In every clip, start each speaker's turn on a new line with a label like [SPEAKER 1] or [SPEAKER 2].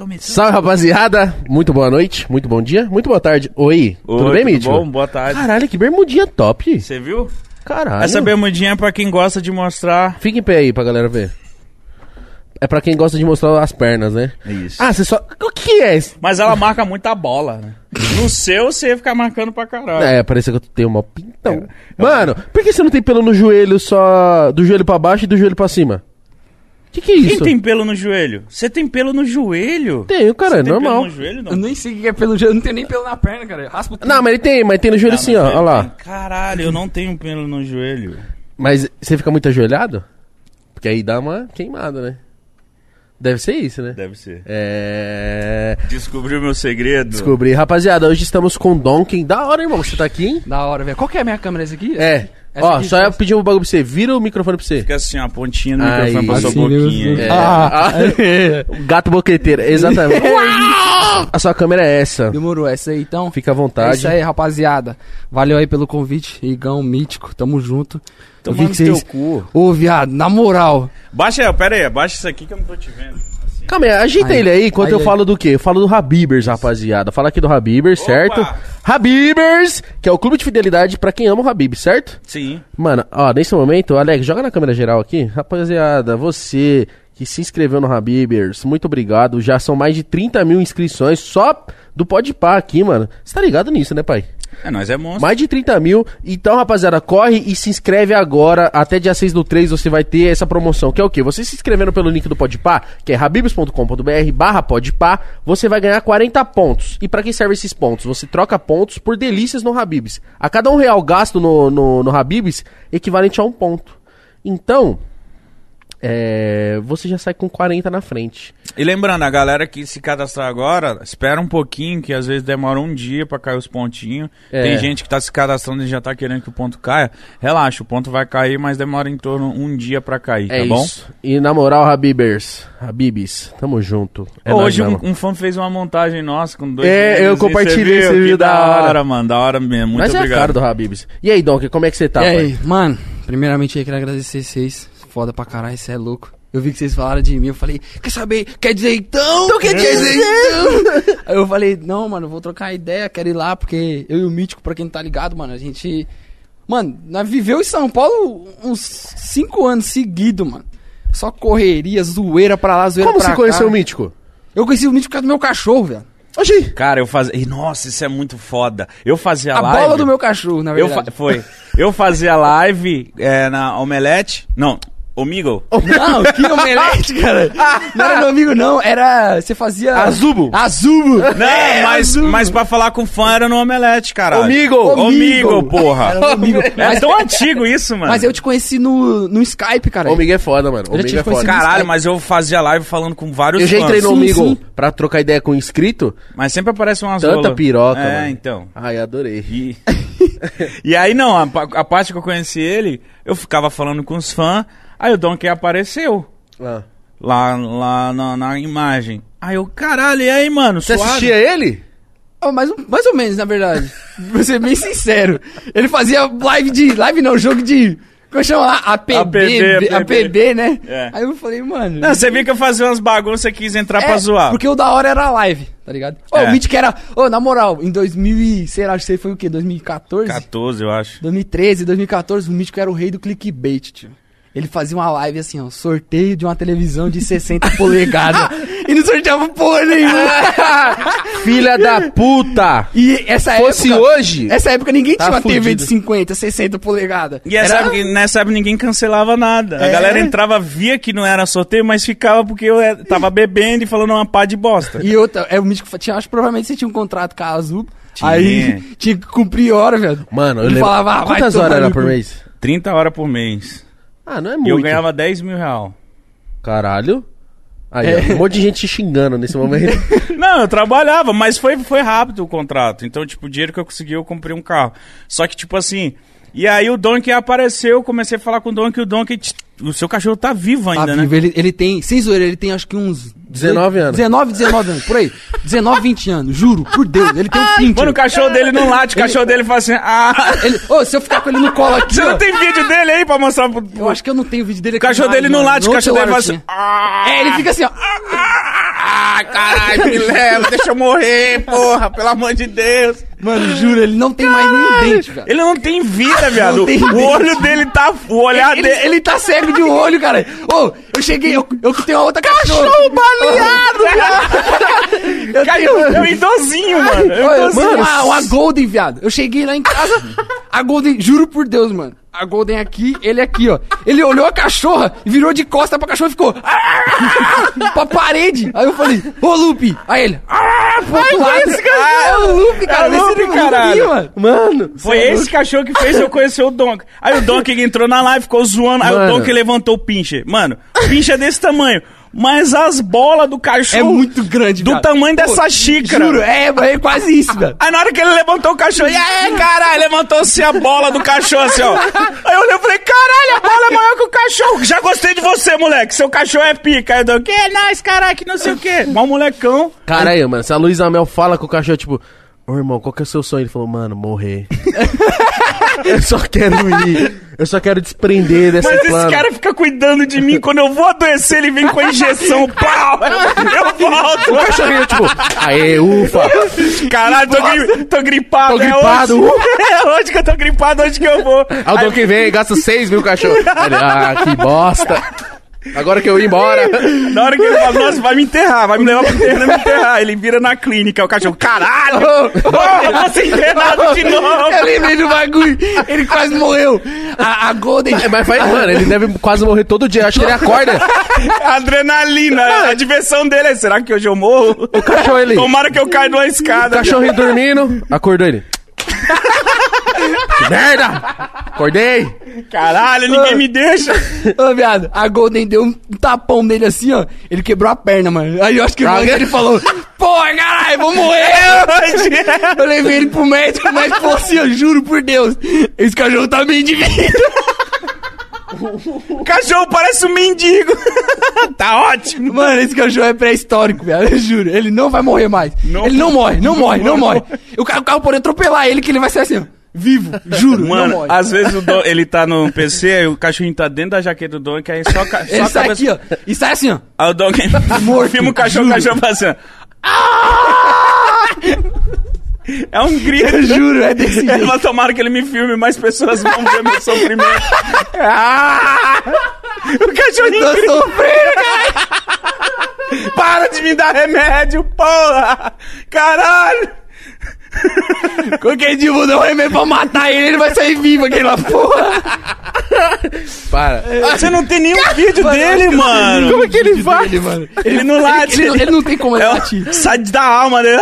[SPEAKER 1] começando.
[SPEAKER 2] Salve, rapaziada. Muito boa noite, muito bom dia, muito boa tarde. Oi, tudo bem, Mítico?
[SPEAKER 1] Tudo bom, boa tarde.
[SPEAKER 2] Caralho, que bermudinha top.
[SPEAKER 1] Você viu?
[SPEAKER 2] Caralho.
[SPEAKER 1] Essa bermudinha é pra quem gosta de mostrar...
[SPEAKER 2] Fica em pé aí pra galera ver. É pra quem gosta de mostrar as pernas, né?
[SPEAKER 1] Isso.
[SPEAKER 2] Ah, você só... O que é isso?
[SPEAKER 1] Mas ela marca muita bola, né? No seu, você ia ficar marcando pra caralho.
[SPEAKER 2] É, parece que eu tenho uma pintão. Mano, por que você não tem pelo no joelho só... Do joelho pra baixo e do joelho pra cima? Que é isso?
[SPEAKER 1] Quem tem pelo no joelho? Você tem pelo no joelho?
[SPEAKER 2] Tenho, cara, é
[SPEAKER 1] Tem
[SPEAKER 2] normal.
[SPEAKER 1] pelo no joelho, não?
[SPEAKER 3] Eu nem sei o que é pelo joelho, eu não tenho nem pelo na perna, cara. Eu raspo tudo.
[SPEAKER 2] Não, mas tem no joelho
[SPEAKER 1] Não,
[SPEAKER 2] assim,
[SPEAKER 1] no
[SPEAKER 2] ó,
[SPEAKER 1] joelho
[SPEAKER 2] ó lá.
[SPEAKER 1] tem. Caralho, eu não tenho pelo no joelho.
[SPEAKER 2] Mas você fica muito ajoelhado? Porque aí dá uma queimada, né? Deve ser isso, né?
[SPEAKER 1] Deve ser.
[SPEAKER 2] Descobri
[SPEAKER 1] Descobriu meu segredo?
[SPEAKER 2] Descobri. Rapaziada, hoje estamos com o Donkey. Da hora, irmão, você tá aqui, hein?
[SPEAKER 3] Da hora, velho. Qual que é a minha câmera essa aqui?
[SPEAKER 2] É.
[SPEAKER 3] Essa
[SPEAKER 2] Ó,
[SPEAKER 3] aqui,
[SPEAKER 2] só ia pedir um bagulho pra você. Vira o microfone pra você.
[SPEAKER 1] Fica assim, a pontinha do
[SPEAKER 2] Aí,
[SPEAKER 1] microfone pra sua
[SPEAKER 3] assim,
[SPEAKER 1] boquinha.
[SPEAKER 2] É. Gato boqueteiro, exatamente. A sua câmera é essa.
[SPEAKER 3] Demorou essa aí, então?
[SPEAKER 2] Fica à
[SPEAKER 3] É
[SPEAKER 2] vontade.
[SPEAKER 3] isso aí, rapaziada. Valeu aí pelo convite. Igão, Mítico, tamo junto. Eu vi
[SPEAKER 1] Tomando
[SPEAKER 3] que vocês...
[SPEAKER 1] teu cu.
[SPEAKER 3] Ô, viado, na moral.
[SPEAKER 1] Baixa aí, pera aí, abaixa isso aqui que eu não tô te vendo. Assim.
[SPEAKER 2] Calma aí, ajeita
[SPEAKER 3] Aí,
[SPEAKER 2] ele aí enquanto
[SPEAKER 3] aí,
[SPEAKER 2] eu
[SPEAKER 3] aí.
[SPEAKER 2] falo do quê? Eu falo do Habibers, rapaziada. Fala aqui do Habibers,
[SPEAKER 1] Opa!
[SPEAKER 2] certo? Habibers, que é o clube de fidelidade pra quem ama o Habib, certo?
[SPEAKER 1] Sim.
[SPEAKER 2] Mano, ó, nesse momento, Alex, joga na câmera geral aqui. Rapaziada, você que se inscreveu no Habibers, muito obrigado. Já são mais de 30 mil inscrições só do Podpah aqui, mano. Você tá ligado nisso, né, pai?
[SPEAKER 1] Nós é monstro.
[SPEAKER 2] Mais de 30 mil. Então, rapaziada, corre e se inscreve agora. Até dia 6/3 você vai ter essa promoção. Que é o quê? Você se inscrevendo pelo link do Podpah, que é habibs.com.br/Podpah, você vai ganhar 40 pontos. E pra que serve esses pontos? Você troca pontos por delícias no Habibs. A cada R$1 gasto no Habibs, equivalente a 1 ponto. Então, você já sai com 40 na frente.
[SPEAKER 1] E lembrando, a galera que se cadastrar agora, espera um pouquinho, que às vezes demora um dia pra cair os pontinhos. Tem gente que tá se cadastrando e já tá querendo que o ponto caia. Relaxa, o ponto vai cair, mas demora em torno de um dia pra cair, tá bom?
[SPEAKER 2] Isso. E na moral, Habibs, tamo junto.
[SPEAKER 1] Hoje
[SPEAKER 2] nóis mesmo.
[SPEAKER 1] um fã fez uma montagem nossa com 2
[SPEAKER 2] eu compartilhei esse vídeo,
[SPEAKER 1] que
[SPEAKER 2] da hora.
[SPEAKER 1] mano, da hora mesmo. Muito
[SPEAKER 2] Mas é a
[SPEAKER 1] obrigado.
[SPEAKER 2] cara do Habibs. E aí, Donkey, como é que você tá,
[SPEAKER 3] e
[SPEAKER 2] pai?
[SPEAKER 3] aí, mano, primeiramente eu queria agradecer vocês. Foda pra caralho, cê é louco. Eu vi que vocês falaram de mim, eu falei, quer saber? Quer dizer então? Então quer dizer então? Aí eu falei, não, mano, eu vou trocar ideia, quero ir lá, porque eu e o Mítico, pra quem não tá ligado, mano, a gente... Mano, nós viveu em São Paulo uns 5 anos seguidos, mano. Só correria, zoeira pra lá, zoeira
[SPEAKER 2] Como
[SPEAKER 1] é
[SPEAKER 3] pra cá.
[SPEAKER 2] você conheceu o Mítico?
[SPEAKER 3] Eu conheci o Mítico por causa do meu cachorro, velho.
[SPEAKER 2] Oxi!
[SPEAKER 1] Cara, eu fazia... Nossa, isso é muito foda. Eu fazia
[SPEAKER 3] A
[SPEAKER 1] live...
[SPEAKER 3] bola do meu cachorro, na verdade.
[SPEAKER 1] Eu fazia live na Omelete... Não, Omegle.
[SPEAKER 3] Não, que omelete, cara. Não era meu amigo, não. Era... Você fazia...
[SPEAKER 2] Azubo.
[SPEAKER 3] Azubo.
[SPEAKER 1] Não, mas pra falar com fã era no Omelete, cara.
[SPEAKER 2] Omegle,
[SPEAKER 1] porra.
[SPEAKER 3] Era meu amigo.
[SPEAKER 1] É tão antigo isso, mano.
[SPEAKER 3] Mas eu te conheci no Skype, cara.
[SPEAKER 2] Omegle é foda, mano.
[SPEAKER 3] Eu já
[SPEAKER 2] Omegle
[SPEAKER 3] tive
[SPEAKER 2] é foda.
[SPEAKER 3] conhecido-
[SPEAKER 1] Caralho, mas eu fazia live falando com vários
[SPEAKER 2] Eu já
[SPEAKER 1] fãs.
[SPEAKER 2] entrei no
[SPEAKER 3] Sim,
[SPEAKER 2] Omegle
[SPEAKER 3] sim.
[SPEAKER 2] pra trocar ideia com um inscrito.
[SPEAKER 1] Mas sempre aparece umas
[SPEAKER 2] Tanta
[SPEAKER 1] rola.
[SPEAKER 2] piroca, mano.
[SPEAKER 1] Então.
[SPEAKER 2] Ai, adorei.
[SPEAKER 1] E aí, não, a parte que eu conheci ele, eu ficava falando com os fãs, aí o Donkey apareceu
[SPEAKER 2] Ah.
[SPEAKER 1] lá na imagem. Aí eu, caralho, e aí, mano?
[SPEAKER 2] Você
[SPEAKER 1] suave?
[SPEAKER 2] assistia ele?
[SPEAKER 3] Oh, mais ou menos, na verdade. Vou ser bem sincero. Ele fazia jogo de... Como chama lá? APB, né?
[SPEAKER 1] É.
[SPEAKER 3] Aí eu falei, mano...
[SPEAKER 1] Não, você viu que eu fazia umas bagunças e quis entrar pra zoar.
[SPEAKER 3] Porque o da hora era a live, tá ligado? Ô,
[SPEAKER 1] É.
[SPEAKER 3] o Mítico era... Ô, na moral, em 2000 e... Sei lá, foi o quê? 2014?
[SPEAKER 1] 14, eu acho.
[SPEAKER 3] 2013, 2014, o Mítico era o rei do clickbait, tio. Ele fazia uma live assim, ó, sorteio de uma televisão de 60 polegadas. E não sorteava porra nenhuma.
[SPEAKER 2] Filha da puta!
[SPEAKER 3] E essa
[SPEAKER 2] Fosse
[SPEAKER 3] época...
[SPEAKER 2] hoje...
[SPEAKER 3] Essa época ninguém
[SPEAKER 2] Tá
[SPEAKER 3] tinha uma TV
[SPEAKER 2] fudido.
[SPEAKER 3] de 50, 60 polegadas.
[SPEAKER 1] E nessa época ninguém cancelava nada. A
[SPEAKER 3] É.
[SPEAKER 1] galera entrava, via que não era sorteio, mas ficava porque eu tava bebendo e falando uma pá de bosta.
[SPEAKER 3] E outra, o Mítico tinha, acho que provavelmente você tinha um contrato com a Azul.
[SPEAKER 1] Tinha.
[SPEAKER 3] Aí tinha que cumprir hora, velho.
[SPEAKER 2] Mano, eu
[SPEAKER 3] Ele
[SPEAKER 2] lembro...
[SPEAKER 3] falava, vai
[SPEAKER 2] Quantas
[SPEAKER 3] tomar
[SPEAKER 2] horas era
[SPEAKER 3] no
[SPEAKER 2] por
[SPEAKER 3] cu.
[SPEAKER 2] mês?
[SPEAKER 1] 30 horas por mês.
[SPEAKER 2] Ah, não é
[SPEAKER 1] E
[SPEAKER 2] muito.
[SPEAKER 1] eu ganhava 10 mil reais.
[SPEAKER 2] Caralho. Aí, ó, um monte de gente te xingando nesse momento.
[SPEAKER 1] Não, eu trabalhava, mas foi rápido o contrato. Então, tipo, o dinheiro que eu consegui, eu comprei um carro. Só que, tipo assim... E aí o Donkey apareceu, eu comecei a falar com o Donkey, o seu cachorro tá vivo ainda,
[SPEAKER 3] Tá
[SPEAKER 1] né?
[SPEAKER 3] vivo, ele tem, sem zoeira, ele tem acho que uns...
[SPEAKER 2] 19 anos.
[SPEAKER 3] 19 anos, por aí. 19, 20 anos, juro, por Deus. Ele tem um pinto.
[SPEAKER 1] Mano, o cachorro dele não late, o cachorro dele fala assim...
[SPEAKER 3] Se eu ficar com ele no colo aqui,
[SPEAKER 1] Você
[SPEAKER 3] ó,
[SPEAKER 1] não tem vídeo dele aí pra mostrar pro...
[SPEAKER 3] Eu acho que eu não tenho vídeo dele
[SPEAKER 1] O
[SPEAKER 3] aqui.
[SPEAKER 1] cachorro
[SPEAKER 3] mais,
[SPEAKER 1] dele não
[SPEAKER 3] mano.
[SPEAKER 1] late, o
[SPEAKER 3] No
[SPEAKER 1] cachorro dele fala
[SPEAKER 3] celular
[SPEAKER 1] assim...
[SPEAKER 3] tinha. Ele fica assim, ó.
[SPEAKER 1] Ai, caralho, me leva, deixa eu morrer, porra, pelo amor de Deus.
[SPEAKER 3] Mano, juro, ele não tem mais nem dente, velho.
[SPEAKER 1] Ele não tem vida, viado. O olho dele tá... O olhar dele...
[SPEAKER 3] Ele tá cego de um olho, cara. Ô, eu cheguei... Eu que tenho uma outra cachorro.
[SPEAKER 2] Cachorro baleado, viado.
[SPEAKER 1] É um idosinho, mano.
[SPEAKER 3] Mano, uma Golden, viado. Eu cheguei lá em casa, a Golden... Juro por Deus, mano. A Golden aqui, ele aqui, ó. Ele olhou a cachorra e virou de costa pra cachorra e ficou... pra parede. Aí eu falei, ô, Lupe. Aí ele... pro outro lado.
[SPEAKER 1] Esse cachorro.
[SPEAKER 3] É o Lupe, cara.
[SPEAKER 1] É o Lupe, caralho.
[SPEAKER 2] Mano,
[SPEAKER 1] foi esse cachorro que fez eu conhecer o Donkey. Aí o Donkey entrou na live, ficou zoando. Aí o Donkey levantou o pincher. Mano, o pincher é desse tamanho. Mas as bolas do cachorro...
[SPEAKER 3] É muito grande,
[SPEAKER 1] do
[SPEAKER 3] cara.
[SPEAKER 1] tamanho dessa xícara.
[SPEAKER 3] Juro, é quase isso, velho.
[SPEAKER 1] Aí na hora que ele levantou o cachorro... E aí, caralho, levantou-se a bola do cachorro, assim, ó. Aí eu olhei e falei, caralho, a bola é maior que o cachorro. Já gostei de você, moleque. Seu cachorro é pica. Aí eu dou, que é nóis, caralho, que não sei o quê. Mal molecão.
[SPEAKER 2] Caralho, mano, se a Luísa Mel fala com o cachorro, tipo... Ô, irmão, qual que é o seu sonho? Ele falou, mano, morrer. Eu só quero ir. Eu só quero desprender dessa
[SPEAKER 1] Mas esse cara fica cuidando de mim. Quando eu vou adoecer, ele vem com a injeção. Pau! Eu volto.
[SPEAKER 2] O cachorrinho, tipo, aê, ufa.
[SPEAKER 1] Caralho, tô gripado.
[SPEAKER 2] Tô gripado.
[SPEAKER 1] É hoje que eu tô gripado, hoje que eu vou.
[SPEAKER 2] Aí o Donkey vem e gasta 6 mil cachorros. Ele, que bosta. Agora que eu ia embora.
[SPEAKER 1] Na hora que ele fala, nossa, vai me enterrar, vai me levar pro terreno e me enterrar. Ele vira na clínica, o cachorro, caralho! Vou ser internado de novo!
[SPEAKER 3] Eu lembrei do bagulho, ele quase morreu. A Golden...
[SPEAKER 2] Mas mano, ele deve quase morrer todo dia. Acho que ele acorda.
[SPEAKER 1] Adrenalina, a diversão dele é, será que hoje eu morro?
[SPEAKER 2] O cachorro, ele...
[SPEAKER 1] Tomara que eu caia numa escada.
[SPEAKER 2] O cachorrinho dormindo, acordou ele. Que merda! Acordei!
[SPEAKER 1] Caralho, ninguém me deixa!
[SPEAKER 3] Ô, viado, a Golden deu um tapão nele assim, ó. Ele quebrou a perna, mano. Aí eu acho que ele falou: porra, caralho, vou morrer! Eu levei ele pro médico, mas falou assim, eu juro por Deus, esse cachorro tá bem de vida.
[SPEAKER 1] O cachorro parece um mendigo. Tá ótimo.
[SPEAKER 3] Mano, esse cachorro é pré-histórico, viado. Eu juro. Ele não vai morrer mais. Ele não morre. O carro pode atropelar ele que ele vai ser assim, ó. Vivo. Juro.
[SPEAKER 1] Mano,
[SPEAKER 3] não morre.
[SPEAKER 1] às vezes ele tá no PC, aí o cachorrinho tá dentro da jaqueta do Donkey, aí só
[SPEAKER 3] ele
[SPEAKER 1] a
[SPEAKER 3] sai
[SPEAKER 1] cabeça...
[SPEAKER 3] aqui, ó. E sai assim, ó.
[SPEAKER 1] Aí o Donkey filma o cachorro faz assim, ó. É um grito.
[SPEAKER 3] Eu juro, é desse jeito.
[SPEAKER 1] Mas tomara que ele me filme, mais pessoas vão ver meu sofrimento. O cachorrinho
[SPEAKER 3] Tô
[SPEAKER 1] grita.
[SPEAKER 3] sofrendo, cara.
[SPEAKER 1] Para de me dar remédio, porra! Caralho!
[SPEAKER 3] Qualquer dia eu vou dar um remédio pra matar ele vai sair vivo aquele lá, porra.
[SPEAKER 2] Para.
[SPEAKER 1] Você não tem nenhum vídeo dele, mano.
[SPEAKER 2] Como é que ele faz?
[SPEAKER 1] Ele não late.
[SPEAKER 3] Ele não tem como ele latir.
[SPEAKER 1] Sai da alma dele.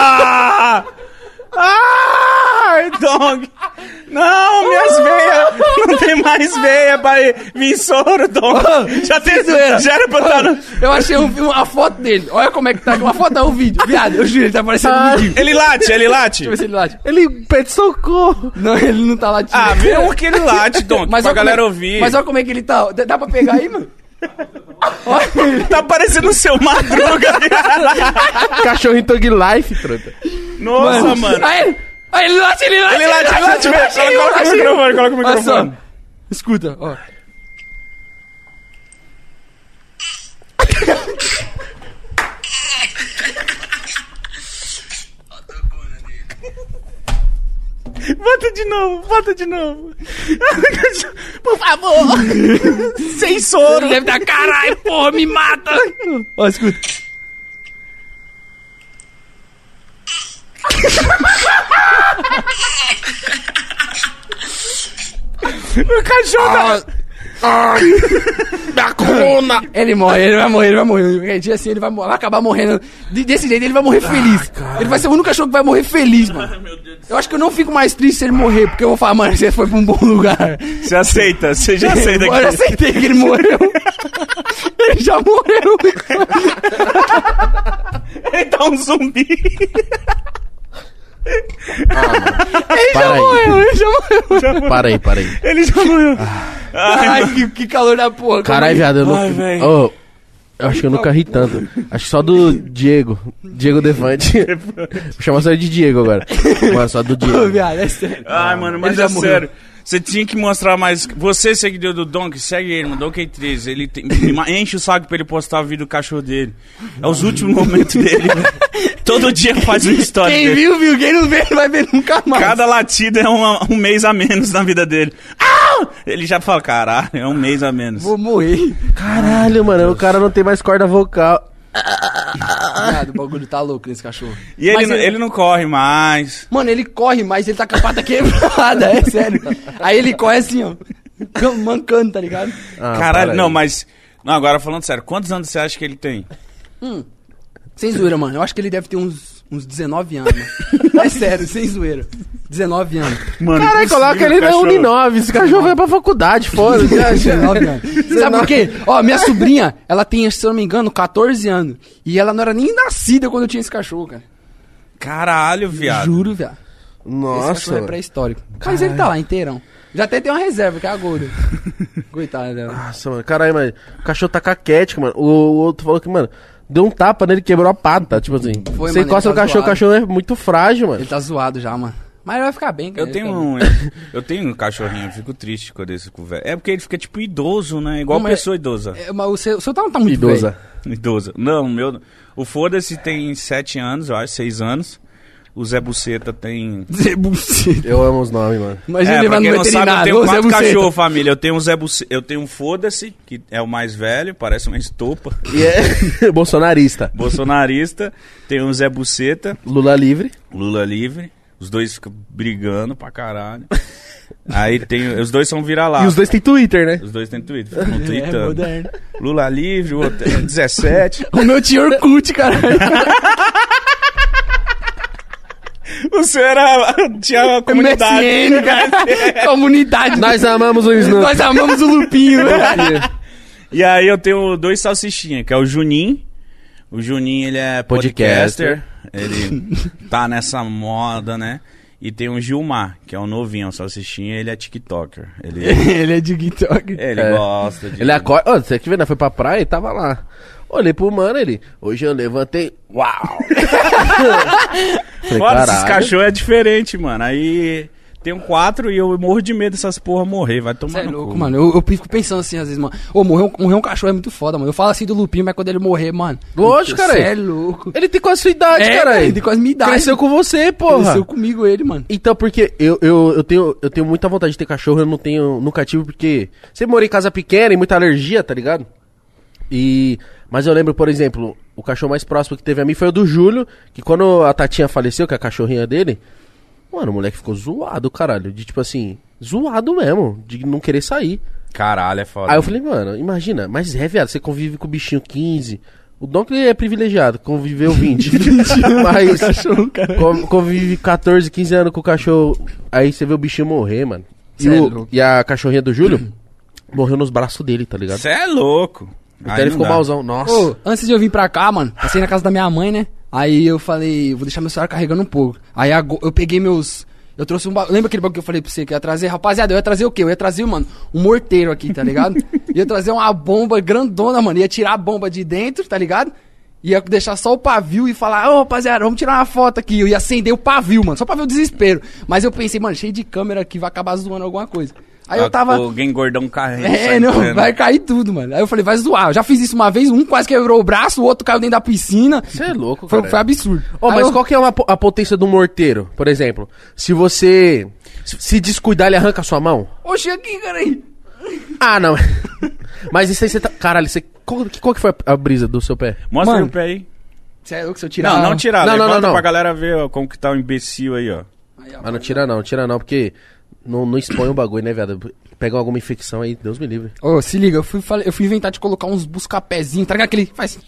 [SPEAKER 1] Dong. Não, minhas veias. Não tem mais veia pra vir soro, Dong. Já era pra estar no...
[SPEAKER 3] Eu achei uma foto dele. Olha como é que tá. Uma foto é um vídeo. Viado, eu juro, ele tá parecendo um vídeo.
[SPEAKER 1] Ele late.
[SPEAKER 3] Deixa eu ver se ele late.
[SPEAKER 2] Ele pede socorro.
[SPEAKER 3] Não, ele não tá latindo.
[SPEAKER 1] Ah, mesmo que ele late, Dong. Pra galera ouvir.
[SPEAKER 3] Mas olha como é que ele tá. Dá pra pegar aí, mano? Olha.
[SPEAKER 1] Tá parecendo o seu Madruga, viado.
[SPEAKER 2] Cachorrinho Tug Life, truta.
[SPEAKER 1] Nossa, mano.
[SPEAKER 3] Aí ele late, velho.
[SPEAKER 1] Coloca o microfone.
[SPEAKER 3] Olha só. Escuta, ó.
[SPEAKER 1] Bota de novo. Por favor. Sem soro.
[SPEAKER 3] Deve dar caralho, porra, me mata. Ó, escuta.
[SPEAKER 1] O cachorro
[SPEAKER 2] Minha coluna.
[SPEAKER 3] Ele vai morrer. Qualquer dia assim ele vai acabar morrendo. Desse jeito ele vai morrer feliz. Ele vai ser o único cachorro que vai morrer feliz, mano. Eu acho que eu não fico mais triste se ele morrer, porque eu vou falar, mano, você foi pra um bom lugar.
[SPEAKER 1] Você aceita? Você já aceita
[SPEAKER 3] Eu aceitei que ele morreu. Ele já morreu.
[SPEAKER 1] Ele tá um zumbi.
[SPEAKER 3] Ele já morreu.
[SPEAKER 2] Para aí.
[SPEAKER 1] Ele já morreu.
[SPEAKER 3] Ai, que calor da porra.
[SPEAKER 2] Caralho, viado, eu
[SPEAKER 1] Ai,
[SPEAKER 2] não...
[SPEAKER 1] velho.
[SPEAKER 2] Oh, eu acho que eu nunca ri tanto. Acho que só do Diego Defante. Vou chamar só de Diego agora. Mano, só do
[SPEAKER 3] Ô,
[SPEAKER 2] Diego.
[SPEAKER 3] viado, é sério.
[SPEAKER 1] Ai, mano, mas
[SPEAKER 3] Ele já
[SPEAKER 1] é
[SPEAKER 3] morreu.
[SPEAKER 1] sério. Você tinha que mostrar mais. Você, seguidor do Donkey, segue ele, mano. Donkey 13. Ele enche o saco pra ele postar o vídeo do cachorro dele. É os últimos momentos dele, velho. Todo dia faz uma história.
[SPEAKER 3] Quem
[SPEAKER 1] dele.
[SPEAKER 3] viu, quem não vê, vai ver nunca mais.
[SPEAKER 1] Cada latida é um mês a menos na vida dele. Ah! Ele já fala, caralho, é um mês a menos.
[SPEAKER 3] Vou morrer.
[SPEAKER 2] Caralho, mano, o cara não tem mais corda vocal.
[SPEAKER 3] O bagulho tá louco nesse cachorro.
[SPEAKER 1] E ele não corre mais.
[SPEAKER 3] Mano, ele corre, mas ele tá com a pata quebrada, é sério. Aí ele corre assim, ó. Mancando, tá ligado?
[SPEAKER 1] Caralho, não, mas... Não, agora falando sério, quantos anos você acha que ele tem?
[SPEAKER 3] Sem zoeira, mano. Eu acho que ele deve ter uns 19 anos. É sério, sem zoeira. 19 anos.
[SPEAKER 2] Mano, caralho, coloca ele na Uninove. Esse cachorro vai pra faculdade, foda.
[SPEAKER 3] 19 anos. Sabe por quê? Ó, minha sobrinha, ela tem, se eu não me engano, 14 anos. E ela não era nem nascida quando eu tinha esse cachorro, cara.
[SPEAKER 1] Caralho, viado.
[SPEAKER 3] Juro, viado.
[SPEAKER 2] Nossa.
[SPEAKER 3] Esse cachorro é pré-histórico. Mas ele tá lá inteirão. Já até tem uma reserva, que é a Golden. Coitada dela.
[SPEAKER 2] Nossa, mano. Caralho, mano. O cachorro tá caquético, mano. O outro falou que, mano, deu um tapa nele, quebrou a pata. Tipo assim. Você encosta no cachorro, o cachorro é muito frágil, mano.
[SPEAKER 3] Ele tá zoado já, mano. Mas ele vai ficar bem, cara.
[SPEAKER 1] Eu tenho um cachorrinho, eu fico triste quando esse com velho. É porque ele fica tipo idoso, né? Igual pessoa idosa.
[SPEAKER 3] Mas o seu não tá muito
[SPEAKER 2] idosa.
[SPEAKER 3] Velho.
[SPEAKER 1] Idosa. Não, o Foda-se tem 7 anos, eu acho, 6 anos. O Zé Buceta tem...
[SPEAKER 3] Zé Buceta.
[SPEAKER 2] Eu amo os nomes, mano.
[SPEAKER 3] Mas ele vai no veterinário.
[SPEAKER 1] Eu tenho 4 cachorros, família. Eu tenho eu tenho um Foda-se, que é o mais velho, parece uma estopa.
[SPEAKER 2] E é bolsonarista.
[SPEAKER 1] Bolsonarista. Tem um Zé Buceta.
[SPEAKER 2] Lula livre.
[SPEAKER 1] Os dois ficam brigando pra caralho. Aí os dois são vira-lata.
[SPEAKER 2] E os dois têm Twitter, né?
[SPEAKER 1] Os dois têm Twitter, ficam tweetando. Moderno. Lula livre, o outro é 17.
[SPEAKER 3] O meu tinha Orkut, caralho.
[SPEAKER 1] O senhor tinha uma comunidade.
[SPEAKER 3] MSN, cara. Comunidade.
[SPEAKER 2] Nós amamos o Snoop.
[SPEAKER 3] Nós amamos o Lupinho, velho.
[SPEAKER 1] E aí eu tenho 2 salsichinhas, que é o Juninho. O Juninho, ele é podcaster. Ele tá nessa moda, né? E tem o Gilmar, que é um novinho, um salsichinha, ele é tiktoker.
[SPEAKER 3] Ele é tiktoker.
[SPEAKER 1] Ele gosta de...
[SPEAKER 2] Ele acorda... Você que vê, né? Foi pra praia e tava lá. Olhei pro mano, hoje eu levantei... Uau!
[SPEAKER 1] Fora esses cachorros é diferente, mano. Aí... Tenho 4 e eu morro de medo dessas porra morrer. Vai tomar no cu.
[SPEAKER 3] Mano. Eu fico pensando assim, às vezes, mano. Morrer um cachorro é muito foda, mano. Eu falo assim do Lupinho, mas quando ele morrer, mano...
[SPEAKER 2] Lógico, cara.
[SPEAKER 3] Você é louco.
[SPEAKER 2] Ele tem quase a sua idade, cara.
[SPEAKER 3] Ele tem quase a minha idade.
[SPEAKER 2] Cresceu com você, porra.
[SPEAKER 3] Cresceu comigo ele, mano.
[SPEAKER 2] Então, porque eu tenho muita vontade de ter cachorro, eu nunca tive, porque... Sempre morei em casa pequena e muita alergia, tá ligado? Mas eu lembro, por exemplo, o cachorro mais próximo que teve a mim foi o do Júlio, que quando a Tatinha faleceu, que é a cachorrinha dele... Mano, o moleque ficou zoado, caralho. De tipo assim, zoado mesmo. De não querer sair.
[SPEAKER 1] Caralho, é foda.
[SPEAKER 2] Aí eu falei, mano, imagina. Mas viado, você convive com o bichinho 15. O Donkey é privilegiado, conviveu 20. Mas cachorro, convive 14, 15 anos com o cachorro. Aí você vê o bichinho morrer, mano. E a cachorrinha do Júlio morreu nos braços dele, tá ligado?
[SPEAKER 1] Você é louco.
[SPEAKER 2] Então ele ficou malzão. Nossa.
[SPEAKER 3] Antes de eu vir pra cá, mano, passei na casa da minha mãe, né? Aí eu falei, vou deixar meu celular carregando um pouco. Aí eu peguei meus... Eu trouxe lembra aquele bagulho que eu falei pra você que eu ia trazer? Rapaziada, eu ia trazer o quê? Eu ia trazer, mano, um morteiro aqui, tá ligado? Ia trazer uma bomba grandona, mano. Ia tirar a bomba de dentro, tá ligado? Ia deixar só o pavio e falar, ô, rapaziada, vamos tirar uma foto aqui. Eu ia acender o pavio, mano, só pra ver o desespero. Mas eu pensei, mano, cheio de câmera aqui, vai acabar zoando alguma coisa. Aí eu tava...
[SPEAKER 1] Alguém gordão carrendo.
[SPEAKER 3] Não, vai cair tudo, mano. Aí eu falei, vai zoar. Eu já fiz isso uma vez, um quase quebrou o braço, o outro caiu dentro da piscina.
[SPEAKER 2] Você é louco, cara.
[SPEAKER 3] Foi absurdo.
[SPEAKER 2] Mas qual que é a potência do morteiro, por exemplo? Se você se descuidar, ele arranca a sua mão?
[SPEAKER 3] Oxe, aqui, cara aí.
[SPEAKER 2] Ah, não. Mas isso aí você tá... Caralho, qual que foi a brisa do seu pé?
[SPEAKER 1] Mostra aí o pé aí.
[SPEAKER 3] Você é louco se eu tirar?
[SPEAKER 1] Não tirar.
[SPEAKER 2] Não.
[SPEAKER 1] Pra galera ver ó, como que tá o imbecil aí, ó.
[SPEAKER 2] Mas não tira não, porque... Não expõe o bagulho, né, viado? Pega alguma infecção aí, Deus me livre.
[SPEAKER 3] Se liga, eu fui inventar de colocar uns busca-pezinhos, tá ligado? Aquele que faz...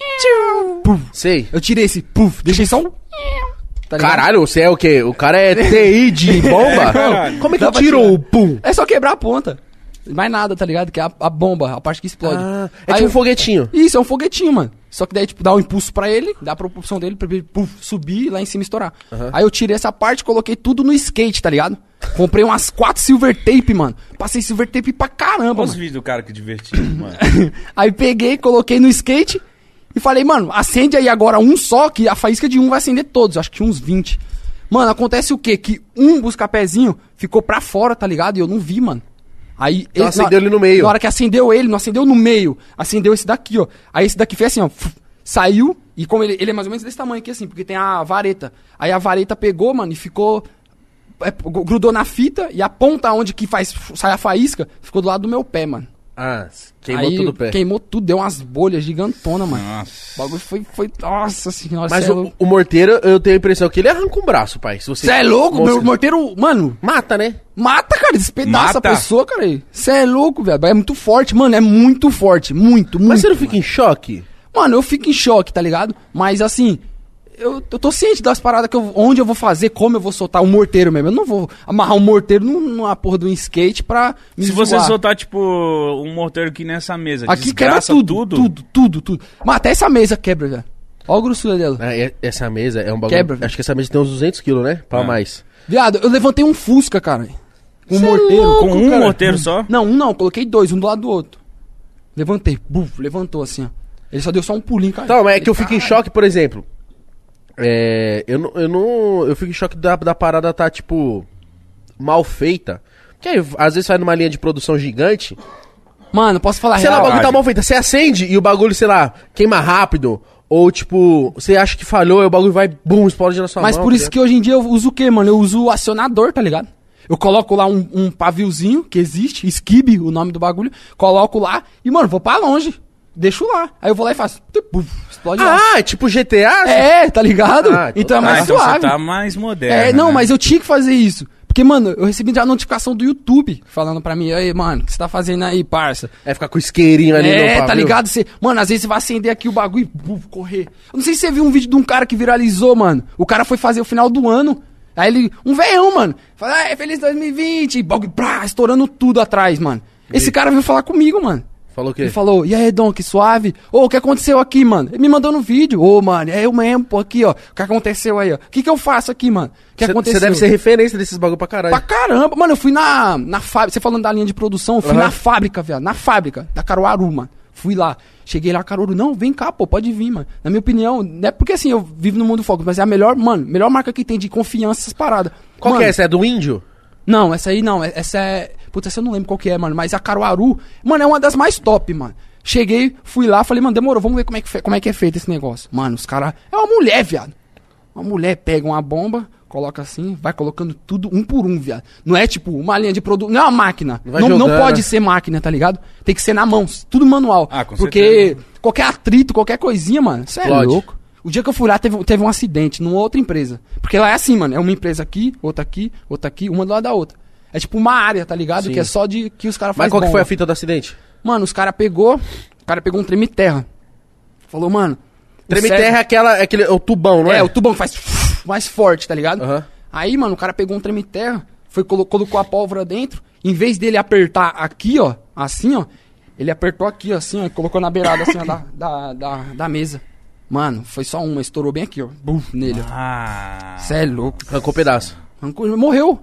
[SPEAKER 2] Sei.
[SPEAKER 3] Eu tirei esse deixei só um...
[SPEAKER 2] Tá caralho, você é o quê? O cara é TI de bomba? Como é que tirou o pum?
[SPEAKER 3] É só quebrar a ponta. Mais nada, tá ligado? Que é a bomba, a parte que explode.
[SPEAKER 2] É tipo um foguetinho.
[SPEAKER 3] Isso, é um foguetinho, mano. Só que daí, tipo, dá um impulso pra ele, dá a propulsão dele pra ele subir e lá em cima estourar. Aí eu tirei essa parte e coloquei tudo no skate, tá ligado? Comprei umas 4 silver tape, mano. Passei silver tape pra caramba,
[SPEAKER 1] Olha os
[SPEAKER 3] mano.
[SPEAKER 1] vídeos do cara que divertido, mano.
[SPEAKER 3] Aí peguei, coloquei no skate e falei, mano, acende aí agora um só, que a faísca de um vai acender todos. Acho que tinha uns 20. Mano, acontece o quê? Que um busca-pezinho ficou pra fora, tá ligado? E eu não vi, mano. Aí
[SPEAKER 2] então acendeu ele no meio.
[SPEAKER 3] Na hora que acendeu ele, não acendeu no meio. Acendeu esse daqui, ó. Aí esse daqui fez assim, ó. Saiu. E como ele é mais ou menos desse tamanho aqui, assim, porque tem a vareta. Aí a vareta pegou, mano, e ficou... grudou na fita. E a ponta onde que sai a faísca ficou do lado do meu pé, mano.
[SPEAKER 2] Ah, queimou
[SPEAKER 3] aí,
[SPEAKER 2] tudo o pé.
[SPEAKER 3] Queimou tudo, deu umas bolhas gigantonas, mano.
[SPEAKER 1] Nossa.
[SPEAKER 3] O bagulho foi nossa senhora.
[SPEAKER 2] Mas o morteiro, eu tenho a impressão que ele arranca um braço, pai.
[SPEAKER 3] Você é louco? Meu morteiro, mano...
[SPEAKER 2] Mata, né?
[SPEAKER 3] Mata, cara, despedaça a pessoa, cara. Você é louco, velho. É muito forte, mano, é muito forte. Muito.
[SPEAKER 2] Mas você não fica em choque?
[SPEAKER 3] Mano, eu fico em choque, tá ligado? Mas assim... Eu tô ciente das paradas onde eu vou fazer, como eu vou soltar o morteiro mesmo. Eu não vou amarrar um morteiro numa porra de um skate pra me zoar.
[SPEAKER 1] Você soltar, tipo, um morteiro aqui nessa mesa,
[SPEAKER 3] aqui quebra tudo. Mas até essa mesa quebra, velho. Olha a grossura dela.
[SPEAKER 2] Essa mesa é um bagulho...
[SPEAKER 3] Quebra,
[SPEAKER 2] acho que essa mesa tem uns 200 quilos, né? Pra mais.
[SPEAKER 3] Viado, eu levantei um Fusca, cara. Com um morteiro.
[SPEAKER 1] Louco, com um morteiro só?
[SPEAKER 3] Não, um não. Coloquei 2, um do lado do outro. Levantei. Buf, levantou assim, ó. Ele só deu só um pulinho, cara.
[SPEAKER 2] Então, mas é que eu fico em choque, por exemplo... Eu fico em choque da parada tá, tipo, mal feita. Porque aí, às vezes vai numa linha de produção gigante.
[SPEAKER 3] Mano, posso falar
[SPEAKER 2] sei real? Sei lá, o bagulho tá mal feito. Você acende e o bagulho, sei lá, queima rápido. Ou, tipo, você acha que falhou e o bagulho vai, bum, explode na sua mão.
[SPEAKER 3] Mas por isso que hoje em dia eu uso o quê, mano? Eu uso o acionador, tá ligado? Eu coloco lá um paviozinho que existe, Skib, o nome do bagulho. Coloco lá e, mano, vou pra longe. Deixo lá. Aí eu vou lá e faço. Explode lá.
[SPEAKER 2] Ah, tipo GTA?
[SPEAKER 3] É, tá ligado? Então é mais suave.
[SPEAKER 1] Você tá mais moderno.
[SPEAKER 3] Não,
[SPEAKER 1] né?
[SPEAKER 3] mas eu tinha que fazer isso. Porque, mano, eu recebi já a notificação do YouTube falando pra mim, aí, mano, o que você tá fazendo aí, parça?
[SPEAKER 2] Ficar com o isqueirinho ali no pavio.
[SPEAKER 3] Tá ligado? Mano, às vezes você vai acender aqui o bagulho e correr. Eu não sei se você viu um vídeo de um cara que viralizou, mano. O cara foi fazer o final do ano. Aí ele, um veião, mano. Fala, feliz 2020. E bagulho, estourando tudo atrás, mano. Esse cara veio falar comigo, mano.
[SPEAKER 2] Falou o quê?
[SPEAKER 3] Ele falou, e aí, Dom, que suave? O que aconteceu aqui, mano? Ele me mandou no vídeo. Mano, é eu mesmo, pô, aqui, ó. O que aconteceu aí, ó? O que eu faço aqui, mano? O que aconteceu?
[SPEAKER 2] Você deve ser referência desses bagulho pra caralho.
[SPEAKER 3] Pra caramba. Mano, eu fui na fábrica, você falando da linha de produção, eu fui na fábrica, velho. Na fábrica, da Caruaru, mano. Fui lá. Cheguei lá, Caruaru, não, vem cá, pô, pode vir, mano. Na minha opinião, não é porque assim, eu vivo no mundo do fogo, mas é a melhor, mano, melhor marca que tem de confiança essas paradas.
[SPEAKER 2] Qual
[SPEAKER 3] mano,
[SPEAKER 2] que é essa? É do Índio?
[SPEAKER 3] Não, essa aí não. Essa é... Puta, essa eu não lembro qual que é, mano. Mas a Caruaru, mano, é uma das mais top, mano. Cheguei, fui lá, falei, mano, demorou, vamos ver como é que é feito esse negócio. Mano, os caras... É uma mulher, viado. Uma mulher pega uma bomba, coloca assim, vai colocando tudo um por um, viado. Não é tipo uma linha de produto, não é uma máquina. Não pode ser máquina, tá ligado? Tem que ser na mão, tudo manual.
[SPEAKER 1] Com
[SPEAKER 3] porque
[SPEAKER 1] certeza.
[SPEAKER 3] Qualquer atrito, qualquer coisinha, mano, você é louco. O dia que eu fui lá, teve um acidente numa outra empresa. Porque lá é assim, mano, é uma empresa aqui, outra aqui, uma do lado da outra. É tipo uma área, tá ligado?
[SPEAKER 2] Sim.
[SPEAKER 3] Que é só de que os caras fazem.
[SPEAKER 2] Mas qual
[SPEAKER 3] bomba.
[SPEAKER 2] que foi a fita do acidente?
[SPEAKER 3] Mano, o cara pegou um treme-terra. Falou, mano...
[SPEAKER 2] Treme-terra é o tubão, não é?
[SPEAKER 3] É, o tubão que faz mais forte, tá ligado?
[SPEAKER 2] Uhum.
[SPEAKER 3] Aí, mano, o cara pegou um treme-terra, colocou a pólvora dentro, em vez dele apertar aqui, ó, assim, ó, ele apertou aqui, ó, assim, ó, e colocou na beirada, assim, ó, da mesa. Mano, foi só uma, estourou bem aqui, ó, nele, ó. Cê é louco.
[SPEAKER 2] Arrancou um pedaço.
[SPEAKER 3] Morreu.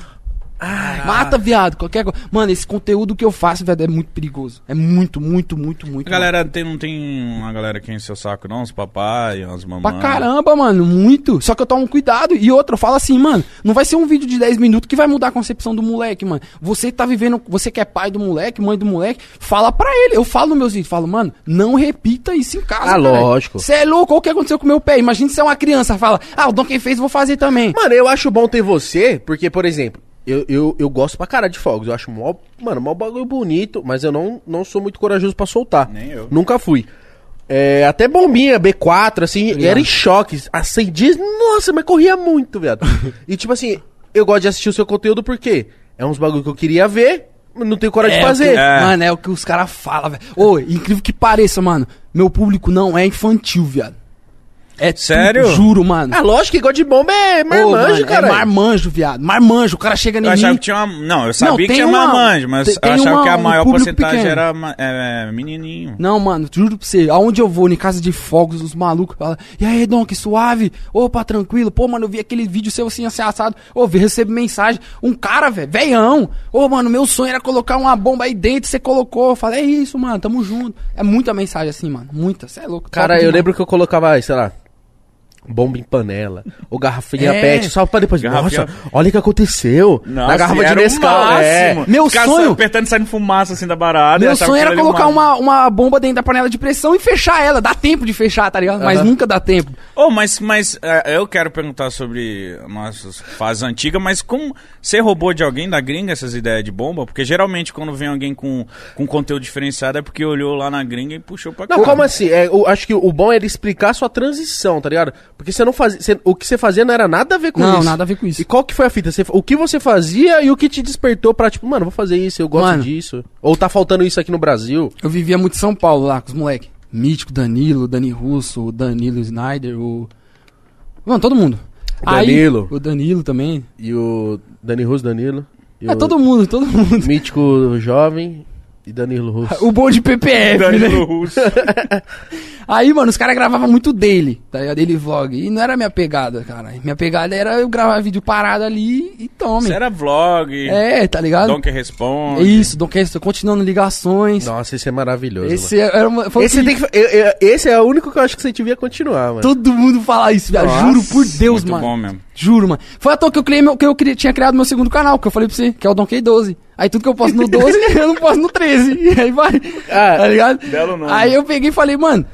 [SPEAKER 3] Mata, viado, qualquer coisa. Mano, esse conteúdo que eu faço, velho, é muito perigoso. É muito.
[SPEAKER 1] A galera não tem uma galera que enche o saco, não? Os papai, as mamães.
[SPEAKER 3] Pra caramba, mano, muito. Só que eu tomo cuidado. E outra, eu falo assim, mano, não vai ser um vídeo de 10 minutos que vai mudar a concepção do moleque, mano. Você tá vivendo, você que é pai do moleque, mãe do moleque, fala pra ele. Eu falo nos meus vídeos, falo, mano, não repita isso em casa, cara.
[SPEAKER 2] Lógico.
[SPEAKER 3] Você é louco, olha o que aconteceu com o meu pé. Imagina se é uma criança, fala, o Dom quem fez, vou fazer também.
[SPEAKER 2] Mano, eu acho bom ter você, porque, por exemplo, eu gosto pra caralho de fogos. Eu acho mó bagulho bonito, mas eu não sou muito corajoso pra soltar.
[SPEAKER 1] Nem eu.
[SPEAKER 2] Nunca fui. Até bombinha, B4, assim, era em choque. Acendia, nossa, mas corria muito, viado. E tipo assim, eu gosto de assistir o seu conteúdo porque é uns bagulho que eu queria ver, mas não tenho coragem de fazer.
[SPEAKER 3] Mano, é o que os caras falam, velho. Incrível que pareça, mano. Meu público não é infantil, viado. É
[SPEAKER 1] sério?
[SPEAKER 3] Tudo, juro, mano.
[SPEAKER 2] Lógico que igual de bomba é marmanjo, cara.
[SPEAKER 3] É marmanjo, viado. Marmanjo. O cara chega em mim...
[SPEAKER 1] Eu achava que tinha uma... Não, eu sabia que tinha marmanjo, mas eu achava que a maior porcentagem pequeno. Era menininho.
[SPEAKER 3] Não, mano, juro pra você. Aonde eu vou, em casa de fogos, os malucos falam, e aí, Dom, que suave? Opa, tranquilo. Pô, mano, eu vi aquele vídeo seu assim, assado. Recebo mensagem. Um cara, velho, veião. Mano, meu sonho era colocar uma bomba aí dentro, você colocou. Eu falei, é isso, mano, tamo junto. É muita mensagem assim, mano. Muita. Você é louco.
[SPEAKER 2] Cara, eu lembro que eu colocava, sei lá, bomba em panela, ou garrafinha pet, só pra depois,
[SPEAKER 1] Garrafinha...
[SPEAKER 2] nossa, olha o que aconteceu, na garrafa de Nescau.
[SPEAKER 3] Meu sonho...
[SPEAKER 1] apertando e saindo fumaça assim da barata.
[SPEAKER 3] Meu sonho era colocar uma bomba dentro da panela de pressão e fechar ela, dá tempo de fechar, tá ligado? Mas nunca dá tempo.
[SPEAKER 1] Mas eu quero perguntar sobre nossas fases antigas, mas como você roubou de alguém da gringa essas ideias de bomba? Porque geralmente quando vem alguém com conteúdo diferenciado é porque olhou lá na gringa e puxou pra cá.
[SPEAKER 2] Não, como assim? Eu acho que o bom era explicar a sua transição, tá ligado? Porque você não fazia. O que você fazia não era nada a ver com isso.
[SPEAKER 3] Não, nada a ver com isso.
[SPEAKER 2] E qual que foi a fita? O que você fazia e o que te despertou pra, tipo, mano, vou fazer isso, eu gosto disso. Ou tá faltando isso aqui no Brasil?
[SPEAKER 3] Eu vivia muito em São Paulo lá com os moleques. Mítico, Danilo, Dani Russo, o Danilo Snyder, Mano, todo mundo.
[SPEAKER 2] Danilo.
[SPEAKER 3] Aí, o Danilo também.
[SPEAKER 2] E o Dani Russo, Danilo.
[SPEAKER 3] Todo mundo.
[SPEAKER 2] Mítico jovem. E Danilo Russo.
[SPEAKER 3] O bom de PPF,
[SPEAKER 1] Danilo
[SPEAKER 3] né?
[SPEAKER 1] Russo.
[SPEAKER 3] Aí, mano, os caras gravavam muito dele, tá ligado? Dele vlog. E não era minha pegada, cara. Minha pegada era eu gravar vídeo parado ali e tome.
[SPEAKER 1] Isso era vlog.
[SPEAKER 3] Tá ligado?
[SPEAKER 1] Donkey Responde.
[SPEAKER 3] Isso, Donkey Responde, continuando ligações.
[SPEAKER 2] Nossa, esse é maravilhoso.
[SPEAKER 3] Esse era
[SPEAKER 2] esse é o único que eu acho que você devia continuar, mano.
[SPEAKER 3] Todo mundo fala isso, velho. Juro por Deus,
[SPEAKER 1] muito
[SPEAKER 3] mano.
[SPEAKER 1] Bom mesmo.
[SPEAKER 3] Juro, mano. Foi à toa que tinha criado meu segundo canal, que eu falei pra você, que é o Donkey 12. Aí tudo que eu posto no 12, eu não posto no 13. E aí vai. Tá ligado?
[SPEAKER 1] Belo nome.
[SPEAKER 3] Aí eu peguei e falei, mano,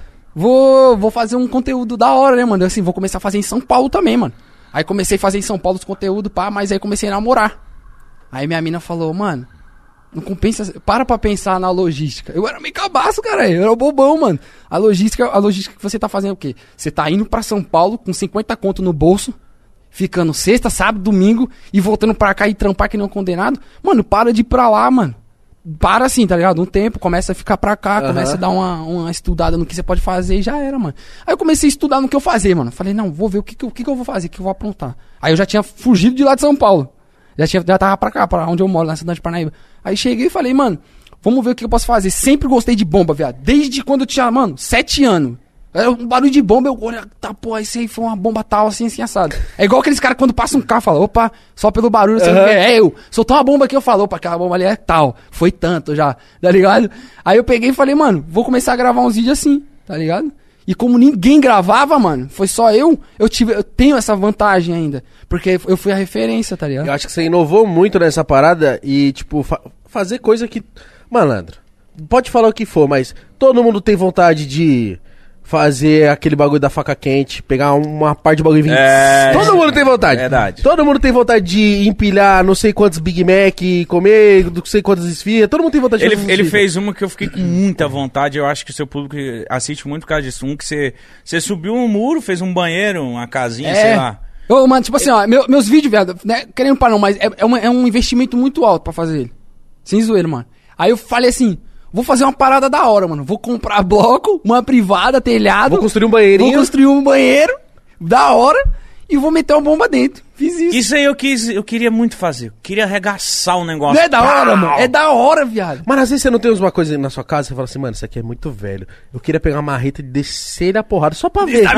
[SPEAKER 3] vou fazer um conteúdo da hora, né, mano? Assim, vou começar a fazer em São Paulo também, mano. Aí comecei a fazer em São Paulo os conteúdos, mas aí comecei a namorar. Aí minha mina falou, mano, não compensa, pra pensar na logística. Eu era meio cabaço, cara, eu era bobão, mano. A logística que você tá fazendo é o quê? Você tá indo pra São Paulo com 50 conto no bolso, ficando sexta, sábado, domingo, e voltando pra cá e trampar que não condenado. Mano, para de ir pra lá, mano. Para assim, tá ligado? Um tempo, começa a ficar pra cá, começa a dar uma estudada no que você pode fazer e já era, mano. Aí eu comecei a estudar no que eu fazer, mano. Falei, não, vou ver o que eu vou fazer, o que eu vou aprontar. Aí eu já tinha fugido de lá de São Paulo. Já tava pra cá, pra onde eu moro, na cidade de Parnaíba. Aí cheguei e falei, mano, vamos ver o que eu posso fazer. Sempre gostei de bomba, viado. Desde quando eu tinha, mano, 7 anos. Era um barulho de bomba, eu olho, tá, pô, esse aí foi uma bomba tal, assim, assado. É igual aqueles caras quando passa um carro, falam, opa, só pelo barulho, você não quer. Eu, soltou uma bomba aqui, eu falo, opa, aquela bomba ali é tal, foi tanto já, tá ligado? Aí eu peguei e falei, mano, vou começar a gravar uns vídeos assim, tá ligado? E como ninguém gravava, mano, foi só eu tenho essa vantagem ainda, porque eu fui a referência, tá ligado?
[SPEAKER 2] Eu acho que você inovou muito nessa parada e, tipo, fazer coisa que... Malandro, pode falar o que for, mas todo mundo tem vontade de... fazer aquele bagulho da faca quente, pegar uma parte de bagulho e vir. Todo mundo tem vontade.
[SPEAKER 1] Verdade.
[SPEAKER 2] Todo mundo tem vontade de empilhar não sei quantos Big Mac, comer não sei quantas esfias. Todo mundo tem vontade de fazer
[SPEAKER 1] Ele fez uma que eu fiquei com muita vontade. Eu acho que o seu público assiste muito por causa disso. Um que você subiu um muro, fez um banheiro, uma casinha, sei lá.
[SPEAKER 3] Mano, tipo assim, ó, meus vídeos, velho, né, querendo parar não, mas é um investimento muito alto pra fazer ele. Sem zoeiro, mano. Aí eu falei assim... Vou fazer uma parada da hora, mano. Vou comprar bloco, uma privada, telhado.
[SPEAKER 2] Vou construir um banheirinho.
[SPEAKER 3] Vou construir um banheiro da hora e vou meter uma bomba dentro. Fiz isso.
[SPEAKER 1] Isso aí eu queria muito fazer. Eu queria arregaçar o negócio.
[SPEAKER 3] Não é da hora, mano? É da hora, viado.
[SPEAKER 2] Mas às vezes você não tem uma coisa na sua casa, você fala assim, mano, isso aqui é muito velho. Eu queria pegar uma marreta e descer da porrada só pra ver.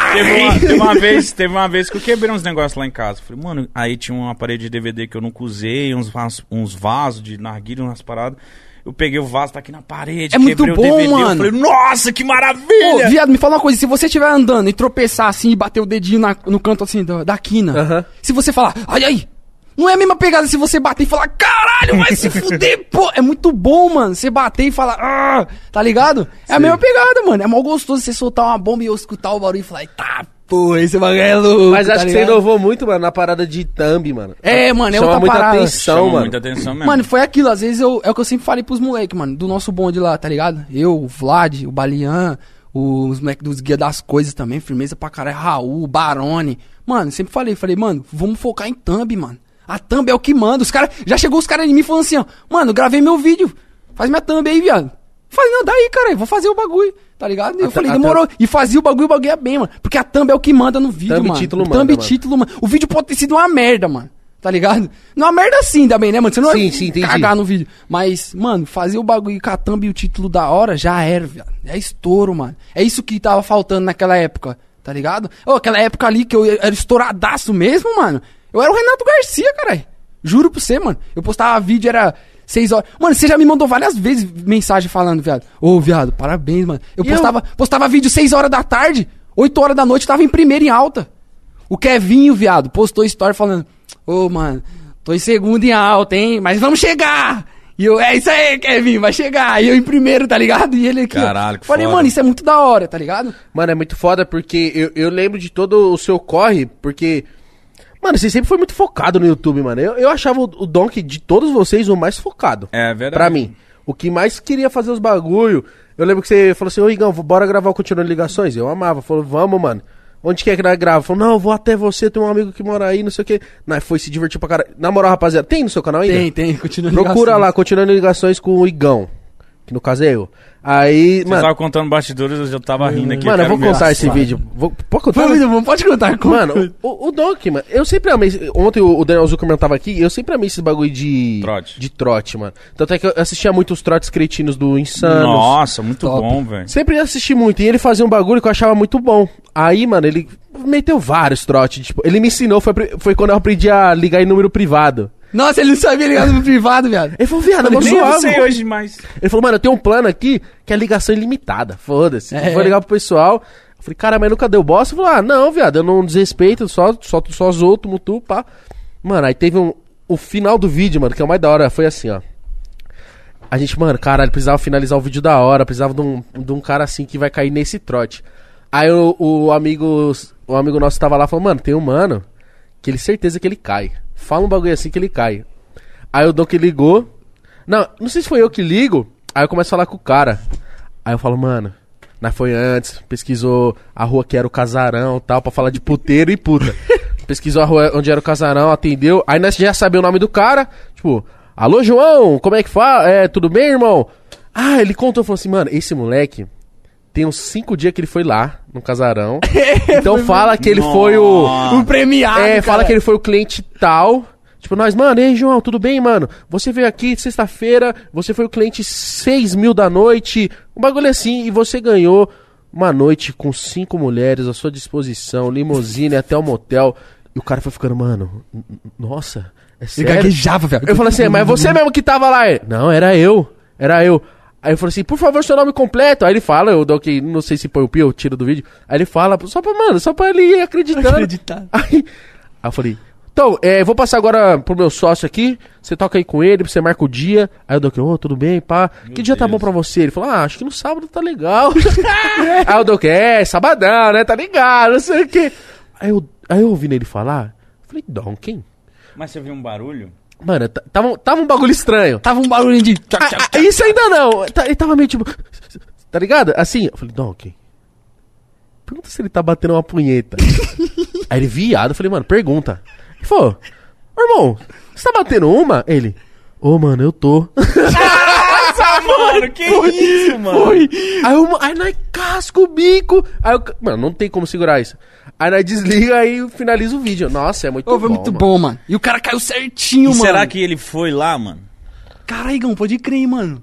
[SPEAKER 1] Teve uma vez que eu quebrei uns negócios lá em casa. Falei, mano, aí tinha uma parede de DVD que eu nunca usei, uns vasos de narguilha, umas paradas. Eu peguei o vaso, tá aqui na parede,
[SPEAKER 3] é muito bom,
[SPEAKER 1] o DVD,
[SPEAKER 3] mano.
[SPEAKER 1] Eu falei, nossa, que maravilha!
[SPEAKER 3] Ô, viado, me fala uma coisa, se você estiver andando e tropeçar assim e bater o dedinho no canto assim da quina, se você falar, olha aí, não é a mesma pegada se você bater e falar, caralho, vai se fuder, pô! É muito bom, mano, você bater e falar, tá ligado? É a mesma pegada, mano, é mó gostoso você soltar uma bomba e eu escutar o barulho e falar, tá, pô, esse bagulho é louco.
[SPEAKER 2] Mas acho que você inovou muito, mano, na parada de thumb, mano.
[SPEAKER 3] Mano, é outra parada.
[SPEAKER 1] Chama muita atenção mesmo.
[SPEAKER 3] Mano, foi aquilo, às vezes é o que eu sempre falei pros moleques, mano, do nosso bonde lá, tá ligado? Eu, o Vlad, o Balian, os moleques dos Guia das Coisas também, firmeza pra caralho, Raul, o Barone. Mano, sempre falei, mano, vamos focar em thumb, mano. A thumb é o que manda. Já chegou os caras em mim falando assim, ó, mano, gravei meu vídeo, faz minha thumb aí, viado. Falei, não, daí, cara, vou fazer o bagulho, tá ligado? E eu falei, demorou. E fazia o bagulho é bem, mano. Porque a thumb é o que manda no vídeo,
[SPEAKER 2] thumb
[SPEAKER 3] mano.
[SPEAKER 2] Thumb
[SPEAKER 3] e título, mano. O vídeo pode ter sido uma merda, mano. Tá ligado? Não é uma merda assim também, né, mano? Você não vai cagar no vídeo. Mas, mano, fazer o bagulho com a thumb e o título da hora já era, velho. É estouro, mano. É isso que tava faltando naquela época, tá ligado? Aquela época ali que eu era estouradaço mesmo, mano. Eu era o Renato Garcia, caralho. Juro pra você, mano. Eu postava vídeo, era 6 horas. Mano, você já me mandou várias vezes mensagem falando, viado. Ô, viado, parabéns, mano. Eu postava vídeo 6 horas da tarde. 8 horas da noite tava em primeiro em alta. O Kevinho, viado, postou story falando, ô, mano, tô em segundo em alta, hein, mas vamos chegar! E eu, é isso aí, Kevin, vai chegar. E eu em primeiro, tá ligado? E ele aqui.
[SPEAKER 1] Caralho, que
[SPEAKER 3] falei,
[SPEAKER 1] foda.
[SPEAKER 3] mano, isso é muito da hora, tá ligado?
[SPEAKER 2] Mano, é muito foda porque eu lembro de todo o seu corre, porque... Mano, você sempre foi muito focado no YouTube, mano. Eu achava o Donkey, de todos vocês, o mais focado.
[SPEAKER 1] É verdade.
[SPEAKER 2] Pra mim. O que mais queria fazer os bagulho. Eu lembro que você falou assim, ô Igão, bora gravar o Continuando Ligações? Eu amava. Falou, vamos, mano. Onde que é que nós gravamos? Falou, não, eu vou até você, tem um amigo que mora aí, não sei o quê. Nós foi se divertir pra caralho. Na moral, rapaziada, tem no seu canal ainda?
[SPEAKER 3] Tem, Continuando
[SPEAKER 2] Ligações. Procura lá, Continuando Ligações com o Igão. Que no caso é eu. Aí,
[SPEAKER 1] Você
[SPEAKER 2] mano...
[SPEAKER 1] tava contando bastidores, eu já tava rindo aqui.
[SPEAKER 2] Mano, eu vou contar esse vídeo. Pode contar?
[SPEAKER 3] Pode contar.
[SPEAKER 2] Mano, o Donkey, mano, eu sempre amei... Ontem o Daniel Zuckerman tava aqui, eu sempre amei esses bagulho de...
[SPEAKER 1] Trote.
[SPEAKER 2] De trote, mano. Tanto é que eu assistia muito os trotes cretinos do Insanos.
[SPEAKER 1] Nossa, muito
[SPEAKER 3] Top.
[SPEAKER 1] bom, velho.
[SPEAKER 2] Sempre assisti muito. E ele fazia um bagulho que eu achava muito bom. Aí, mano, ele meteu vários trotes. Tipo, ele me ensinou, foi quando eu aprendi a ligar em número privado.
[SPEAKER 3] Nossa, ele não sabia ligar no privado, viado.
[SPEAKER 2] Ele falou, viado,
[SPEAKER 1] Eu
[SPEAKER 2] eu
[SPEAKER 1] nem
[SPEAKER 2] suave.
[SPEAKER 1] sei hoje mais.
[SPEAKER 2] Ele falou, mano, eu tenho um plano aqui que é ligação ilimitada. Foda-se.
[SPEAKER 3] É.
[SPEAKER 2] Eu vou ligar pro pessoal. Eu falei, cara, mas nunca deu bosta? Eu falei, não, viado, eu não desrespeito, só zoto, mutu, pá. Mano, aí teve o final do vídeo, mano, que é o mais da hora, foi assim, ó. A gente, mano, caralho, precisava finalizar o vídeo da hora, precisava de um cara assim que vai cair nesse trote. Aí o amigo nosso tava lá e falou, mano, tem um mano que ele certeza que ele cai. Fala um bagulho assim que ele cai. Aí o Donkey ligou. Não sei se foi eu que ligo. Aí eu começo a falar com o cara. Aí eu falo, mano, nós foi antes, pesquisou a rua que era o casarão e tal, pra falar de puteiro e puta. Pesquisou a rua onde era o casarão, atendeu. Aí nós já sabia o nome do cara. Tipo, alô, João, como é que fala? Tudo bem, irmão? Ah, ele contou, falou assim, mano, esse moleque tem uns 5 dias que ele foi lá, no casarão. Então fala que ele foi
[SPEAKER 3] Um premiado,
[SPEAKER 2] fala que ele foi o cliente tal. Tipo, nós, mano, ei, João, tudo bem, mano? Você veio aqui sexta-feira, você foi o cliente 6.000 da noite, um bagulho assim, e você ganhou uma noite com 5 mulheres à sua disposição, limusine até o motel. E o cara foi ficando, mano, nossa, é
[SPEAKER 3] Ele
[SPEAKER 2] sério?
[SPEAKER 3] gaguejava, velho.
[SPEAKER 2] Eu falei assim, mas você mesmo que tava lá? Ele, não, era eu. Aí eu falei assim, por favor, seu nome completo. Aí ele fala, eu dou que não sei se põe o pi, eu tiro do vídeo. Aí ele fala, só pra ele ir acreditando. Aí eu falei, então, vou passar agora pro meu sócio aqui, você toca aí com ele, você marca o dia. Aí eu dou que, tudo bem, pá. Que dia tá bom pra você? Ele falou, acho que no sábado tá legal. Aí eu dou que, sabadão, né, tá ligado, não sei o quê. Aí eu ouvindo ele falar, eu falei, Donkey.
[SPEAKER 1] Mas você viu um barulho?
[SPEAKER 2] Mano, tava um bagulho estranho.
[SPEAKER 3] Tava um barulhinho de...
[SPEAKER 2] Isso ainda não. Ele tava meio tipo... Tá ligado? Assim, eu falei, Donkey, pergunta se ele tá batendo uma punheta. Aí ele, viado, eu falei, mano, pergunta. Ele falou, irmão, você tá batendo uma? Ele, mano, eu tô.
[SPEAKER 1] Nossa, mano, que isso, mano?
[SPEAKER 2] Foi. Aí nós casca o bico. Mano, não tem como segurar isso. Aí nós desliga e finaliza o vídeo. Nossa, é muito bom.
[SPEAKER 3] Foi muito bom, mano. E o cara caiu certinho, mano.
[SPEAKER 1] Será que ele foi lá, mano?
[SPEAKER 3] Caralho, Igão, pode crer, hein, mano.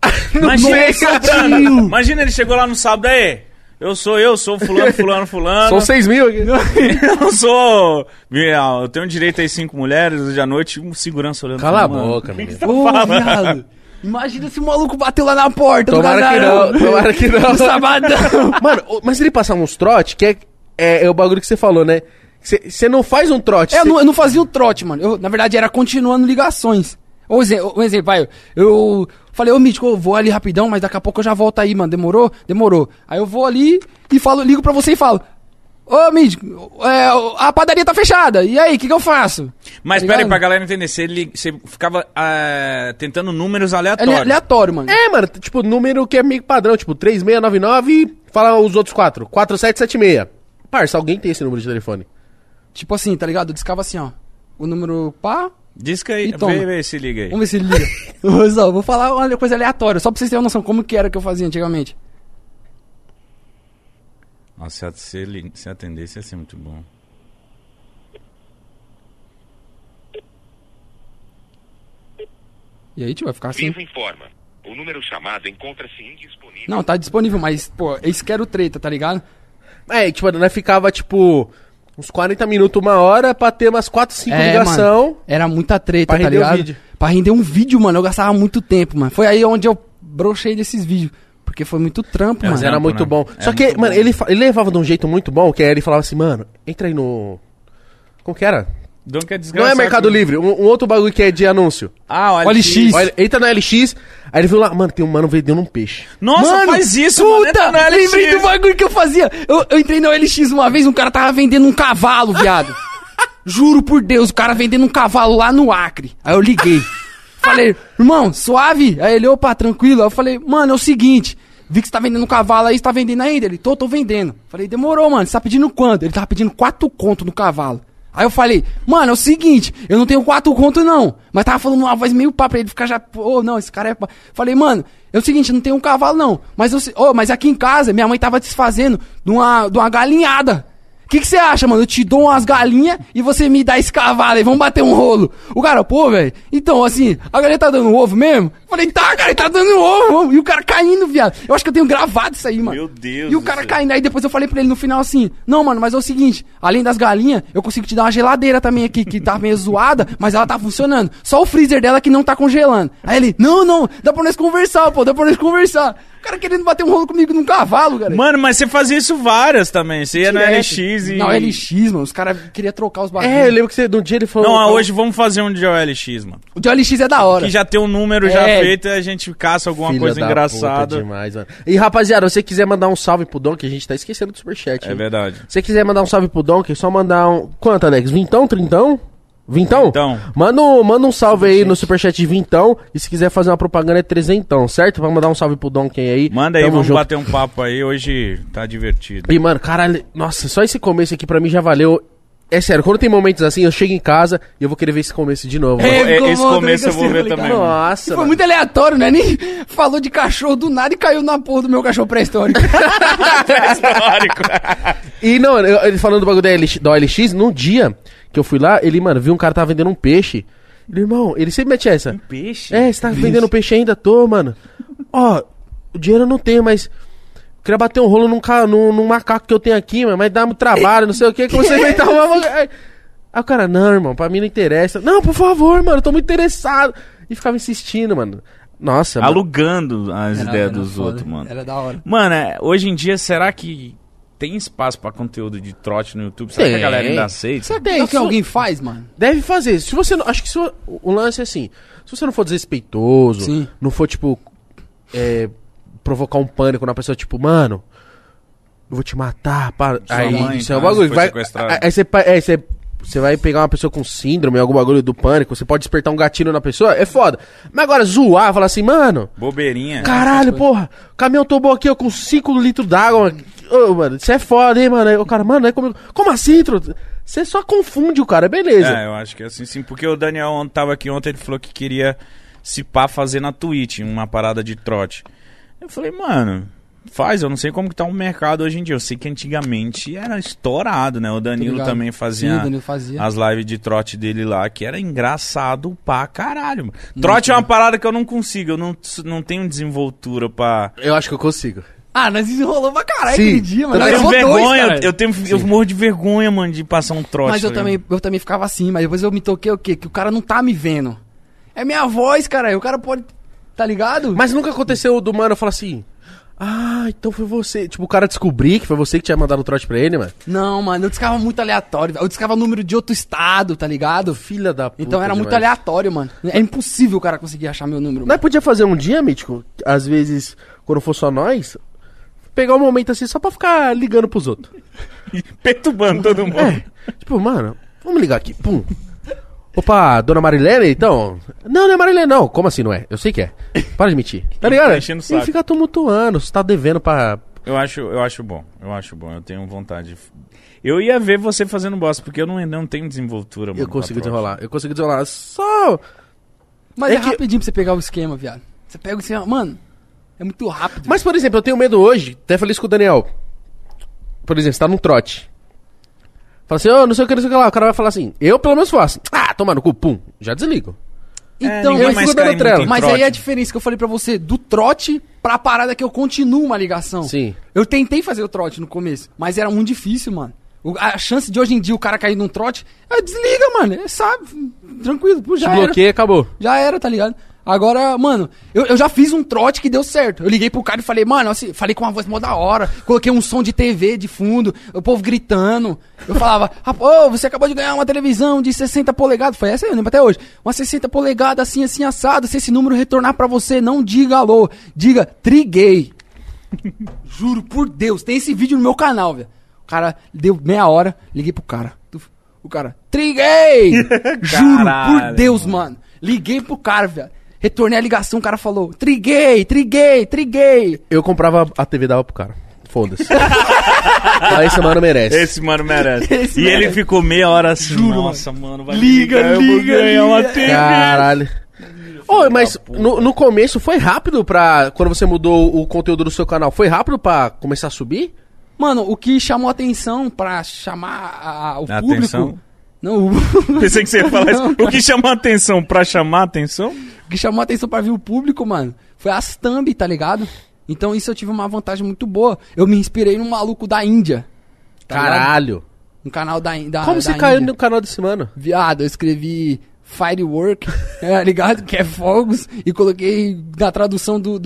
[SPEAKER 1] Imagina ele chegou lá no sábado, aí. Eu sou fulano.
[SPEAKER 2] São 6.000 aqui.
[SPEAKER 1] Eu tenho direito a 5 mulheres hoje à noite e um segurança olhando.
[SPEAKER 2] Cala a boca, menino.
[SPEAKER 3] Viado. Imagina se o maluco bateu lá na porta.
[SPEAKER 2] Tomara que não.
[SPEAKER 3] No sabadão.
[SPEAKER 2] Mano, mas ele passar uns trote, que é o bagulho que você falou, né? Você não faz um trote.
[SPEAKER 3] Eu não fazia o trote, mano. Na verdade, era continuando ligações. Um exemplo, vai. Eu falei, Mítico, eu vou ali rapidão, mas daqui a pouco eu já volto aí, mano. Demorou? Demorou. Aí eu vou ali e ligo pra você e falo, Mítico, a padaria tá fechada. E aí, o que eu faço?
[SPEAKER 1] Mas
[SPEAKER 3] Tá
[SPEAKER 1] pera aí,
[SPEAKER 3] ligado?
[SPEAKER 1] pra galera entender, você ficava tentando números aleatórios.
[SPEAKER 3] Aleatório, mano.
[SPEAKER 2] Mano, tipo, número que é meio padrão, tipo, 3699, fala os outros 4, 4776. Parça, alguém tem esse número de telefone?
[SPEAKER 3] Tipo assim, tá ligado? Eu discava assim, ó. O número pá.
[SPEAKER 1] Diz aí, vê se liga aí.
[SPEAKER 3] Vamos ver se ele liga. Vou falar uma coisa aleatória, só pra vocês terem uma noção como que era que eu fazia antigamente.
[SPEAKER 1] Nossa, se atendesse ia ser muito bom.
[SPEAKER 3] E aí, tio, vai ficar assim.
[SPEAKER 4] Vivo informa. O número chamado encontra-se indisponível.
[SPEAKER 3] Não, tá disponível, mas, pô, esse que era o treta, tá ligado?
[SPEAKER 2] Tipo, nós ficava, tipo, uns 40 minutos, 1 hora, pra ter umas 4, 5 ligação.
[SPEAKER 3] Mano, era muita treta,
[SPEAKER 2] pra
[SPEAKER 3] tá
[SPEAKER 2] render
[SPEAKER 3] ligado?
[SPEAKER 2] um vídeo.
[SPEAKER 3] Pra render um vídeo, mano, eu gastava muito tempo, mano. Foi aí onde eu brochei desses vídeos. Porque foi muito trampo,
[SPEAKER 2] Mas
[SPEAKER 3] mano.
[SPEAKER 2] era muito bom. Só que, mano, ele levava de um jeito muito bom, que aí ele falava assim, mano, entra aí no... Como que era? Não é Mercado Livre, um outro bagulho que é de anúncio.
[SPEAKER 1] Ah, o LX.
[SPEAKER 2] Entra na LX, aí ele viu lá, mano, tem um mano vendendo um peixe.
[SPEAKER 1] Nossa,
[SPEAKER 3] Mano,
[SPEAKER 1] faz isso,
[SPEAKER 3] puta,
[SPEAKER 1] mano.
[SPEAKER 3] lembrei do bagulho que eu fazia. Eu entrei no LX uma vez, um cara tava vendendo um cavalo, viado. Juro por Deus, o cara vendendo um cavalo lá no Acre. Aí eu liguei. Falei, irmão, suave? Aí ele, opa, tranquilo. Aí eu falei, mano, é o seguinte, vi que você tá vendendo um cavalo aí, você tá vendendo ainda? Ele, tô vendendo. Falei, demorou, mano, você tá pedindo quanto? Ele tava pedindo 4 conto no cavalo. Aí eu falei, mano, é o seguinte, eu não tenho 4 conto não. Mas tava falando uma voz meio pá pra ele ficar já, não, esse cara é pá. Falei, mano, é o seguinte, eu não tenho um cavalo não. Mas aqui em casa, minha mãe tava desfazendo de uma galinhada. O que você acha, mano? Eu te dou umas galinhas e você me dá esse cavalo aí, vamos bater um rolo. O cara, pô, velho, então, assim, a galinha tá dando ovo mesmo? Eu falei, tá, cara, ele tá dando ovo. E o cara caindo, viado. Eu acho que eu tenho gravado isso aí, mano.
[SPEAKER 1] Meu Deus.
[SPEAKER 3] E o cara caindo. Aí depois eu falei pra ele no final assim, não, mano, mas é o seguinte, além das galinhas, eu consigo te dar uma geladeira também aqui, que tá meio zoada, mas ela tá funcionando. Só o freezer dela que não tá congelando. Aí ele, não, dá pra nós conversar, pô, dá pra nós conversar. O cara querendo bater um rolo comigo num cavalo, cara.
[SPEAKER 1] Mano, mas você fazia isso várias também. Você ia no LX e...
[SPEAKER 3] Não, LX, mano. Os caras queriam trocar os bagulhos.
[SPEAKER 2] Eu lembro que você, no dia ele falou...
[SPEAKER 1] Não, hoje vamos fazer um de OLX, mano.
[SPEAKER 3] O de OLX é da hora.
[SPEAKER 1] Que já tem um número já feito e a gente caça alguma coisa engraçada.
[SPEAKER 2] Demais, mano. E rapaziada, se você quiser mandar um salve pro Donkey, a gente tá esquecendo do superchat.
[SPEAKER 1] É verdade.
[SPEAKER 2] Se você quiser mandar um salve pro Donkey, é só mandar um... Quanto, Alex? Vintão? Trintão? Vintão? Manda um salve aí no superchat de vintão. E se quiser fazer uma propaganda é trezentão, certo? Vamos mandar um salve pro Donkey aí.
[SPEAKER 1] Manda aí, vamos bater um papo aí. Hoje tá divertido.
[SPEAKER 2] E, mano, caralho, nossa, só esse começo aqui pra mim já valeu. É sério, quando tem momentos assim, eu chego em casa e eu vou querer ver esse começo de novo.
[SPEAKER 1] Esse começo eu vou ver também.
[SPEAKER 2] Nossa,
[SPEAKER 3] foi muito aleatório, né? Nem falou de cachorro do nada e caiu na porra do meu cachorro pré-histórico.
[SPEAKER 1] Pré-histórico.
[SPEAKER 2] E não, ele falando do bagulho da OLX, num dia que eu fui lá, ele, mano, viu um cara tava vendendo um peixe. Ele, irmão, ele sempre mete essa.
[SPEAKER 1] Um peixe?
[SPEAKER 2] Você tá vendendo peixe ainda? Tô, mano. Ó, o dinheiro eu não tenho, mas... Queria bater um rolo num macaco que eu tenho aqui, mas dá muito trabalho, não sei o que você inventar uma... Aí o cara, não, irmão, pra mim não interessa. Não, por favor, mano, eu tô muito interessado. E ficava insistindo, mano. Nossa,
[SPEAKER 1] alugando as ideias dos outros, mano.
[SPEAKER 3] Era da hora.
[SPEAKER 1] Mano, hoje em dia, será que tem espaço pra conteúdo de trote no YouTube? Será que a galera ainda aceita?
[SPEAKER 3] Você tem que alguém faz, mano?
[SPEAKER 2] Deve fazer. Se você não, acho que o lance é assim, se você não for desrespeitoso,
[SPEAKER 3] sim,
[SPEAKER 2] não for, tipo... provocar um pânico na pessoa, tipo, mano, eu vou te matar, para. Aí, isso é um bagulho. Aí você vai pegar uma pessoa com síndrome, algum bagulho do pânico, você pode despertar um gatilho na pessoa, é foda. Mas agora, zoar, falar assim, mano...
[SPEAKER 1] Bobeirinha.
[SPEAKER 2] Caralho, porra, o caminhão tombou aqui, ó, com 5 litros d'água. Ô, mano, isso é foda, hein, mano. Aí o cara, mano, é comigo. Como assim, truta? Você só confunde o cara, beleza.
[SPEAKER 1] Eu acho que é assim, sim. Porque o Daniel tava aqui ontem, ele falou que queria se pá fazer na Twitch, uma parada de trote. Eu falei, mano, eu não sei como que tá o mercado hoje em dia. Eu sei que antigamente era estourado, né? O Danilo também fazia, as lives de trote dele lá, que era engraçado pra caralho. Trote é uma parada que eu não consigo, eu não tenho desenvoltura pra...
[SPEAKER 2] Eu acho que eu consigo.
[SPEAKER 3] Nós desenrolou pra caralho aquele dia, mano.
[SPEAKER 1] Eu tenho vergonha, eu morro de vergonha, mano, de passar um trote.
[SPEAKER 3] Mas eu também ficava assim, mas depois eu me toquei o quê? Que o cara não tá me vendo. É minha voz, cara, o cara pode... Tá ligado?
[SPEAKER 2] Mas nunca aconteceu do mano falar assim... então foi você. Tipo, o cara descobrir que foi você que tinha mandado o trote pra ele, mano.
[SPEAKER 3] Não, mano, eu discava muito aleatório. Eu discava número de outro estado, tá ligado?
[SPEAKER 2] Filha da puta.
[SPEAKER 3] Então era muito aleatório, mano. É impossível o cara conseguir achar meu número.
[SPEAKER 2] Nós podia fazer um dia, Mítico, às vezes, quando for só nós, pegar um momento assim só pra ficar ligando pros outros.
[SPEAKER 1] Perturbando todo mundo.
[SPEAKER 2] Tipo, mano, vamos ligar aqui. Pum. Opa, dona Marilene, então? Não é Marilene, não. Como assim não é? Eu sei que é. Para de mentir. Tá ligado? E fica tumultuando, você tá devendo pra...
[SPEAKER 1] Eu acho bom. Eu tenho vontade. Eu ia ver você fazendo bosta, porque eu não tenho desenvoltura, mano.
[SPEAKER 2] Eu consigo desenrolar. Só...
[SPEAKER 3] Mas é rapidinho pra você pegar o esquema, viado. Você pega o esquema, mano, é muito rápido.
[SPEAKER 2] Mas, por exemplo, eu tenho medo hoje, até falei isso com o Daniel. Por exemplo, você tá num trote. Fala assim, não sei o que lá. O cara vai falar assim, eu pelo menos faço. Toma no cu, pum, já desligo.
[SPEAKER 3] Então,
[SPEAKER 2] eu fico dando trela.
[SPEAKER 3] Mas aí a diferença que eu falei pra você, do trote pra parada que eu continuo uma ligação.
[SPEAKER 2] Sim.
[SPEAKER 3] Eu tentei fazer o trote no começo, mas era muito difícil, mano. A chance de hoje em dia o cara cair num trote, desliga, mano, sabe, tranquilo, já
[SPEAKER 2] era. Bloqueia, acabou.
[SPEAKER 3] Já era, tá ligado? Agora, mano, eu já fiz um trote que deu certo. Eu liguei pro cara e falei, mano, assim, falei com uma voz mó da hora. Coloquei um som de TV de fundo, o povo gritando. Eu falava, ô, você acabou de ganhar uma televisão de 60 polegadas. Foi essa aí, eu lembro até hoje. Uma 60 polegadas assim, assim, assado. Se esse número retornar pra você, não diga alô, diga triguei. Juro por Deus, tem esse vídeo no meu canal, velho. O cara deu meia hora, liguei pro cara. O cara, triguei! Juro por Deus, mano. Liguei pro cara, velho. Retornei a ligação, o cara falou, triguei.
[SPEAKER 2] Eu comprava a TV e dava pro cara. Foda-se. Esse mano merece.
[SPEAKER 1] Esse mano merece. Ele ficou meia hora assim,
[SPEAKER 3] Juro,
[SPEAKER 1] nossa, mano, vai
[SPEAKER 3] liga.
[SPEAKER 1] uma TV.
[SPEAKER 2] Caralho. Ô, mas no começo foi rápido quando você mudou o conteúdo do seu canal, foi rápido pra começar a subir?
[SPEAKER 3] Mano, o que chamou atenção pra chamar o público...
[SPEAKER 1] Atenção.
[SPEAKER 3] Não,
[SPEAKER 1] Pensei que você ia falar isso. O que chamou a atenção pra chamar a atenção?
[SPEAKER 3] O que chamou a atenção pra ver o público, mano, foi as thumb, tá ligado? Então isso eu tive uma vantagem muito boa. Eu me inspirei num maluco da Índia. Tá
[SPEAKER 2] Caralho.
[SPEAKER 3] ligado? Um canal da Índia.
[SPEAKER 2] Como você caiu no canal desse mano?
[SPEAKER 3] Viado, eu escrevi Firework, ligado? Que é fogos. E coloquei na tradução do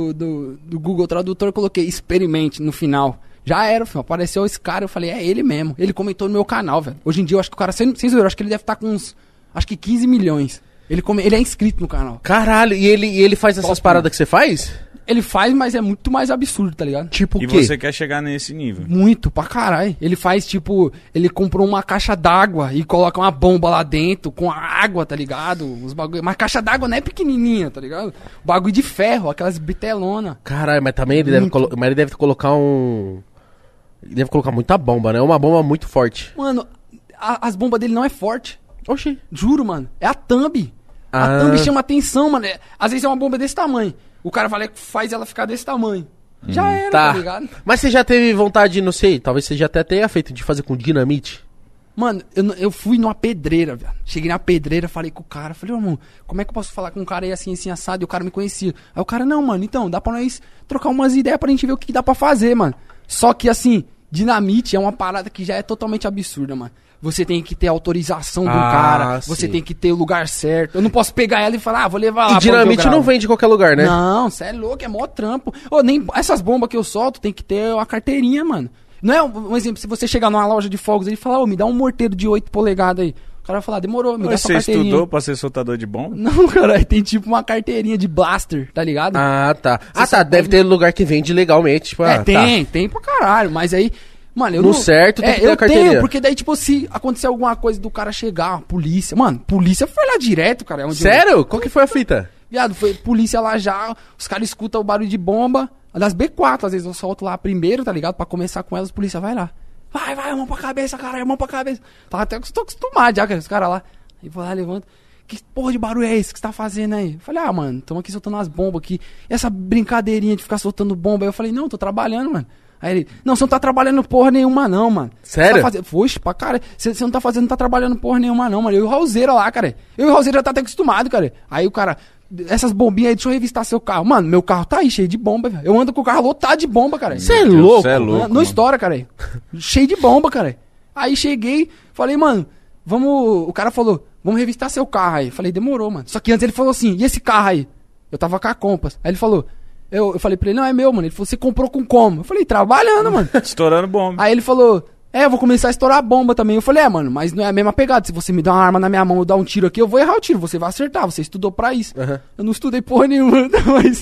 [SPEAKER 3] Google Tradutor, coloquei experimente no final. Já era, filho. Apareceu esse cara, eu falei, é ele mesmo. Ele comentou no meu canal, velho. Hoje em dia eu acho que o cara, sem zoeira, acho que ele deve estar com uns, acho que 15 milhões. Ele é inscrito no canal.
[SPEAKER 2] Caralho, e ele faz essas paradas que você faz?
[SPEAKER 3] Ele faz, mas é muito mais absurdo, tá ligado?
[SPEAKER 2] Tipo o
[SPEAKER 1] E
[SPEAKER 2] quê?
[SPEAKER 1] você quer chegar nesse nível?
[SPEAKER 3] Muito, pra caralho. Ele faz, tipo, ele comprou uma caixa d'água e coloca uma bomba lá dentro com a água, tá ligado? Os bagulho. Mas caixa d'água não é pequenininha, tá ligado? Bagulho de ferro, aquelas bitelona.
[SPEAKER 2] Caralho, mas também ele deve colocar um... Ele deve colocar muita bomba, né? Uma bomba muito forte.
[SPEAKER 3] Mano, as bombas dele não é forte.
[SPEAKER 2] Oxi.
[SPEAKER 3] Juro, mano. É a thumb.
[SPEAKER 2] Ah.
[SPEAKER 3] A thumb chama atenção, mano. Às vezes é uma bomba desse tamanho. O cara faz ela ficar desse tamanho. Já era, tá ligado?
[SPEAKER 2] Mas você já teve vontade, não sei, talvez você já até tenha feito de fazer com dinamite?
[SPEAKER 3] Mano, eu fui numa pedreira, velho. Cheguei na pedreira, falei com o cara. Falei, ô, irmão, como é que eu posso falar com um cara aí assim, assim, assado? E o cara me conhecia. Aí o cara, não, mano, então, dá pra nós trocar umas ideias pra gente ver o que dá pra fazer, mano. Só que, assim, dinamite é uma parada que já é totalmente absurda, mano. Você tem que ter autorização do cara,
[SPEAKER 2] sim.
[SPEAKER 3] você tem que ter o lugar certo. Eu não posso pegar ela e falar, vou levar lá.
[SPEAKER 2] E dinamite não vende em qualquer lugar, né?
[SPEAKER 3] Não, cê é louco, é mó trampo. Ô, nem essas bombas que eu solto tem que ter uma carteirinha, mano. Não é um exemplo, se você chegar numa loja de fogos e falar, ô, me dá um morteiro de 8 polegadas aí. O cara vai falar, demorou, me dá sua carteirinha.
[SPEAKER 1] Você estudou pra ser soltador de bomba?
[SPEAKER 3] Não, cara, tem tipo uma carteirinha de blaster, tá ligado?
[SPEAKER 2] Ah, tá. Deve ter lugar que vende legalmente. Tipo,
[SPEAKER 3] tem pra caralho, mas aí... Mano, eu
[SPEAKER 2] no certo tem que ter a carteirinha.
[SPEAKER 3] Tenho, porque daí, tipo, se acontecer alguma coisa do cara chegar, a polícia... Mano, polícia foi lá direto, cara.
[SPEAKER 2] Sério? Qual que foi a fita?
[SPEAKER 3] Viado, foi polícia lá já, os caras escutam o barulho de bomba, das B4, às vezes eu solto lá primeiro, tá ligado? Pra começar com elas, a polícia vai lá. Vai, mão pra cabeça, caralho, mão pra cabeça. Tá, até tô acostumado já com os caras lá. Aí vou lá, levanto. Que porra de barulho é esse que você tá fazendo aí? Eu falei, mano, tamo aqui soltando umas bombas aqui. E essa brincadeirinha de ficar soltando bomba? Aí eu falei, não, tô trabalhando, mano. Aí ele, não, você não tá trabalhando porra nenhuma não, mano.
[SPEAKER 2] Sério?
[SPEAKER 3] Poxa, pra cara, você não tá trabalhando porra nenhuma não, mano. Eu e o Raulzeira lá, cara. Eu e o Raulzeira já tá até acostumado, cara. Aí o cara, essas bombinhas aí, deixa eu revistar seu carro. Mano, meu carro tá aí cheio de bomba, velho. Eu ando com o carro lotado de bomba, cara.
[SPEAKER 2] Você é louco?
[SPEAKER 1] Você é louco.
[SPEAKER 3] Não estoura, cara. Cheio de bomba, cara. Aí cheguei, falei, mano, vamos... O cara falou, vamos revistar seu carro aí. Falei, demorou, mano. Só que antes ele falou assim, e esse carro aí? Eu tava com a Compass. Aí ele falou... Eu falei pra ele, não, é meu, mano. Ele falou, você comprou com como? Eu falei, trabalhando, mano.
[SPEAKER 1] Estourando bomba.
[SPEAKER 3] Aí ele falou, eu vou começar a estourar bomba também. Eu falei, mano, mas não é a mesma pegada. Se você me dá uma arma na minha mão e dar um tiro aqui, eu vou errar o tiro. Você vai acertar, você estudou pra isso.
[SPEAKER 2] Uhum.
[SPEAKER 3] Eu não estudei porra nenhuma, mas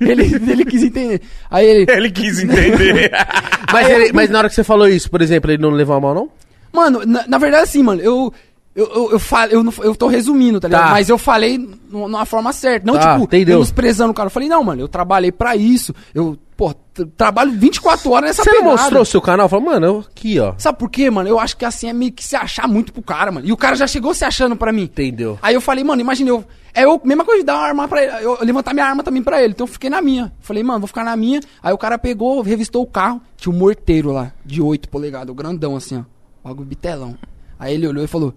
[SPEAKER 3] ele quis entender. Aí ele...
[SPEAKER 1] Ele quis entender.
[SPEAKER 2] Mas na hora que você falou isso, por exemplo, ele não levou a mão, não?
[SPEAKER 3] Mano, na verdade, assim, mano, eu tô resumindo, tá ligado?
[SPEAKER 2] Tá.
[SPEAKER 3] Mas eu falei numa forma certa. Não,
[SPEAKER 2] Tá, entendeu.
[SPEAKER 3] menosprezando o cara. Eu falei, não, mano, eu trabalhei pra isso. Eu, trabalho 24 horas nessa
[SPEAKER 2] Você
[SPEAKER 3] pegada.
[SPEAKER 2] não mostrou o seu canal? Falou, mano, aqui, ó.
[SPEAKER 3] Sabe por quê, mano? Eu acho que assim é meio que se achar muito pro cara, mano. E o cara já chegou se achando pra mim.
[SPEAKER 2] Entendeu.
[SPEAKER 3] Aí eu falei, mano, imagina, mesma coisa de dar uma arma pra ele. Eu levantar minha arma também pra ele. Então eu fiquei na minha. Falei, mano, vou ficar na minha. Aí o cara pegou, revistou o carro. Tinha um morteiro lá, de 8 polegadas, o grandão assim, ó. Bagulho bitelão. Aí ele olhou e falou...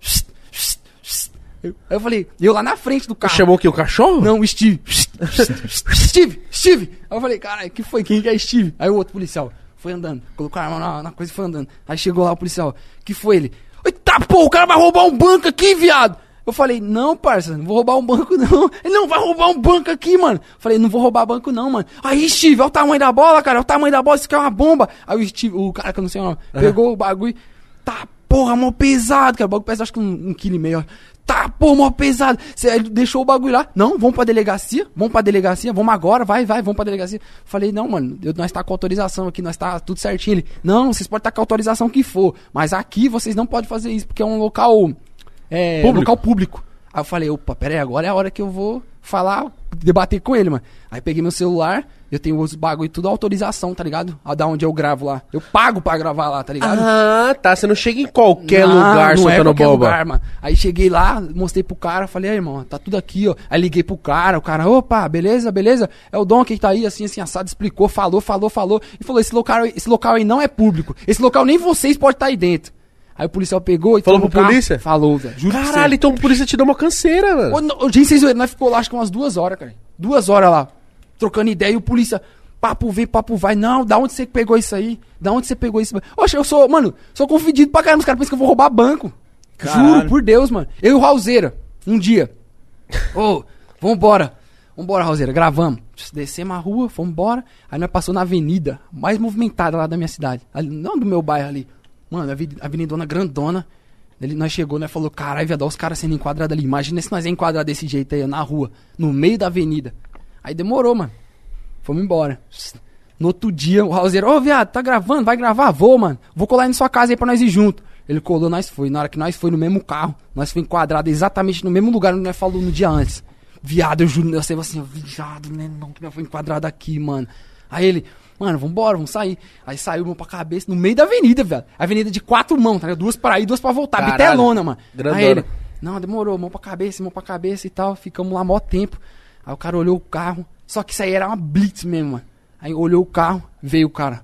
[SPEAKER 3] Aí eu falei, eu lá na frente do carro.
[SPEAKER 2] Chamou o quê? O cachorro?
[SPEAKER 3] Não, o Steve. Steve. Aí eu falei, cara, que foi? Quem que é Steve? Aí o outro policial foi andando, colocou a arma na coisa e foi andando. Aí chegou lá o policial, que foi ele? Eita, pô, o cara vai roubar um banco aqui, viado. Eu falei, não, parça, não vou roubar um banco, não. Ele, não, vai roubar um banco aqui, mano. Eu falei, não vou roubar banco, não, mano. Aí, Steve, olha o tamanho da bola, cara, olha o tamanho da bola, isso aqui é uma bomba. Aí o Steve, o cara que eu não sei o nome, pegou o bagulho, tá, porra, mó pesado, cara, o bagulho pesa acho que 1,5 kg, ó. Tá, pô, mó pesado. Você deixou o bagulho lá. Não, vamos pra delegacia, vamos agora, vai, vamos pra delegacia. Falei, não, mano, nós tá com autorização aqui, nós tá tudo certinho. Ele, não, vocês podem estar com a autorização que for, mas aqui vocês não podem fazer isso, porque é um local... local público. Aí eu falei, opa, pera aí, agora é a hora que eu vou falar, debater com ele, mano. Aí peguei meu celular, eu tenho os bagulho tudo autorização, tá ligado? A da onde eu gravo lá. Eu pago pra gravar lá, tá ligado?
[SPEAKER 2] Ah, tá. Você não chega em qualquer lugar soltando bomba.
[SPEAKER 3] Lugar, mano. Aí cheguei lá, mostrei pro cara, falei, aí, irmão, tá tudo aqui, ó. Aí liguei pro cara, o cara, opa, beleza? É o Dom que tá aí, assim, assado, explicou, falou. E falou, esse local aí não é público. Esse local nem vocês podem estar aí dentro. Aí o policial pegou e...
[SPEAKER 2] Falou pro polícia?
[SPEAKER 3] Falou, velho.
[SPEAKER 2] Caralho, então o polícia te deu uma canseira, mano.
[SPEAKER 3] Gente, nós ficou lá acho que umas 2 horas, cara. 2 horas lá, trocando ideia. E o polícia, papo vem, papo vai. Não, da onde você pegou isso aí? Oxe, eu sou confundido pra caramba. Os caras pensam que eu vou roubar banco. Caralho. Juro, por Deus, mano. Eu e o Raulzeira, um dia. Vambora, Raulzeira, gravamos. Descemos a rua, fomos embora. Aí nós passamos na avenida mais movimentada lá da minha cidade. Ali, não do meu bairro ali. Mano, avenidona grandona. Nós chegou, nós falou, caralho, viado, os caras sendo enquadrados ali. Imagina se nós é enquadrar desse jeito aí, na rua, no meio da avenida. Aí demorou, mano. Fomos embora. No outro dia, o Raulzeiro, viado, tá gravando? Vai gravar? Vou, mano. Vou colar aí na sua casa aí pra nós ir junto. Ele colou, nós foi. Na hora que nós foi no mesmo carro, nós foi enquadrado exatamente no mesmo lugar onde nós falou no dia antes. Viado, eu juro, eu sei assim, viado, né, não, que nós foi enquadrado aqui, mano. Aí ele... Mano, vambora, vamos sair. Aí saiu mão pra cabeça, no meio da avenida, velho. Avenida de 4 mãos, tá ligado? 2 pra ir, 2 pra voltar. Bitelona, mano.
[SPEAKER 2] Grandona.
[SPEAKER 3] Aí ele, não, demorou, mão pra cabeça e tal. Ficamos lá mó tempo. Aí o cara olhou o carro. Só que isso aí era uma blitz mesmo, mano. Aí olhou o carro, veio o cara.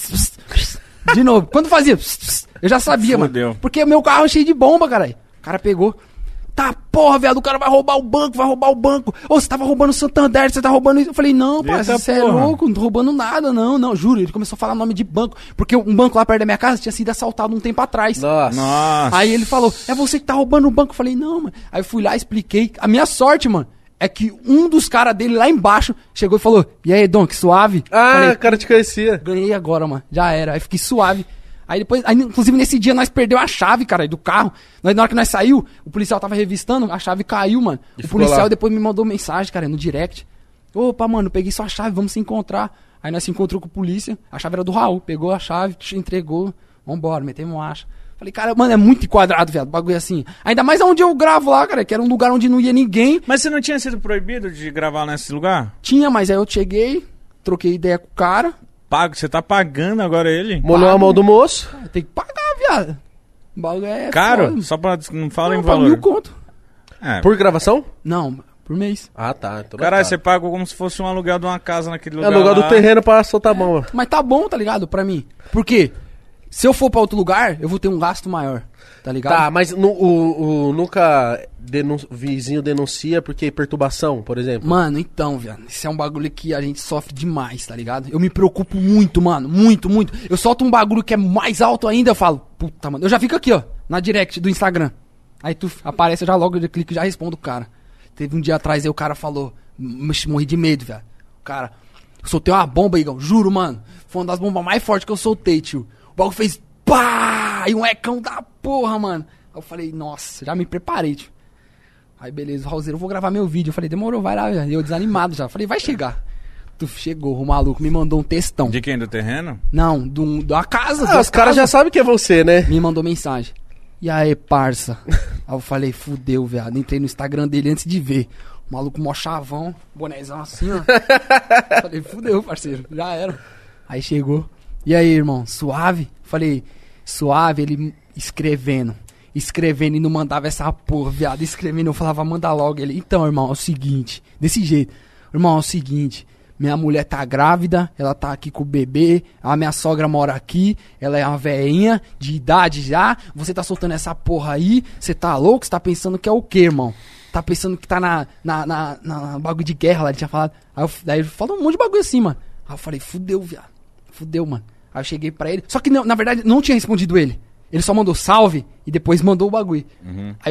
[SPEAKER 3] De novo. Quando fazia, eu já sabia,
[SPEAKER 1] Fudeu.
[SPEAKER 3] Mano. Porque meu carro é cheio de bomba, caralho. O cara pegou. Tá, porra, viado, o cara vai roubar o banco. Ô, você tava roubando o Santander, você tá roubando isso. Eu falei, não, parceiro, você é louco, não tô roubando nada, não, juro. Ele começou a falar nome de banco, porque um banco lá perto da minha casa tinha sido assaltado um tempo atrás.
[SPEAKER 2] Nossa.
[SPEAKER 3] Aí ele falou, é você que tá roubando o banco. Eu falei, não, mano. Aí eu fui lá, expliquei. A minha sorte, mano, é que um dos caras dele lá embaixo chegou e falou, e aí, Dom, que suave?
[SPEAKER 2] Falei, o cara te conhecia.
[SPEAKER 3] Ganhei agora, mano, já era. Aí fiquei suave. Aí depois, inclusive nesse dia nós perdeu a chave, cara, do carro. Na hora que nós saiu, o policial tava revistando, a chave caiu, mano. O policial lá. Depois me mandou mensagem, cara, no direct. Opa, mano, peguei sua chave, vamos se encontrar. Aí nós se encontrou com o polícia, a chave era do Raul, pegou a chave, entregou, vambora, metemos marcha. Falei, cara, mano, é muito enquadrado, viado, bagulho assim. Ainda mais onde eu gravo lá, cara, que era um lugar onde não ia ninguém.
[SPEAKER 1] Mas você não tinha sido proibido de gravar nesse lugar?
[SPEAKER 3] Tinha, mas aí eu cheguei, troquei ideia com o cara.
[SPEAKER 1] Pago, você tá pagando agora ele?
[SPEAKER 2] Molhou a mão do moço.
[SPEAKER 3] Tem que pagar, viado. O bagulho é
[SPEAKER 1] caro?
[SPEAKER 3] foda.
[SPEAKER 1] Só pra não falar em
[SPEAKER 3] pago
[SPEAKER 1] valor.
[SPEAKER 3] 1.000 conto.
[SPEAKER 1] É.
[SPEAKER 2] Por gravação?
[SPEAKER 3] Não, por mês.
[SPEAKER 2] Ah, tá. Então
[SPEAKER 1] Caralho, você paga como se fosse um aluguel de uma casa naquele lugar.
[SPEAKER 2] É o lugar
[SPEAKER 1] lá.
[SPEAKER 2] do terreno pra soltar a mão.
[SPEAKER 3] Mas tá bom, tá ligado? Pra mim. Por quê? Se eu for pra outro lugar, eu vou ter um gasto maior. Tá ligado?
[SPEAKER 2] Tá, mas nunca vizinho denuncia porque perturbação, por exemplo?
[SPEAKER 3] Mano, então, viado, isso é um bagulho que a gente sofre demais, tá ligado? Eu me preocupo muito, mano, muito. Eu solto um bagulho que é mais alto ainda, eu falo, puta, mano. Eu já fico aqui, ó, na direct do Instagram. Aí tu aparece, eu já logo eu clico e já respondo o cara. Teve um dia atrás aí o cara falou, morri de medo, velho. O cara, eu soltei uma bomba, Igão, juro, mano. Foi uma das bombas mais fortes que eu soltei, tio. O bagulho fez pá! E um ecão da porra, mano. Aí eu falei, nossa, já me preparei, tio. Aí beleza, o Raulzeiro, eu vou gravar meu vídeo. Eu falei, demorou, vai lá, velho. Eu desanimado já. Falei, vai chegar. Tu chegou, o maluco me mandou um textão.
[SPEAKER 1] De quem? Do terreno?
[SPEAKER 3] Não, da casa.
[SPEAKER 2] Os caras já sabem que é você, né?
[SPEAKER 3] Me mandou mensagem. E aí, parça? Aí eu falei, fudeu, viado. Entrei no Instagram dele antes de ver. O maluco mó chavão, bonézão assim, ó. Falei, fudeu, parceiro, já era. Aí chegou. E aí, irmão, suave? Falei, suave, ele escrevendo e não mandava essa porra, viado, escrevendo, eu falava, manda logo. Ele, então, irmão, é o seguinte, desse jeito, irmão, é o seguinte, minha mulher tá grávida, ela tá aqui com o bebê, a minha sogra mora aqui, ela é uma velhinha de idade já, você tá soltando essa porra aí, você tá louco, você tá pensando que é o quê, irmão? Tá pensando que tá na bagulho de guerra lá, ele tinha falado, daí ele falou um monte de bagulho assim, mano. Aí eu falei, fudeu, viado, fudeu, mano. Aí eu cheguei pra ele, só que na verdade não tinha respondido ele. Ele só mandou salve e depois mandou o bagulho. Aí eu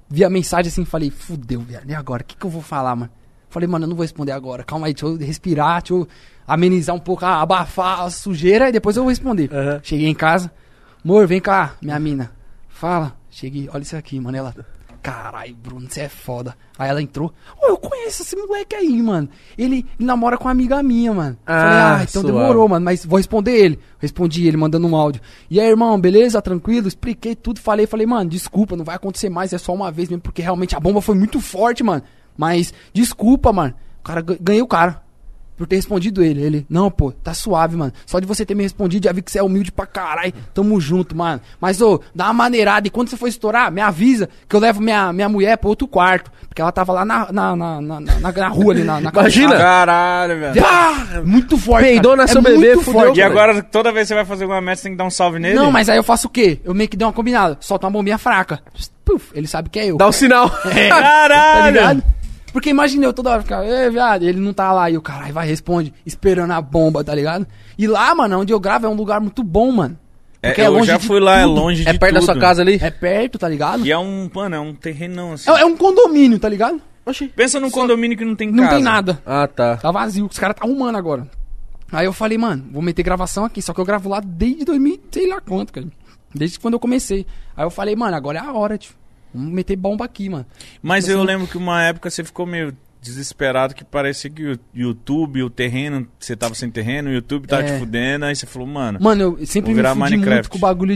[SPEAKER 3] vi a mensagem assim, falei, fudeu, viado, e agora? O que eu vou falar, mano? Falei, mano, eu não vou responder agora, calma aí, deixa eu respirar, deixa eu amenizar um pouco, abafar a sujeira e depois eu vou responder. Cheguei em casa, amor, vem cá, minha mina, fala. Cheguei, olha isso aqui, mano, ela... Caralho, Bruno, você é foda. Aí ela entrou. Eu conheço esse moleque aí, mano. Ele namora com uma amiga minha, mano. Falei, então suave. Demorou, mano. Mas vou responder ele. Respondi ele, mandando um áudio. E aí, irmão, beleza? Tranquilo? Expliquei tudo. Falei, mano, desculpa, não vai acontecer mais. É só uma vez mesmo, porque realmente a bomba foi muito forte, mano. Mas, desculpa, mano. O cara, ganhei o cara. Por ter respondido ele. Ele, não, pô, tá suave, mano. Só de você ter me respondido, já vi que você é humilde pra caralho. Tamo junto, mano. Mas, dá uma maneirada. E quando você for estourar, me avisa que eu levo minha mulher pro outro quarto. Porque ela tava lá na rua ali, na
[SPEAKER 2] Imagina!
[SPEAKER 1] Caralho, velho.
[SPEAKER 3] Muito forte.
[SPEAKER 2] Peidou na seu bebê, fudeu.
[SPEAKER 1] E agora, toda vez que você vai fazer alguma meta, você tem que dar um salve nele?
[SPEAKER 3] Não, mas aí eu faço o quê? Eu meio que dei uma combinada. Solto uma bombinha fraca. Puf, ele sabe que é eu.
[SPEAKER 2] Dá um sinal.
[SPEAKER 1] Caralho!
[SPEAKER 3] Tá ligado? Porque imagina eu toda hora ficar, viado, ele não tá lá, e o caralho vai, responde, esperando a bomba, tá ligado? E lá, mano, onde eu gravo é um lugar muito bom, mano.
[SPEAKER 1] Porque eu já fui lá, tudo. É longe de tudo.
[SPEAKER 2] É perto da sua casa ali?
[SPEAKER 3] É perto, tá ligado?
[SPEAKER 1] E é um terrenão assim.
[SPEAKER 3] É um condomínio, tá ligado?
[SPEAKER 1] Oxi. Pensa num condomínio que não tem
[SPEAKER 3] casa.
[SPEAKER 1] Não
[SPEAKER 3] tem nada.
[SPEAKER 2] Ah, tá.
[SPEAKER 3] Tá vazio, os caras tá arrumando agora. Aí eu falei, mano, vou meter gravação aqui, só que eu gravo lá desde 2000, sei lá quanto, cara. Desde quando eu comecei. Aí eu falei, mano, agora é a hora, tio. Vamos meter bomba aqui, mano.
[SPEAKER 1] Mas eu lembro que uma época você ficou meio desesperado, que parecia que o YouTube, o terreno, você tava sem terreno, o YouTube tava te fudendo, aí você falou, mano...
[SPEAKER 3] Mano, eu sempre me fudi muito com o bagulho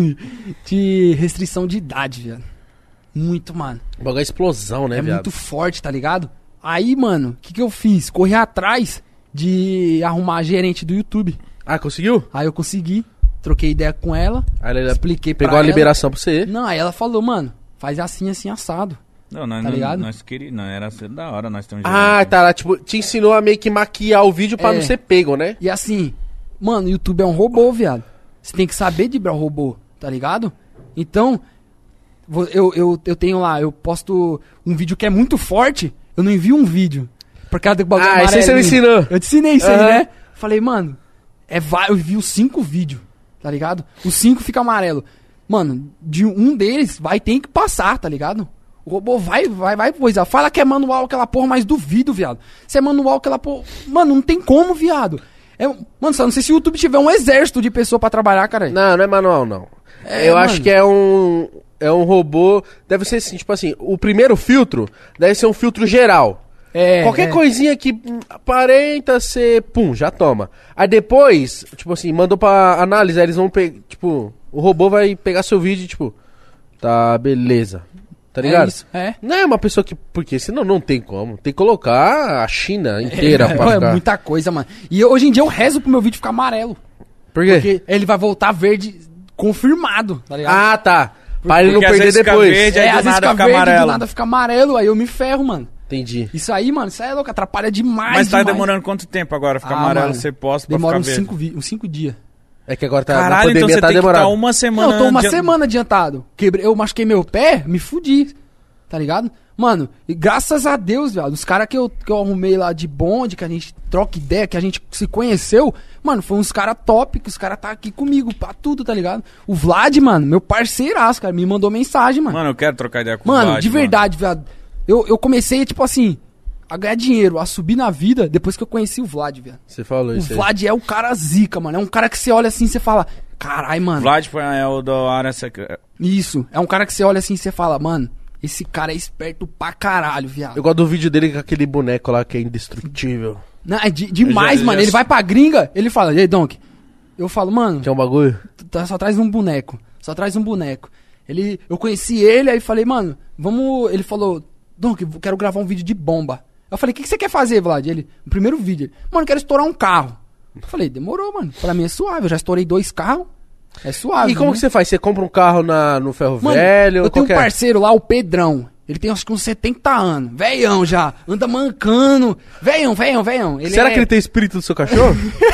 [SPEAKER 3] de restrição de idade, velho. Muito, mano.
[SPEAKER 2] O bagulho é explosão, né,
[SPEAKER 3] viado? Muito forte, tá ligado? Aí, mano, o que eu fiz? Corri atrás de arrumar a gerente do YouTube.
[SPEAKER 2] Ah, conseguiu?
[SPEAKER 3] Aí eu consegui, troquei ideia com ela,
[SPEAKER 2] aí ela
[SPEAKER 3] expliquei pra ela.
[SPEAKER 2] Pegou a liberação pra você.
[SPEAKER 3] Não, aí ela falou, mano, faz assim, assim, assado.
[SPEAKER 1] Não, nós,
[SPEAKER 3] tá ligado?
[SPEAKER 1] Nós queríamos, não, era da hora, nós temos...
[SPEAKER 2] tá, ela, tipo, te ensinou a meio que maquiar o vídeo pra não ser pego, né?
[SPEAKER 3] E assim, mano, o YouTube é um robô, viado. Você tem que saber driblar o robô, tá ligado? Então, eu tenho lá, eu posto um vídeo que é muito forte, eu não envio um vídeo. Por causa do bagulho
[SPEAKER 2] isso aí você me ensinou.
[SPEAKER 3] Eu te ensinei isso aí, né? Falei, mano, eu envio 5 vídeos, tá ligado? Os 5 fica amarelo. Mano, de um deles tem que passar, tá ligado? O robô vai, coisa. Fala que é manual aquela porra, mas duvido, viado. Se é manual aquela porra... Mano, não tem como, viado. Mano, só não sei se o YouTube tiver um exército de pessoa pra trabalhar, cara.
[SPEAKER 2] Não é manual, não. Eu acho que é um robô... Deve ser assim, tipo assim, o primeiro filtro deve ser um filtro geral. Qualquer coisinha que aparenta ser... Pum, já toma. Aí depois, tipo assim, mandou pra análise, aí eles vão pegar... Tipo, o robô vai pegar seu vídeo e tipo... Tá, beleza. Tá ligado?
[SPEAKER 3] Isso,
[SPEAKER 2] Não é uma pessoa que... Porque senão não tem como. Tem que colocar a China inteira pra ficar...
[SPEAKER 3] É muita coisa, mano. E hoje em dia eu rezo pro meu vídeo ficar amarelo.
[SPEAKER 2] Por quê?
[SPEAKER 3] Porque ele vai voltar verde confirmado, tá ligado?
[SPEAKER 2] Ah, tá. Pra ele não perder depois.
[SPEAKER 1] Verde, aí
[SPEAKER 3] às vezes fica verde, do nada fica amarelo, aí eu me ferro, mano.
[SPEAKER 2] Entendi.
[SPEAKER 3] Isso aí, mano, isso aí é louco, atrapalha demais.
[SPEAKER 1] Mas tá demorando quanto tempo agora? Ficar amarelo, você posta pra
[SPEAKER 3] demora
[SPEAKER 1] ficar verde?
[SPEAKER 3] uns 5 dias.
[SPEAKER 2] É que agora tá
[SPEAKER 1] Caralho,
[SPEAKER 2] na pandemia,
[SPEAKER 1] então você
[SPEAKER 2] tá
[SPEAKER 1] tem
[SPEAKER 2] demorando.
[SPEAKER 1] Que tá uma semana...
[SPEAKER 3] Não, eu tô uma semana adiantado. Eu machuquei meu pé, me fudi. Tá ligado? Mano, e graças a Deus, velho, os caras que eu arrumei lá de bonde, que a gente troca ideia, que a gente se conheceu, mano, foi uns caras top, que os caras tá aqui comigo, pra tudo, tá ligado? O Vlad, mano, meu parceiraço, cara, me mandou mensagem, mano.
[SPEAKER 1] Mano, eu quero trocar ideia com o
[SPEAKER 3] Vlad,
[SPEAKER 1] Vlad,
[SPEAKER 3] de verdade, velho. Eu comecei, tipo assim, a ganhar dinheiro, a subir na vida, depois que eu conheci o Vlad, velho.
[SPEAKER 2] Você falou isso aí.
[SPEAKER 3] O Vlad é o cara zica, mano, é um cara que você olha assim e você fala, carai, mano.
[SPEAKER 1] Vlad é o da área secreta.
[SPEAKER 3] Isso, é um cara que você olha assim e você fala, mano... Esse cara é esperto pra caralho, viado.
[SPEAKER 2] Eu gosto do vídeo dele com aquele boneco lá que é indestrutível.
[SPEAKER 3] Não, é demais, mano. Ele vai pra gringa, ele fala, e aí, Donk? Eu falo, mano...
[SPEAKER 2] Quer um bagulho?
[SPEAKER 3] Só traz um boneco. Só traz um boneco. Eu conheci ele, aí falei, mano, vamos... Ele falou, Donk, eu quero gravar um vídeo de bomba. Eu falei, o que você quer fazer, Vlad? O primeiro vídeo. Mano, eu quero estourar um carro. Eu falei, demorou, mano. Pra mim é suave. Eu já estourei 2 carros. É suave.
[SPEAKER 2] E como que você faz? Você compra um carro no ferro velho?
[SPEAKER 3] Eu tenho um parceiro lá, o Pedrão. Ele tem acho que uns 70 anos. Velhão já. Anda mancando. Velhão.
[SPEAKER 2] Será que ele tem espírito do seu cachorro?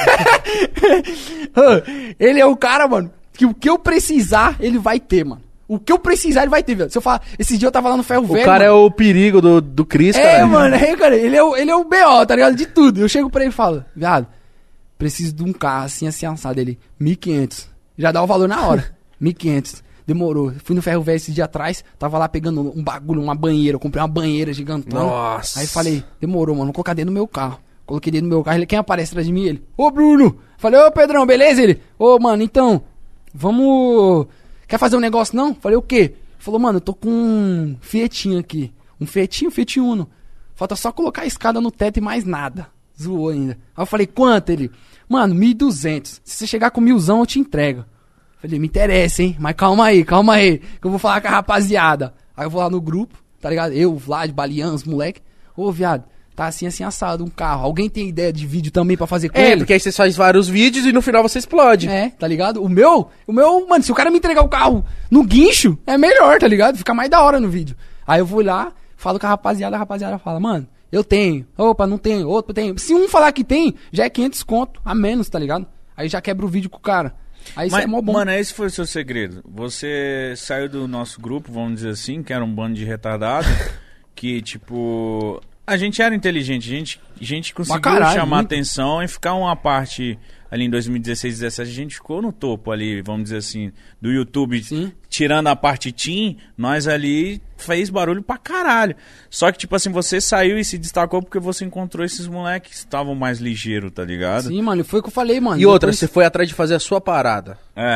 [SPEAKER 3] Ele é o cara, mano, que o que eu precisar, ele vai ter, mano. O que eu precisar, ele vai ter, velho. Se eu falar, esses dias eu tava lá no ferro velho.
[SPEAKER 2] O cara, mano, é o perigo do Cris, cara.
[SPEAKER 3] Mano, cara, ele é o B.O., tá ligado? De tudo. Eu chego pra ele e falo, viado, preciso de um carro assim, assado. Ele, 1.500. Já dá o valor na hora. 1.500. Demorou. Fui no Ferro Velho esse dia atrás, tava lá pegando um bagulho, uma banheira. Eu comprei uma banheira gigantona.
[SPEAKER 2] Nossa.
[SPEAKER 3] Aí falei, demorou, mano, vou colocar dentro do meu carro. Coloquei dentro do meu carro, ele, quem aparece atrás de mim? Ele, ô Bruno! Falei, ô Pedrão, beleza? Ele, ô mano, então, vamos... Quer fazer um negócio não? Falei, o quê? Ele falou, mano, eu tô com um Fietinho aqui. Um Fiat Uno. Falta só colocar a escada no teto e mais nada. Zoou ainda. Aí eu falei, quanto? Ele, mano, 1.200. Se você chegar com 1.000, eu te entrego. Falei, me interessa, hein? Mas calma aí, que eu vou falar com a rapaziada. Aí eu vou lá no grupo, tá ligado? Eu, Vlad, Balian, os moleque. Ô, viado, tá assim assado um carro. Alguém tem ideia de vídeo também pra fazer com ele?
[SPEAKER 2] Porque aí você faz vários vídeos e no final você explode.
[SPEAKER 3] Tá ligado? O meu, mano, se o cara me entregar o carro no guincho, é melhor, tá ligado? Fica mais da hora no vídeo. Aí eu vou lá, falo com a rapaziada fala, mano, eu tenho. Opa, não tenho. Outro tem. Se um falar que tem, já é 500 conto a menos, tá ligado? Aí já quebra o vídeo com o cara. Aí isso é mó bom.
[SPEAKER 1] Mano, esse foi o seu segredo. Você saiu do nosso grupo, vamos dizer assim, que era um bando de retardado, que, tipo... A gente era inteligente, a gente conseguiu chamar atenção e ficar uma parte... Ali em 2016, 2017, a gente ficou no topo ali, vamos dizer assim, do YouTube. Sim. Tirando a parte teen, nós ali fez barulho pra caralho. Só que, tipo assim, você saiu e se destacou porque você encontrou esses moleques que estavam mais ligeiros, tá ligado?
[SPEAKER 3] Sim, mano, foi o que eu falei, mano.
[SPEAKER 2] E outra, você foi atrás de fazer a sua parada.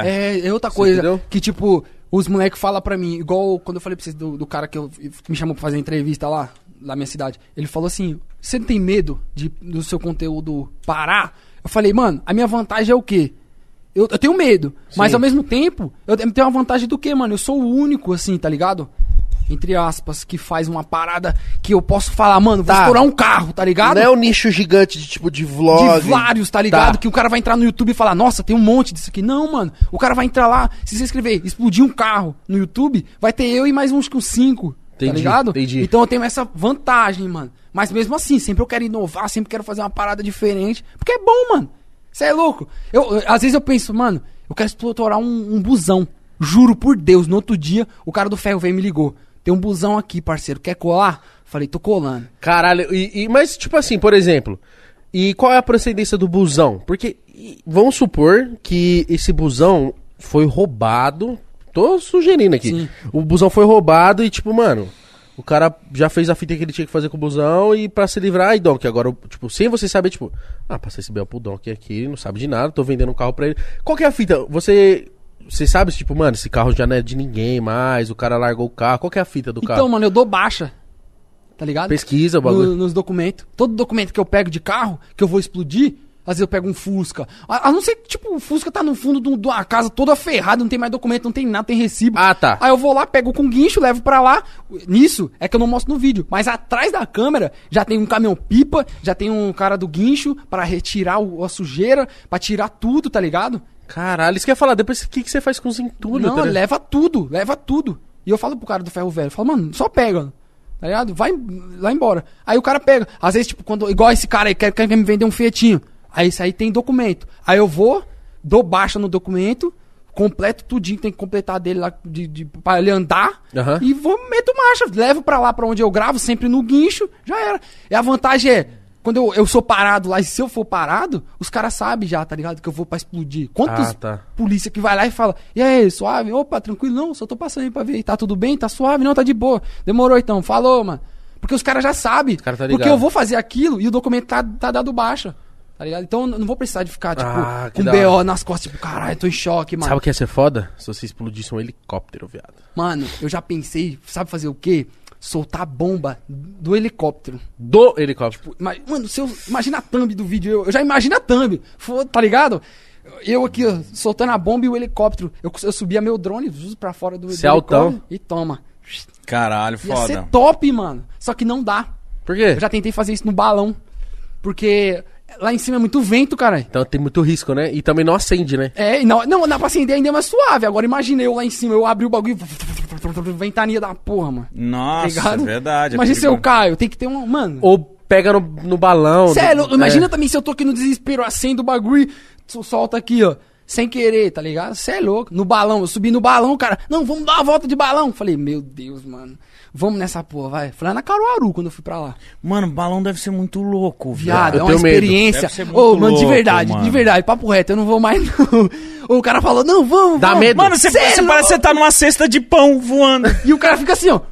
[SPEAKER 3] É outra coisa, entendeu? Que tipo, os moleques falam pra mim, igual quando eu falei pra vocês do cara que me chamou pra fazer entrevista lá, na minha cidade. Ele falou assim, você não tem medo do seu conteúdo parar? Eu falei, mano, a minha vantagem é o quê? Eu tenho medo, sim, mas ao mesmo tempo, eu tenho uma vantagem do quê, mano? Eu sou o único, assim, tá ligado? Entre aspas, que faz uma parada que eu posso falar, mano, vou estourar um carro, tá ligado?
[SPEAKER 2] Não é um nicho gigante de tipo de vlog.
[SPEAKER 3] De vários, tá ligado? Que o cara vai entrar no YouTube e falar, nossa, tem um monte disso aqui. Não, mano, o cara vai entrar lá, se você escrever, explodir um carro no YouTube, vai ter eu e mais uns 5, tá ligado?
[SPEAKER 2] Entendi.
[SPEAKER 3] Então eu tenho essa vantagem, mano. Mas mesmo assim, sempre eu quero inovar, sempre quero fazer uma parada diferente. Porque é bom, mano. Você é louco. Às vezes eu penso, mano, eu quero explorar um busão. Juro por Deus, no outro dia, o cara do Ferro Velho me ligou. Tem um busão aqui, parceiro, quer colar? Falei, tô colando.
[SPEAKER 2] Caralho, mas tipo assim, por exemplo, e qual é a procedência do busão? Porque vamos supor que esse busão foi roubado. Tô sugerindo aqui. Sim. O busão foi roubado e tipo, mano... O cara já fez a fita que ele tinha que fazer com o busão e pra se livrar, aí Donk, agora, tipo, sem você saber, tipo, passei esse B.O. pro Donk aqui, não sabe de nada, tô vendendo um carro pra ele. Qual que é a fita? Você sabe, tipo, mano, esse carro já não é de ninguém mais, o cara largou o carro, qual que é a fita do carro?
[SPEAKER 3] Então, mano, eu dou baixa, tá ligado?
[SPEAKER 2] Pesquisa o bagulho.
[SPEAKER 3] Nos documentos. Todo documento que eu pego de carro, que eu vou explodir, às vezes eu pego um Fusca. A não ser que, tipo, o Fusca tá no fundo de uma casa toda ferrada, não tem mais documento, não tem nada, tem recibo.
[SPEAKER 2] Tá.
[SPEAKER 3] Aí eu vou lá, pego com guincho, levo pra lá. Nisso é que eu não mostro no vídeo. Mas atrás da câmera já tem um caminhão-pipa, já tem um cara do guincho pra retirar a sujeira, pra tirar tudo, tá ligado?
[SPEAKER 2] Caralho, isso que eu ia falar, depois o que você faz com os entulhos?
[SPEAKER 3] Não, leva tudo. E eu falo pro cara do Ferro Velho, eu falo, mano, só pega, tá ligado? Vai lá embora. Aí o cara pega. Às vezes, tipo, igual esse cara aí, quer me vender um Fietinho. Aí isso aí tem documento. Aí eu vou, dou baixa no documento, completo tudinho, tem que completar dele lá pra ele andar. E meto marcha, levo pra lá pra onde eu gravo, sempre no guincho, já era. E a vantagem é, quando eu sou parado lá, e se eu for parado, os caras sabem já, tá ligado? Que eu vou pra explodir. Quantos polícia que vai lá e fala, e aí, suave? Opa, tranquilo? Não, só tô passando aí pra ver. Tá tudo bem? Tá suave? Não, tá de boa. Demorou então, falou, mano. Porque os caras já sabem. Tá porque eu vou fazer aquilo e o documento tá dado baixa. Tá ligado? Então eu não vou precisar de ficar, tipo, com B.O. nas costas, tipo, caralho, tô em choque, mano.
[SPEAKER 2] Sabe o que ia ser foda? Se você explodisse um helicóptero, viado.
[SPEAKER 3] Mano, eu já pensei, sabe fazer o quê? Soltar a bomba do helicóptero.
[SPEAKER 2] Do helicóptero?
[SPEAKER 3] Tipo, mano, imagina a thumb do vídeo, eu já imagino a thumb, tá ligado? Eu aqui, ó, soltando a bomba e o helicóptero. Eu subia meu drone pra fora do
[SPEAKER 2] helicóptero
[SPEAKER 3] e toma.
[SPEAKER 1] Caralho,
[SPEAKER 3] ia
[SPEAKER 1] foda.
[SPEAKER 3] Ia ser top, mano. Só que não dá.
[SPEAKER 2] Por quê?
[SPEAKER 3] Eu já tentei fazer isso no balão. Porque... Lá em cima é muito vento, cara.
[SPEAKER 2] Então tem muito risco, né? E também não acende, né?
[SPEAKER 3] Não dá pra acender ainda, é mais suave. Agora imagina eu lá em cima, eu abri o bagulho e ventania da porra, mano.
[SPEAKER 1] Nossa, tá, é verdade.
[SPEAKER 3] Imagina se eu caio, tem que ter um... Mano...
[SPEAKER 2] Ou pega no balão.
[SPEAKER 3] Sério, imagina também se eu tô aqui no desespero, acendo o bagulho e solta aqui, ó. sem querer, tá ligado? Você é louco. No balão, eu subi no balão, o cara, não, vamos dar uma volta de balão. Falei, meu Deus, mano. Vamos nessa porra, vai. Falei na Caruaru quando eu fui pra lá.
[SPEAKER 1] Mano, balão deve ser muito louco,
[SPEAKER 3] viado. É uma experiência. Ô, mano, de verdade, papo reto, eu não vou mais, não. O cara falou, não, vamos.
[SPEAKER 2] Dá medo.
[SPEAKER 1] Mano, você parece que você tá numa cesta de pão voando.
[SPEAKER 3] E o cara fica assim, ó.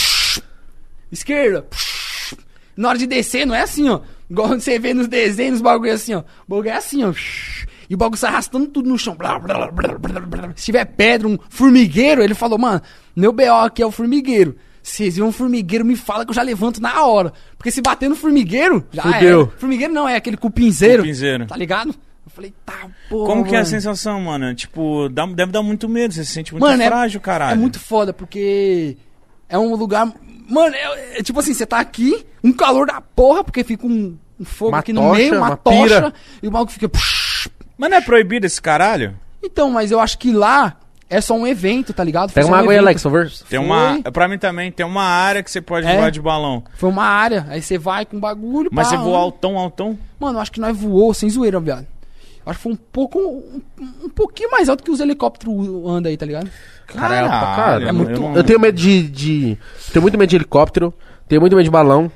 [SPEAKER 3] Esquerda. Na hora de descer, não é assim, ó. Igual você vê nos desenhos, os bagulho assim, ó. O bagulho é assim, ó. E o bagulho sai arrastando tudo no chão. Se tiver pedra, um formigueiro, ele falou, mano, meu BO aqui é o formigueiro. Se vocês viram um formigueiro, me fala que eu já levanto na hora. Porque se bater no formigueiro, já
[SPEAKER 2] fudeu.
[SPEAKER 3] É. Formigueiro não, é aquele cupinzeiro.
[SPEAKER 1] Cupinzeiro.
[SPEAKER 3] Tá ligado? Eu falei, tá, porra.
[SPEAKER 1] Como que é a
[SPEAKER 3] mano.
[SPEAKER 1] sensação, mano? Tipo, deve dar muito medo, você se sente muito frágil, caralho.
[SPEAKER 3] É muito foda, porque é um lugar... Mano, é tipo assim, você tá aqui, um calor da porra, porque fica um fogo
[SPEAKER 2] uma
[SPEAKER 3] aqui
[SPEAKER 2] tocha,
[SPEAKER 3] no meio, uma tocha,
[SPEAKER 2] pira.
[SPEAKER 3] e o maluco fica...
[SPEAKER 1] Mas não é proibido esse caralho?
[SPEAKER 3] Então, mas eu acho que lá é só um evento, tá ligado?
[SPEAKER 2] Pega uma água aí, Alex, por favor.
[SPEAKER 1] Tem uma... Pra mim também, tem uma área que você pode voar de balão.
[SPEAKER 3] Foi uma área, aí você vai com bagulho...
[SPEAKER 1] Mas você voou altão?
[SPEAKER 3] Mano, eu acho que nós voou sem zoeira, viado. Acho que foi um pouquinho mais alto que os helicópteros andam aí, tá ligado?
[SPEAKER 2] Cara,
[SPEAKER 3] é muito...
[SPEAKER 2] Eu tenho medo tenho muito medo de helicóptero, tenho muito medo de balão,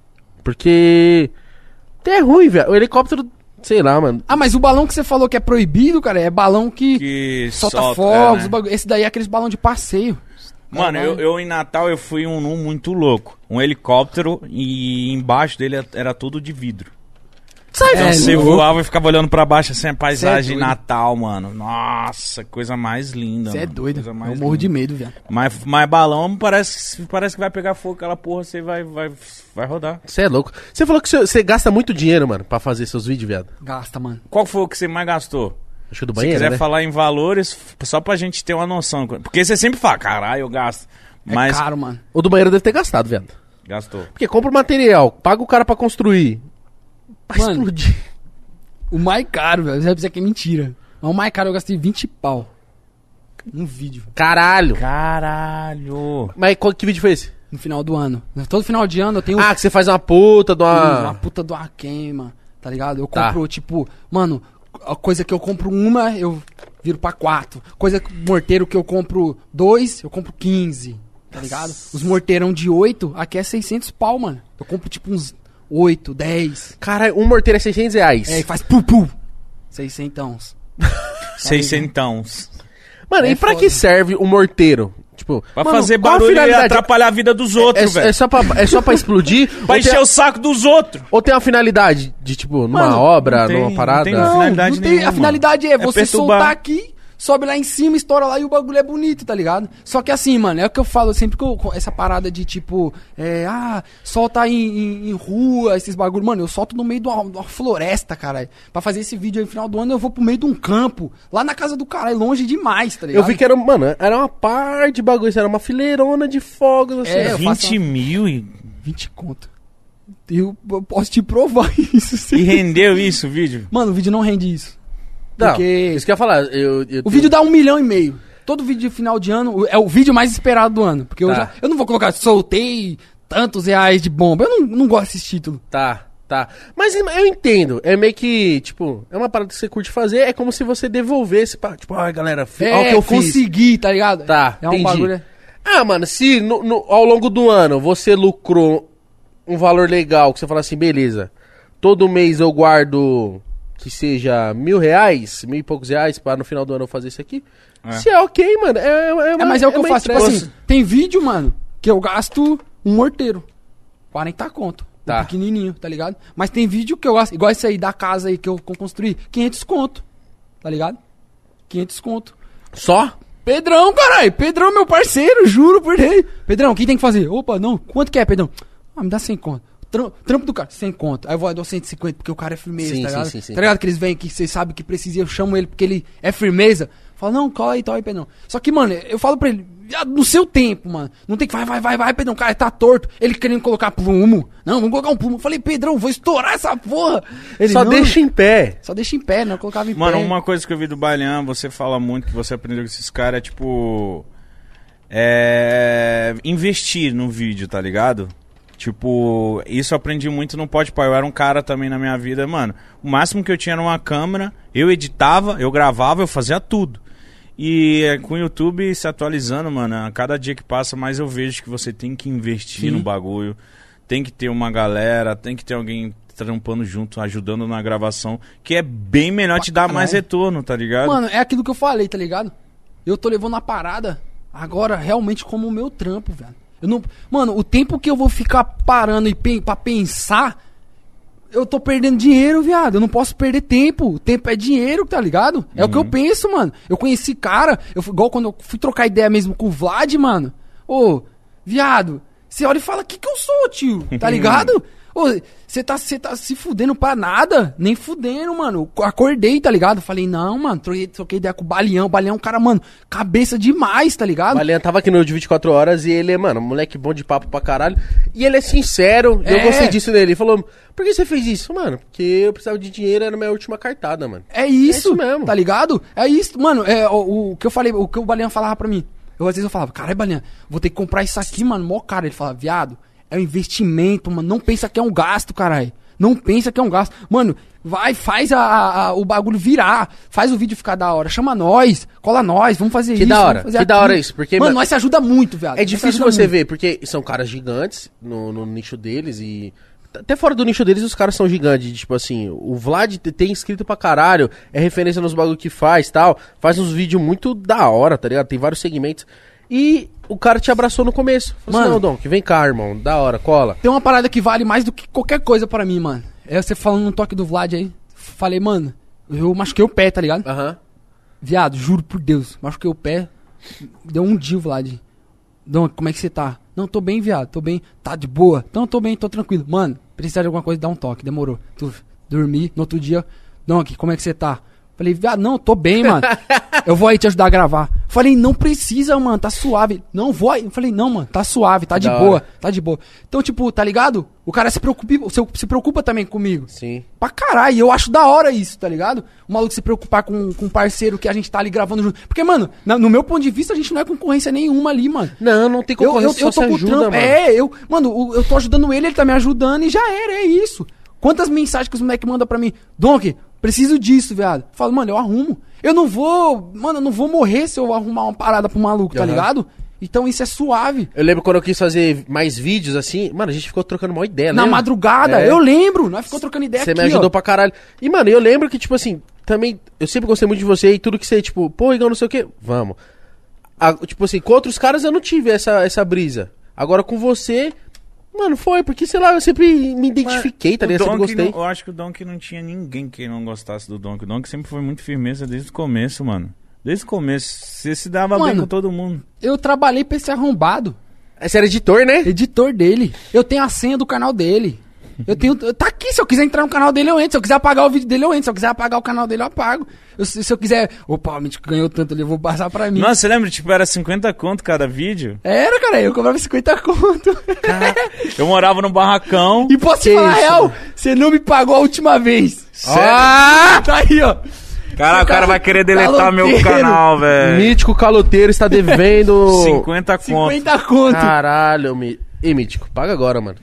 [SPEAKER 2] porque é ruim, velho. O helicóptero, sei lá, mano.
[SPEAKER 3] Ah, mas o balão que você falou que é proibido, cara, é balão que solta fogos, né? Esse daí é aqueles balão de passeio.
[SPEAKER 1] Mano, eu em Natal eu fui num muito louco. Um helicóptero e embaixo dele era tudo de vidro. Então você voava e ficava olhando pra baixo assim, a paisagem de Natal, mano. Nossa, coisa mais linda.
[SPEAKER 3] Você é doido, eu morro
[SPEAKER 1] linda.
[SPEAKER 3] de medo, viado.
[SPEAKER 1] Mas balão parece que vai pegar fogo, aquela porra, você vai rodar.
[SPEAKER 2] Você é louco. Você falou que você gasta muito dinheiro, mano, pra fazer seus vídeos, viado.
[SPEAKER 3] Gasta, mano.
[SPEAKER 1] Qual foi o que você mais gastou?
[SPEAKER 2] Acho que do banheiro,
[SPEAKER 1] Se quiser
[SPEAKER 2] né?
[SPEAKER 1] falar em valores, só pra gente ter uma noção. Porque você sempre fala, caralho, eu gasto. Mas
[SPEAKER 3] É caro, mano.
[SPEAKER 2] O do banheiro deve ter gastado, viado.
[SPEAKER 1] Gastou.
[SPEAKER 2] Porque compra o material, paga o cara pra construir. Pra
[SPEAKER 3] Mano,
[SPEAKER 2] explodir.
[SPEAKER 3] O mais caro, velho, você vai dizer que é mentira. Mas o mais caro eu gastei 20 pau. Um vídeo.
[SPEAKER 2] Caralho. Mas que vídeo foi esse?
[SPEAKER 3] No final do ano. Todo final de ano eu tenho...
[SPEAKER 2] Ah, que você faz uma puta de
[SPEAKER 3] uma puta de uma queima, tá ligado? Eu compro, tipo... Mano, a coisa que eu compro uma, eu viro pra 4. Morteiro que eu compro 2, eu compro 15. Tá ligado? Os morteirão de 8, aqui é 600 pau, mano. Eu compro tipo uns 8, 10.
[SPEAKER 2] Caralho, um morteiro é R$600.
[SPEAKER 3] É, e faz pu. 600.
[SPEAKER 1] 600.
[SPEAKER 2] Mano, e pra
[SPEAKER 3] foda.
[SPEAKER 2] que serve o morteiro? Tipo,
[SPEAKER 1] Pra
[SPEAKER 2] mano,
[SPEAKER 1] fazer
[SPEAKER 2] qual a
[SPEAKER 1] barulho e
[SPEAKER 2] finalidade?
[SPEAKER 1] atrapalhar a vida dos outros, velho.
[SPEAKER 2] É só pra explodir?
[SPEAKER 1] Pra encher o saco dos outros.
[SPEAKER 2] Ou tem uma finalidade de, tipo, numa
[SPEAKER 3] Mano,
[SPEAKER 2] obra,
[SPEAKER 1] não tem-
[SPEAKER 2] numa parada?
[SPEAKER 1] não tem finalidade
[SPEAKER 3] não tem,
[SPEAKER 1] nenhuma.
[SPEAKER 3] a finalidade é você
[SPEAKER 1] perturbar.
[SPEAKER 3] soltar aqui, sobe lá em cima, estoura lá e o bagulho é bonito, tá ligado? Só que assim, mano, é o que eu falo sempre essa parada de tipo, solta em rua, esses bagulhos. Mano, eu solto no meio de uma floresta, caralho. Pra fazer esse vídeo aí no final do ano, eu vou pro meio de um campo, lá na casa do caralho, longe demais, tá ligado?
[SPEAKER 2] Eu vi que era uma par de bagulho, era uma fileirona de fogos, assim.
[SPEAKER 3] É, eu faço
[SPEAKER 1] 20 mil e
[SPEAKER 3] 20 conto. Eu posso te provar isso.
[SPEAKER 1] E rendeu isso o vídeo?
[SPEAKER 3] Mano, o vídeo não rende isso.
[SPEAKER 2] Não,
[SPEAKER 3] Porque
[SPEAKER 2] isso que eu ia falar.
[SPEAKER 3] o vídeo dá 1,5 milhão. Todo vídeo de final de ano é o vídeo mais esperado do ano. Porque
[SPEAKER 2] Tá.
[SPEAKER 3] eu não vou colocar, soltei tantos reais de bomba. Eu não gosto desse título.
[SPEAKER 2] Tá. Mas eu entendo. É meio que, tipo, é uma parada que você curte fazer. É como se você devolvesse pra, tipo, galera, olha o que eu fiz.
[SPEAKER 3] Consegui, tá ligado?
[SPEAKER 2] Tá,
[SPEAKER 3] é um
[SPEAKER 2] entendi.
[SPEAKER 3] bagulho.
[SPEAKER 2] Ah, mano, se ao longo do ano você lucrou um valor legal, que você fala assim, beleza, todo mês eu guardo que seja R$1.000, 1.000 e poucos reais, pra no final do ano eu fazer isso aqui. Se é ok, mano,
[SPEAKER 3] Mas é o que eu faço. Tipo
[SPEAKER 2] entrega.
[SPEAKER 3] assim, tem vídeo, mano, que eu gasto um morteiro. 40 conto.
[SPEAKER 2] Tá.
[SPEAKER 3] Um pequenininho, tá ligado? Mas tem vídeo que eu gasto, igual esse aí da casa aí que eu construí, 500 conto. Tá ligado? 500 conto.
[SPEAKER 2] Só?
[SPEAKER 3] Pedrão, caralho. Pedrão, meu parceiro, juro por Deus. Pedrão, o que tem que fazer? Opa, não. Quanto que é, Pedrão? Me dá 100 conto. Trampo do cara, 100 conto. Aí eu dou 150 porque o cara é firmeza,
[SPEAKER 2] Sim,
[SPEAKER 3] tá ligado?
[SPEAKER 2] sim.
[SPEAKER 3] Tá ligado que eles vêm que vocês sabem que precisa, eu chamo ele porque ele é firmeza. Fala, não, cola aí, Pedrão. Só que, mano, eu falo pra ele, no seu tempo, mano. Não tem que, vai, Pedrão, cara, tá torto. Ele querendo colocar plumo. Não, vamos colocar um plumo. Eu falei, Pedrão, vou estourar essa porra. Ele,
[SPEAKER 2] Só
[SPEAKER 3] não,
[SPEAKER 2] deixa em pé.
[SPEAKER 3] Só deixa em pé, não colocava em
[SPEAKER 1] Mano,
[SPEAKER 3] pé.
[SPEAKER 1] uma coisa que eu vi do Balian, você fala muito que você aprendeu com esses caras, é tipo... investir no vídeo, tá ligado? Tipo, isso eu aprendi muito no Podpah. Eu era um cara também na minha vida, mano. O máximo que eu tinha era uma câmera, eu editava, eu gravava, eu fazia tudo. E com o YouTube se atualizando, mano, a cada dia que passa mais eu vejo que você tem que investir no bagulho. Tem que ter uma galera, tem que ter alguém trampando junto, ajudando na gravação, que é bem melhor te dar mais retorno, tá ligado?
[SPEAKER 3] Mano, é aquilo que eu falei, tá ligado? Eu tô levando a parada agora realmente como o meu trampo, velho. Eu não... Mano, o tempo que eu vou ficar parando pra pensar, eu tô perdendo dinheiro, viado. Eu não posso perder tempo. O tempo é dinheiro, tá ligado? É o que eu penso, mano. Eu conheci cara, igual quando eu fui trocar ideia mesmo com o Vlad, mano. Ô, viado, você olha e fala, que eu sou, tio? Tá ligado? Ô, você tá se fudendo pra nada? Nem fudendo, mano. Acordei, tá ligado? Falei, não, mano, troquei ideia com o Baleão. O Baleão é um cara, mano, cabeça demais, tá ligado?
[SPEAKER 2] O Baleão tava aqui no de 24 horas e ele é, mano, moleque bom de papo pra caralho. E ele é sincero, eu gostei disso dele. Ele falou, por que você fez isso? Mano, porque eu precisava de dinheiro, era a minha última cartada, mano.
[SPEAKER 3] É isso mesmo. Tá ligado? É isso, mano, o que eu falei, o que o Baleão falava pra mim. Às vezes eu falava, caralho, Baleão, vou ter que comprar isso aqui, mano, mó caro. Ele falava, viado, é um investimento, mano. Não pensa que é um gasto, caralho. Não pensa que é um gasto. Mano, vai, faz o bagulho virar. Faz o vídeo ficar da hora. Chama nós, cola nós, vamos fazer isso.
[SPEAKER 2] Que da hora, que da hora isso. Porque,
[SPEAKER 3] mano, nós se ajuda muito, viado.
[SPEAKER 2] É difícil você ver, porque são caras gigantes no nicho deles e... Até fora do nicho deles, os caras são gigantes. Tipo assim, o Vlad tem inscrito pra caralho, é referência nos bagulho que faz tal. Faz uns vídeos muito da hora, tá ligado? Tem vários segmentos. E o cara te abraçou no começo. Falou assim, não, Donk, vem cá, irmão. Da hora, cola.
[SPEAKER 3] Tem uma parada que vale mais do que qualquer coisa pra mim, mano. É você falando no toque do Vlad aí. Falei, mano, eu machuquei o pé, tá ligado? Viado, juro por Deus. Machuquei o pé. Deu um dia o Vlad. Donk, como é que você tá? Não, tô bem, viado. Tô bem. Tá de boa? Então, tô bem, tô tranquilo. Mano, precisar de alguma coisa, dá um toque. Demorou. Dormi. No outro dia, Donk, como é que você tá? Falei, viado, não, tô bem, mano. Eu vou aí te ajudar a gravar. Falei, não precisa, mano, tá suave. Não vou aí. Falei, não, mano, tá suave, tá de boa, tá de boa. Então, tipo, tá ligado? O cara se preocupa também comigo.
[SPEAKER 2] Sim.
[SPEAKER 3] Pra caralho, eu acho da hora isso, tá ligado? O maluco se preocupar com um parceiro que a gente tá ali gravando junto. Porque, mano, no meu ponto de vista, a gente não é concorrência nenhuma ali, mano.
[SPEAKER 2] Não tem concorrência,
[SPEAKER 3] eu tô com ajuda, mano. Mano, eu tô ajudando ele tá me ajudando e já era, é isso. Quantas mensagens que os moleques mandam pra mim? Donk, preciso disso, viado. Eu falo, mano, eu arrumo. Eu não vou morrer se eu arrumar uma parada pro maluco, tá ligado? Então isso é suave.
[SPEAKER 2] Eu lembro quando eu quis fazer mais vídeos assim, mano, a gente ficou trocando uma ideia, né?
[SPEAKER 3] Na madrugada, eu lembro, nós ficou trocando ideia aqui,
[SPEAKER 2] Você me ajudou pra caralho. E, mano, eu lembro que, tipo assim, também, eu sempre gostei muito de você e tudo que você, tipo, pô, Igão, não sei o quê, vamos. Tipo assim, com outros caras eu não tive essa brisa. Agora com você... Mano, foi, porque, sei lá, eu sempre me identifiquei, tá ligado? Eu sempre gostei.
[SPEAKER 1] Eu acho que o Donk não tinha ninguém que não gostasse do Donk. O Donk sempre foi muito firmeza desde o começo, mano. Desde o começo. Você se dava bem com todo mundo.
[SPEAKER 3] Eu trabalhei pra esse arrombado.
[SPEAKER 2] Você era editor, né?
[SPEAKER 3] Editor dele. Eu tenho a senha do canal dele. Tá aqui, se eu quiser entrar no canal dele, eu entro. Se eu quiser apagar o vídeo dele, eu entro. Se eu quiser apagar o canal dele, eu apago. Se eu quiser... Opa, o Mítico ganhou tanto ali, eu vou passar pra mim.
[SPEAKER 1] Nossa, você lembra? Tipo, era 50 conto cada vídeo?
[SPEAKER 3] Era, cara, eu cobrava 50 conto.
[SPEAKER 1] Eu morava num barracão.
[SPEAKER 3] E posso te falar a real? Você não me pagou a última vez.
[SPEAKER 1] Sério?
[SPEAKER 3] Tá aí, ó.
[SPEAKER 1] Cara, o cara vai querer deletar meu canal, velho.
[SPEAKER 2] Mítico Caloteiro está devendo...
[SPEAKER 1] 50 conto.
[SPEAKER 3] 50 conto.
[SPEAKER 2] Caralho, Ei, Mítico, paga agora, mano.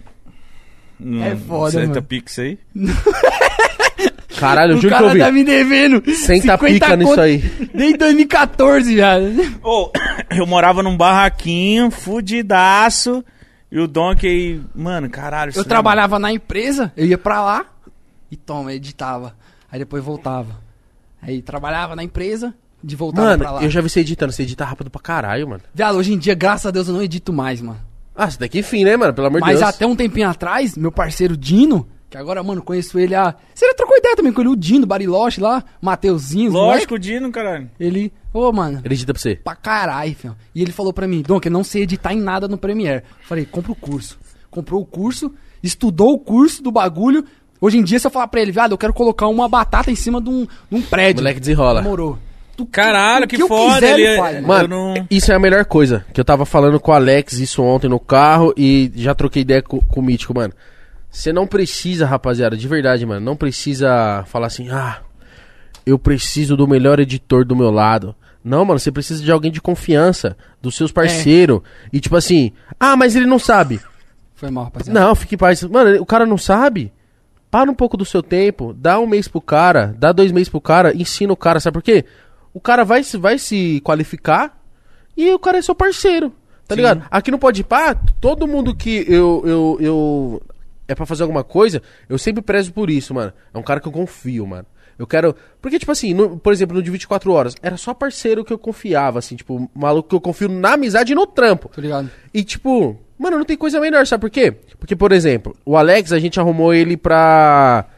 [SPEAKER 3] É foda, mano.
[SPEAKER 1] Pix aí?
[SPEAKER 2] Caralho, eu juro que eu vi.
[SPEAKER 3] O cara tá me devendo.
[SPEAKER 2] Senta pica nisso aí.
[SPEAKER 3] Desde 2014 já.
[SPEAKER 1] Eu morava num barraquinho, fudidaço. E o Donkey, mano, caralho.
[SPEAKER 3] Eu trabalhava na empresa, eu ia pra lá e editava. Aí depois voltava. Aí trabalhava na empresa, voltava pra lá.
[SPEAKER 2] Mano, eu já vi você editando, você edita rápido pra caralho, mano.
[SPEAKER 3] Viado, hoje em dia, graças a Deus, eu não edito mais, mano.
[SPEAKER 2] Ah, você daqui enfim, né, mano? Pelo amor de Deus.
[SPEAKER 3] Mas até um tempinho atrás, meu parceiro Dino, que agora, mano, conheço ele Você já trocou ideia também com ele, o Dino, Bariloche lá, Mateuzinho.
[SPEAKER 1] Lógico, o Dino, caralho.
[SPEAKER 3] Ele, mano.
[SPEAKER 2] Ele edita pra você?
[SPEAKER 3] Pra caralho, filho. E ele falou pra mim, Dom, que eu não sei editar em nada no Premiere. Falei, compra o curso. Comprou o curso, estudou o curso do bagulho. Hoje em dia, se eu falar pra ele, viado, eu quero colocar uma batata em cima de um prédio.
[SPEAKER 2] Moleque desenrola.
[SPEAKER 3] Demorou.
[SPEAKER 1] Caralho, que foda.
[SPEAKER 3] Ele faz,
[SPEAKER 2] mano, isso é a melhor coisa. Que eu tava falando com o Alex isso ontem no carro e já troquei ideia com o Mítico, mano. Você não precisa, rapaziada, de verdade, mano. Não precisa falar assim, eu preciso do melhor editor do meu lado. Não, mano, você precisa de alguém de confiança, dos seus parceiros. E tipo assim, mas ele não sabe.
[SPEAKER 3] Foi mal, rapaziada.
[SPEAKER 2] Não, fique em paz. Mano, o cara não sabe. Para um pouco do seu tempo, dá 1 mês pro cara, dá 2 meses pro cara, ensina o cara, sabe por quê? O cara vai se qualificar e o cara é seu parceiro, tá ligado? Aqui no Podpah, todo mundo que eu é pra fazer alguma coisa, eu sempre prezo por isso, mano. É um cara que eu confio, mano. Eu quero... Porque, tipo assim, por exemplo, no de 24 horas, era só parceiro que eu confiava, assim, tipo, maluco que eu confio na amizade e no trampo.
[SPEAKER 3] Tô ligado.
[SPEAKER 2] E, tipo... Mano, não tem coisa melhor, sabe por quê? Porque, por exemplo, o Alex, a gente arrumou ele pra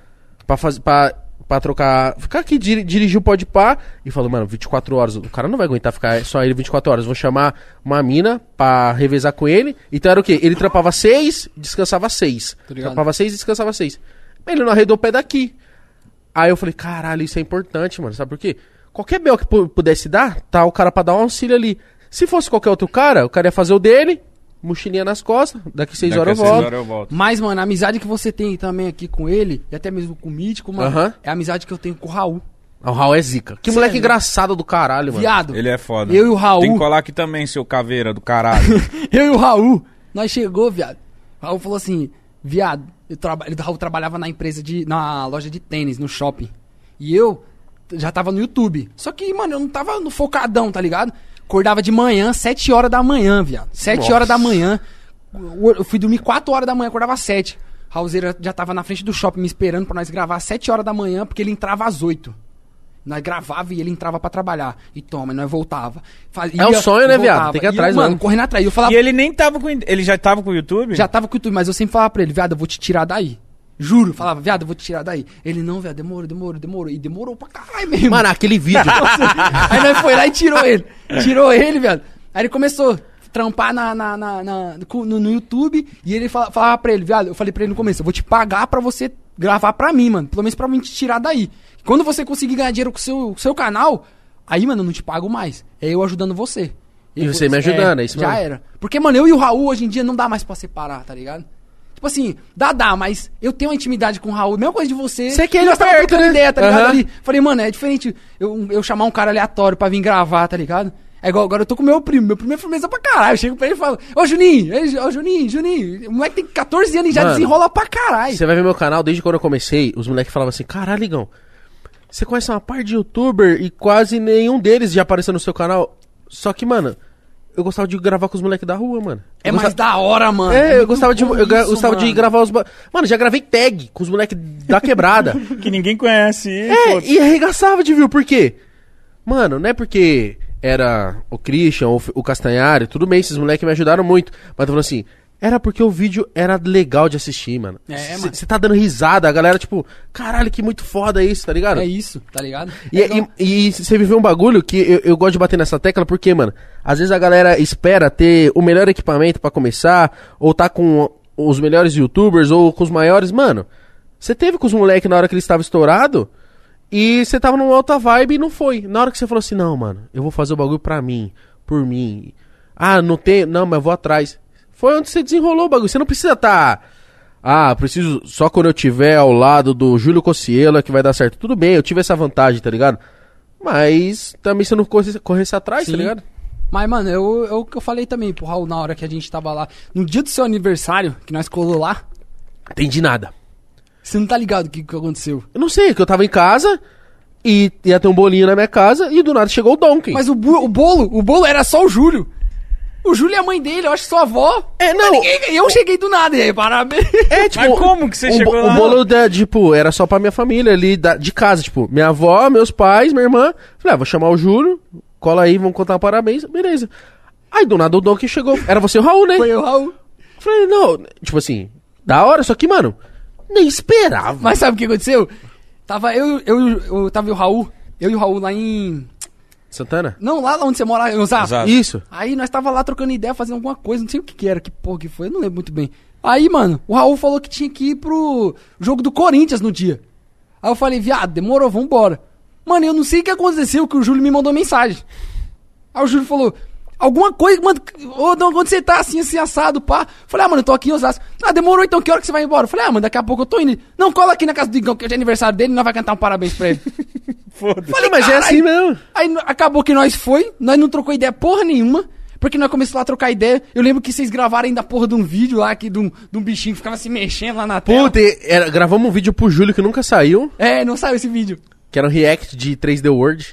[SPEAKER 2] trocar... Ficar aqui, dirigir o Podpah e falou, mano, 24 horas, o cara não vai aguentar ficar só ele 24 horas. Vou chamar uma mina pra revezar com ele. Então era o quê? Ele trampava 6, descansava 6. Trampava 6 e descansava 6. Ele não arredou o pé daqui. Aí eu falei, caralho, isso é importante, mano, sabe por quê? Qualquer bel que pudesse dar, tá o cara pra dar um auxílio ali. Se fosse qualquer outro cara, o cara ia fazer o dele... Mochilinha nas costas, daqui 6 horas eu volto.
[SPEAKER 3] Mas, mano, a amizade que você tem também aqui com ele, e até mesmo com o Mítico, mano, é a amizade que eu tenho com o Raul.
[SPEAKER 2] O Raul é zica. Que moleque engraçado do caralho, mano.
[SPEAKER 3] Viado.
[SPEAKER 1] Ele é foda.
[SPEAKER 3] Eu e o Raul...
[SPEAKER 1] Tem que colar aqui também, seu caveira do caralho.
[SPEAKER 3] Eu e o Raul, nós chegou, viado. O Raul falou assim, viado, o Raul trabalhava na loja de tênis, no shopping. E eu já tava no YouTube. Só que, mano, eu não tava no focadão, tá ligado? Acordava de manhã, 7 horas da manhã, viado. 7 horas da manhã. Eu fui dormir 4 horas da manhã, acordava às 7. Raulzeira já tava na frente do shopping me esperando pra nós gravar às 7 horas da manhã, porque ele entrava às 8. Nós gravava e ele entrava pra trabalhar. E toma, nós voltava.
[SPEAKER 2] É um sonho, né, viado? Tem que ir atrás,
[SPEAKER 3] mano. Correndo atrás. Eu falava...
[SPEAKER 1] E ele nem tava com... Ele já tava com o YouTube?
[SPEAKER 3] Já tava com o YouTube, mas eu sempre falava pra ele, viado, eu vou te tirar daí. Juro, falava, viado, eu vou te tirar daí. Ele, não, viado, demorou. E demorou pra caralho mesmo.
[SPEAKER 2] Mano, aquele vídeo.
[SPEAKER 3] Aí nós foi lá e tirou ele. Tirou ele, viado. Aí ele começou a trampar no YouTube. E ele falava pra ele, viado, eu falei pra ele no começo, eu vou te pagar pra você gravar pra mim, mano. Pelo menos pra mim te tirar daí. Quando você conseguir ganhar dinheiro com o seu canal, aí, mano, eu não te pago mais. É eu ajudando você.
[SPEAKER 2] E você me ajudando, é isso mesmo.
[SPEAKER 3] Já era. Porque, mano, eu e o Raul hoje em dia não dá mais pra separar, tá ligado? Tipo assim, dá, mas eu tenho uma intimidade com o Raul, mesma coisa de você.
[SPEAKER 2] Você quer ele
[SPEAKER 3] tava trocando ideia, tá ligado?
[SPEAKER 2] Uhum.
[SPEAKER 3] Ali, falei, mano, é diferente eu chamar um cara aleatório pra vir gravar, tá ligado? É igual agora eu tô com meu primo é firmeza pra caralho. Eu chego pra ele e falo, ô Juninho, o moleque tem 14 anos e já desenrola pra caralho.
[SPEAKER 2] Você vai ver meu canal, desde quando eu comecei, os moleques falavam assim, caralho, Ligão, você conhece uma par de youtuber e quase nenhum deles já apareceu no seu canal. Só que, mano, eu gostava de gravar com os moleques da rua, mano.
[SPEAKER 3] Mais da hora, mano.
[SPEAKER 2] Eu gostava de gravar os... Mano, já gravei tag com os moleques da quebrada.
[SPEAKER 1] Que ninguém conhece.
[SPEAKER 2] E arregaçava de view. Por quê? Mano, não é porque era o Christian ou o Castanhari, tudo bem, esses moleques me ajudaram muito. Mas tô falando assim, era porque o vídeo era legal de assistir, mano.
[SPEAKER 3] Mano.
[SPEAKER 2] Você tá dando risada, a galera, tipo, caralho, que muito foda isso, tá ligado?
[SPEAKER 3] É isso, tá ligado?
[SPEAKER 2] E você viveu um bagulho que eu gosto de bater nessa tecla, porque, mano, às vezes a galera espera ter o melhor equipamento pra começar, ou tá com os melhores youtubers, ou com os maiores. Mano, você teve com os moleques na hora que eles estavam estourados, e você tava numa outra vibe e não foi. Na hora que você falou assim, não, mano, eu vou fazer o bagulho pra mim, por mim. Ah, não tem, não, mas eu vou atrás. Foi onde você desenrolou o bagulho. Você não precisa preciso só quando eu tiver ao lado do Júlio Cossielo que vai dar certo. Tudo bem, eu tive essa vantagem, tá ligado? Mas também você não corresse atrás,
[SPEAKER 3] Sim.
[SPEAKER 2] Tá ligado?
[SPEAKER 3] Mas, mano, eu falei também pro Raul na hora que a gente tava lá. No dia do seu aniversário, que nós colou lá.
[SPEAKER 2] Entendi nada.
[SPEAKER 3] Você não tá ligado o que aconteceu?
[SPEAKER 2] Eu não sei, que eu tava em casa e ia ter um bolinho na minha casa e do nada chegou o Donkey.
[SPEAKER 3] Mas o bolo era só o Júlio. O Júlio é a mãe dele, eu acho que sua avó.
[SPEAKER 2] Não.
[SPEAKER 3] Eu cheguei do nada, e aí, parabéns.
[SPEAKER 2] Tipo,
[SPEAKER 1] mas como que você chegou lá?
[SPEAKER 2] O bolo, tipo, era só pra minha família ali de casa, tipo, minha avó, meus pais, minha irmã. Falei, vou chamar o Júlio, cola aí, vamos contar parabéns, beleza. Aí do nada o Donkey chegou. Era você e o Raul, né?
[SPEAKER 3] Foi o Raul.
[SPEAKER 2] Falei, não, tipo assim, da hora, só que, mano, nem esperava.
[SPEAKER 3] Mas sabe o que aconteceu? Tava tava o Raul, eu e o Raul lá em...
[SPEAKER 2] Santana?
[SPEAKER 3] Não, lá onde você mora, em Osasco.
[SPEAKER 2] Isso.
[SPEAKER 3] Aí nós tava lá trocando ideia, fazendo alguma coisa, não sei o que era, que porra que foi, eu não lembro muito bem. Aí, mano, o Raul falou que tinha que ir pro jogo do Corinthians no dia. Aí eu falei, viado, demorou, vambora. Mano, eu não sei o que aconteceu, que o Júlio me mandou mensagem. Aí o Júlio falou, alguma coisa, mano, onde você tá assim assado, pá? Falei, mano, eu tô aqui em Osasco. Demorou então, que hora que você vai embora? Falei, mano, daqui a pouco eu tô indo. Não, cola aqui na casa do Igão, que hoje é aniversário dele, e nós vai cantar um parabéns pra ele.
[SPEAKER 2] Foda-se. Falei, mas é assim mesmo.
[SPEAKER 3] Aí acabou que nós não trocou ideia porra nenhuma. Porque nós começamos lá a trocar ideia. Eu lembro que vocês gravaram ainda a porra de um vídeo lá, de um bichinho que ficava se mexendo lá na tela.
[SPEAKER 2] Puta, gravamos um vídeo pro Júlio que nunca saiu.
[SPEAKER 3] Não saiu esse vídeo.
[SPEAKER 2] Que era um react de 3D World.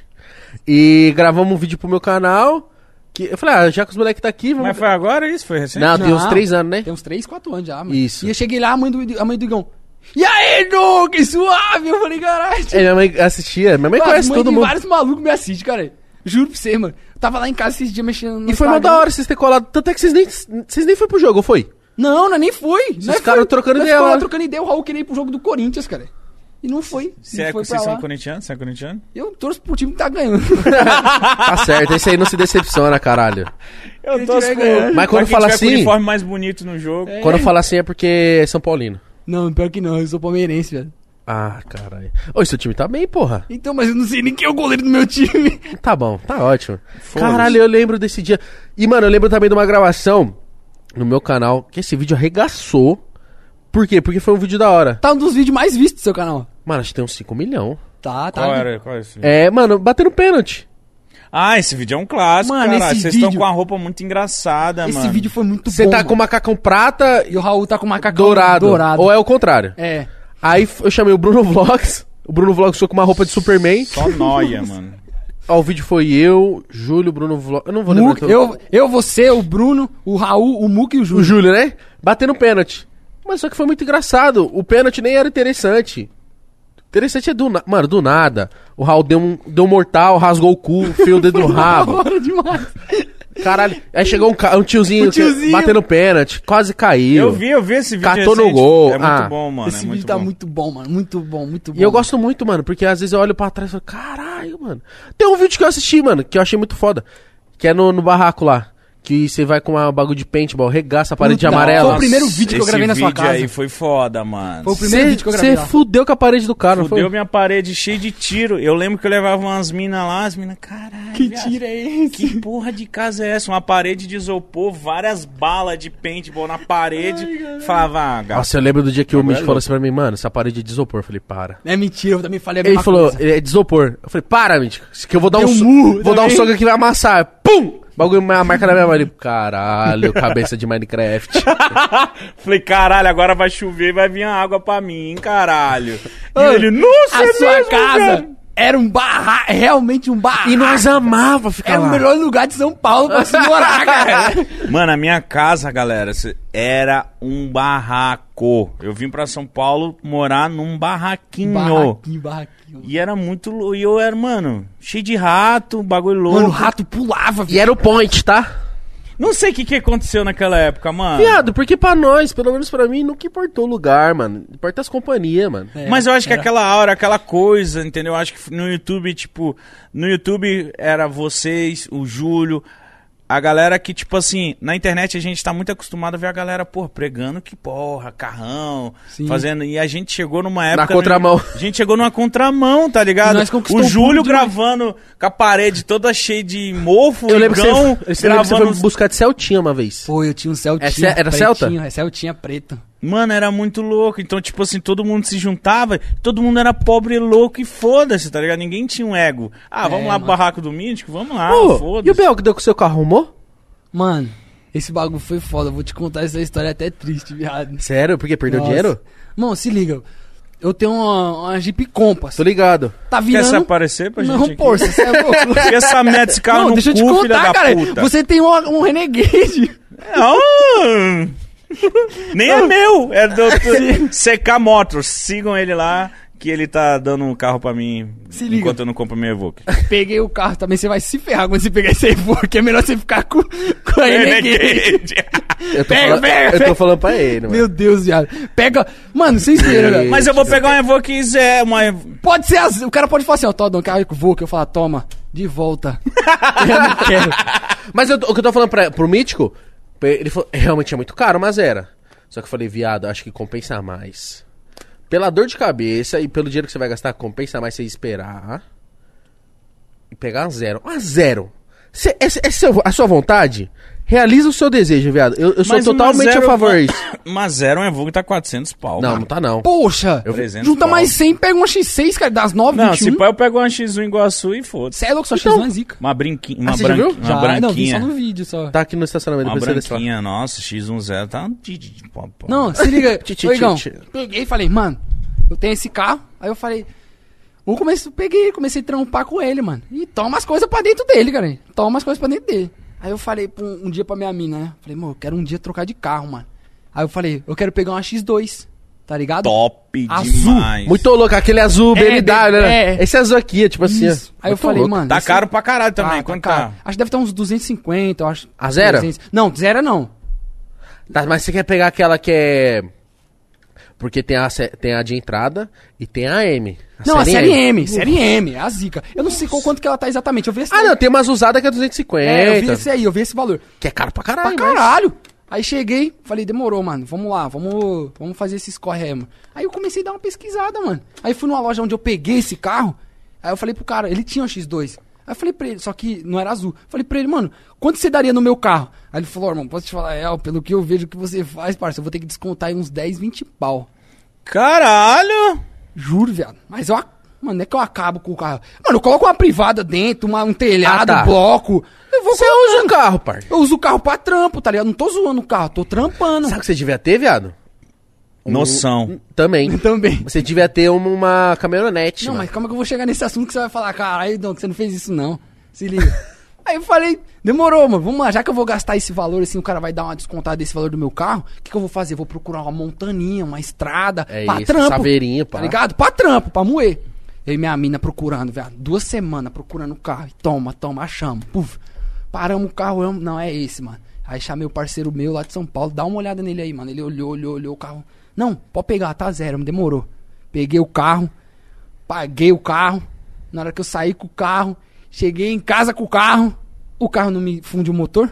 [SPEAKER 2] E gravamos um vídeo pro meu canal. Que eu falei, já que os moleques tá aqui, vamos...
[SPEAKER 1] Mas foi agora isso? Foi recente?
[SPEAKER 2] Não, tem uns 3 anos, né?
[SPEAKER 3] Tem uns 3, 4 anos já, mano.
[SPEAKER 2] Isso.
[SPEAKER 3] E eu cheguei lá, a mãe do Igão. E aí, Igão, que suave! Eu falei, caralho.
[SPEAKER 2] Minha mãe assistia. Minha mãe conhece todo mundo.
[SPEAKER 3] Vários malucos me assistem, cara. Juro pra você, mano. Eu tava lá em casa esses dias mexendo no
[SPEAKER 2] E foi uma da hora vocês terem colado. Tanto é que vocês nem foi pro jogo, ou foi?
[SPEAKER 3] Não, nem foi.
[SPEAKER 2] Os caras trocando ideia
[SPEAKER 3] lá.
[SPEAKER 2] lá.
[SPEAKER 3] Trocando ideia, o Raul queria ir pro jogo do Corinthians, cara. E não foi.
[SPEAKER 1] Vocês são corintianos? Você é corintiano?
[SPEAKER 3] Eu torço pro time que tá ganhando.
[SPEAKER 2] Tá certo, esse aí não se decepciona, caralho.
[SPEAKER 1] Eu torço
[SPEAKER 2] Mas quando fala assim...
[SPEAKER 1] com o uniforme mais bonito no jogo.
[SPEAKER 2] Quando eu falo assim é porque é São Paulino.
[SPEAKER 3] Não, pior que não, eu sou palmeirense, velho.
[SPEAKER 2] Ah, caralho. Ô, seu time tá bem, porra.
[SPEAKER 3] Então, mas eu não sei nem quem é o goleiro do meu time.
[SPEAKER 2] Tá bom, tá ótimo. Caralho, eu lembro desse dia. E, mano, eu lembro também de uma gravação no meu canal, que esse vídeo arregaçou. Por quê? Porque foi um vídeo da hora.
[SPEAKER 3] Tá um dos vídeos mais vistos do seu canal.
[SPEAKER 2] Mano, acho que tem uns 5 milhões.
[SPEAKER 3] Tá.
[SPEAKER 1] Qual era esse vídeo?
[SPEAKER 2] Mano, batendo pênalti.
[SPEAKER 1] Ah, esse vídeo é um clássico,
[SPEAKER 3] mano,
[SPEAKER 1] caralho. Vocês
[SPEAKER 3] vídeo...
[SPEAKER 1] estão com a roupa muito engraçada, mano.
[SPEAKER 3] Esse vídeo foi muito bom.
[SPEAKER 2] Você tá com o macacão prata
[SPEAKER 3] e o Raul tá com o macacão
[SPEAKER 2] dourado.
[SPEAKER 3] dourado.
[SPEAKER 2] Ou é o contrário?
[SPEAKER 3] É.
[SPEAKER 2] Aí eu chamei o Bruno Vlogs. O Bruno Vlogs ficou com uma roupa de Superman.
[SPEAKER 1] Só nóia, mano.
[SPEAKER 2] Ó, o vídeo foi eu, Júlio, Bruno Vlogs. Eu não vou lembrar.
[SPEAKER 3] Eu, você, o Bruno, o Raul, o Muca e o Júlio.
[SPEAKER 2] O Júlio, né? Batendo pênalti. Mas só que foi muito engraçado. O pênalti nem era interessante. Interessante é mano, do nada. O Raul deu um mortal, rasgou o cu, enfiou o dedo no rabo.
[SPEAKER 3] Da hora demais.
[SPEAKER 2] Caralho. Aí chegou um tiozinho, batendo pênalti, quase caiu.
[SPEAKER 1] Eu vi esse vídeo.
[SPEAKER 2] Catou no gol.
[SPEAKER 1] É muito bom, mano.
[SPEAKER 3] Esse vídeo tá muito bom, mano. Muito bom.
[SPEAKER 2] E eu gosto muito, mano, porque às vezes eu olho pra trás e falo, caralho, mano. Tem um vídeo que eu assisti, mano, que eu achei muito foda. Que é no barraco lá. Que você vai com uma bagulho de paintball, regaça a parede de amarela.
[SPEAKER 3] Foi o primeiro vídeo que eu gravei na sua casa.
[SPEAKER 1] Esse vídeo aí foi foda, mano.
[SPEAKER 3] Foi o primeiro vídeo que eu gravei lá.
[SPEAKER 2] Você fudeu com a parede do cara, não foi?
[SPEAKER 1] Fudeu minha parede cheia de tiro. Eu lembro que eu levava umas minas lá, as minas, caralho.
[SPEAKER 3] Que tiro é esse?
[SPEAKER 1] Que porra de casa é essa? Uma parede de isopor, várias balas de paintball na parede. Falava, gato.
[SPEAKER 2] Nossa, eu lembro do dia que o Mitch falou assim pra mim, mano, essa parede é de isopor. Eu falei, para.
[SPEAKER 3] É mentira, eu também falei a mesma
[SPEAKER 2] Ele falou,
[SPEAKER 3] coisa.
[SPEAKER 2] é de isopor. Eu falei, para, Mitch, que eu vou dar
[SPEAKER 3] Deu
[SPEAKER 2] um
[SPEAKER 3] murro
[SPEAKER 2] vou dar um
[SPEAKER 3] também.
[SPEAKER 2] soco aqui e vai amassar. Pum! Bagulho, a marca da minha mãe. Ele, caralho, cabeça de Minecraft.
[SPEAKER 1] Falei, caralho, agora vai chover e vai vir a água pra mim, hein, caralho. E
[SPEAKER 3] Ô,
[SPEAKER 1] ele, nossa,
[SPEAKER 3] a sua
[SPEAKER 1] mesmo,
[SPEAKER 3] casa
[SPEAKER 1] velho?
[SPEAKER 3] era um barraco, realmente um barraco.
[SPEAKER 2] E nós amava ficar
[SPEAKER 3] Era
[SPEAKER 2] lá.
[SPEAKER 3] o melhor lugar de São Paulo pra se morar, cara.
[SPEAKER 1] Mano, a minha casa, galera, era um barraco. Eu vim pra São Paulo morar num barraquinho.
[SPEAKER 3] Barraquinho.
[SPEAKER 1] E era muito louco. E eu era, mano, cheio de rato, bagulho louco.
[SPEAKER 3] Mano, o rato pulava,
[SPEAKER 2] E era o point, tá?
[SPEAKER 1] Não sei o que aconteceu naquela época, mano.
[SPEAKER 2] Viado, porque pra nós, pelo menos pra mim, nunca importou o lugar, mano. Importa as companhias, mano.
[SPEAKER 1] Mas eu acho que aquela aura, aquela coisa, entendeu? Eu acho que no YouTube, tipo... No YouTube era vocês, o Júlio... A galera que, tipo assim, na internet a gente tá muito acostumado a ver a galera, porra, pregando que, porra, carrão,
[SPEAKER 3] Sim.
[SPEAKER 1] fazendo... E a gente chegou numa época...
[SPEAKER 2] Na contramão.
[SPEAKER 1] A gente chegou numa contramão, tá ligado?
[SPEAKER 3] E nós conquistamos
[SPEAKER 1] O Júlio
[SPEAKER 3] tudo demais.
[SPEAKER 1] gravando com a parede toda cheia de mofo,
[SPEAKER 2] Eu lembro que
[SPEAKER 1] Igão
[SPEAKER 2] você foi buscar de Celtinha uma vez.
[SPEAKER 3] Pô, eu tinha um Celtinha
[SPEAKER 2] Era Celta?
[SPEAKER 3] É Celtinha preto.
[SPEAKER 1] Mano, era muito louco. Então, tipo assim, todo mundo se juntava, todo mundo era pobre e louco e foda-se, tá ligado? Ninguém tinha um ego. Ah, vamos lá pro barraco do Mítico? Vamos lá,
[SPEAKER 2] Pô,
[SPEAKER 1] foda-se.
[SPEAKER 2] e o Bel que deu com o seu carro, arrumou?
[SPEAKER 3] Mano, esse bagulho foi foda. Eu vou te contar essa história até triste, viado.
[SPEAKER 2] Sério? Porque perdeu
[SPEAKER 3] Nossa.
[SPEAKER 2] dinheiro?
[SPEAKER 3] Mano, se liga. Eu tenho uma Jeep Compass.
[SPEAKER 2] Tô ligado.
[SPEAKER 3] Tá
[SPEAKER 1] Quer
[SPEAKER 3] virando...
[SPEAKER 1] se aparecer pra gente
[SPEAKER 3] Não,
[SPEAKER 1] aqui?
[SPEAKER 3] porra, você é louco.
[SPEAKER 1] Porque essa merda, esse cara
[SPEAKER 3] Não,
[SPEAKER 1] no
[SPEAKER 3] deixa eu te
[SPEAKER 1] cu, filha
[SPEAKER 3] contar,
[SPEAKER 1] da
[SPEAKER 3] cara.
[SPEAKER 1] puta.
[SPEAKER 3] Você tem um Renegade.
[SPEAKER 1] Não, nem é meu. É do CK Motors. Sigam ele lá, que ele tá dando um carro pra mim
[SPEAKER 3] Se liga.
[SPEAKER 1] enquanto eu não compro meu Evoque.
[SPEAKER 3] Peguei o carro também. Você vai se ferrar quando você pegar esse Evoque. É melhor você ficar com a Renegade.
[SPEAKER 2] Eu tô falando pra ele, mano.
[SPEAKER 3] Meu Deus, viado. Pega... Mano, sem zoeira, velho.
[SPEAKER 1] Mas eu vou pegar um Evoque Zé,
[SPEAKER 3] Pode ser... O cara pode falar assim, ó, Todão, carro com o Evoque. Eu falo, toma, de volta. Eu não quero.
[SPEAKER 2] Mas o que eu tô falando pro Mítico, ele falou, realmente é muito caro, mas era. Só que eu falei, viado, acho que compensa mais. Pela dor de cabeça e pelo dinheiro que você vai gastar, compensa mais você esperar e pegar um zero. A zero. A sua vontade Realiza o seu desejo, viado. Eu sou
[SPEAKER 1] Mas
[SPEAKER 2] totalmente a favor disso.
[SPEAKER 1] Uma zero é um Evoque tá 400 pau.
[SPEAKER 2] Não,
[SPEAKER 1] cara.
[SPEAKER 2] não tá não.
[SPEAKER 3] Poxa,
[SPEAKER 1] 300
[SPEAKER 3] junta
[SPEAKER 1] pau.
[SPEAKER 3] mais 100 e pega uma X6, cara, das 9,
[SPEAKER 1] Não,
[SPEAKER 3] 21.
[SPEAKER 1] se pá, eu pego uma X1 Iguaçu e foda-se.
[SPEAKER 3] Cê é louco, só
[SPEAKER 2] Então.
[SPEAKER 3] X1 é zica.
[SPEAKER 1] Uma brinquinha. Uma,
[SPEAKER 2] você já viu?
[SPEAKER 1] uma
[SPEAKER 3] Já,
[SPEAKER 1] branquinha.
[SPEAKER 3] não, vi só no vídeo, só.
[SPEAKER 2] Tá aqui no estacionamento,
[SPEAKER 1] Uma
[SPEAKER 2] depois você desce lá.
[SPEAKER 1] branquinha, nossa, X10 tá um pó.
[SPEAKER 3] Não, se liga.
[SPEAKER 2] Titi,
[SPEAKER 3] Ô, Igão,
[SPEAKER 2] titi.
[SPEAKER 3] peguei e falei, mano, eu tenho esse carro. Aí eu falei, comecei a trampar com ele, mano. E toma as coisas pra dentro dele, cara. Toma as coisas pra dentro dele. Aí eu falei um dia pra minha mina, né? Falei, mano, eu quero um dia trocar de carro, mano. Aí eu falei, eu quero pegar uma X2, tá ligado?
[SPEAKER 1] Top
[SPEAKER 3] Azul.
[SPEAKER 1] demais.
[SPEAKER 2] Muito louco, aquele azul BMW, né?
[SPEAKER 3] é.
[SPEAKER 2] Esse azul aqui, é tipo assim.
[SPEAKER 3] Isso.
[SPEAKER 2] ó.
[SPEAKER 3] Aí eu
[SPEAKER 2] Muito
[SPEAKER 3] falei,
[SPEAKER 2] louco.
[SPEAKER 3] mano...
[SPEAKER 1] Tá
[SPEAKER 3] esse-
[SPEAKER 1] caro pra caralho também. Quanto
[SPEAKER 3] caro.
[SPEAKER 1] tá?
[SPEAKER 3] Acho que deve estar uns 250, eu acho.
[SPEAKER 2] A zero?
[SPEAKER 3] 300. Não, zero não.
[SPEAKER 2] Tá, mas você quer pegar aquela que é... Porque tem a de entrada e tem a M.
[SPEAKER 3] Não, a série M, série M, é a zica. Eu não sei quanto que ela tá exatamente, eu vi esse
[SPEAKER 2] Ah, não, tem umas usadas que é 250.
[SPEAKER 3] É, eu vi esse aí, eu vi esse valor.
[SPEAKER 2] Que é caro pra caralho.
[SPEAKER 3] Pra caralho. Aí cheguei, falei, demorou, mano, vamos lá, vamos fazer esses corre aí, mano. Aí eu comecei a dar uma pesquisada, mano. Aí fui numa loja onde eu peguei esse carro, aí eu falei pro cara, ele tinha um X2. Aí eu falei pra ele, só que não era azul. Falei pra ele, mano, quanto você daria no meu carro? Aí ele falou, irmão, posso te falar, pelo que eu vejo que você faz, parça, eu vou ter que descontar aí uns 10, 20 pau.
[SPEAKER 1] Caralho!
[SPEAKER 3] Juro, viado. Mas eu, mano, não é que eu acabo com o carro. Mano, eu coloco uma privada dentro, um telhado,
[SPEAKER 2] Ah, tá.
[SPEAKER 3] bloco. Eu vou
[SPEAKER 2] Você
[SPEAKER 3] colocando.
[SPEAKER 2] usa o carro, par.
[SPEAKER 3] Eu uso o carro pra trampo, tá ligado? Não tô zoando o carro, tô trampando.
[SPEAKER 2] Sabe o que você devia ter, viado?
[SPEAKER 1] Noção.
[SPEAKER 2] Também.
[SPEAKER 3] Também.
[SPEAKER 2] Você devia ter uma caminhonete.
[SPEAKER 3] Não,
[SPEAKER 2] mano.
[SPEAKER 3] mas calma que eu vou chegar nesse assunto que você vai falar, caralho, não, que você não fez isso não. Se liga. Aí eu falei, demorou, mano, vamos lá, já que eu vou gastar esse valor, assim, o cara vai dar uma descontada desse valor do meu carro, o que eu vou fazer? Vou procurar uma montaninha, uma estrada,
[SPEAKER 2] É
[SPEAKER 3] pra
[SPEAKER 2] isso,
[SPEAKER 3] trampo.
[SPEAKER 2] saveirinho, pá.
[SPEAKER 3] Tá ligado? Pra trampo, pra moer. Eu e minha mina procurando, velho, 2 semanas procurando o carro. E toma, achamos. Puf, paramos o carro, não, é esse, mano. Aí chamei o parceiro meu lá de São Paulo, dá uma olhada nele aí, mano. Ele olhou o carro. Não, pode pegar, tá zero, demorou. Peguei o carro, paguei o carro. Na hora que eu saí com o carro, cheguei em casa com o carro não me funde o motor,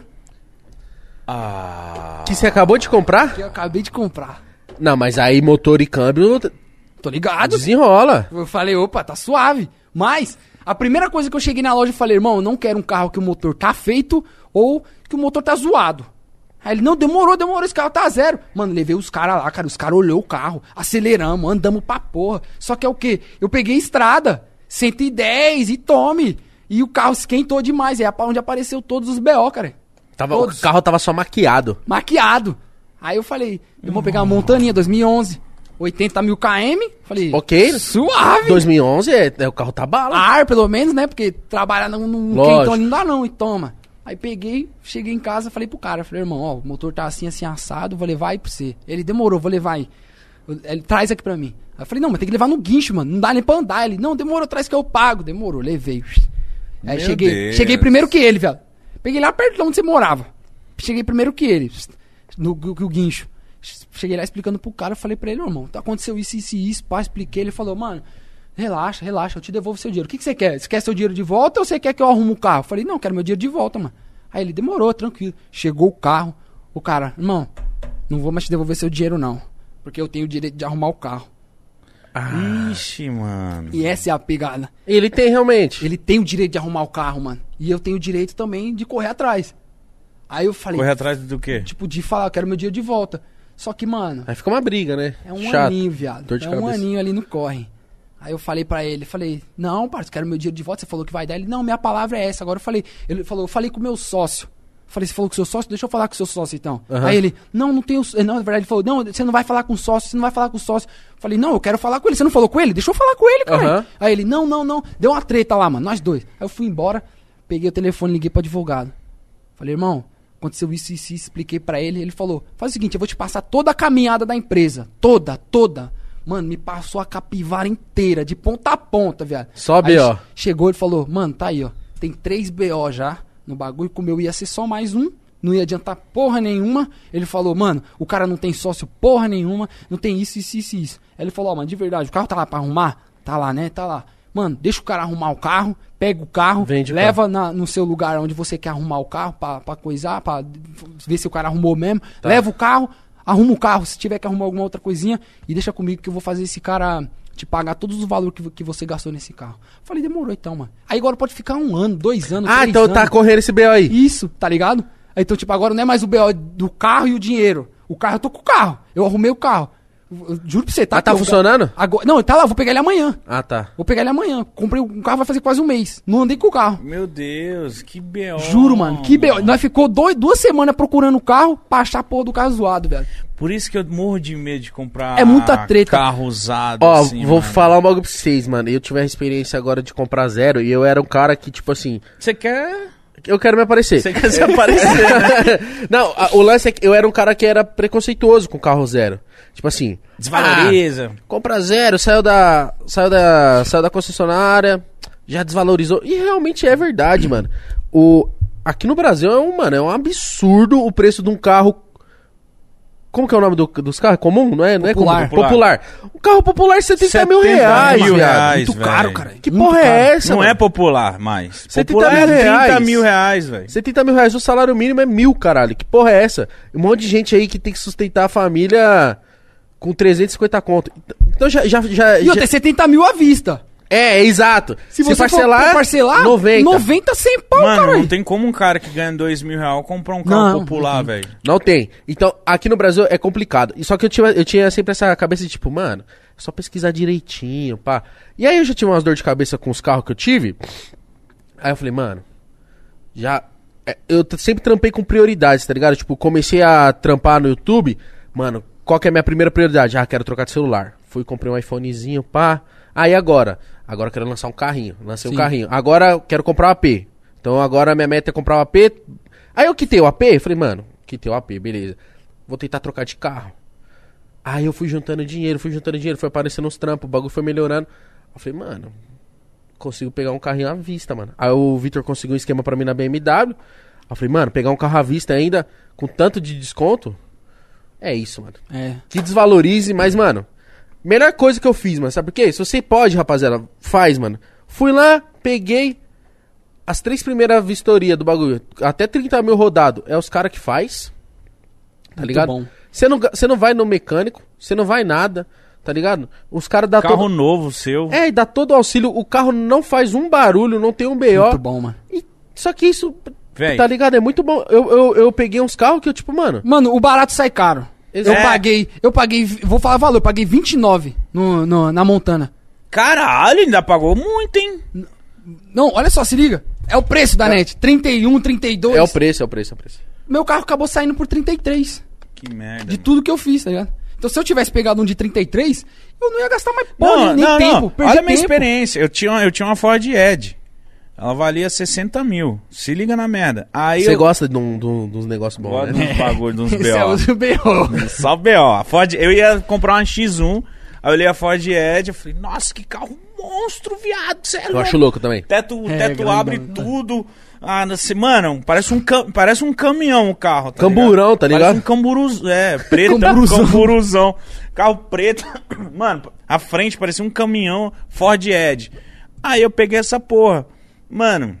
[SPEAKER 2] Que você acabou de comprar?
[SPEAKER 3] que eu acabei de comprar.
[SPEAKER 2] Não, mas aí motor e câmbio
[SPEAKER 3] Tô ligado.
[SPEAKER 2] desenrola.
[SPEAKER 3] Eu falei, opa, tá suave. Mas, a primeira coisa que eu cheguei na loja e falei, irmão, eu não quero um carro que o motor tá feito ou que o motor tá zoado. Aí ele, não, demorou, esse carro tá zero. Mano, levei os caras lá, cara, os caras olhou o carro, aceleramos, andamos pra porra. Só que é o quê? Eu peguei estrada, 110 e tome. E o carro esquentou demais, é onde apareceu todos os BO, cara.
[SPEAKER 2] O
[SPEAKER 3] Todos.
[SPEAKER 2] carro tava só maquiado.
[SPEAKER 3] Maquiado. Aí eu falei, eu vou pegar uma montaninha, 2011, 80 mil km. Falei,
[SPEAKER 2] Ok.
[SPEAKER 3] suave.
[SPEAKER 2] 2011, o carro tá bala.
[SPEAKER 3] Ar, pelo menos, né? Porque trabalhar num
[SPEAKER 2] Lógico.
[SPEAKER 3] quentão ali não dá não, e toma. Aí peguei, cheguei em casa, falei pro cara, falei, irmão, ó, o motor tá assim, assado, vou levar aí pra você. Ele demorou, vou levar aí. Ele traz aqui pra mim. Aí eu falei, não, mas tem que levar no guincho, mano, não dá nem pra andar. Ele, não, demorou, traz que eu pago. Demorou, levei. Aí
[SPEAKER 1] Meu
[SPEAKER 3] cheguei
[SPEAKER 1] Deus.
[SPEAKER 3] primeiro que ele, velho. Peguei lá perto de onde você morava. Cheguei primeiro que ele, no guincho. Cheguei lá explicando pro cara, eu falei pra ele, irmão, aconteceu isso, pá, expliquei. Ele falou, mano, relaxa, eu te devolvo seu dinheiro. O que você quer? Você quer seu dinheiro de volta ou você quer que eu arrume o carro? Eu falei, não, quero meu dinheiro de volta, mano. Aí ele, demorou, tranquilo. Chegou o carro, o cara, irmão, não vou mais te devolver seu dinheiro não, porque eu tenho o direito de arrumar o carro.
[SPEAKER 1] Ixi, mano.
[SPEAKER 3] E essa é a pegada.
[SPEAKER 2] Ele tem realmente.
[SPEAKER 3] Ele tem o direito de arrumar o carro, mano. E eu tenho o direito também de correr atrás. Aí eu falei,
[SPEAKER 1] Correr atrás do quê?
[SPEAKER 3] tipo, de falar, eu quero meu dinheiro de volta. Só que, mano,
[SPEAKER 2] Aí fica uma briga, né?
[SPEAKER 3] é um
[SPEAKER 2] Chato.
[SPEAKER 3] aninho, viado.
[SPEAKER 2] Dor de
[SPEAKER 3] É um
[SPEAKER 2] cabeça.
[SPEAKER 3] aninho ali no corre. Aí eu falei pra ele, não, parceiro, quero meu dinheiro de volta. Você falou que vai dar. Ele, não, minha palavra é essa. Agora ele falou, eu falei com o meu sócio. Falei, você falou com o seu sócio? Deixa eu falar com o seu sócio, então.
[SPEAKER 2] Aham.
[SPEAKER 3] Aí ele, não tenho... Não, na verdade, ele falou, não, você não vai falar com o sócio, Falei, não, eu quero falar com ele. Você não falou com ele? Deixa eu falar com ele, cara.
[SPEAKER 2] Aham.
[SPEAKER 3] Aí ele, não. Deu uma treta lá, mano, nós dois. Aí eu fui embora, peguei o telefone, liguei pro advogado. Falei, irmão, aconteceu isso, expliquei pra ele. Ele falou, faz o seguinte, eu vou te passar toda a caminhada da empresa. Toda. Mano, me passou a capivara inteira, de ponta a ponta, viado.
[SPEAKER 2] Só
[SPEAKER 3] Aí
[SPEAKER 2] BO.
[SPEAKER 3] Chegou e falou, mano, tá aí, ó. Tem 3 BO já no bagulho, como eu ia ser só mais um. Não ia adiantar porra nenhuma. Ele falou, mano, o cara não tem sócio porra nenhuma. Não tem isso. Aí ele falou, ó, mano, de verdade, o carro tá lá pra arrumar? Tá lá, né? Tá lá. Mano, deixa o cara arrumar o carro, pega o carro,
[SPEAKER 2] Vende o
[SPEAKER 3] leva no seu lugar onde você quer arrumar o carro pra coisar, pra ver se o cara arrumou mesmo.
[SPEAKER 2] Tá.
[SPEAKER 3] Leva o carro, arruma o carro, se tiver que arrumar alguma outra coisinha, e deixa comigo que eu vou fazer esse cara te pagar todos os valores que você gastou nesse carro. Falei, demorou então, mano. Aí agora pode ficar 1 ano, 2 anos, 3
[SPEAKER 2] Ah, então
[SPEAKER 3] anos.
[SPEAKER 2] tá correndo esse BO aí.
[SPEAKER 3] Isso, tá ligado? Aí, então, tipo, agora não é mais o BO do carro e o dinheiro. O carro, eu tô com o carro. Eu arrumei o carro. Eu juro pra você, tá?
[SPEAKER 2] Ah, tá funcionando?
[SPEAKER 3] Agora, não, tá lá, vou pegar ele amanhã.
[SPEAKER 2] Ah, tá.
[SPEAKER 3] Vou pegar ele amanhã. Comprei um carro, vai fazer quase um mês. Não andei com o carro.
[SPEAKER 1] Meu Deus, que B.O.
[SPEAKER 3] Juro, mano, que B.O. Nós ficou 2 semanas procurando o carro pra achar a porra do carro zoado, velho.
[SPEAKER 1] Por isso que eu morro de medo de comprar
[SPEAKER 3] É muita treta.
[SPEAKER 1] carro usado.
[SPEAKER 2] Ó,
[SPEAKER 1] assim,
[SPEAKER 2] vou
[SPEAKER 1] mano.
[SPEAKER 2] falar um bagulho pra vocês, mano. Eu tive a experiência agora de comprar zero e eu era um cara que, tipo assim,
[SPEAKER 1] Você quer...
[SPEAKER 2] eu quero me aparecer.
[SPEAKER 1] Você quer se aparecer, né?
[SPEAKER 2] Não, o lance é que eu era um cara que era preconceituoso com carro zero. Tipo assim,
[SPEAKER 1] Desvaloriza.
[SPEAKER 2] compra zero, saiu da concessionária, já desvalorizou. E realmente é verdade, mano. Aqui no Brasil é um absurdo o preço de um carro. Como que é o nome dos carros? Comum? Não é
[SPEAKER 3] Popular.
[SPEAKER 2] comum? Popular. Um carro popular, 70 mil reais,
[SPEAKER 1] mil
[SPEAKER 2] viado.
[SPEAKER 1] reais,
[SPEAKER 3] Muito caro,
[SPEAKER 1] velho.
[SPEAKER 3] cara.
[SPEAKER 2] Que
[SPEAKER 3] Muito
[SPEAKER 2] porra
[SPEAKER 3] caro.
[SPEAKER 2] é essa,
[SPEAKER 1] Não
[SPEAKER 2] mano?
[SPEAKER 1] é popular mais.
[SPEAKER 2] 70
[SPEAKER 1] Popular
[SPEAKER 2] mil
[SPEAKER 1] é 30
[SPEAKER 2] reais.
[SPEAKER 1] mil reais, velho.
[SPEAKER 2] 70 mil reais, o salário mínimo é 1.000, caralho. Que porra é essa? Um monte de gente aí que tem que sustentar a família com 350 conto. Então
[SPEAKER 3] E outra, é 70 mil à vista.
[SPEAKER 2] exato.
[SPEAKER 3] Se você
[SPEAKER 2] parcelar,
[SPEAKER 3] for parcelar, 90 100 pau,
[SPEAKER 1] Mano,
[SPEAKER 3] caralho.
[SPEAKER 1] não tem como um cara que ganha 2 mil reais comprar um carro popular, velho.
[SPEAKER 2] Não tem. Então, aqui no Brasil é complicado. E só que eu tinha sempre essa cabeça de tipo, mano, é só pesquisar direitinho, pá. E aí eu já tive umas dor de cabeça com os carros que eu tive. Aí eu falei, mano, eu sempre trampei com prioridades, tá ligado? Tipo, comecei a trampar no YouTube, mano, qual que é a minha primeira prioridade? Quero trocar de celular. Fui, comprei um iPhonezinho, pá. Aí agora eu quero lançar um carrinho. Lancei um carrinho. Agora eu quero comprar um AP. Então agora a minha meta é comprar um AP. Aí eu quitei o AP, falei, mano, quitei o AP, beleza. Vou tentar trocar de carro. Aí eu fui juntando dinheiro, foi aparecendo uns trampos, o bagulho foi melhorando. Eu falei, mano, consigo pegar um carrinho à vista, mano. Aí o Vitor conseguiu um esquema pra mim na BMW. Eu falei, mano, pegar um carro à vista ainda com tanto de desconto, é isso, mano.
[SPEAKER 3] É.
[SPEAKER 2] Que desvalorize, mas, mano, melhor coisa que eu fiz, mano, sabe por quê? Se você pode, rapaziada, faz, mano. Fui lá, peguei as 3 primeiras vistorias do bagulho, até 30 mil rodado, é os caras que faz, tá
[SPEAKER 3] Muito
[SPEAKER 2] ligado?
[SPEAKER 3] bom.
[SPEAKER 2] Você não vai no mecânico, você não vai nada, tá ligado? Os caras dão
[SPEAKER 1] Carro novo seu.
[SPEAKER 2] e dá todo o auxílio, o carro não faz um barulho, não tem um BO.
[SPEAKER 3] Muito bom, mano.
[SPEAKER 2] Só que isso,
[SPEAKER 1] Véi.
[SPEAKER 2] tá ligado? É muito bom. Eu peguei uns carros que eu, tipo, mano...
[SPEAKER 3] Mano, o barato sai caro.
[SPEAKER 2] Exato.
[SPEAKER 3] Eu paguei, vou falar valor, eu paguei 29 na Montana.
[SPEAKER 1] Caralho, ainda pagou muito, hein?
[SPEAKER 3] Não, olha só, se liga. É o preço da net, 31, 32.
[SPEAKER 2] É o preço.
[SPEAKER 3] Meu carro acabou saindo por 33.
[SPEAKER 1] Que merda.
[SPEAKER 3] De tudo que eu fiz, tá ligado? Então se eu tivesse pegado um de 33, eu não ia gastar mais porra, nem tempo. Perdi
[SPEAKER 1] Olha a minha
[SPEAKER 3] tempo.
[SPEAKER 1] experiência. Eu tinha uma Ford Edge. Ela valia 60 mil. Se liga na merda. Aí
[SPEAKER 2] Você
[SPEAKER 1] eu
[SPEAKER 2] gosta de uns negócios bons,
[SPEAKER 1] gosto
[SPEAKER 2] né?
[SPEAKER 1] de uns bagulho, de uns
[SPEAKER 3] Esse é o
[SPEAKER 1] B.O.
[SPEAKER 3] B.O.
[SPEAKER 1] Só B.O. A Ford, eu ia comprar uma X1, aí eu olhei a Ford Edge, eu falei, nossa, que carro monstro, viado, sério.
[SPEAKER 2] Eu acho louco também.
[SPEAKER 1] Teto
[SPEAKER 3] grandão,
[SPEAKER 1] abre
[SPEAKER 3] né?
[SPEAKER 1] tudo. Mano, parece um caminhão o carro. Tá
[SPEAKER 2] Camburão,
[SPEAKER 1] ligado?
[SPEAKER 2] tá ligado?
[SPEAKER 1] Parece um camburuzão. Preto, camburuzão. Carro preto. Mano, a frente parecia um caminhão Ford Edge. Aí eu peguei essa porra. Mano,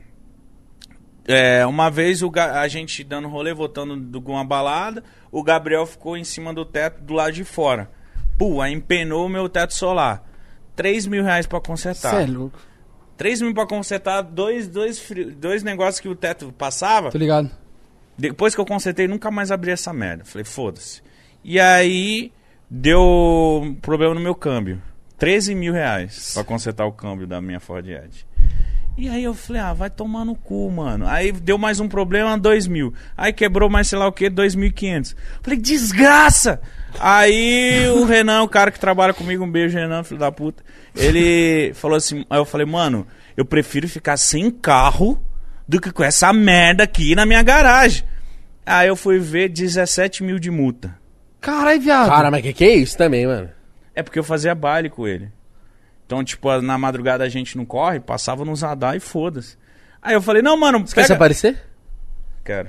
[SPEAKER 1] uma vez a gente dando rolê, voltando de uma balada, o Gabriel ficou em cima do teto do lado de fora. Aí empenou o meu teto solar. 3 mil reais pra consertar.
[SPEAKER 3] Cê é louco.
[SPEAKER 1] 3 mil pra consertar dois negócios que o teto passava.
[SPEAKER 3] Tô ligado.
[SPEAKER 1] Depois que eu consertei, nunca mais abri essa merda. Falei, foda-se. E aí, deu problema no meu câmbio. 13 mil reais pra consertar o câmbio da minha Ford Edge. E aí eu falei, vai tomar no cu, mano. Aí deu mais um problema, 2 mil. Aí quebrou mais sei lá o que, 2.500. Falei, desgraça! Aí o Renan, o cara que trabalha comigo, um beijo, Renan, filho da puta. Ele falou assim, aí eu falei, mano, eu prefiro ficar sem carro do que com essa merda aqui na minha garagem. Aí eu fui ver 17 mil de multa.
[SPEAKER 3] Caralho, viado.
[SPEAKER 2] Cara, mas que é isso também, mano?
[SPEAKER 1] É porque eu fazia baile com ele. Então, tipo, na madrugada a gente não corre, passava nos radar e foda-se. Aí eu falei, não, mano,
[SPEAKER 2] Você quer se aparecer?
[SPEAKER 1] Quero.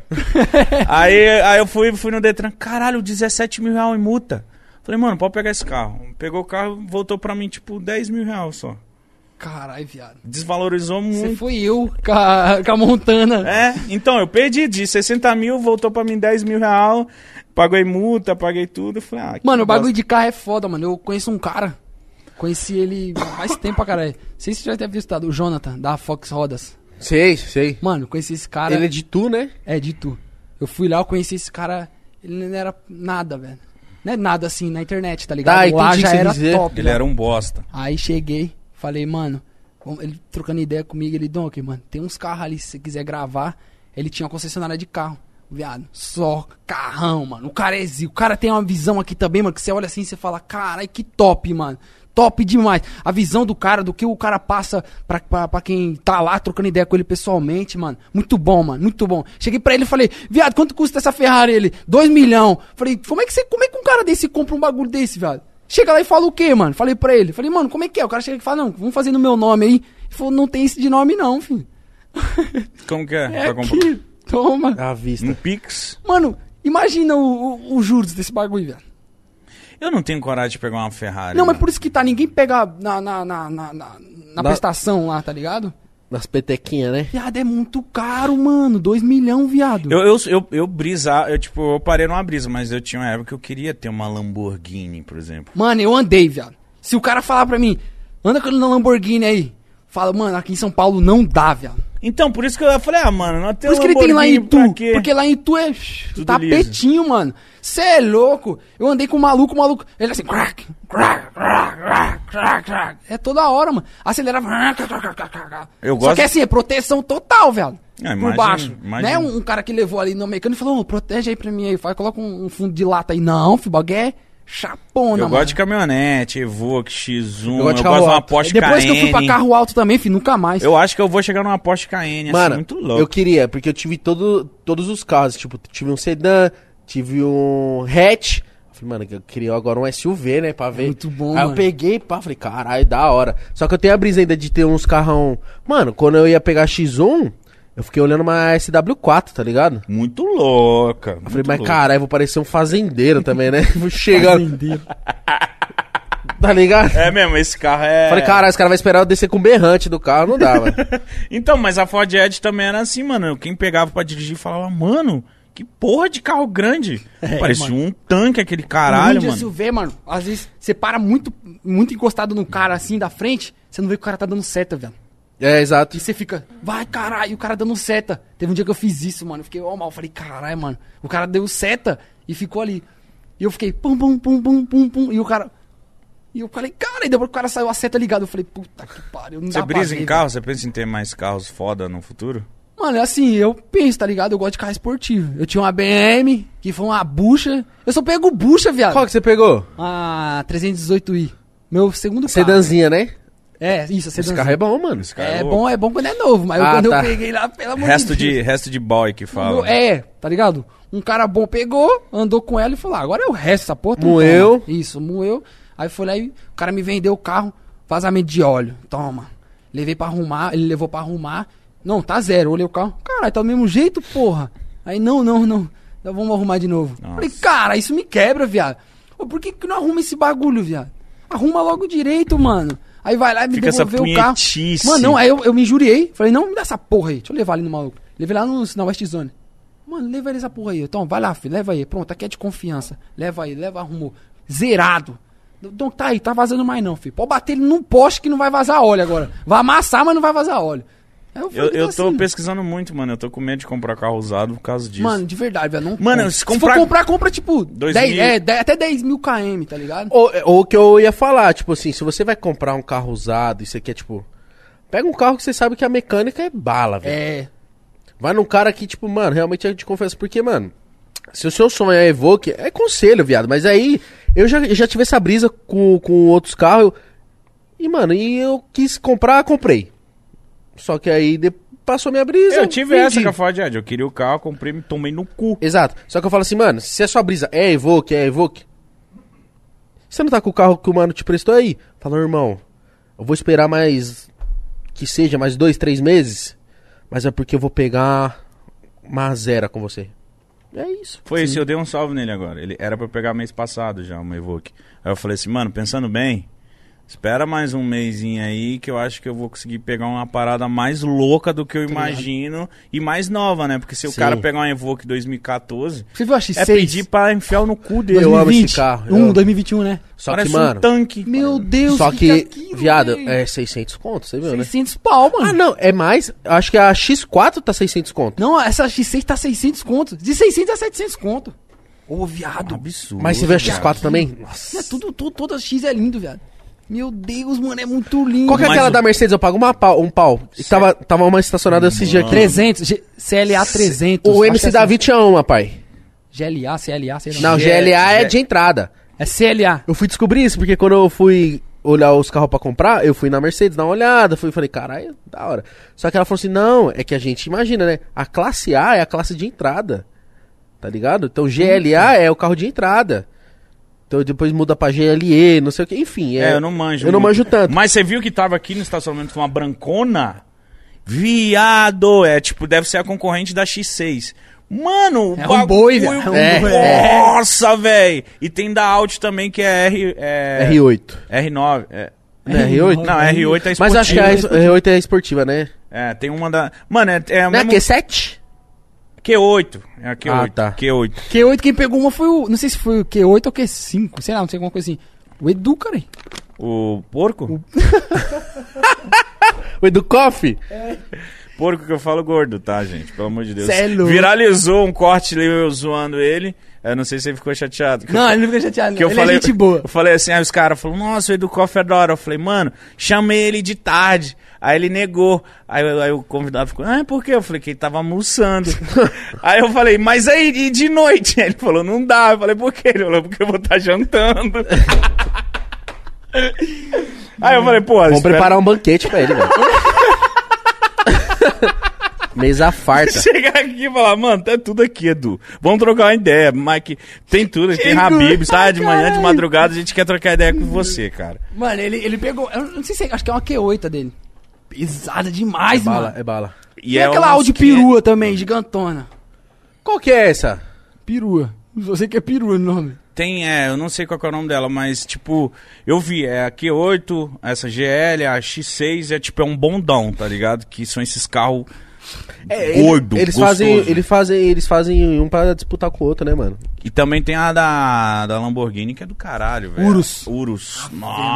[SPEAKER 1] aí eu fui no Detran, caralho, 17 mil reais em multa. Falei, mano, pode pegar esse carro. Pegou o carro, voltou pra mim, tipo, 10 mil reais só.
[SPEAKER 3] Caralho, viado.
[SPEAKER 1] Desvalorizou
[SPEAKER 3] Você
[SPEAKER 1] muito.
[SPEAKER 3] foi eu com a Montana.
[SPEAKER 1] Então, eu perdi de 60 mil, voltou pra mim 10 mil reais, paguei multa, paguei tudo. Eu falei,
[SPEAKER 3] Mano, o bagulho de carro é foda, mano. Eu conheço um cara, conheci ele faz tempo pra caralho. Não sei se você já deve ter visitado, o Jonathan, da Fox Rodas.
[SPEAKER 2] Sei.
[SPEAKER 3] Mano, conheci esse cara.
[SPEAKER 2] Ele é de tu, né?
[SPEAKER 3] É, de tu. Eu fui lá, eu conheci esse cara, ele não era nada, velho. Não é nada assim na internet, tá ligado? Lá já era top.
[SPEAKER 1] Ele era um bosta.
[SPEAKER 3] Aí cheguei, falei, mano, ele trocando ideia comigo, ele, Donkey, mano, tem uns carros ali, se você quiser gravar. Ele tinha uma concessionária de carro, viado. Só carrão, mano. O cara é zico. O cara tem uma visão aqui também, mano, que você olha assim e você fala, carai, que top, mano. Top demais. A visão do cara, do que o cara passa pra quem tá lá trocando ideia com ele pessoalmente, mano. Muito bom, mano. Muito bom. Cheguei pra ele e falei, viado, quanto custa essa Ferrari? Ele, 2 milhões. Falei, como é que um cara desse compra um bagulho desse, viado? Chega lá e fala o quê, mano? Falei pra ele. Falei, mano, como é que é? O cara chega e fala, não, vamos fazer no meu nome aí. Ele falou, não tem esse de nome não, filho.
[SPEAKER 1] Como que é?
[SPEAKER 3] É aqui. Toma.
[SPEAKER 2] À vista.
[SPEAKER 1] Um Pix?
[SPEAKER 3] Mano, imagina os juros desse bagulho, velho.
[SPEAKER 1] Eu não tenho coragem de pegar uma Ferrari.
[SPEAKER 3] Não, mas por isso que tá, ninguém pega na prestação lá, tá ligado?
[SPEAKER 2] Nas petequinhas, né?
[SPEAKER 3] Viado, é muito caro, mano. 2 milhões, viado.
[SPEAKER 1] Eu parei numa brisa, mas eu tinha uma época que eu queria ter uma Lamborghini, por exemplo.
[SPEAKER 3] Mano, eu andei, viado. Se o cara falar pra mim, anda com a Lamborghini aí. Fala, mano, aqui em São Paulo não dá, viado.
[SPEAKER 1] Então, por isso que eu falei, mano, não tem
[SPEAKER 3] Por isso que ele tem lá em Itu.
[SPEAKER 1] pra quê?
[SPEAKER 3] Porque lá em Itu é
[SPEAKER 1] Tudo
[SPEAKER 3] tapetinho, liso. Mano. Cê é louco. Eu andei com o maluco, ele assim, crack, crack, crack, crack, crack, crack. É toda hora, mano. Acelerava. Só que assim, é proteção total, velho. Por baixo. Não é um cara que levou ali no mecânico e falou, protege aí pra mim aí. Coloca um fundo de lata aí. Não, filho, bagulho é chapona,
[SPEAKER 1] eu gosto de caminhonete, Evoque, X1,
[SPEAKER 2] eu gosto de
[SPEAKER 1] uma Porsche Cayenne.
[SPEAKER 3] Depois que eu fui pra carro alto também, filho, nunca mais.
[SPEAKER 1] Eu acho que eu vou chegar numa Porsche Cayenne,
[SPEAKER 2] mano,
[SPEAKER 1] assim, muito louco.
[SPEAKER 2] Eu queria, porque eu tive todos os carros, tipo, tive um sedã, tive um hatch. Falei, mano, eu queria agora um SUV, né, pra ver.
[SPEAKER 3] Muito bom,
[SPEAKER 2] Aí
[SPEAKER 3] mano.
[SPEAKER 2] eu peguei, pá, falei, caralho, da hora. Só que eu tenho a brisa ainda de ter uns carrão. Mano, quando eu ia pegar X1, eu fiquei olhando uma SW4, tá ligado?
[SPEAKER 1] Muito louca.
[SPEAKER 2] Eu falei, mas caralho, vou parecer um fazendeiro também, né? Vou chegar.
[SPEAKER 3] Fazendeiro.
[SPEAKER 2] Tá ligado?
[SPEAKER 1] É mesmo, esse carro é...
[SPEAKER 2] Falei, caralho, esse cara vai esperar eu descer com o berrante do carro, não dá, mano.
[SPEAKER 1] Então, mas a Ford Edge também era assim, mano. Quem pegava pra dirigir falava, mano, que porra de carro grande. Parecia um tanque aquele caralho, mano.
[SPEAKER 3] SUV, mano, às vezes você para muito encostado no cara assim da frente, você não vê que o cara tá dando seta, velho.
[SPEAKER 2] É, exato.
[SPEAKER 3] E você fica, vai caralho, o cara dando seta. Teve um dia que eu fiz isso, mano. Eu fiquei mal. Falei, caralho, mano. O cara deu seta e ficou ali. E eu fiquei, pum, pum, pum, pum, pum, pum. E o cara. E eu falei, cara, e depois que o cara saiu a seta ligada, eu falei, puta que pariu. Não
[SPEAKER 1] você
[SPEAKER 3] dá
[SPEAKER 1] brisa
[SPEAKER 3] pra ver,
[SPEAKER 1] em carro?
[SPEAKER 3] velho.
[SPEAKER 1] Você pensa em ter mais carros foda no futuro?
[SPEAKER 3] Mano, é assim, eu penso, tá ligado? Eu gosto de carro esportivo. Eu tinha uma BM, que foi uma bucha. Eu só pego bucha, viado.
[SPEAKER 2] Qual que você pegou?
[SPEAKER 3] A 318i. Meu segundo carro.
[SPEAKER 2] Sedanzinha, né?
[SPEAKER 3] É, isso, a
[SPEAKER 2] Esse
[SPEAKER 3] sedanzinha.
[SPEAKER 2] carro é bom, mano.
[SPEAKER 1] Esse carro
[SPEAKER 3] É bom quando é novo, mas quando eu peguei lá, pelo amor de Deus.
[SPEAKER 1] Resto de boy que fala.
[SPEAKER 3] É, tá ligado? Um cara bom pegou, andou com ela e falou, agora é o resto, essa porra. tu
[SPEAKER 2] Moeu.
[SPEAKER 3] toma. Isso, moeu. Aí foi lá e o cara me vendeu o carro, vazamento de óleo, toma. Levei pra arrumar, ele levou pra arrumar. Não, tá zero, olhei o carro. Caralho, tá do mesmo jeito, porra. Aí, não. Então vamos arrumar de novo.
[SPEAKER 1] Nossa.
[SPEAKER 3] Falei, cara, isso me quebra, viado. Ô, por que não arruma esse bagulho, viado? Arruma logo direito, mano. Aí vai lá e me
[SPEAKER 1] Fica
[SPEAKER 3] devolveu
[SPEAKER 1] essa
[SPEAKER 3] o carro.
[SPEAKER 1] punhetice.
[SPEAKER 3] Mano, não, aí eu me injuriei. Falei, não, me dá essa porra aí. Deixa eu levar ali no maluco. Levei lá na West Zone. Mano, leva ele essa porra aí. Então, vai lá, filho, leva aí. Pronto, aqui é de confiança. Leva aí, arrumou. Zerado. Então tá aí, tá vazando mais não, filho. Pode bater ele num poste que não vai vazar óleo agora. Vai amassar, mas não vai vazar óleo. Aí
[SPEAKER 1] Eu tô
[SPEAKER 3] assim,
[SPEAKER 1] pesquisando muito, mano. Eu tô com medo de comprar carro usado por causa disso.
[SPEAKER 3] mano, de verdade, velho. Não
[SPEAKER 1] Mano,
[SPEAKER 3] compra.
[SPEAKER 1] se
[SPEAKER 3] for comprar, compra tipo
[SPEAKER 1] 2.000.
[SPEAKER 3] até 10 mil km, tá ligado?
[SPEAKER 2] Ou o que eu ia falar, tipo assim, se você vai comprar um carro usado, isso aqui é tipo... Pega um carro que você sabe que a mecânica é bala, velho.
[SPEAKER 3] É.
[SPEAKER 2] Vai num cara que, tipo, mano, realmente eu te confesso, porque, mano, se o seu sonho é Evoque, é conselho, viado. Mas aí, eu já tive essa brisa com outros carros. E, mano, eu quis comprar, comprei. Só que aí passou minha brisa.
[SPEAKER 1] Eu tive
[SPEAKER 2] vendi.
[SPEAKER 1] essa com a Ford Edge. Eu queria o carro, comprei, me tomei no cu.
[SPEAKER 2] Exato. Só que eu falo assim, mano, se a sua brisa é Evoque, você não tá com o carro que o mano te prestou aí? Fala, irmão, eu vou esperar mais, que seja mais 2, 3 meses, mas é porque eu vou pegar uma zero com você. É isso.
[SPEAKER 1] Foi isso, eu dei um salve nele agora. Ele era pra eu pegar mês passado já, uma Evoque. Aí eu falei assim, mano, pensando bem, Espera mais um mesinho aí que eu acho que eu vou conseguir pegar uma parada mais louca do que eu imagino e mais nova, né? Porque se o cara pegar um Evoque 2014,
[SPEAKER 3] Você viu a X6?
[SPEAKER 1] é pedir pra enfiar no cu dele.
[SPEAKER 2] Eu amo esse carro.
[SPEAKER 3] 2021, né?
[SPEAKER 2] Só
[SPEAKER 1] Parece
[SPEAKER 2] que, mano...
[SPEAKER 1] um tanque.
[SPEAKER 3] Meu Deus,
[SPEAKER 2] Só que,
[SPEAKER 3] aquilo,
[SPEAKER 2] viado,
[SPEAKER 3] velho?
[SPEAKER 2] é 600 conto, você viu, né?
[SPEAKER 3] 600 pau, mano.
[SPEAKER 2] Ah, não, é mais. Acho que a X4 tá 600 conto.
[SPEAKER 3] Não, essa X6 tá 600 conto. De 600 a 700 conto. Ô, viado.
[SPEAKER 1] Absurdo.
[SPEAKER 2] Mas você vê a
[SPEAKER 1] cara.
[SPEAKER 2] X4 também? Nossa.
[SPEAKER 3] É
[SPEAKER 2] Toda
[SPEAKER 3] X é lindo, viado. Meu Deus, mano, é muito lindo.
[SPEAKER 2] Qual que é
[SPEAKER 1] Mas
[SPEAKER 2] aquela
[SPEAKER 1] o-
[SPEAKER 2] da Mercedes? Eu pago um pau. E tava uma estacionada esses dias aqui.
[SPEAKER 3] 300, CLA 300.
[SPEAKER 2] O
[SPEAKER 3] acho
[SPEAKER 2] MC
[SPEAKER 3] que é
[SPEAKER 2] Davi tinha uma, pai.
[SPEAKER 3] GLA, CLA, sei lá.
[SPEAKER 2] Não, GLA é de entrada.
[SPEAKER 3] É CLA.
[SPEAKER 2] Eu fui descobrir isso, porque quando eu fui olhar os carros pra comprar, eu fui na Mercedes dar uma olhada, falei, caralho, da hora. Só que ela falou assim, não, é que a gente imagina, né? A classe A é a classe de entrada, tá ligado? Então GLA é o carro de entrada. Então depois muda pra GLE, não sei o que, enfim.
[SPEAKER 1] Eu não manjo.
[SPEAKER 2] Eu não
[SPEAKER 1] muito.
[SPEAKER 2] manjo tanto.
[SPEAKER 1] Mas você viu que tava aqui no estacionamento com uma brancona? Viado! É tipo, deve ser a concorrente da X6. Mano, o
[SPEAKER 3] É um boi, velho. É um
[SPEAKER 2] boi.
[SPEAKER 1] Nossa, velho! E tem da Audi também, que é
[SPEAKER 2] R8.
[SPEAKER 1] R9.
[SPEAKER 2] Não é R8?
[SPEAKER 1] Não, R8 é esportiva.
[SPEAKER 2] Mas acho que a R8 é esportiva, né?
[SPEAKER 1] É, tem uma da... Mano, é a
[SPEAKER 2] Não é
[SPEAKER 1] mesma...
[SPEAKER 2] Q7?
[SPEAKER 1] Q8. É a Q8.
[SPEAKER 2] Ah, tá.
[SPEAKER 1] Q8.
[SPEAKER 3] Q8, quem pegou uma foi o... Não sei se foi o Q8 ou o Q5. Sei lá, não sei, alguma coisa assim. O Edu, cara.
[SPEAKER 1] O porco?
[SPEAKER 2] O Edu Coffee?
[SPEAKER 1] Porco que eu falo gordo, tá, gente? Pelo amor de Deus.
[SPEAKER 3] Cê é louco.
[SPEAKER 1] Viralizou um corte eu zoando ele. Eu não sei se ele ficou chateado.
[SPEAKER 3] Não, ele não fica chateado.
[SPEAKER 1] Que eu
[SPEAKER 3] Ele
[SPEAKER 1] falei,
[SPEAKER 3] é gente boa.
[SPEAKER 1] Eu falei assim, aí os caras falaram, nossa, o Edu Coffee é da hora. Eu falei, mano, chamei ele de tarde. Aí ele negou. Aí o convidado ficou, por quê? Eu falei que ele tava almoçando. Aí eu falei, mas aí e de noite? Aí ele falou, não dá. Eu falei, por quê? Ele falou, porque eu vou estar jantando. Aí eu falei, pô...
[SPEAKER 2] Vamos preparar um banquete pra ele, velho. Mesa farta.
[SPEAKER 1] Chegar aqui e falar, mano, tá tudo aqui, Edu. Vamos trocar uma ideia. Mike, tem tudo, tem Habib, tá? De manhã, de madrugada, a gente quer trocar ideia com você, cara.
[SPEAKER 3] Mano, ele pegou... Eu não sei se... Acho que é uma Q8 dele. Pesada demais, mano.
[SPEAKER 2] É bala.
[SPEAKER 3] E aquela Audi perua também, gigantona.
[SPEAKER 2] Qual que é essa?
[SPEAKER 3] Perua. Você que é perua no nome.
[SPEAKER 1] Tem, eu não sei qual que é o nome dela, mas, tipo, eu vi, a Q8, essa GL, a X6, é um bondão, tá ligado? Que são esses carros gordo,
[SPEAKER 2] Eles fazem um pra disputar com o outro, né, mano?
[SPEAKER 1] E também tem a da Lamborghini, que é do caralho, velho. Urus.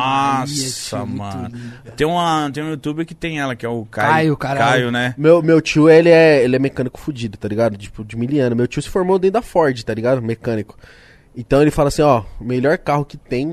[SPEAKER 1] Nossa, mano. Tem um youtuber que tem ela, que é o Caio. Caio, né?
[SPEAKER 2] Meu tio, ele é mecânico fudido, tá ligado? Tipo, de miliano. Meu tio se formou dentro da Ford, tá ligado? Mecânico. Então ele fala assim, ó, o melhor carro que tem,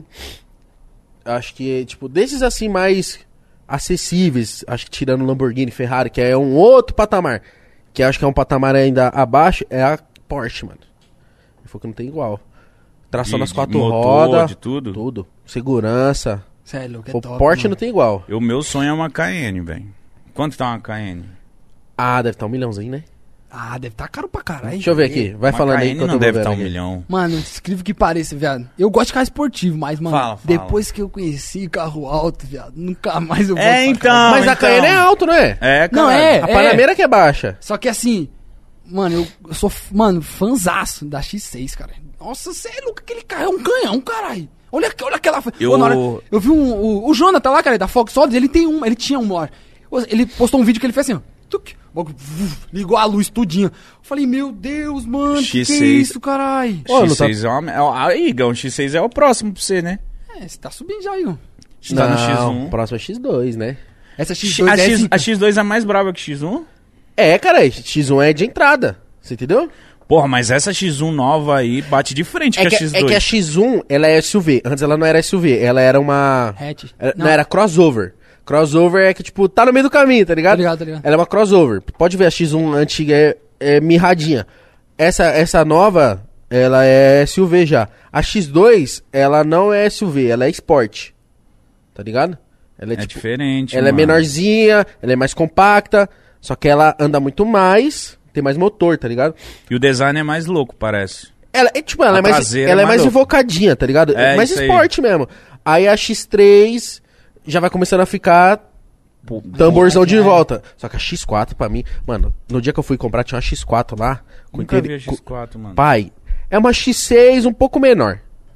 [SPEAKER 2] acho que, tipo, desses assim mais acessíveis, acho que tirando Lamborghini, Ferrari, que é um outro patamar, que acho que é um patamar ainda abaixo, é a Porsche, mano. Ele falou que não tem igual. Tração nas quatro rodas,
[SPEAKER 1] de tudo.
[SPEAKER 2] tudo. Segurança.
[SPEAKER 3] Sério, que é
[SPEAKER 2] O
[SPEAKER 3] top,
[SPEAKER 2] Porsche
[SPEAKER 3] mano.
[SPEAKER 2] não tem igual.
[SPEAKER 1] O meu sonho é uma Cayenne, velho. Quanto tá uma Cayenne?
[SPEAKER 2] Ah, deve estar 1 milhãozinho, né?
[SPEAKER 3] Ah, deve tá caro pra caralho.
[SPEAKER 2] Deixa eu ver aqui. Vai
[SPEAKER 1] Uma
[SPEAKER 2] falando aí
[SPEAKER 1] Cayenne
[SPEAKER 2] enquanto
[SPEAKER 1] não
[SPEAKER 2] eu vou
[SPEAKER 1] deve
[SPEAKER 2] vendo
[SPEAKER 1] estar
[SPEAKER 2] aqui.
[SPEAKER 1] 1 milhão.
[SPEAKER 3] Mano, escreve que pareça, viado. Eu gosto de carro esportivo, mas, mano,
[SPEAKER 1] Fala.
[SPEAKER 3] depois que eu conheci carro alto, viado, nunca mais eu volto
[SPEAKER 1] É,
[SPEAKER 3] pra
[SPEAKER 1] então.
[SPEAKER 3] carro.
[SPEAKER 2] Mas a Cayenne é alto, não é?
[SPEAKER 1] É, cara.
[SPEAKER 3] Não, é.
[SPEAKER 2] A Panamera que é baixa.
[SPEAKER 3] Só que assim, mano, eu sou, mano, fanzaço da X6, cara. Nossa, cê é louco, aquele carro é um canhão, caralho. Olha aquela... Ô, na hora- eu vi o Jonathan lá, cara, da Fox Sods, ele tinha uma hora. Ele postou um vídeo que ele fez assim, ó. Tuc, ligou a luz tudinho. Eu falei, meu Deus, mano, que é
[SPEAKER 1] X6.
[SPEAKER 3] isso, caralho?
[SPEAKER 1] X6 é uma... Aí, Igão, X6 é o próximo pra você, né?
[SPEAKER 3] É, você tá subindo já, Igor.
[SPEAKER 1] Você tá no
[SPEAKER 2] Não,
[SPEAKER 1] X1.
[SPEAKER 2] próximo é X2, né?
[SPEAKER 3] Essa X2
[SPEAKER 1] A X2 é mais brava que X1?
[SPEAKER 2] É, cara, X1 é de entrada. Você entendeu?
[SPEAKER 1] Porra, mas essa X1 nova aí bate de frente com a X2.
[SPEAKER 2] É que a X1, ela é SUV. Antes ela não era SUV, ela era uma...
[SPEAKER 3] Hatch.
[SPEAKER 2] Não, era crossover. Crossover é que, tipo, tá no meio do caminho, tá ligado?
[SPEAKER 3] Tá ligado.
[SPEAKER 2] Ela é uma crossover. Pode ver, a X1 antiga é mirradinha. Essa nova, ela é SUV já. A X2, ela não é SUV, ela é Sport. Tá ligado? Ela
[SPEAKER 1] É diferente,
[SPEAKER 2] Ela é
[SPEAKER 1] mano.
[SPEAKER 2] menorzinha, ela é mais compacta, só que ela anda muito mais, tem mais motor, tá ligado?
[SPEAKER 1] E o design é mais louco, parece.
[SPEAKER 2] Ela é, tipo, ela
[SPEAKER 1] A
[SPEAKER 2] é mais,
[SPEAKER 1] traseira
[SPEAKER 2] ela
[SPEAKER 1] é
[SPEAKER 2] é mais
[SPEAKER 1] mais
[SPEAKER 2] invocadinha, tá ligado?
[SPEAKER 1] É,
[SPEAKER 2] mais
[SPEAKER 1] isso aí.
[SPEAKER 2] esporte mesmo. Aí a X3 já vai começando a ficar tamborzão de volta. Só que a X4 pra mim, mano, no dia que eu fui comprar tinha uma X4 lá.
[SPEAKER 1] Nunca vi a X4, mano.
[SPEAKER 2] Pai, é uma X6 um pouco menor.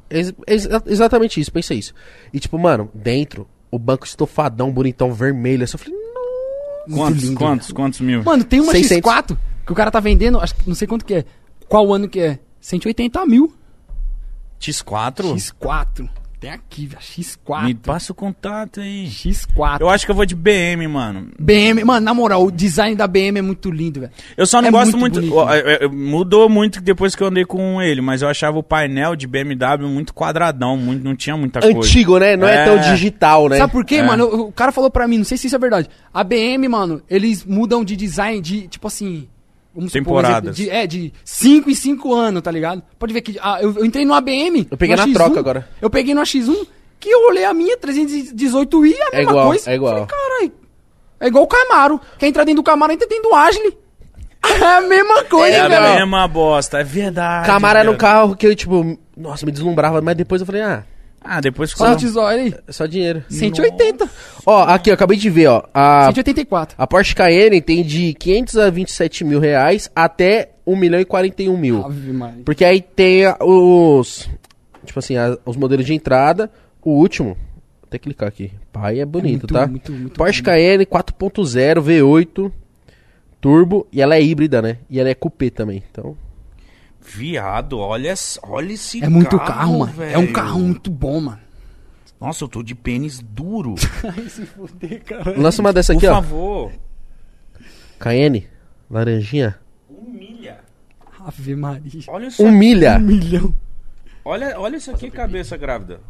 [SPEAKER 2] Exatamente isso, pensa isso. E tipo, mano, dentro, o banco estofadão, bonitão, vermelho. Assim, eu falei,
[SPEAKER 1] Quantos mil?
[SPEAKER 3] Mano, tem uma
[SPEAKER 2] 600.
[SPEAKER 3] X4 que o cara tá vendendo, acho que não sei quanto que é. Qual ano que é? 180 mil.
[SPEAKER 1] X4?
[SPEAKER 3] X4. Tem aqui, velho. X4.
[SPEAKER 1] Me passa o contato aí.
[SPEAKER 3] X4.
[SPEAKER 1] Eu acho que eu vou de BM, mano.
[SPEAKER 3] BM, mano, na moral, o design da BM é muito lindo, velho.
[SPEAKER 1] Eu só não
[SPEAKER 3] É
[SPEAKER 1] gosto
[SPEAKER 3] muito
[SPEAKER 1] muito.
[SPEAKER 3] bonito.
[SPEAKER 1] Mudou muito depois que eu andei com ele, mas eu achava o painel de BMW muito quadradão, não tinha muita coisa.
[SPEAKER 2] antigo, né? Não é tão digital, né?
[SPEAKER 3] Sabe por quê,
[SPEAKER 1] É.
[SPEAKER 3] mano? O cara falou pra mim, não sei se isso é verdade. A BM, mano, eles mudam de design de, tipo assim... Vamos supor,
[SPEAKER 1] Temporadas.
[SPEAKER 3] de 5 em 5 anos, tá ligado? Pode ver que eu entrei numa BM.
[SPEAKER 2] Eu peguei
[SPEAKER 3] numa
[SPEAKER 2] na
[SPEAKER 3] X1,
[SPEAKER 2] troca agora.
[SPEAKER 3] Eu peguei numa X1, que eu olhei a minha 318i, a mesma
[SPEAKER 2] igual,
[SPEAKER 3] coisa.
[SPEAKER 2] é igual.
[SPEAKER 3] Falei, caralho, é igual o Camaro. Quer entrar dentro do Camaro, entra dentro do Agile. É a mesma coisa,
[SPEAKER 1] É a
[SPEAKER 3] velho.
[SPEAKER 1] mesma bosta, é verdade.
[SPEAKER 2] Camaro era um
[SPEAKER 1] velho.
[SPEAKER 2] carro que eu, tipo, nossa, me deslumbrava, mas depois eu falei,
[SPEAKER 1] Depois ficou.
[SPEAKER 3] Só o tesouro aí.
[SPEAKER 2] é só dinheiro.
[SPEAKER 3] 180.
[SPEAKER 2] Ó, aqui, eu acabei de ver, ó. A
[SPEAKER 3] 184.
[SPEAKER 2] Porsche Cayenne tem de 500 a 27 mil reais até 1 milhão e 41 mil.
[SPEAKER 3] Ave Maria.
[SPEAKER 2] Porque aí tem os, tipo assim, os modelos de entrada. O último, vou até clicar aqui. Pai é bonito,
[SPEAKER 3] muito,
[SPEAKER 2] tá?
[SPEAKER 3] muito
[SPEAKER 2] Porsche
[SPEAKER 3] bonito.
[SPEAKER 2] Cayenne 4.0 V8 Turbo. E ela é híbrida, né? E ela é coupé também, então...
[SPEAKER 1] Viado, olha esse
[SPEAKER 3] É muito carro, mano.
[SPEAKER 1] velho.
[SPEAKER 3] É um carro muito bom, mano.
[SPEAKER 1] Nossa, eu tô de pênis duro.
[SPEAKER 3] Ai, se fuder, cara.
[SPEAKER 2] Lança uma dessa
[SPEAKER 1] Por
[SPEAKER 2] aqui, ó.
[SPEAKER 1] favor.
[SPEAKER 2] Cayenne, laranjinha.
[SPEAKER 3] Ave Maria.
[SPEAKER 1] Olha isso.
[SPEAKER 2] 1 milha.
[SPEAKER 3] 1 milhão.
[SPEAKER 1] Olha isso aqui, cabeça grávida.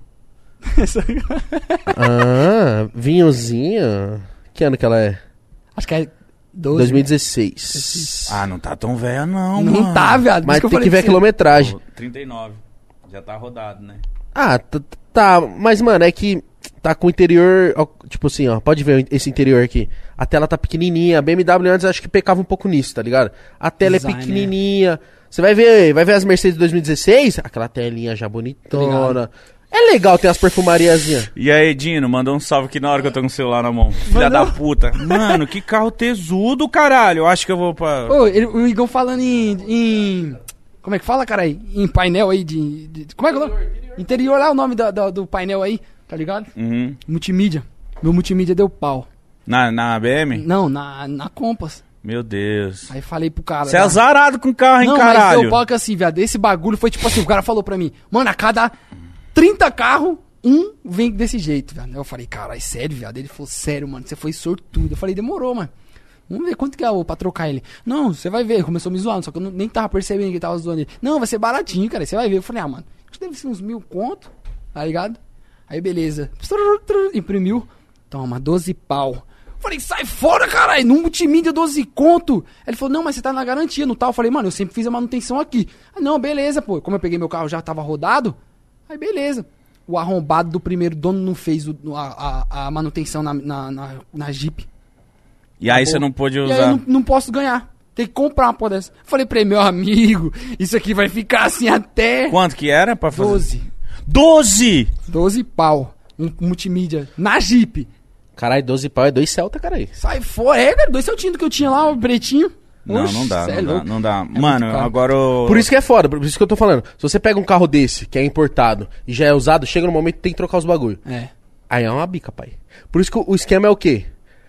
[SPEAKER 2] Vinhozinho. Que ano que ela é?
[SPEAKER 3] Acho que é 12.
[SPEAKER 2] 2016.
[SPEAKER 1] Não tá tão velha não,
[SPEAKER 3] Não
[SPEAKER 1] mano.
[SPEAKER 3] tá, viado.
[SPEAKER 2] Mas
[SPEAKER 3] Por isso
[SPEAKER 2] tem que ver a
[SPEAKER 3] pra você.
[SPEAKER 2] quilometragem.
[SPEAKER 1] 39. Já tá rodado, né?
[SPEAKER 2] Tá. Mas, mano, é que tá com o interior... ó, tipo assim, ó. Pode ver esse interior aqui. A tela tá pequenininha. A BMW antes acho que pecava um pouco nisso, tá ligado? A tela
[SPEAKER 3] Design,
[SPEAKER 2] é pequenininha. Você vai ver as Mercedes 2016. Aquela telinha já bonitona. É legal ter as perfumariazinhas.
[SPEAKER 1] E aí, Dino, mandou um salve aqui na hora que eu tô com o celular na mão. Filha da puta. Mano, que carro tesudo, caralho. Eu acho que eu vou pra...
[SPEAKER 3] Ô, o Igor falando em... Como é que fala, cara? Em painel aí de como é que é o nome? Interior lá, o nome do painel aí, tá ligado?
[SPEAKER 1] Uhum.
[SPEAKER 3] Multimídia. Meu multimídia deu pau.
[SPEAKER 1] Na BM?
[SPEAKER 3] Não, na Compass.
[SPEAKER 1] Meu Deus.
[SPEAKER 3] Aí falei pro cara...
[SPEAKER 1] Você é azarado com carro, hein,
[SPEAKER 3] Não, mas
[SPEAKER 1] caralho?
[SPEAKER 3] deu pau que assim, viado. Esse bagulho foi tipo assim, o cara falou pra mim, mano, a cada 30 carros, um vem desse jeito, velho. Eu falei, caralho, sério, viado? Ele falou, sério, mano, você foi sortudo. Eu falei, demorou, mano. Vamos ver quanto que é pra trocar ele. Não, você vai ver. Ele começou me zoando, só que eu nem tava percebendo que ele tava zoando ele. Não, vai ser baratinho, cara, você vai ver. Eu falei, mano, acho que deve ser uns 1.000 conto, tá ligado? Aí, beleza. Imprimiu. Toma, 12 pau. Eu falei, sai fora, caralho, num multimídia 12 conto. Aí ele falou, não, mas você tá na garantia, não tá? Eu falei, mano, eu sempre fiz a manutenção aqui. Ah, não, beleza, pô. Como eu peguei meu carro, já tava rodado. Aí, beleza. O arrombado do primeiro dono não fez a manutenção na Jeep.
[SPEAKER 1] E aí
[SPEAKER 3] Acabou.
[SPEAKER 1] você não pôde
[SPEAKER 3] E
[SPEAKER 1] usar.
[SPEAKER 3] aí eu não posso ganhar. Tem que comprar uma porra dessa. Falei pra ele, meu amigo, isso aqui vai ficar assim até...
[SPEAKER 1] Quanto que era pra fazer?
[SPEAKER 3] 12.
[SPEAKER 1] 12!
[SPEAKER 3] 12 pau. Um multimídia. Na Jeep.
[SPEAKER 2] Caralho, 12 pau é 2 Celta, caralho.
[SPEAKER 3] Sai fora. É, cara, 2 Celtinhos que eu tinha lá, o pretinho.
[SPEAKER 1] Não,
[SPEAKER 3] Oxe,
[SPEAKER 1] não dá,
[SPEAKER 3] cê é
[SPEAKER 1] não dá,
[SPEAKER 3] louco.
[SPEAKER 1] não dá.
[SPEAKER 3] É
[SPEAKER 1] Mano,
[SPEAKER 3] muito caro.
[SPEAKER 1] agora o...
[SPEAKER 2] Por isso que é foda, por isso que eu tô falando. Se você pega um carro desse, que é importado, e já é usado, chega no momento que tem que trocar os bagulho.
[SPEAKER 3] É.
[SPEAKER 2] Aí é uma bica, pai. Por isso que o esquema é o quê?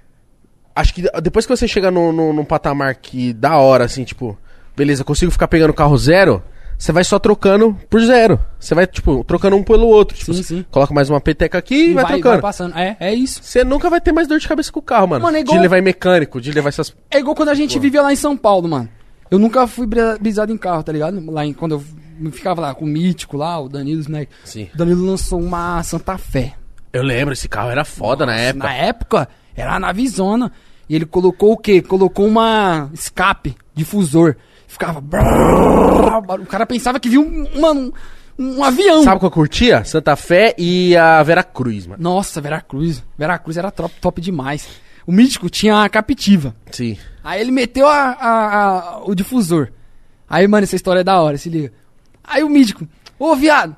[SPEAKER 2] Acho que depois que você chega num patamar que da hora, assim, tipo... Beleza, consigo ficar pegando carro zero... Você vai só trocando por zero. Você vai, tipo, trocando um pelo outro. Tipo,
[SPEAKER 3] Sim,
[SPEAKER 2] você
[SPEAKER 3] sim.
[SPEAKER 2] coloca mais uma peteca aqui e vai trocando.
[SPEAKER 3] Vai passando. É isso.
[SPEAKER 2] Você nunca vai ter mais dor de cabeça com o carro, mano.
[SPEAKER 3] Mano, é igual-
[SPEAKER 2] De levar em mecânico, de levar essas...
[SPEAKER 3] É igual quando a gente vivia lá em São Paulo, mano. Eu nunca fui brisado em carro, tá ligado? Quando eu ficava lá com o Mítico lá, o Danilo, os moleque.
[SPEAKER 2] Sim.
[SPEAKER 3] O Danilo lançou uma Santa Fé.
[SPEAKER 2] Eu lembro, esse carro era foda na época.
[SPEAKER 3] Na época, era uma navizona. E ele colocou o quê? Colocou uma escape, difusor. Ficava... O cara pensava que viu um avião.
[SPEAKER 2] Sabe qual eu curtia? Santa Fé e a Veracruz, mano.
[SPEAKER 3] Nossa, Veracruz. Veracruz era top demais. O Mítico tinha a captiva.
[SPEAKER 2] Sim.
[SPEAKER 3] Aí ele meteu o difusor. Aí, mano, essa história é da hora, se liga. Aí o Mítico, ô, viado,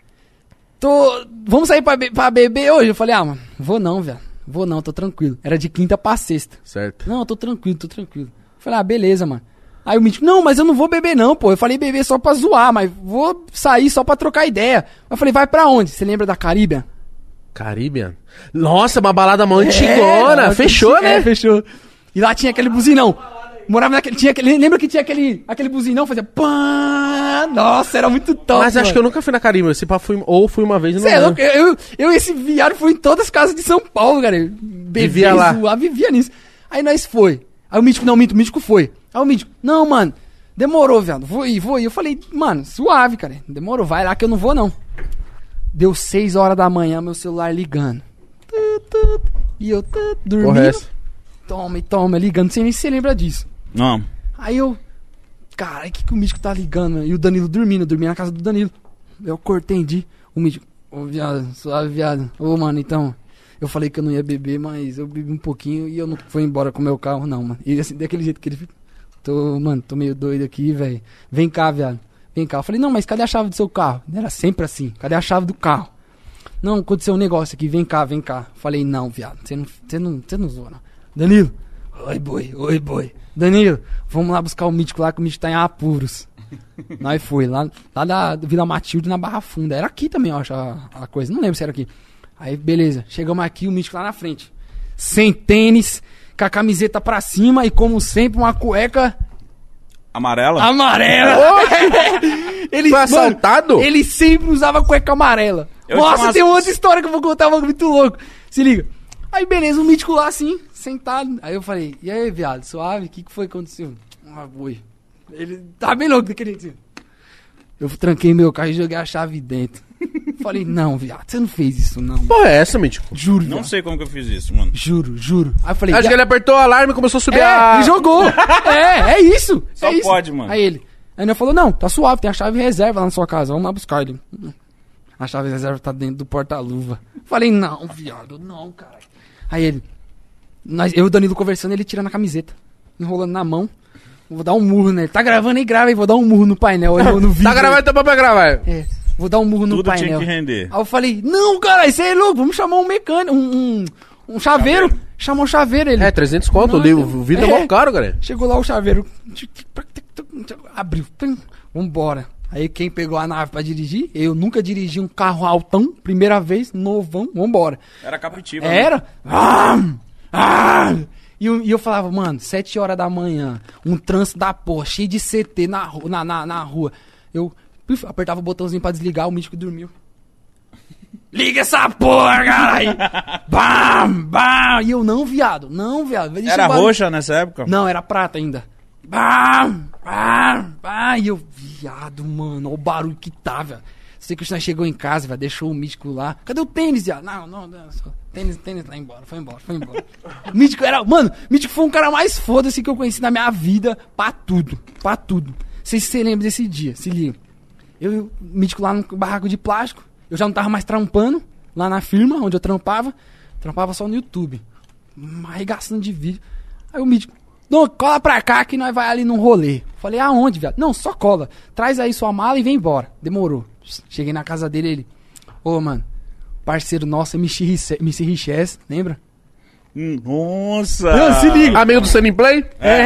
[SPEAKER 3] vamos sair pra beber hoje? Eu falei, mano, vou não, velho. Vou não, tô tranquilo. Era de quinta pra sexta.
[SPEAKER 2] Certo.
[SPEAKER 3] Não, eu tô tranquilo. Eu falei, beleza, mano. Aí o Mítico, não, mas eu não vou beber não, pô. Eu falei beber só pra zoar, mas vou sair só pra trocar ideia. Eu falei, vai pra onde? Você lembra da Caribbean?
[SPEAKER 2] Caribbean? Nossa, uma balada mó antigona. Fechou, né?
[SPEAKER 3] Fechou. E lá tinha aquele buzinão. Morava naquele... lembra que tinha aquele buzinão? Fazia... Pã! Nossa, era muito top.
[SPEAKER 2] Mas acho que eu nunca fui na Caribbean. Fui uma vez e não
[SPEAKER 3] lembro. É louco, eu esse viado fui em todas as casas de São Paulo, cara.
[SPEAKER 2] Vivia lá.
[SPEAKER 3] Vivia nisso. Aí nós foi. Aí o Mítico, não, o Mítico foi. Aí o Mítico, não, mano, demorou, viado. Vou ir. Eu falei, mano, suave, cara. Demorou, vai lá que eu não vou, não. Deu 6 horas da manhã, meu celular ligando. E eu dormindo. Toma, ligando. Não sei nem se você lembra disso.
[SPEAKER 1] Não.
[SPEAKER 3] Aí eu... Cara, que o Mítico tá ligando? E o Danilo dormindo. Eu dormi na casa do Danilo. Eu entendi. O Mítico... Ô, viado, suave, viado. Ô, mano, então... Eu falei que eu não ia beber, mas eu bebi um pouquinho e eu não fui embora com o meu carro, não, mano. E assim, daquele jeito que ele... Tô meio doido aqui, velho. Vem cá, viado. Vem cá. Eu falei, não, mas cadê a chave do seu carro? Era sempre assim. Cadê a chave do carro? Não, aconteceu um negócio aqui. Vem cá. Eu falei, não, viado. Você não zoa, não. Danilo. Oi, boi. Danilo, vamos lá buscar o Mítico lá, que o Mítico tá em apuros. Nós foi, lá da Vila Matilde, na Barra Funda. Era aqui também, eu acho, a coisa. Não lembro se era aqui. Aí, beleza. Chegamos aqui, o Mítico lá na frente. Sem tênis, com a camiseta pra cima e, como sempre, uma cueca...
[SPEAKER 1] Amarela?
[SPEAKER 2] Ele foi assaltado?
[SPEAKER 3] Mano, ele sempre usava cueca amarela. Nossa, tem outra história que eu vou contar, muito louco. Se liga. Aí, beleza, o Mítico lá assim, sentado. Aí eu falei, e aí, viado, suave? O que foi que aconteceu? Boi. Ele tá bem louco daquele jeito. Eu tranquei meu carro e joguei a chave dentro. Falei, não, viado, você não fez isso, não.
[SPEAKER 2] Porra, é essa, Mítico?
[SPEAKER 3] Juro,
[SPEAKER 1] Não
[SPEAKER 3] viado.
[SPEAKER 1] sei como que eu fiz isso, mano.
[SPEAKER 3] Juro. Aí eu falei,
[SPEAKER 2] acho que ele apertou o alarme e começou a subir
[SPEAKER 3] ele jogou. É isso.
[SPEAKER 1] Só
[SPEAKER 3] isso.
[SPEAKER 1] pode, mano.
[SPEAKER 3] Aí ele falou, não, tá suave, tem a chave reserva lá na sua casa, vamos lá buscar ele. A chave reserva tá dentro do porta-luva. Falei, não, viado, não, cara. Aí ele, eu e o Danilo conversando, ele tirando a camiseta, enrolando na mão. Vou dar um murro nele. Tá gravando aí, grava aí, vou dar um murro no painel, no vídeo.
[SPEAKER 2] Tá gravando, então pra gravar.
[SPEAKER 3] Vou dar um murro no painel.
[SPEAKER 1] Tudo tinha que render.
[SPEAKER 3] Aí eu falei, não, cara, isso aí é louco, vamos chamar um mecânico, um chaveiro. Chamou o chaveiro, ele.
[SPEAKER 2] 300 conto, o vidro é mó caro, cara.
[SPEAKER 3] Chegou lá o chaveiro, abriu, vambora. Aí quem pegou a nave pra dirigir, eu nunca dirigi um carro altão, primeira vez, novão, vambora.
[SPEAKER 1] Era captiva.
[SPEAKER 3] Era. E eu falava, mano, 7 horas da manhã, um trânsito da porra, cheio de CT na rua. Eu apertava o botãozinho pra desligar, o Mítico dormiu. Liga essa porra, caralho! Bam! E eu, não, viado.
[SPEAKER 1] Era roxa nessa época?
[SPEAKER 3] Não, era prata ainda. E eu, viado, mano, olha o barulho que tá, velho. Sei que o Cristina chegou em casa, velho, deixou o Mítico lá. Cadê o tênis, viado? Não, tênis lá embora, foi embora. Mítico foi um cara mais foda-se que eu conheci na minha vida, pra tudo. Não sei se você lembra desse dia, se liga. Eu e o Mítico lá no barraco de plástico, eu já não tava mais trampando, lá na firma onde eu trampava só no YouTube, arregaçando de vídeo. Aí o Mítico, não, cola pra cá que nós vai ali num rolê. Falei, aonde, viado? Não, só cola. Traz aí sua mala e vem embora. Demorou. Cheguei na casa dele, ele... Ô, mano, parceiro nosso é MC Richez, lembra?
[SPEAKER 1] Nossa!
[SPEAKER 3] Não, se liga.
[SPEAKER 2] Amigo do Sunny Play?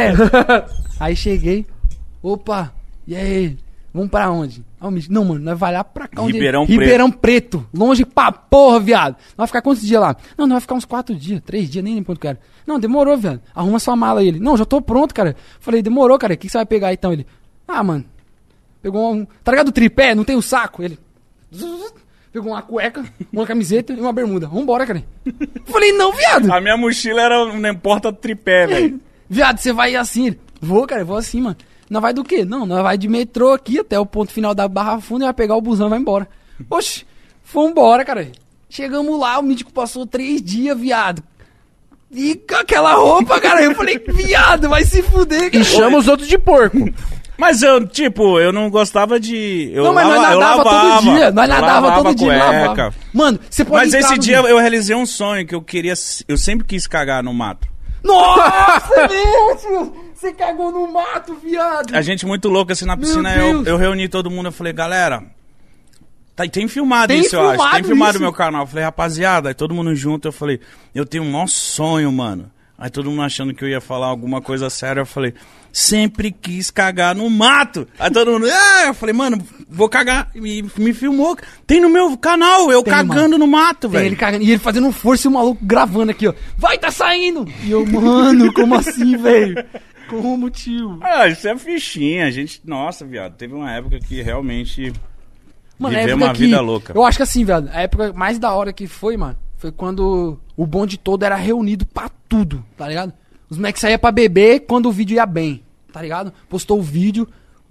[SPEAKER 3] Aí cheguei. Opa, e aí? Vamos pra onde? Aí o Mítico, não, mano, nós vai lá pra cá. Ribeirão Preto. Longe pra porra, viado. Nós vai ficar quantos dias lá? Não, nós vai ficar uns 4 dias, 3 dias, nem quanto quero. Não, demorou, viado. Arruma sua mala aí. Ele, não, já tô pronto, cara. Falei, demorou, cara. O que você vai pegar então? Ele, mano, pegou tá ligado o tripé? Não tem o saco? Ele, pegou uma cueca, uma camiseta e uma bermuda. Vambora, cara. Falei, não, viado.
[SPEAKER 1] A minha mochila era um porta-tripé, velho.
[SPEAKER 3] Viado, você vai assim. Ele, vou, cara, vou assim, mano. Nós vai do quê? Não, nós vai de metrô aqui até o ponto final da Barra Funda e vai pegar o busão e vai embora. Oxi, fomos embora, cara. Chegamos lá, o Mítico passou 3 dias, viado. E com aquela roupa, cara, eu falei, viado, vai se fuder, cara.
[SPEAKER 2] E chama os outros de porco.
[SPEAKER 1] Mas eu não gostava de...
[SPEAKER 3] Nós nadava todo dia. Nós nadava todo dia. Lavava. Mano, você pode...
[SPEAKER 1] Mas esse dia eu realizei um sonho que eu sempre quis cagar no mato.
[SPEAKER 3] Nossa, mesmo! Você cagou no mato, viado!
[SPEAKER 1] A gente muito louco assim na piscina, eu reuni todo mundo, eu falei, galera, tem filmado isso, eu acho. Tem filmado no meu canal. Eu falei, rapaziada, aí todo mundo junto, eu falei, eu tenho um maior sonho, mano. Aí todo mundo achando que eu ia falar alguma coisa séria, eu falei, sempre quis cagar no mato. Aí todo mundo, eu falei, mano, vou cagar. E me filmou. Tem no meu canal, eu cagando no mato, velho.
[SPEAKER 3] Ele cagando, e ele fazendo um força e o maluco gravando aqui, ó. Vai, tá saindo! E eu, mano, como assim, velho? Como, tio?
[SPEAKER 1] Isso é fichinha, a gente... Nossa, viado, teve uma época que realmente...
[SPEAKER 3] Mano,
[SPEAKER 1] viver uma vida louca.
[SPEAKER 3] Eu acho que assim, velho, a época mais da hora que foi, mano, foi quando o bonde todo era reunido pra tudo, tá ligado? Os moleques saíam pra beber quando o vídeo ia bem, tá ligado? Postou o vídeo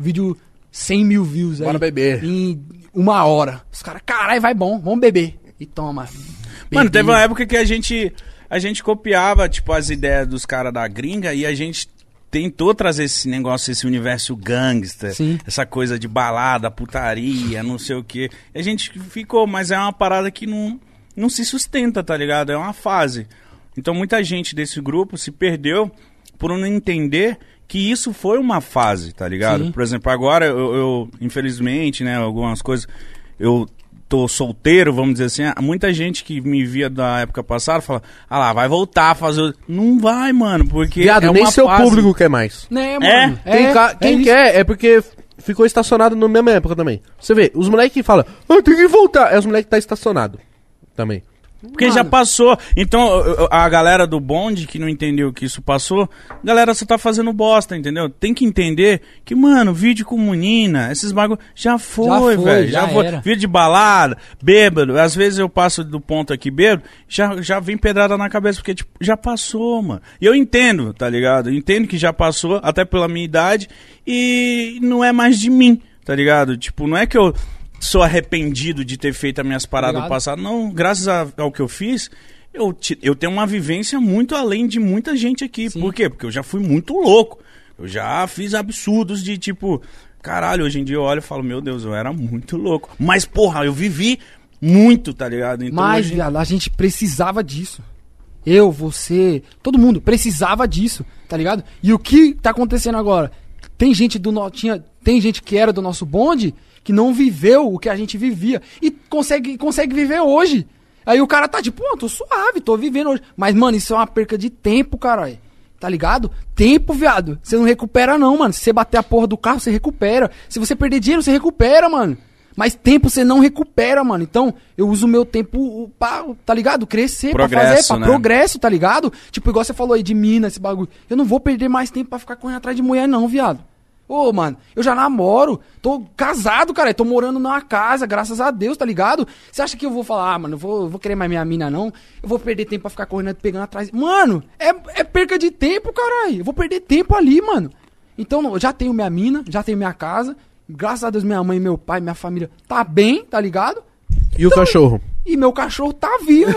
[SPEAKER 3] 100 mil views aí.
[SPEAKER 2] Bora beber.
[SPEAKER 3] Em 1 hora. Os caras, caralho, vai bom, vamos beber. E toma.
[SPEAKER 1] Mano, teve uma época que a gente copiava, tipo, as ideias dos caras da gringa e a gente tentou trazer esse negócio, esse universo gangster,
[SPEAKER 3] Sim.
[SPEAKER 1] essa coisa de balada, putaria, não sei o quê. E a gente ficou, mas é uma parada que não se sustenta, tá ligado? É uma fase. Então muita gente desse grupo se perdeu por não entender que isso foi uma fase, tá ligado?
[SPEAKER 3] Sim.
[SPEAKER 1] Por exemplo, agora eu infelizmente, né, algumas coisas, eu tô solteiro, vamos dizer assim, muita gente que me via da época passada fala, lá, vai voltar a fazer... Não vai, mano, porque
[SPEAKER 2] Viado,
[SPEAKER 1] é
[SPEAKER 2] nem
[SPEAKER 1] uma
[SPEAKER 2] seu
[SPEAKER 1] fase.
[SPEAKER 2] Público quer mais.
[SPEAKER 3] Né, mano?
[SPEAKER 2] Quem
[SPEAKER 3] isso.
[SPEAKER 2] quer é porque ficou estacionado na mesma época também. Você vê, os moleques que falam, tem que voltar. É os moleques que tá estacionado também.
[SPEAKER 1] Porque
[SPEAKER 3] Mano.
[SPEAKER 1] já passou. Então, a galera do bonde que não entendeu que isso passou, a galera só tá fazendo bosta, entendeu? Tem que entender que, mano, vídeo com menina, esses bagulho, já foi, velho. Já foi.
[SPEAKER 3] era.
[SPEAKER 1] Vídeo de balada, bêbado. Às vezes eu passo do ponto aqui bêbado, já vem pedrada na cabeça, porque, tipo, já passou, mano. E eu entendo, tá ligado? Eu entendo que já passou, até pela minha idade, e não é mais de mim, tá ligado? Tipo, não é que eu sou arrependido de ter feito as minhas paradas no passado. Não, graças ao que eu fiz, eu tenho uma vivência muito além de muita gente aqui.
[SPEAKER 3] Sim.
[SPEAKER 1] Por quê? Porque eu já fui muito louco. Eu já fiz absurdos de tipo... Caralho, hoje em dia eu olho e falo, meu Deus, eu era muito louco. Mas, porra, eu vivi muito, tá ligado? Então,
[SPEAKER 3] Mas, viado, a gente precisava disso. Eu, você, todo mundo precisava disso, tá ligado? E o que tá acontecendo agora? Tem gente tem gente que era do nosso bonde que não viveu o que a gente vivia e consegue viver hoje. Aí o cara tá tipo, pô, tô suave, tô vivendo hoje. Mas, mano, isso é uma perca de tempo, caralho. Tá ligado? Tempo, viado. Você não recupera não, mano. Se você bater a porra do carro, você recupera. Se você perder dinheiro, você recupera, mano. Mas tempo você não recupera, mano. Então, eu uso o meu tempo pra, tá ligado? Crescer,
[SPEAKER 1] Progresso,
[SPEAKER 3] pra fazer,
[SPEAKER 1] né?
[SPEAKER 3] progresso, tá ligado? Tipo, igual você falou aí de mina, esse bagulho. Eu não vou perder mais tempo pra ficar correndo atrás de mulher não, viado. Ô, mano, eu já namoro, tô casado, cara, tô morando numa casa, graças a Deus, tá ligado? Você acha que eu vou falar, mano, eu vou querer mais minha mina, não? Eu vou perder tempo pra ficar correndo, pegando atrás. Mano, é perca de tempo, caralho. Eu vou perder tempo ali, mano. Então, eu já tenho minha mina, já tenho minha casa. Graças a Deus, minha mãe, meu pai, minha família tá bem, tá ligado?
[SPEAKER 2] E o cachorro?
[SPEAKER 3] E meu cachorro tá vivo.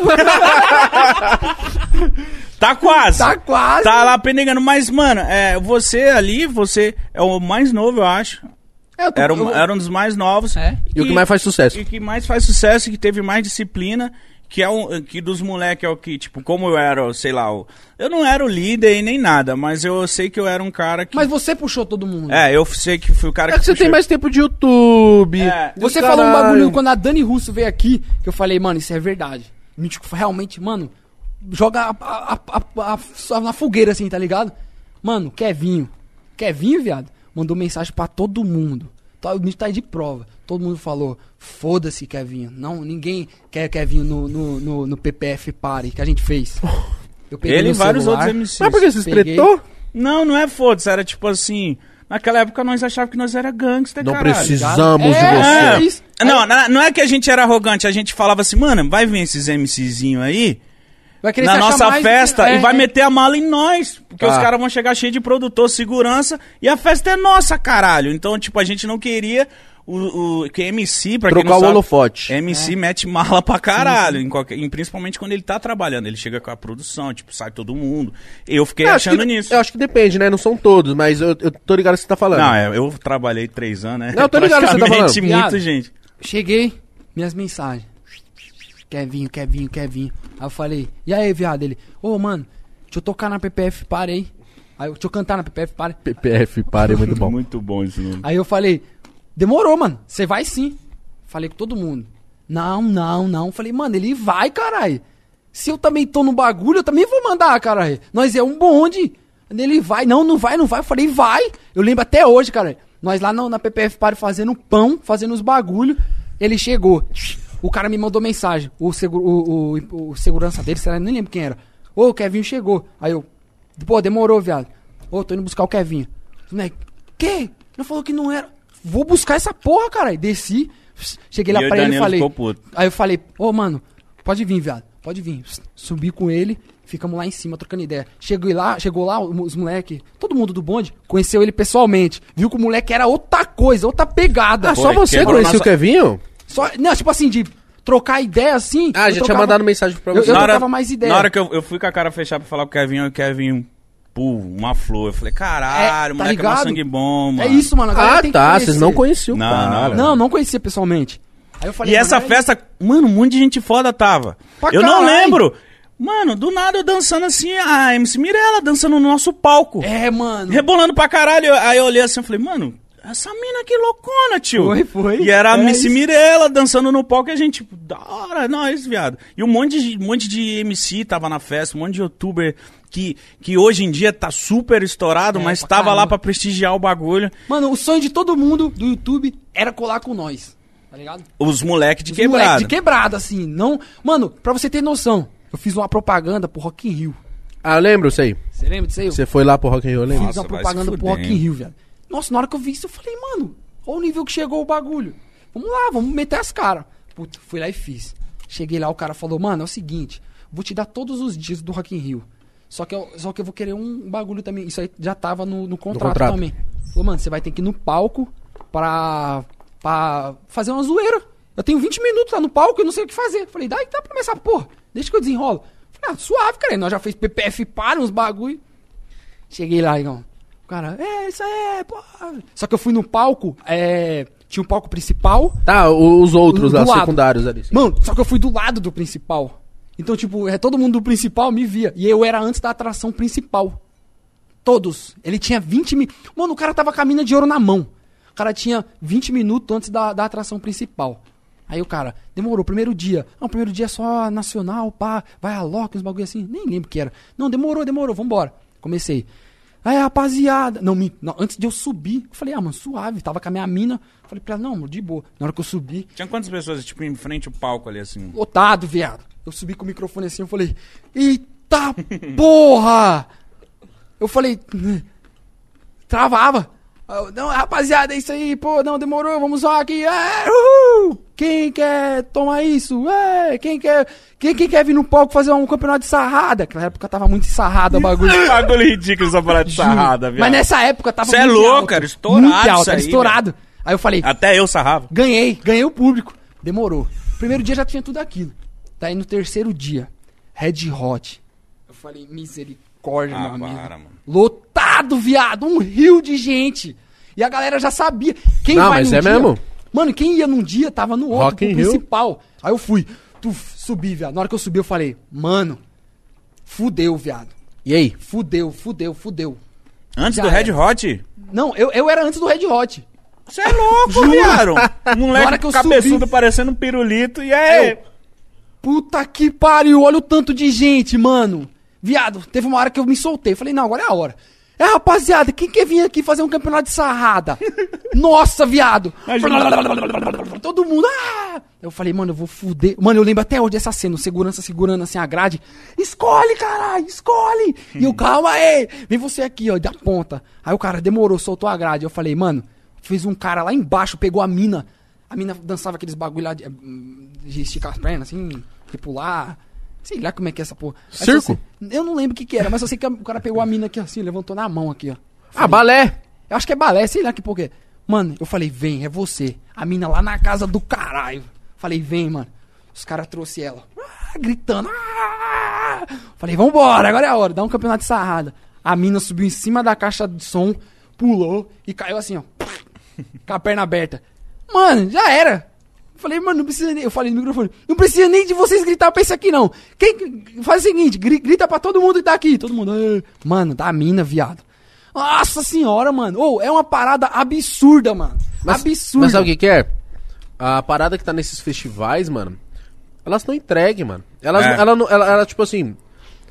[SPEAKER 1] Tá quase.
[SPEAKER 3] Tá quase.
[SPEAKER 1] Tá lá penegando. Mas, mano, você é o mais novo, eu acho. Era um dos mais novos.
[SPEAKER 3] É.
[SPEAKER 2] E o que mais faz sucesso?
[SPEAKER 1] E que mais faz sucesso, que teve mais disciplina, que dos moleques é o que, tipo, como eu era, sei lá, eu não era o líder e nem nada, mas eu sei que eu era um cara que...
[SPEAKER 3] Mas você puxou todo mundo.
[SPEAKER 1] eu sei que fui o cara
[SPEAKER 2] É que você tem mais tempo de YouTube.
[SPEAKER 3] Você falou um bagulho quando a Dani Russo veio aqui, que eu falei, mano, isso é verdade. Mítico, realmente, mano, joga na fogueira assim, tá ligado? Mano, Kevinho, viado, mandou mensagem pra todo mundo. O Mítico tá aí de prova. Todo mundo falou, foda-se, Kevinho. Não, ninguém quer Kevinho no PPF Party que a gente fez. Eu peguei
[SPEAKER 1] Ele e
[SPEAKER 3] meu
[SPEAKER 1] vários
[SPEAKER 3] celular,
[SPEAKER 1] outros MCs.
[SPEAKER 2] Mas por que você
[SPEAKER 3] Peguei.
[SPEAKER 2] estretou?
[SPEAKER 1] Não é foda-se, era tipo assim... Naquela época nós achávamos que nós era gangster,
[SPEAKER 2] Não
[SPEAKER 1] caralho.
[SPEAKER 2] precisamos de
[SPEAKER 3] É
[SPEAKER 2] você.
[SPEAKER 3] isso.
[SPEAKER 1] Não é que a gente era arrogante, a gente falava assim, mano, vai vir esses MCzinho aí...
[SPEAKER 3] Vai querer
[SPEAKER 1] na
[SPEAKER 3] se achar
[SPEAKER 1] nossa
[SPEAKER 3] mais-
[SPEAKER 1] festa
[SPEAKER 3] é,
[SPEAKER 1] e vai
[SPEAKER 3] é.
[SPEAKER 1] meter a mala em nós. Porque
[SPEAKER 2] Ah.
[SPEAKER 1] os caras vão chegar cheio de produtor, segurança, e a festa é nossa, caralho. Então, tipo, a gente não queria que MC, pra quem
[SPEAKER 2] Trocar
[SPEAKER 1] não
[SPEAKER 2] o
[SPEAKER 1] sabe,
[SPEAKER 2] holofote.
[SPEAKER 1] MC mete mala pra caralho, principalmente quando ele tá trabalhando. Ele chega com a produção, tipo, sai todo mundo. Eu fiquei achando nisso.
[SPEAKER 2] Eu acho que depende, né? Não são todos, mas eu tô ligado o que você tá falando.
[SPEAKER 1] Não, eu trabalhei 3 anos, né?
[SPEAKER 2] Não, eu tô ligado no que você tá
[SPEAKER 1] Praticamente
[SPEAKER 2] falando.
[SPEAKER 1] muito
[SPEAKER 3] Viado.
[SPEAKER 1] gente.
[SPEAKER 3] Cheguei, minhas mensagens. Kevinho. Aí eu falei, e aí, viado? Ele, ô, mano, deixa eu tocar na PPF, parei. Aí, deixa eu cantar na PPF, parei.
[SPEAKER 2] PPF, pare, muito bom.
[SPEAKER 1] Muito bom isso, mano.
[SPEAKER 3] Aí eu falei, demorou, mano, você vai sim. Falei com todo mundo. Não. Falei, mano, ele vai, caralho. Se eu também tô no bagulho, eu também vou mandar, caralho. Nós é um bonde. Ele vai, não vai. Eu falei, vai. Eu lembro até hoje, cara. Nós lá na PPF Party fazendo pão, fazendo os bagulho. Ele chegou. O cara me mandou mensagem. O segurança dele, sei lá, nem lembro quem era. Ô, o Kevinho chegou. Aí eu, pô, demorou, viado. Ô, tô indo buscar o Kevinho. Moleque, que? Ele falou que não era. Vou buscar essa porra, cara. Aí desci, cheguei lá pra ele e falei. Aí eu falei, ô, mano, pode vir, viado. Pode vir. Subi com ele, ficamos lá em cima trocando ideia. Chegou lá, os moleques, todo mundo do bonde, conheceu ele pessoalmente. Viu que o moleque era outra coisa, outra pegada.
[SPEAKER 2] Ah, só você conhecia o Kevinho?
[SPEAKER 3] Não, tipo assim, de trocar ideia assim.
[SPEAKER 2] Ah, já tinha mandado mensagem pra você.
[SPEAKER 3] Eu trocava mais ideia.
[SPEAKER 1] Na hora que eu fui com a cara fechada pra falar com o Kevin, pô, uma flor. Eu falei, caralho,
[SPEAKER 3] tá
[SPEAKER 1] moleque
[SPEAKER 3] ligado?
[SPEAKER 1] É sangue bom, mano.
[SPEAKER 3] É isso, mano.
[SPEAKER 2] Vocês não conheciam o cara.
[SPEAKER 3] Não conhecia pessoalmente. Aí eu falei,
[SPEAKER 1] e essa festa, mano, um monte de gente foda tava. Eu não lembro. Mano, do nada eu dançando assim, a MC Mirella dançando no nosso palco.
[SPEAKER 3] É, mano.
[SPEAKER 1] Rebolando pra caralho. Aí eu olhei assim e falei, mano, essa mina que loucona, tio.
[SPEAKER 3] Foi.
[SPEAKER 1] E era a MC Mirella dançando no palco e a gente, tipo, da hora, nós, viado. E um monte de MC tava na festa, um monte de youtuber que hoje em dia tá super estourado, mas tava lá pra prestigiar o bagulho.
[SPEAKER 3] Mano, o sonho de todo mundo do YouTube era colar com nós, tá ligado?
[SPEAKER 1] Os moleque de quebrada.
[SPEAKER 3] Moleque de quebrada, assim, não... Mano, pra você ter noção, eu fiz uma propaganda pro Rock in Rio.
[SPEAKER 2] Ah, eu lembro, sei.
[SPEAKER 3] Você lembra disso aí?
[SPEAKER 2] Você foi lá pro Rock in Rio, eu lembro.
[SPEAKER 3] Fiz uma propaganda pro Rock in Rio, velho. Nossa, na hora que eu vi isso, eu falei, mano, olha o nível que chegou o bagulho. Vamos lá, vamos meter as caras. Puta, fui lá e fiz. Cheguei lá, o cara falou, mano, é o seguinte, vou te dar todos os dias do Rock in Rio. Só que eu vou querer um bagulho também. Isso aí já tava no contrato também. Falou, mano, você vai ter que ir no palco pra fazer uma zoeira. Eu tenho 20 minutos lá no palco e não sei o que fazer. Falei, dá pra começar, porra. Deixa que eu desenrolo. Falei, suave, cara. Nós já fez PPF para uns bagulho. Cheguei lá, Igão. O cara, isso aí, porra. Só que eu fui no palco, tinha um palco principal.
[SPEAKER 2] Tá, os outros lá, secundários ali. Sim.
[SPEAKER 3] Mano, só que eu fui do lado do principal. Então, tipo, todo mundo do principal me via. E eu era antes da atração principal. Todos. Ele tinha 20 minutos. Mano, o cara tava com a mina de ouro na mão. O cara tinha 20 minutos antes da atração principal. Aí o cara, demorou, primeiro dia. Não, primeiro dia é só nacional, pá. Vai a Loki, uns bagulho assim. Nem lembro o que era. Não, demorou, vambora. Comecei. Aí, rapaziada. Não, antes de eu subir, eu falei, mano, suave. Tava com a minha mina. Falei pra ela, não, de boa. Na hora que eu subi.
[SPEAKER 1] Tinha quantas pessoas, tipo, em frente ao palco ali, assim?
[SPEAKER 3] Lotado, viado. Eu subi com o microfone assim, eu falei, eita porra! Eu falei, travava. Não, rapaziada, é isso aí, pô, não, demorou, vamos só aqui. Uhul! Quem quer tomar isso? Quem quer vir no palco fazer um campeonato de sarrada? Naquela época tava muito sarrada o bagulho.
[SPEAKER 1] Bagulho ridículo essa parada de sarrada, viado.
[SPEAKER 3] Mas nessa época tava
[SPEAKER 1] muito alto. Você é louco, cara, estourado
[SPEAKER 3] muito alto,
[SPEAKER 1] isso aí,
[SPEAKER 3] estourado. Velho. Aí eu falei...
[SPEAKER 1] Até eu sarrava.
[SPEAKER 3] Ganhei o público. Demorou. Primeiro dia já tinha tudo aquilo. Daí no terceiro dia, Red Hot. Eu falei, misericórdia, meu amigo.
[SPEAKER 1] Mano.
[SPEAKER 3] Lotado, viado, um rio de gente. E a galera já sabia. Quem
[SPEAKER 2] não,
[SPEAKER 3] vai
[SPEAKER 2] mas
[SPEAKER 3] num
[SPEAKER 2] é
[SPEAKER 3] dia,
[SPEAKER 2] mesmo?
[SPEAKER 3] Mano, quem ia num dia, tava no outro,
[SPEAKER 2] Rock
[SPEAKER 3] pro principal. Aí eu fui, subi, viado. Na hora que eu subi, eu falei, mano, fudeu, viado.
[SPEAKER 2] E aí?
[SPEAKER 3] Fudeu.
[SPEAKER 1] Antes
[SPEAKER 3] Já
[SPEAKER 1] do Red
[SPEAKER 3] era.
[SPEAKER 1] Hot?
[SPEAKER 3] Não, eu era antes do Red Hot.
[SPEAKER 1] Você é louco, viado. Moleque
[SPEAKER 3] que eu
[SPEAKER 1] cabeçudo
[SPEAKER 3] subi,
[SPEAKER 1] parecendo um pirulito. E aí?
[SPEAKER 3] Puta que pariu, olha o tanto de gente, mano. Viado, teve uma hora que eu me soltei. Falei, não, agora é a hora. Rapaziada, quem quer vir aqui fazer um campeonato de sarrada? Nossa, viado. Todo mundo, Eu falei, mano, eu vou fuder. Mano, eu lembro até hoje dessa cena, o segurança segurando assim a grade. Escolhe, caralho, escolhe. E eu, calma aí, vem você aqui, ó, da ponta. Aí o cara demorou, soltou a grade. Eu falei, mano, fez um cara lá embaixo, pegou a mina. A mina dançava aqueles bagulho lá de esticar as pernas, assim, de pular. Sei lá como é que é essa porra.
[SPEAKER 2] Circo?
[SPEAKER 3] Eu não lembro o que era, mas eu sei que o cara pegou a mina aqui assim, levantou na mão aqui, ó.
[SPEAKER 2] Falei, balé!
[SPEAKER 3] Eu acho que é balé, sei lá que porra. Mano, eu falei, vem, é você. A mina lá na casa do caralho. Falei, vem, mano. Os caras trouxeram ela. Gritando. Falei, vambora, agora é a hora. Dá um campeonato de sarrada. A mina subiu em cima da caixa de som, pulou e caiu assim, ó. Com a perna aberta. Mano, já era. Falei, mano, não precisa nem... Eu falei no microfone, não precisa nem de vocês gritar pra esse aqui, não. Faz o seguinte, grita pra todo mundo que tá aqui. Todo mundo, mano, da mina, viado. Nossa senhora, mano. É uma parada absurda, mano. Absurda.
[SPEAKER 2] Mas sabe o que é? A parada que tá nesses festivais, mano, elas não entregam, mano. Ela, tipo assim,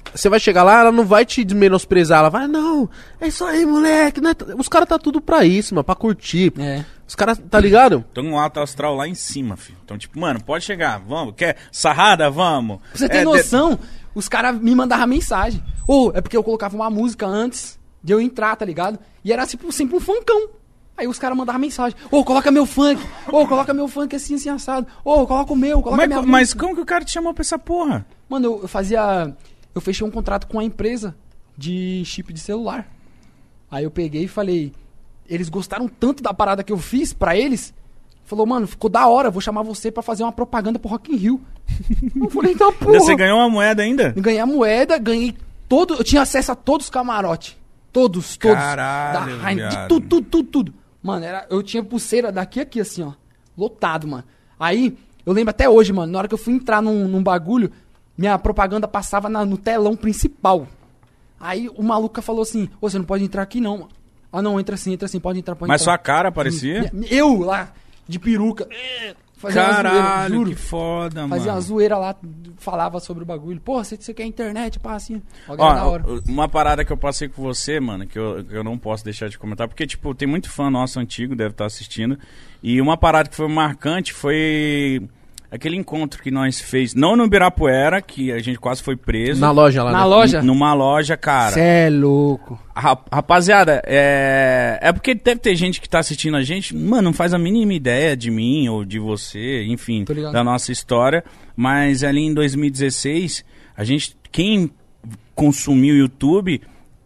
[SPEAKER 2] você vai chegar lá, ela não vai te menosprezar. Ela vai, não, é isso aí, moleque. Né? Os caras tá tudo pra isso, mano, pra curtir. Os caras, tá ligado?
[SPEAKER 1] Tem um alto astral lá em cima, filho. Então, tipo, mano, pode chegar, vamos. Quer sarrada? Vamos.
[SPEAKER 3] Pra você ter noção, os caras me mandavam mensagem. É porque eu colocava uma música antes de eu entrar, tá ligado? E era tipo, sempre um funkão. Aí os caras mandavam mensagem. Coloca meu funk. Coloca meu funk assim, assim, assado. Coloca o meu, coloca minha música.
[SPEAKER 1] Mas como que o cara te chamou pra essa porra?
[SPEAKER 3] Mano, eu fechei um contrato com uma empresa de chip de celular. Aí eu peguei e falei... Eles gostaram tanto da parada que eu fiz pra eles. Falou, mano, ficou da hora, vou chamar você pra fazer uma propaganda pro Rock in Rio. Eu falei, então, porra.
[SPEAKER 1] Você ganhou uma moeda ainda?
[SPEAKER 3] Ganhei a moeda, ganhei todo... Eu tinha acesso a todos os camarotes. Todos.
[SPEAKER 1] Caralho,
[SPEAKER 3] da Heineken, de tudo. Mano, eu tinha pulseira daqui a aqui, assim, ó. Lotado, mano. Aí, eu lembro até hoje, mano, na hora que eu fui entrar num bagulho, minha propaganda passava no telão principal. Aí o maluco falou assim, você não pode entrar aqui não, mano. Ah, não, entra assim, pode entrar.
[SPEAKER 1] Mas sua cara aparecia?
[SPEAKER 3] Eu lá, de peruca. Fazia
[SPEAKER 1] Caralho,
[SPEAKER 3] uma zoeira, juro.
[SPEAKER 1] Que foda, mano.
[SPEAKER 3] Fazia uma zoeira lá, falava sobre o bagulho. Pô, você quer internet, pá, assim.
[SPEAKER 1] Da hora. Uma parada que eu passei com você, mano, que eu não posso deixar de comentar, porque, tipo, tem muito fã nosso antigo, deve estar assistindo. E uma parada que foi marcante foi... aquele encontro que nós fez, não no Ibirapuera, que a gente quase foi preso.
[SPEAKER 2] Na loja lá.
[SPEAKER 3] Na loja?
[SPEAKER 1] Numa loja, cara.
[SPEAKER 3] Cê é louco.
[SPEAKER 1] Rapaziada, é porque deve ter gente que tá assistindo a gente, mano, não faz a mínima ideia de mim ou de você, enfim, da nossa história. Mas ali em 2016, quem consumiu o YouTube,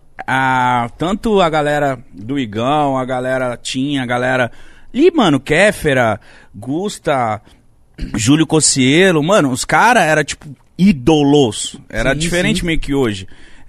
[SPEAKER 1] tanto a galera do Igão, a galera a galera... E, mano, Kéfera, Gusta... Júlio Cocielo, mano, os caras eram tipo ídolos. Era diferente meio que hoje.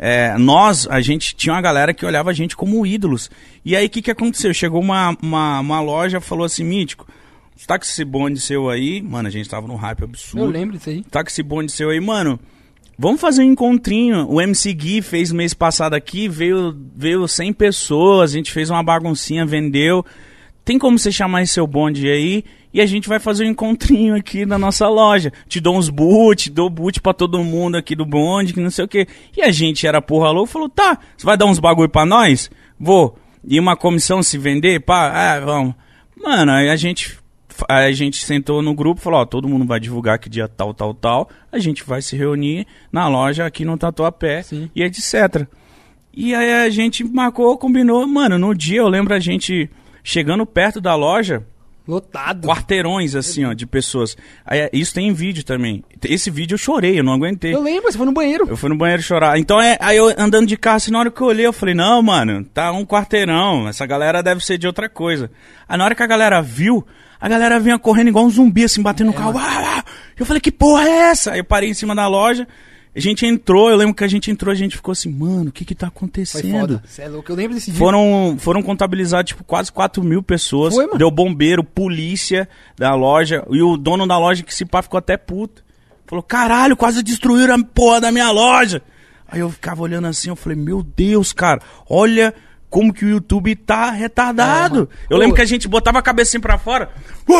[SPEAKER 1] A gente tinha uma galera que olhava a gente como ídolos. E aí o que aconteceu? Chegou uma loja, falou assim, Mítico, você tá com esse bonde seu aí, mano, a gente tava num hype absurdo.
[SPEAKER 3] Eu lembro disso aí.
[SPEAKER 1] Tá com esse bonde seu aí, mano, vamos fazer um encontrinho. O MC Gui fez mês passado aqui, veio 100 pessoas, a gente fez uma baguncinha, vendeu. Tem como você chamar esse seu bonde aí e a gente vai fazer um encontrinho aqui na nossa loja. Te dou uns boot, dou boot pra todo mundo aqui do bonde, que não sei o quê. E a gente era porra louca, falou, tá, você vai dar uns bagulho pra nós? Vou. E uma comissão se vender? Pá, vamos. Mano, aí a gente sentou no grupo e falou, ó, todo mundo vai divulgar que dia tal, a gente vai se reunir na loja aqui no Tatuapé e etc. E aí a gente marcou, combinou, mano, no dia eu lembro a gente... Chegando perto da loja...
[SPEAKER 3] Lotado.
[SPEAKER 1] Quarteirões, assim, ó, de pessoas. Aí, isso tem em vídeo também. Esse vídeo eu chorei, eu não aguentei.
[SPEAKER 3] Eu lembro, você foi no banheiro.
[SPEAKER 1] Eu fui no banheiro chorar. Então, aí eu andando de carro, assim, na hora que eu olhei, eu falei, não, mano, tá um quarteirão. Essa galera deve ser de outra coisa. Aí na hora que a galera viu, a galera vinha correndo igual um zumbi, assim, batendo no carro. Eu falei, que porra é essa? Aí eu parei em cima da loja... A gente entrou, eu lembro que a gente entrou, a gente ficou assim, mano, o que tá acontecendo? Foi foda,
[SPEAKER 3] você é louco, eu lembro desse dia.
[SPEAKER 1] Foram contabilizados, tipo, quase 4.000 pessoas.
[SPEAKER 3] Foi, mano?
[SPEAKER 1] Deu bombeiro, polícia da loja, e o dono da loja que se pá ficou até puto. Falou, caralho, quase destruíram a porra da minha loja. Aí eu ficava olhando assim, eu falei, meu Deus, cara, olha... Como que o YouTube tá retardado. Eu lembro que a gente botava a cabecinha pra fora.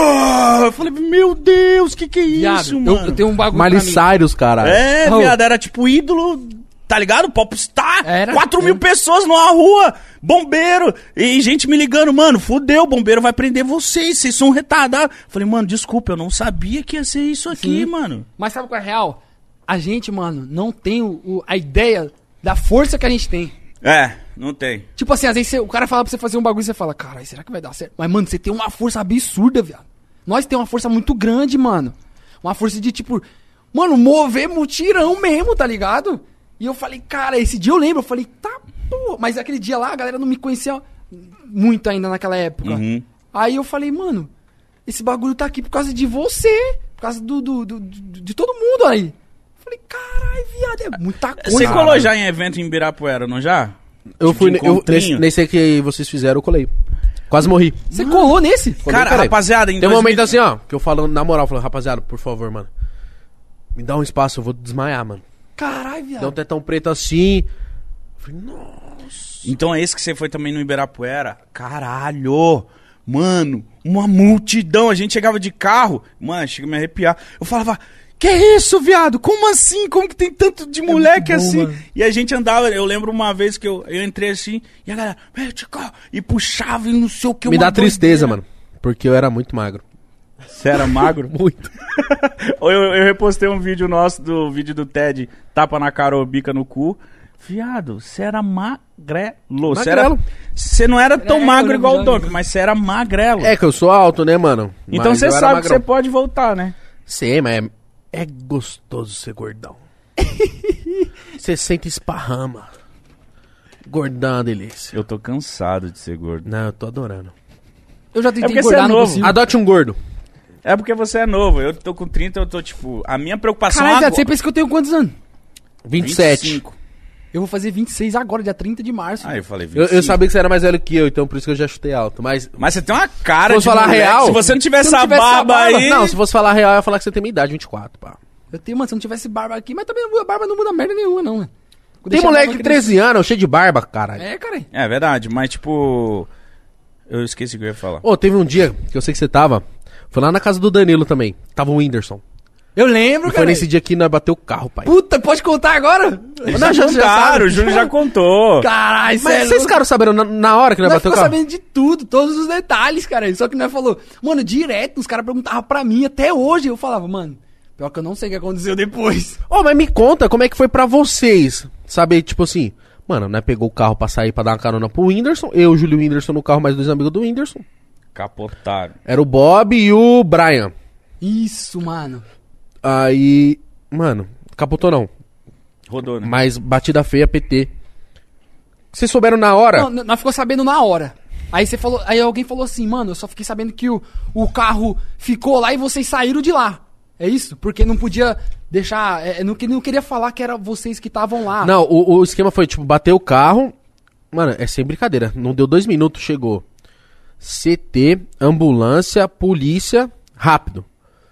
[SPEAKER 1] Eu falei, meu Deus, que é isso, mano?
[SPEAKER 3] Eu tenho um bagulho
[SPEAKER 2] Miley Cyrus, cara.
[SPEAKER 1] Viado, era tipo ídolo, tá ligado? Popstar. 4.000 pessoas numa rua, bombeiro, e gente me ligando, mano, fudeu, o bombeiro vai prender vocês são retardados. Falei, mano, desculpa, eu não sabia que ia ser isso aqui, mano.
[SPEAKER 3] Mas sabe qual é a real? A gente, mano, não tem a ideia da força que a gente tem.
[SPEAKER 1] Não tem.
[SPEAKER 3] Tipo assim, às vezes o cara fala pra você fazer um bagulho e você fala, caralho, será que vai dar certo? Mas, mano, você tem uma força absurda, viado. Nós temos uma força muito grande, mano. Uma força de, tipo, mano, mover mutirão mesmo, tá ligado? E eu falei, cara, esse dia eu lembro, eu falei, tá, pô. Mas aquele dia lá, a galera não me conhecia muito ainda naquela época.
[SPEAKER 1] Uhum.
[SPEAKER 3] Aí eu falei, mano, esse bagulho tá aqui por causa de você. Por causa de todo mundo aí. Eu falei, caralho, viado, é muita coisa.
[SPEAKER 1] Você colou já em evento em Ibirapuera, não já?
[SPEAKER 2] Eu fui nesse que vocês fizeram, eu colei. Quase morri.
[SPEAKER 3] Você colou nesse?
[SPEAKER 1] Cara, rapaziada,
[SPEAKER 2] tem um momento assim, ó, que eu falando na moral, falando, rapaziada, por favor, mano, me dá um espaço, eu vou desmaiar, mano.
[SPEAKER 3] Caralho, viado.
[SPEAKER 2] Deu um tetão preto assim. Eu falei, nossa.
[SPEAKER 1] Então é esse que você foi também no Ibirapuera? Caralho! Mano, uma multidão. A gente chegava de carro, mano, chega a me arrepiar. Eu falava, que isso, viado? Como assim? Como que tem tanto de moleque
[SPEAKER 3] muito bom,
[SPEAKER 1] assim?
[SPEAKER 3] mano.
[SPEAKER 1] E a gente andava, eu lembro uma vez que eu entrei assim, e a galera, e puxava e não sei o que.
[SPEAKER 2] Me
[SPEAKER 1] uma
[SPEAKER 2] dá tristeza,
[SPEAKER 1] doideira.
[SPEAKER 2] mano. Porque eu era muito magro.
[SPEAKER 1] Você era magro?
[SPEAKER 2] Muito.
[SPEAKER 1] eu repostei um vídeo nosso, do vídeo do Ted, tapa na cara ou bica no cu. Viado, você era magrelo. Você não era tão magro igual o Donk, mas você era magrelo.
[SPEAKER 2] É que eu sou alto, né, mano?
[SPEAKER 1] Então
[SPEAKER 2] Mas
[SPEAKER 1] você
[SPEAKER 2] eu era
[SPEAKER 1] sabe que
[SPEAKER 2] magrão.
[SPEAKER 1] você pode voltar, né?
[SPEAKER 2] Sei, mas é gostoso ser gordão. Você sente esparrama. Gordão é uma delícia.
[SPEAKER 1] Eu tô cansado de ser gordo.
[SPEAKER 2] Não, eu tô adorando.
[SPEAKER 3] Eu já tentei
[SPEAKER 1] porque
[SPEAKER 3] engordar,
[SPEAKER 1] você é
[SPEAKER 3] não
[SPEAKER 1] novo.
[SPEAKER 3] consigo.
[SPEAKER 2] Adote um gordo.
[SPEAKER 1] É porque você é novo. Eu tô com 30, eu tô tipo... A minha preocupação
[SPEAKER 3] Caralho,
[SPEAKER 1] agora...
[SPEAKER 3] você pensa que eu tenho quantos anos?
[SPEAKER 2] 27.
[SPEAKER 1] 25.
[SPEAKER 3] Eu vou fazer 26 agora, dia 30 de março.
[SPEAKER 1] Ah, eu falei 25.
[SPEAKER 2] Eu sabia que você era mais velho que eu, então por isso que eu já chutei alto. Mas
[SPEAKER 1] Mas você tem uma cara
[SPEAKER 2] Se
[SPEAKER 1] de
[SPEAKER 2] fosse falar
[SPEAKER 1] moleque.
[SPEAKER 2] real,
[SPEAKER 1] Se você não tivesse
[SPEAKER 3] se não
[SPEAKER 1] essa
[SPEAKER 3] tivesse essa
[SPEAKER 1] barba
[SPEAKER 3] barba,
[SPEAKER 1] aí...
[SPEAKER 2] não, se fosse falar real, eu ia falar que você tem minha idade, 24, pá.
[SPEAKER 3] Eu tenho, mano, se não tivesse barba aqui, mas também a barba não muda merda nenhuma, não, mano.
[SPEAKER 2] Tem moleque de 13 anos, cheio de barba, caralho.
[SPEAKER 3] É, cara.
[SPEAKER 1] É verdade, mas tipo... Eu esqueci o que eu ia falar.
[SPEAKER 2] Ô, teve um dia que eu sei que você tava. Foi lá na casa do Danilo também. Tava o Whindersson.
[SPEAKER 3] Eu lembro,
[SPEAKER 2] E foi
[SPEAKER 3] cara.
[SPEAKER 2] nesse dia que nós bateu o carro, pai.
[SPEAKER 3] Puta, pode contar agora?
[SPEAKER 2] Não, já
[SPEAKER 1] Contaram,
[SPEAKER 2] sabe.
[SPEAKER 1] o Júnior já contou.
[SPEAKER 3] Caralho,
[SPEAKER 2] Mas vocês ficaram sabendo na hora que nós
[SPEAKER 3] Nós
[SPEAKER 2] bateu o
[SPEAKER 3] ficou
[SPEAKER 2] carro?
[SPEAKER 3] sabendo de tudo, todos os detalhes, cara. Só que nós falou, mano, direto, os caras perguntavam pra mim, até hoje. Eu falava, mano, pior que eu não sei o que aconteceu depois.
[SPEAKER 2] Ô, mas me conta como é que foi pra vocês. Sabe, tipo assim, mano, nós pegou o carro pra sair pra dar uma carona pro Whindersson. Eu, Júlio e o Whindersson no carro, mais 2 amigos do Whindersson.
[SPEAKER 1] Capotaram.
[SPEAKER 2] Era o Bob e o Brian.
[SPEAKER 3] Isso, mano.
[SPEAKER 2] Aí, mano, capotou não.
[SPEAKER 1] Rodou, né?
[SPEAKER 2] Mas batida feia, PT. Vocês souberam na hora?
[SPEAKER 3] Não, nós ficou sabendo na hora. Aí você falou, aí alguém falou assim, mano, eu só fiquei sabendo que o carro ficou lá e vocês saíram de lá. É isso? Porque não podia deixar, não queria falar que era vocês que estavam lá.
[SPEAKER 2] Não, o esquema foi, tipo, bateu o carro. Mano, é sem brincadeira. Não deu 2 minutos, chegou CT, ambulância, polícia, rápido.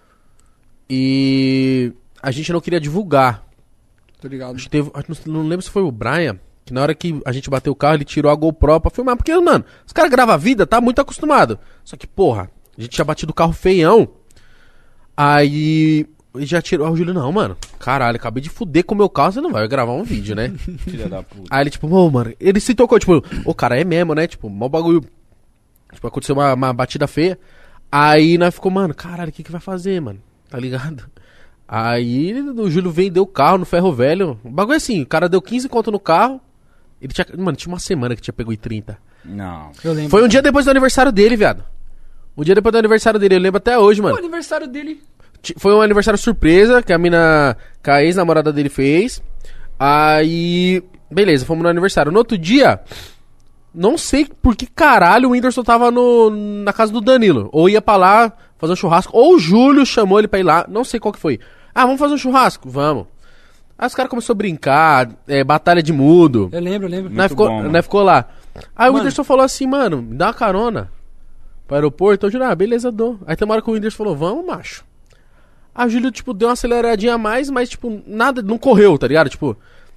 [SPEAKER 2] E a gente não queria divulgar.
[SPEAKER 3] Tô ligado.
[SPEAKER 2] Acho que teve, não lembro se foi o Brian, que na hora que a gente bateu o carro, ele tirou a GoPro pra filmar. Porque, mano, os caras gravam a vida, tá muito acostumado. Só que, porra, a gente tinha batido o carro feião. Aí ele já tirou. Aí o Júlio, não, mano, caralho, acabei de fuder com o meu carro, você não vai gravar um vídeo, né?
[SPEAKER 1] Filha da puta.
[SPEAKER 2] Aí ele, tipo, ô, mano, ele se tocou, tipo, o cara é mesmo, né? Tipo, mó bagulho. Tipo, aconteceu uma batida feia. Aí nós ficou, mano, caralho, o que vai fazer, mano? Tá ligado? Aí o Júlio veio e deu o carro no ferro velho. O bagulho é assim, o cara deu 15 conto no carro. Ele tinha. Mano, tinha uma semana que tinha pego 30.
[SPEAKER 1] Não.
[SPEAKER 3] Eu lembro.
[SPEAKER 2] Foi um dia depois do aniversário dele, viado. Um dia depois do aniversário dele, eu lembro até hoje,
[SPEAKER 3] O
[SPEAKER 2] mano.
[SPEAKER 3] aniversário dele.
[SPEAKER 2] Foi um aniversário surpresa que que a ex-namorada dele fez. Aí, beleza, fomos no aniversário. No outro dia, não sei por que caralho o Whindersson tava na casa do Danilo. Ou ia pra lá fazer um churrasco, ou o Júlio chamou ele pra ir lá, não sei qual que foi. Ah, vamos fazer um churrasco? Vamos. Aí os caras começaram a brincar, batalha de mudo.
[SPEAKER 3] Eu lembro.
[SPEAKER 2] Nós
[SPEAKER 1] bom, mano.
[SPEAKER 2] ficou lá. Aí o
[SPEAKER 3] Mano.
[SPEAKER 2] Whindersson falou assim, mano, me dá uma carona pro aeroporto. Eu juro, beleza, dou. Aí tem uma hora que o Whindersson falou, vamos, macho. Aí o Júlio, tipo, deu uma aceleradinha a mais, mas, tipo, nada, não correu, tá ligado? Tipo,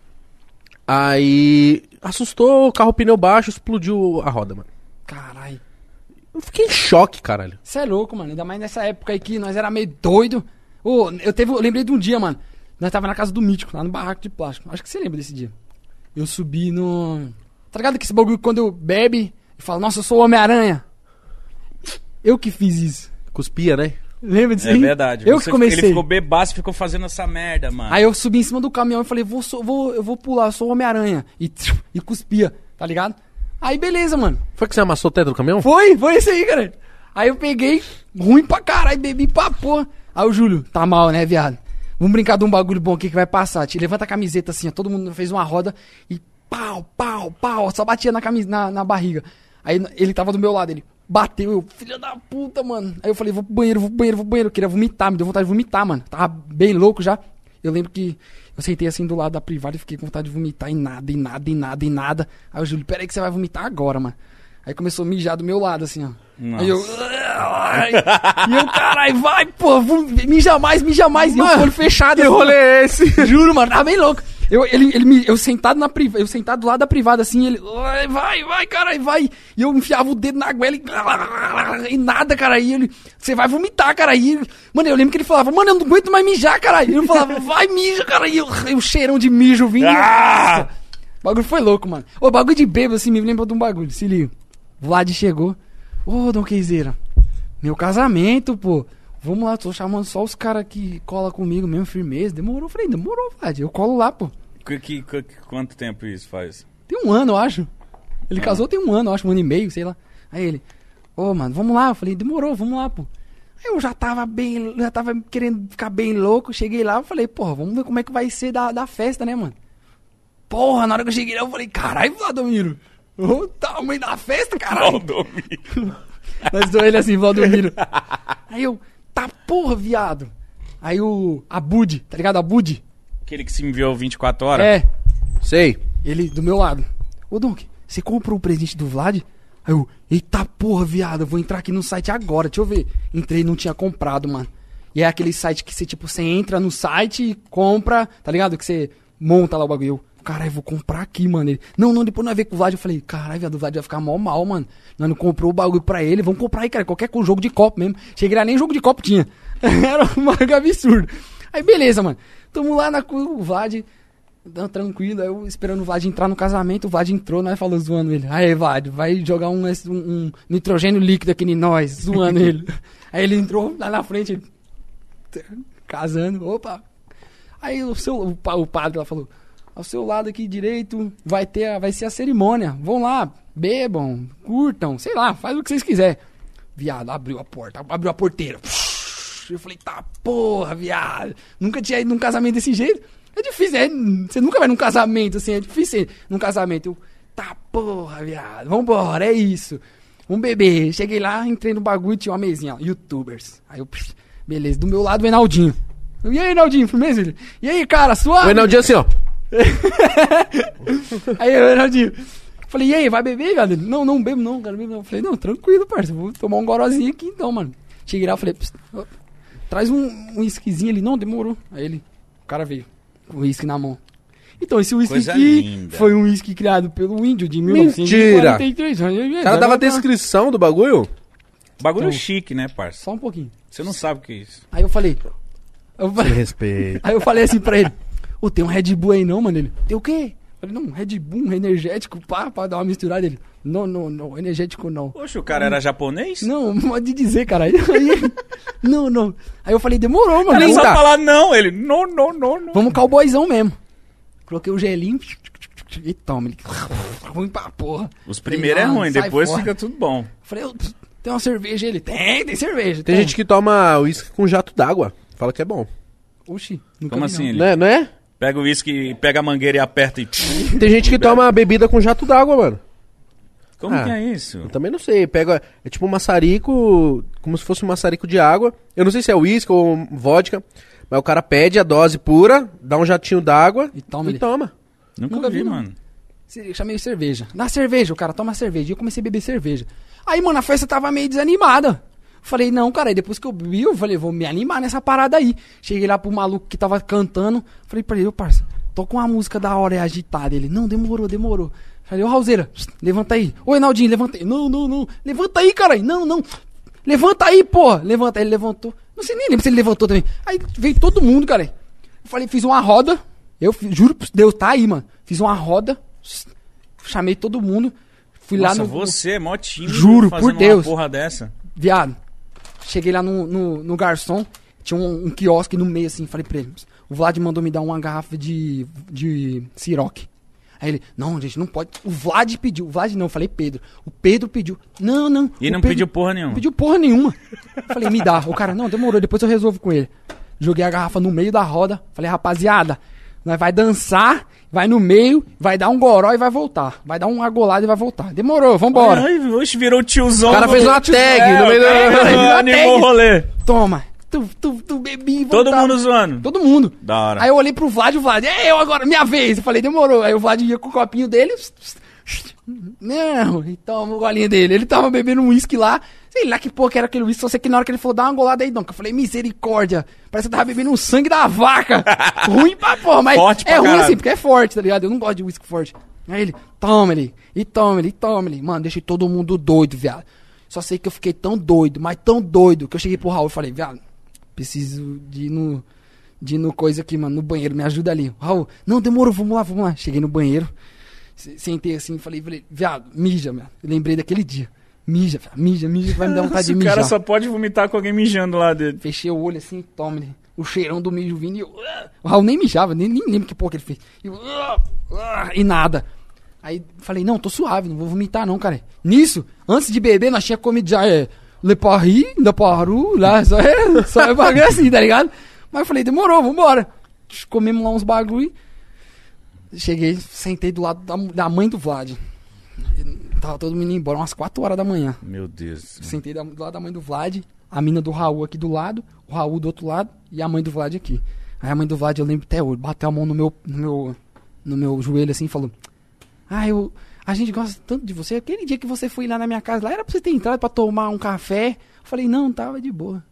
[SPEAKER 2] aí assustou, o carro pneu baixo, explodiu a roda, mano.
[SPEAKER 3] Caralho.
[SPEAKER 2] Eu fiquei em choque, caralho.
[SPEAKER 3] Você é louco, mano. Ainda mais nessa época aí que nós era meio doido. Ô, eu lembrei de um dia, mano. Nós tava na casa do Mítico, lá no barraco de plástico. Acho que você lembra desse dia. Eu subi no... Tá ligado que esse bagulho quando eu bebe e falo, nossa, eu sou o Homem-Aranha? Eu que fiz isso.
[SPEAKER 2] Cuspia, né?
[SPEAKER 3] Lembra disso
[SPEAKER 1] É
[SPEAKER 3] aí?
[SPEAKER 1] verdade.
[SPEAKER 3] Eu que comecei.
[SPEAKER 1] Ele ficou bebaço e ficou fazendo essa merda, mano.
[SPEAKER 3] Aí eu subi em cima do caminhão e falei, eu vou pular, eu sou o Homem-Aranha. E cuspia, tá ligado? Aí beleza, mano.
[SPEAKER 2] Foi que você amassou o teto do caminhão?
[SPEAKER 3] Foi isso aí, cara. Aí eu peguei, ruim pra caralho, bebi pra porra. Aí o Júlio, tá mal, né, viado? Vamos brincar de um bagulho bom aqui que vai passar. Te levanta a camiseta assim, ó, todo mundo fez uma roda e pau, pau, pau, só batia na barriga. Aí ele tava do meu lado, ele bateu, eu, filha da puta, mano. Aí eu falei, vou pro banheiro. Eu queria vomitar, me deu vontade de vomitar, mano. Tava bem louco já. Eu lembro que eu sentei assim do lado da privada e fiquei com vontade de vomitar e nada. Aí o Júlio, peraí que você vai vomitar agora, mano. Aí começou a mijar do meu lado, assim, ó.
[SPEAKER 1] Nossa.
[SPEAKER 3] Aí eu... E eu, caralho, vai, pô, mija mais. E eu com o olho fechado.
[SPEAKER 2] Que rolê é esse?
[SPEAKER 3] Juro, mano, tava bem louco. Eu sentado eu sentado do lado da privada, assim, ele... Vai, cara, vai. E eu enfiava o dedo na goela e nada, cara. E ele... Você vai vomitar, cara. E, mano, eu lembro que ele falava, mano, eu não aguento mais mijar, cara. E eu falava, vai, mija, cara. E o cheirão de mijo vindo. O bagulho foi louco, mano. O bagulho de bêbado, assim, me lembrou de um bagulho. Se liga. Vlad chegou. Ô, Dom Queizeira, meu casamento, pô. Vamos lá, tô chamando só os caras que colam comigo mesmo, firmeza. Demorou, falei, demorou, Vlad. Eu colo lá, pô.
[SPEAKER 1] Quanto tempo isso faz?
[SPEAKER 3] Tem 1 ano, eu acho. Ele casou tem 1 ano, eu acho, 1 ano e meio, sei lá. Aí ele, mano, vamos lá. Eu falei, demorou, vamos lá, pô. Aí eu já tava querendo ficar bem louco. Cheguei lá, eu falei, porra, vamos ver como é que vai ser da festa, né, mano? Porra, na hora que eu cheguei lá, eu falei, caralho, Valdomiro. O tamanho da festa, caralho.
[SPEAKER 1] Valdomiro.
[SPEAKER 3] Nós dois ele assim, Valdomiro. Aí eu, tá porra, viado. Aí a Bud, tá ligado? A Bud.
[SPEAKER 1] Aquele que se enviou 24 horas?
[SPEAKER 3] É.
[SPEAKER 2] Sei.
[SPEAKER 3] Ele do meu lado. Ô, Donk, você comprou o presente do Vlad? Aí eu, eita porra, viado, eu vou entrar aqui no site agora, deixa eu ver. Entrei e não tinha comprado, mano. E é aquele site que você entra no site e compra, tá ligado? Que você monta lá o bagulho. Eu, caralho, vou comprar aqui, mano. Ele, não, depois nós ver com o Vlad. Eu falei, caralho, viado, o Vlad vai ficar mal, mano. Nós não comprou o bagulho pra ele, vamos comprar aí, cara, qualquer jogo de copo mesmo. Cheguei lá, nem jogo de copo tinha. Era um bagulho absurdo. Aí, beleza, mano. Tamo lá o Vlad, tranquilo, aí eu esperando o Vlad entrar no casamento, o Vlad entrou, nós falamos zoando ele. Aí, Vlad, vai jogar um nitrogênio líquido aqui em nós, zoando ele. Aí ele entrou lá na frente, ele, casando, opa. Aí o padre lá falou, ao seu lado aqui direito vai ser a cerimônia, vão lá, bebam, curtam, sei lá, faz o que vocês quiserem. Viado, abriu a porteira. Eu falei, tá porra, viado. Nunca tinha ido num casamento desse jeito. É difícil, você nunca vai num casamento assim, é difícil ir num casamento. Eu, tá porra, viado, vambora, é isso. Vamos beber. Cheguei lá, entrei no bagulho, tinha uma mesinha, ó, youtubers. Aí eu, beleza, do meu lado o Enaldinho. E aí, Enaldinho, firmeza? E aí, cara, suave?
[SPEAKER 2] O Enaldinho assim, ó.
[SPEAKER 3] Aí, o Enaldinho. Falei, e aí, vai beber, velho? Não bebo não, cara, bebo não. Falei, não, tranquilo, parceiro, vou tomar um gorozinho aqui então, mano. Cheguei lá, falei, traz um whiskyzinho ali. Não, demorou. Aí o cara veio com o whisky na mão. Então, esse whisky aqui foi um whisky criado pelo índio de 1943.
[SPEAKER 2] Mentira! O cara dava a descrição do bagulho?
[SPEAKER 1] Bagulho então, chique, né, parça?
[SPEAKER 3] Só um pouquinho.
[SPEAKER 1] Você não sabe o que é isso.
[SPEAKER 3] Aí eu falei...
[SPEAKER 2] Respeito.
[SPEAKER 3] Aí eu falei assim pra ele, tem um Red Bull aí não, mano? Ele, tem o quê? Eu falei, não, Red Bull, um energético, pra dar uma misturada. Ele, não, energético não.
[SPEAKER 1] Poxa, o cara era japonês?
[SPEAKER 3] Não, pode dizer, cara. Aí, não. Aí eu falei, demorou, mano.
[SPEAKER 1] Ele não sabe falar não, ele, não.
[SPEAKER 3] Vamos cowboyzão mesmo. Coloquei o gelinho e toma. Ele, ruim pra porra.
[SPEAKER 1] Os primeiros é ruim, depois fica tudo bom.
[SPEAKER 3] Falei, tem uma cerveja? Ele, tem cerveja.
[SPEAKER 2] Tem gente que toma uísque com jato d'água. Fala que é bom.
[SPEAKER 3] Oxi, nunca
[SPEAKER 1] como
[SPEAKER 3] vi,
[SPEAKER 1] assim?
[SPEAKER 2] Não é?
[SPEAKER 1] Pega o uísque, pega a mangueira e aperta e...
[SPEAKER 2] Tem gente que toma bebida com jato d'água, mano.
[SPEAKER 1] Como que é isso?
[SPEAKER 2] Eu também não sei. Pega, é tipo um maçarico, como se fosse um maçarico de água. Eu não sei se é uísque ou vodka, mas o cara pede a dose pura, dá um jatinho d'água e toma.
[SPEAKER 1] Nunca vi, mano.
[SPEAKER 3] Chamei de cerveja. Dá cerveja, o cara toma cerveja. E eu comecei a beber cerveja. Aí, mano, a festa tava meio desanimada. Falei, não, cara, aí depois que eu bebi, eu falei, vou me animar nessa parada aí. Cheguei lá pro maluco que tava cantando. Falei pra ele, ô parça, toca uma música da hora e agitada. Ele, não, demorou. Falei, ô Raulzeira, levanta aí. Ô Enaldinho, levanta aí. Não. Levanta aí, caralho. Não. Levanta aí, porra. Levanta. Ele levantou. Não sei nem lembro se ele levantou também. Aí veio todo mundo, cara. Eu falei, fiz uma roda. Juro por Deus, tá aí, mano. Fiz uma roda. Chamei todo mundo. Fui lá no...
[SPEAKER 1] você é mó tímido.
[SPEAKER 3] Juro por Deus.
[SPEAKER 1] Uma porra dessa.
[SPEAKER 3] Viado. Cheguei lá no garçom. Tinha um quiosque no meio, assim. Falei pra ele, o Vlad mandou me dar uma garrafa de Ciroc. Aí ele, não, gente, não pode. O Vlad pediu. O Vlad não, eu falei Pedro. O Pedro pediu. Não.
[SPEAKER 1] E não pediu porra nenhuma.
[SPEAKER 3] Não pediu porra nenhuma. Falei, me dá. O cara, não, demorou, depois eu resolvo com ele. Joguei a garrafa no meio da roda. Falei, rapaziada, nós vai dançar, vai no meio, vai dar um goró e vai voltar. Vai dar um agolado e vai voltar. Demorou, vambora.
[SPEAKER 1] Oxe, virou tiozão.
[SPEAKER 2] O cara fez uma tag no meio do...
[SPEAKER 1] Animou o rolê.
[SPEAKER 3] Toma. Tu bebi e
[SPEAKER 1] todo mundo zoando?
[SPEAKER 3] Todo mundo.
[SPEAKER 1] Da hora.
[SPEAKER 3] Aí eu olhei pro Vlad, eu agora, minha vez. Eu falei, demorou. Aí o Vlad ia com o copinho dele, Não, e toma o golinho dele. Ele tava bebendo um uísque lá. Sei lá que porra que era aquele uísque. Só sei que na hora que ele falou, dá uma golada aí, Donk. Eu falei, misericórdia. Parece que eu tava bebendo o sangue da vaca. Ruim pra porra, mas
[SPEAKER 1] forte pra
[SPEAKER 3] é ruim
[SPEAKER 1] caralho.
[SPEAKER 3] assim, porque é forte, tá ligado? Eu não gosto de uísque forte. Aí ele, toma ele. E toma ele, e toma ele. Mano, deixei todo mundo doido, viado. Só sei que eu fiquei tão doido, mas tão doido, que eu cheguei pro Raul e falei, viado, preciso de ir no coisa aqui, mano, no banheiro, me ajuda ali. Raul, não, demorou, vamos lá. Cheguei no banheiro. Sentei assim e falei, viado, mija, mano. Eu lembrei daquele dia. Mija, que vai me dar vontade de
[SPEAKER 1] O
[SPEAKER 3] mijar.
[SPEAKER 1] cara só pode vomitar com alguém mijando lá dele.
[SPEAKER 3] Fechei o olho assim, toma ele. O cheirão do mijo vindo e eu... O Raul nem mijava, nem lembro que porra que ele fez. E nada. Aí falei, não, tô suave, não vou vomitar não, cara. Nisso, antes de beber, nós tínhamos comido já Le Paris, Le Paru, lá, só é bagulho assim, tá ligado? Mas eu falei, demorou, vambora. Comemos lá uns bagulho. Cheguei, sentei do lado da mãe do Vlad. Tava todo mundo indo embora, umas 4 horas da manhã.
[SPEAKER 1] Meu Deus.
[SPEAKER 3] Sentei do lado da mãe do Vlad, a mina do Raul aqui do lado, o Raul do outro lado e a mãe do Vlad aqui. Aí a mãe do Vlad, eu lembro até hoje, bateu a mão no meu joelho assim e falou: a gente gosta tanto de você. Aquele dia que você foi lá na minha casa, lá era pra você ter entrado pra tomar um café. Eu falei, não, tava de boa.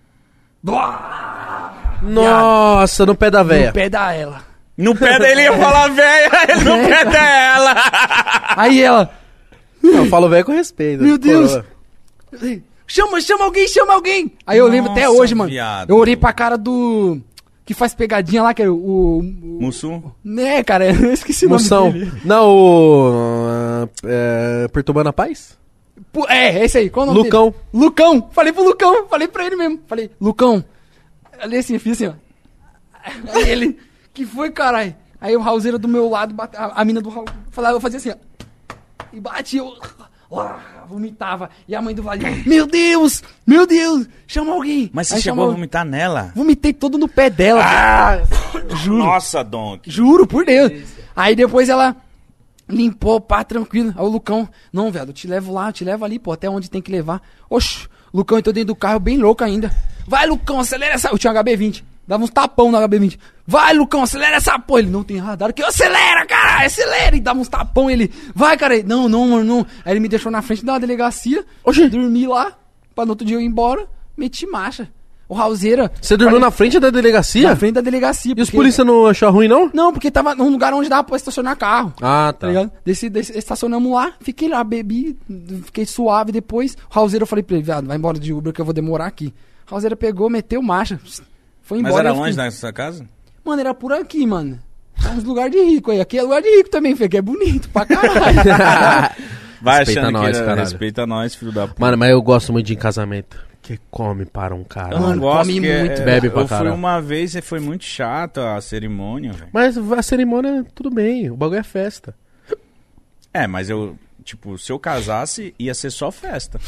[SPEAKER 2] Nossa, no pé da véia.
[SPEAKER 3] No pé da ela.
[SPEAKER 1] No pé dele ia falar velha, ele no pé dela.
[SPEAKER 3] Aí ela,
[SPEAKER 2] Eu falo velho com respeito.
[SPEAKER 3] meu Deus.
[SPEAKER 2] Coroa.
[SPEAKER 3] Chama alguém. Aí eu lembro até
[SPEAKER 1] Nossa,
[SPEAKER 3] hoje, mano.
[SPEAKER 1] viado.
[SPEAKER 3] Eu olhei pra cara do... que faz pegadinha lá, que é o
[SPEAKER 1] Mussum?
[SPEAKER 3] né, cara, eu esqueci o nome
[SPEAKER 2] Moção.
[SPEAKER 3] dele.
[SPEAKER 2] Não, o... Perturbando a Paz?
[SPEAKER 3] É esse aí. Qual o nome
[SPEAKER 2] Lucão.
[SPEAKER 3] dele? Lucão. Falei pro Lucão. Falei pra ele mesmo. Falei, Lucão. Ali assim, eu fiz assim, ó. Aí ele, que foi, caralho? Aí o Raulzeiro do meu lado, a mina do Raul, eu fazia assim, ó. E batia, eu... vomitava. E a mãe do Vlad, meu Deus, chama alguém.
[SPEAKER 1] Mas você
[SPEAKER 3] Aí
[SPEAKER 1] chegou a vomitar nela?
[SPEAKER 3] Vomitei todo no pé dela.
[SPEAKER 1] Juro. Nossa, Donk.
[SPEAKER 3] Juro, por Deus. Aí depois ela limpou, pá, tranquilo. Aí o Lucão, não, velho, eu te levo ali, pô, até onde tem que levar. Oxi, o Lucão entrou dentro do carro bem louco ainda. Vai, Lucão, acelera essa... Eu tinha um HB20. Dava uns tapão no HB20. Vai, Lucão, acelera essa porra. Ele, não tem radar. Que eu acelera, cara, acelera. E dava uns tapão. Ele, vai, cara. Não, mano, não. Aí ele me deixou na frente da delegacia.
[SPEAKER 2] Oxi.
[SPEAKER 3] Dormi lá, pra no outro dia eu ir embora. Meti marcha. O Raulzeira...
[SPEAKER 2] Você dormiu na frente da delegacia?
[SPEAKER 3] Na frente da delegacia.
[SPEAKER 2] E os polícia não achou ruim, não?
[SPEAKER 3] Não, porque tava num lugar onde dava pra estacionar carro.
[SPEAKER 2] Ah,
[SPEAKER 3] Tá ligado? Estacionamos lá, fiquei lá, bebi, fiquei suave depois. O Raulzeiro, eu falei pra ele, viado, vai embora de Uber que eu vou demorar aqui. O Raulzeiro pegou, meteu marcha, foi embora.
[SPEAKER 1] Mas era
[SPEAKER 3] eu fiquei-
[SPEAKER 1] onde nessa casa?
[SPEAKER 3] Mano, era por aqui, mano. É uns lugares de rico aí. Aqui é lugar de rico também, filho, que é bonito pra caralho.
[SPEAKER 1] Vai
[SPEAKER 2] Respeita
[SPEAKER 1] achando
[SPEAKER 2] nós,
[SPEAKER 1] que
[SPEAKER 2] caralho.
[SPEAKER 1] respeita nós, filho da puta.
[SPEAKER 2] Mano, mas eu gosto muito de ir em casamento. Que come para um cara.
[SPEAKER 1] Eu não
[SPEAKER 3] Mano,
[SPEAKER 1] gosto
[SPEAKER 3] come
[SPEAKER 1] porque,
[SPEAKER 3] muito,
[SPEAKER 2] bebe pra
[SPEAKER 1] Eu fui
[SPEAKER 2] caralho.
[SPEAKER 1] uma vez e foi muito chato a cerimônia, velho.
[SPEAKER 2] Mas a cerimônia, tudo bem. O bagulho é festa.
[SPEAKER 1] É, mas eu, tipo, se eu casasse, ia ser só festa.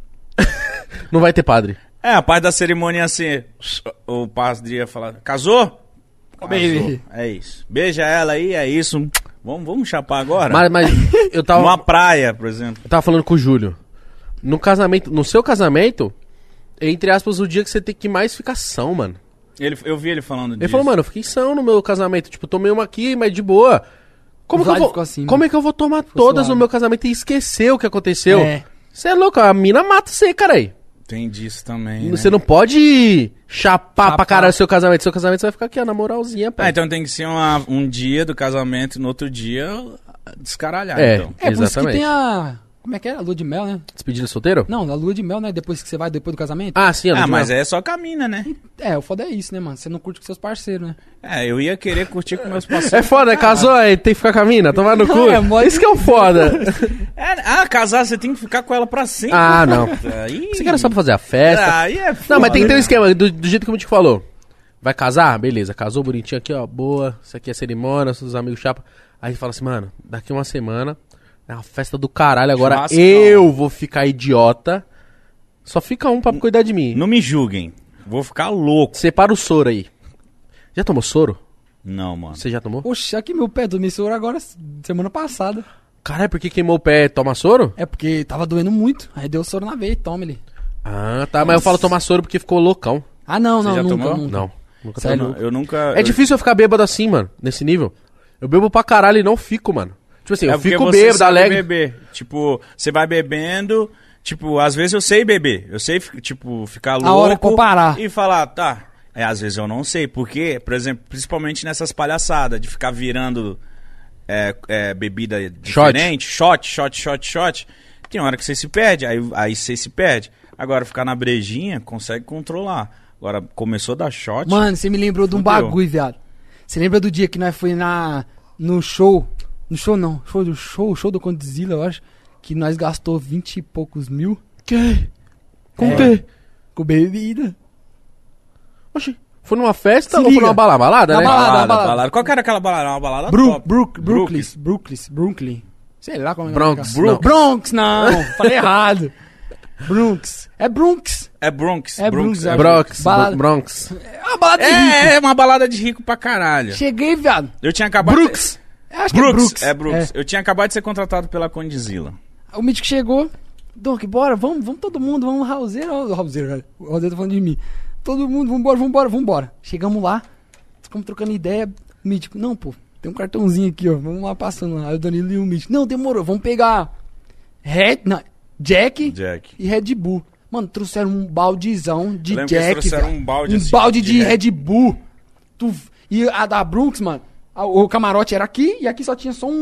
[SPEAKER 2] Não vai ter padre.
[SPEAKER 1] É, a parte da cerimônia ia ser, o padre ia falar, casou?
[SPEAKER 3] Baby.
[SPEAKER 1] É isso. Beija ela aí, é isso. Vamos chapar agora?
[SPEAKER 2] Mas eu tava...
[SPEAKER 1] Numa praia, por exemplo.
[SPEAKER 2] Eu tava falando com o Júlio. No casamento, no seu casamento, entre aspas, o dia que você tem que mais ficar são, mano.
[SPEAKER 1] Eu vi ele falando disso.
[SPEAKER 2] Ele falou, mano, eu fiquei são no meu casamento. Tipo, tomei uma aqui, mas de boa. Como,
[SPEAKER 3] O
[SPEAKER 2] que eu,
[SPEAKER 3] Vlad
[SPEAKER 2] vou,
[SPEAKER 3] ficou assim,
[SPEAKER 2] como
[SPEAKER 3] mano.
[SPEAKER 2] é que eu vou tomar todas
[SPEAKER 3] suave.
[SPEAKER 2] no meu casamento e esquecer o que aconteceu?
[SPEAKER 3] É.
[SPEAKER 2] Você é louco, a mina mata você, caralho.
[SPEAKER 1] Tem disso também,
[SPEAKER 2] Você não pode chapar pra caralho o seu casamento. Seu casamento você vai ficar aqui, ó, na moralzinha, pô.
[SPEAKER 1] Ah, então tem que ser um dia do casamento e no outro dia descaralhar,
[SPEAKER 2] É.
[SPEAKER 1] então.
[SPEAKER 3] É por isso que
[SPEAKER 2] Exatamente.
[SPEAKER 3] tem a... Como é que é? A lua de mel, né?
[SPEAKER 2] Despedida solteiro?
[SPEAKER 3] Não, a lua de mel, né? Depois que você vai, depois do casamento.
[SPEAKER 2] Ah, sim,
[SPEAKER 1] Ah, mas é só caminha, né?
[SPEAKER 3] É, o foda é isso, né, mano? Você não curte com seus parceiros, né?
[SPEAKER 1] É, eu ia querer curtir com meus
[SPEAKER 2] É
[SPEAKER 1] parceiros.
[SPEAKER 2] foda, casou aí, tem que ficar com a mina, tomar no cu.
[SPEAKER 3] É, mó-
[SPEAKER 2] Isso que é o foda.
[SPEAKER 1] Casar, você tem que ficar com ela pra sempre.
[SPEAKER 2] Ah, não.
[SPEAKER 1] Aí...
[SPEAKER 2] Você quer só pra fazer a festa?
[SPEAKER 1] Aí é
[SPEAKER 2] Não, mas tem que ter um
[SPEAKER 1] foda.
[SPEAKER 2] esquema, do jeito que eu te falou. Vai casar? Beleza, casou bonitinho aqui, ó, boa. Isso aqui é cerimônia, seus amigos chapa. Aí fala assim, mano, daqui uma semana é uma festa do caralho, agora
[SPEAKER 1] Churrasco.
[SPEAKER 2] eu vou ficar idiota. Só fica um pra cuidar de mim.
[SPEAKER 1] Não me julguem. Vou ficar louco.
[SPEAKER 2] Separa o soro aí. Já tomou soro?
[SPEAKER 1] Não, mano.
[SPEAKER 2] Você já tomou?
[SPEAKER 3] Oxe, aqui meu pé, dormi soro agora, semana passada.
[SPEAKER 2] Caralho, por que queimou o pé? Toma soro?
[SPEAKER 3] É porque tava doendo muito. Aí deu soro na veia, toma ele.
[SPEAKER 2] Ah, tá, mas eu falo tomar soro porque ficou loucão.
[SPEAKER 3] Ah, não,
[SPEAKER 1] Você
[SPEAKER 3] não,
[SPEAKER 1] já
[SPEAKER 3] nunca,
[SPEAKER 1] tomou?
[SPEAKER 3] nunca.
[SPEAKER 2] Não, nunca
[SPEAKER 3] Sério?
[SPEAKER 2] tomei.
[SPEAKER 1] Eu nunca...
[SPEAKER 2] É difícil eu ficar bêbado assim, mano, nesse nível. Eu bebo pra caralho e não fico, mano. Tipo assim, eu
[SPEAKER 1] porque
[SPEAKER 2] fico
[SPEAKER 1] você
[SPEAKER 2] bêbado,
[SPEAKER 1] sabe
[SPEAKER 2] alegre.
[SPEAKER 1] beber. Tipo, você vai bebendo... Tipo, às vezes eu sei beber. Eu sei, tipo, ficar louco...
[SPEAKER 3] A hora que eu parar.
[SPEAKER 1] E falar, tá... às vezes eu não sei. Porque, por exemplo, principalmente nessas palhaçadas de ficar virando bebida diferente. Shot. Tem hora que você se perde. Aí você se perde. Agora, ficar na brejinha, consegue controlar. Agora, começou a dar shot...
[SPEAKER 3] Mano, você me lembrou de um bagulho, viado. Você lembra do dia que nós foi no show? No show não. Show do Condzilla, eu acho. Que nós gastou 20 e poucos mil.
[SPEAKER 2] Que? Com o quê?
[SPEAKER 3] Com bebida.
[SPEAKER 2] Oxi, foi numa festa
[SPEAKER 3] Se
[SPEAKER 2] ou foi
[SPEAKER 3] liga.
[SPEAKER 2] numa balada,
[SPEAKER 3] Na
[SPEAKER 2] né?
[SPEAKER 3] balada.
[SPEAKER 1] Qual que era aquela balada? Uma balada top.
[SPEAKER 3] Brooklyn. Sei lá como é.
[SPEAKER 2] Bronx.
[SPEAKER 3] Não. Bronx, não. Falei errado. Bronx. É Bronx.
[SPEAKER 1] É Bronx.
[SPEAKER 3] É Bronx.
[SPEAKER 2] Balada. Bronx.
[SPEAKER 3] É uma balada de rico.
[SPEAKER 1] É uma balada de rico pra caralho.
[SPEAKER 3] Cheguei, viado.
[SPEAKER 1] Eu tinha acabado...
[SPEAKER 2] Brooks.
[SPEAKER 3] Acho que é Brooks.
[SPEAKER 1] É Brooks. Eu tinha acabado de ser contratado pela Condzilla.
[SPEAKER 3] O Mítico chegou. Doc, bora, vamos todo mundo, vamos Raulzeiro, velho. O Raulzeiro tá falando de mim. Todo mundo, vambora. Chegamos lá, ficamos trocando ideia. O Mítico, não, pô, tem um cartãozinho aqui, ó. Vamos lá passando lá. Aí o Danilo e o Mítico, não, demorou, vamos pegar Jack e Red Bull. Mano, trouxeram um baldezão de Jack.
[SPEAKER 1] Trouxeram um balde assim,
[SPEAKER 3] balde de Red Bull. E a da Brooks, mano, o camarote era aqui e aqui só tinha só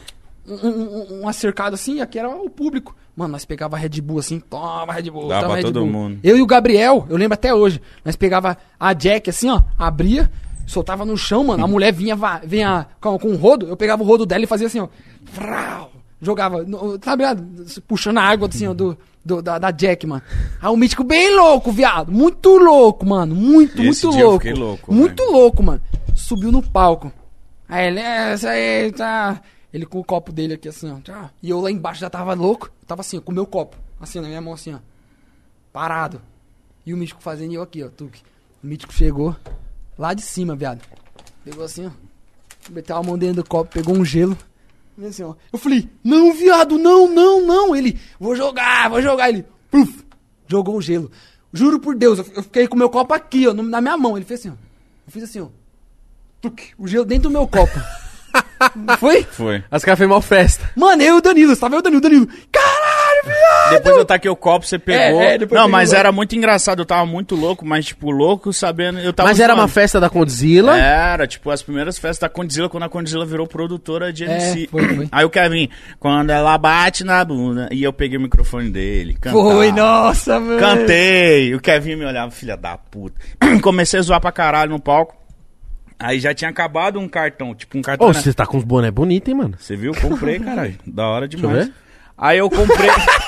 [SPEAKER 3] uma cercada assim, e aqui era o público. Mano, nós pegava Red Bull assim, toma Red Bull,
[SPEAKER 1] Dá
[SPEAKER 3] toma
[SPEAKER 1] pra
[SPEAKER 3] Red
[SPEAKER 1] todo
[SPEAKER 3] Bull.
[SPEAKER 1] mundo.
[SPEAKER 3] Eu e o Gabriel, eu lembro até hoje, nós pegava a Jack assim, ó, abria, soltava no chão, mano, a mulher vinha com um rodo, eu pegava o rodo dela e fazia assim, ó, frau, jogava, sabe, puxando a água assim, ó, da Jack, mano. Aí o Mítico bem louco, viado, muito louco, mano, muito
[SPEAKER 1] dia
[SPEAKER 3] louco.
[SPEAKER 1] eu fiquei louco,
[SPEAKER 3] muito louco, mano. Subiu no palco. Aí ele, essa aí, tá... Ele com o copo dele aqui assim, ó. Tchau. E eu lá embaixo já tava louco. Eu tava assim, ó, com o meu copo. Assim, na minha mão assim, ó. Parado. E o Mítico fazendo e eu aqui, ó. Tuque. O Mítico chegou lá de cima, viado. Pegou assim, ó. Meteu a mão dentro do copo, pegou um gelo. E assim, ó. Eu falei, não, viado, não. Ele, vou jogar. Ele, puf, jogou o gelo. Juro por Deus, eu fiquei com o meu copo aqui, ó, na minha mão. Ele fez assim, ó. Eu fiz assim, ó. Tuque, o gelo dentro do meu copo. Foi?
[SPEAKER 1] Foi.
[SPEAKER 2] As caras fez mal festa.
[SPEAKER 3] Mano, eu e o Danilo, você tá vendo o Danilo? Caralho, viado!
[SPEAKER 1] Depois eu taquei o copo, você pegou.
[SPEAKER 3] depois
[SPEAKER 1] não,
[SPEAKER 3] eu
[SPEAKER 1] mas
[SPEAKER 3] peguei o
[SPEAKER 1] era muito engraçado, eu tava muito louco, mas tipo, louco sabendo... Eu tava
[SPEAKER 2] Mas era
[SPEAKER 1] zoando.
[SPEAKER 2] uma festa da Condzilla.
[SPEAKER 1] Era, tipo, as primeiras festas da Condzilla, quando a Condzilla virou produtora de MC.
[SPEAKER 3] Foi.
[SPEAKER 1] Aí o Kevin, quando ela bate na bunda, e eu peguei o microfone dele, cantava.
[SPEAKER 3] Foi, nossa, mano.
[SPEAKER 1] Cantei, o Kevin me olhava, filha da puta. Comecei a zoar pra caralho no palco. Aí já tinha acabado um cartão, tipo um cartão...
[SPEAKER 2] Ô, você tá com uns boné bonitos, hein, mano?
[SPEAKER 1] Você viu? Comprei, caralho. Da hora
[SPEAKER 2] Deixa eu
[SPEAKER 1] demais.
[SPEAKER 2] ver.
[SPEAKER 1] Aí eu comprei...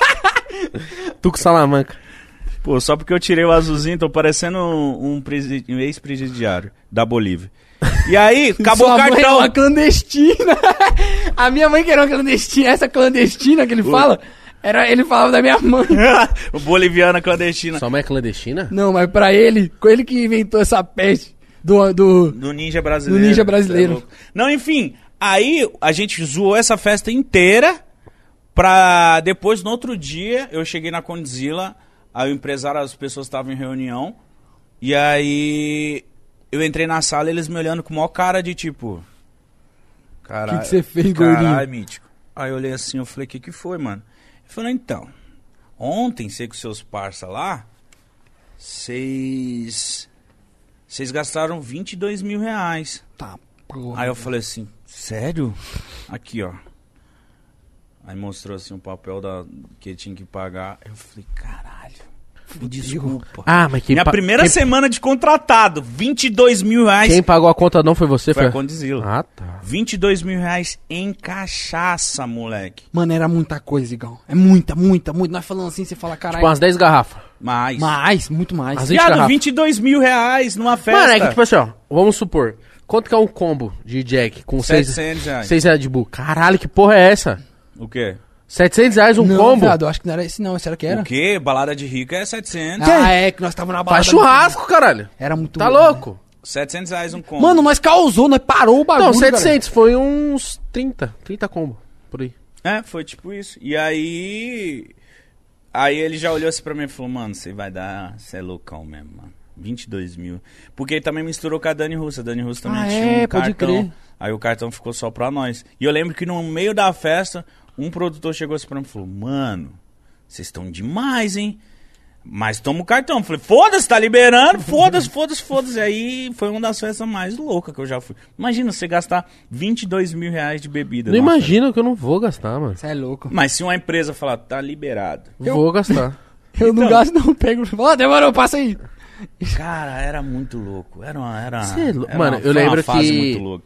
[SPEAKER 2] Tuco Salamanca.
[SPEAKER 1] Pô, só porque eu tirei o azulzinho, tô parecendo um ex-presidiário da Bolívia. E aí, acabou
[SPEAKER 3] Sua
[SPEAKER 1] o
[SPEAKER 3] mãe é
[SPEAKER 1] cartão.
[SPEAKER 3] uma clandestina. A minha mãe que era uma clandestina, essa clandestina que ele fala, ele falava da minha mãe.
[SPEAKER 1] O boliviana clandestina.
[SPEAKER 2] Sua mãe é clandestina?
[SPEAKER 3] Não, mas pra ele, com ele que inventou essa peste
[SPEAKER 1] Do ninja brasileiro.
[SPEAKER 3] Do ninja brasileiro.
[SPEAKER 1] É louco. Não, enfim. Aí a gente zoou essa festa inteira pra depois, no outro dia, eu cheguei na Condzilla, aí o empresário, as pessoas estavam em reunião, e aí eu entrei na sala e eles me olhando com o maior cara de tipo... Caralho,
[SPEAKER 3] que você fez, gordinho?
[SPEAKER 1] Caralho, Mítico. Aí eu olhei assim, eu falei, o que foi, mano? Ele falou, então, ontem, você com seus parça lá, vocês gastaram 22 mil reais.
[SPEAKER 3] Tá, porra.
[SPEAKER 1] Aí eu falei assim, sério? Aqui, ó. Aí mostrou assim o papel que ele tinha que pagar. Eu falei, caralho, me desculpa.
[SPEAKER 2] Ah, mas
[SPEAKER 1] Minha primeira semana de contratado, 22 mil reais.
[SPEAKER 2] Quem pagou a conta não foi você?
[SPEAKER 1] Foi a Condzilla.
[SPEAKER 2] Ah, tá.
[SPEAKER 1] 22 mil reais em cachaça, moleque.
[SPEAKER 3] Mano, era muita coisa, Igão. É muita. Nós falando assim, você fala, caralho.
[SPEAKER 2] Tipo umas 10 garrafas.
[SPEAKER 1] Mais.
[SPEAKER 3] Muito mais.
[SPEAKER 2] Mas
[SPEAKER 1] Viado,
[SPEAKER 2] garrafa.
[SPEAKER 1] 22 mil reais numa festa.
[SPEAKER 2] Mano, é que tipo assim, ó. Vamos supor. Quanto que é um combo de Jack com
[SPEAKER 1] 700 reais.
[SPEAKER 2] 6 Red Bull? Caralho, que porra é essa?
[SPEAKER 1] O quê?
[SPEAKER 2] 700 reais um
[SPEAKER 3] não,
[SPEAKER 2] combo?
[SPEAKER 3] Viado, eu acho que não era esse não. Será que era?
[SPEAKER 1] O quê? Balada de rico é 700.
[SPEAKER 3] Ah, é que nós estávamos na balada.
[SPEAKER 2] Faz churrasco, caralho.
[SPEAKER 3] Era muito
[SPEAKER 2] Tá
[SPEAKER 3] bom,
[SPEAKER 2] louco?
[SPEAKER 3] né?
[SPEAKER 1] 700 reais um combo.
[SPEAKER 3] Mano, nós causou, nós parou o bagulho.
[SPEAKER 2] Não, 700. Foi uns 30 combo, por aí.
[SPEAKER 1] É, foi tipo isso. E aí... Aí ele já olhou assim pra mim e falou, mano, você vai dar... Você é loucão mesmo, mano. 22 mil. Porque ele também misturou com a Dani Russo. A Dani Russo também tinha um
[SPEAKER 3] pode
[SPEAKER 1] cartão.
[SPEAKER 3] crer.
[SPEAKER 1] Aí o cartão ficou só pra nós. E eu lembro que no meio da festa, um produtor chegou assim pra mim e falou, mano, vocês estão demais, hein? Mas toma o cartão. Eu falei, foda-se, tá liberando, foda-se. E aí foi uma das festas mais loucas que eu já fui. Imagina você gastar 22 mil reais de bebida.
[SPEAKER 2] Não imagina que eu não vou gastar, mano.
[SPEAKER 3] Você é louco.
[SPEAKER 1] Mas se uma empresa falar, tá liberado.
[SPEAKER 2] Vou gastar.
[SPEAKER 3] Eu não gasto, não. Pego. Ó, demorou, passa aí.
[SPEAKER 1] Cara, era muito louco. Era
[SPEAKER 2] Mano, eu lembro
[SPEAKER 1] uma fase
[SPEAKER 2] que
[SPEAKER 1] muito louca.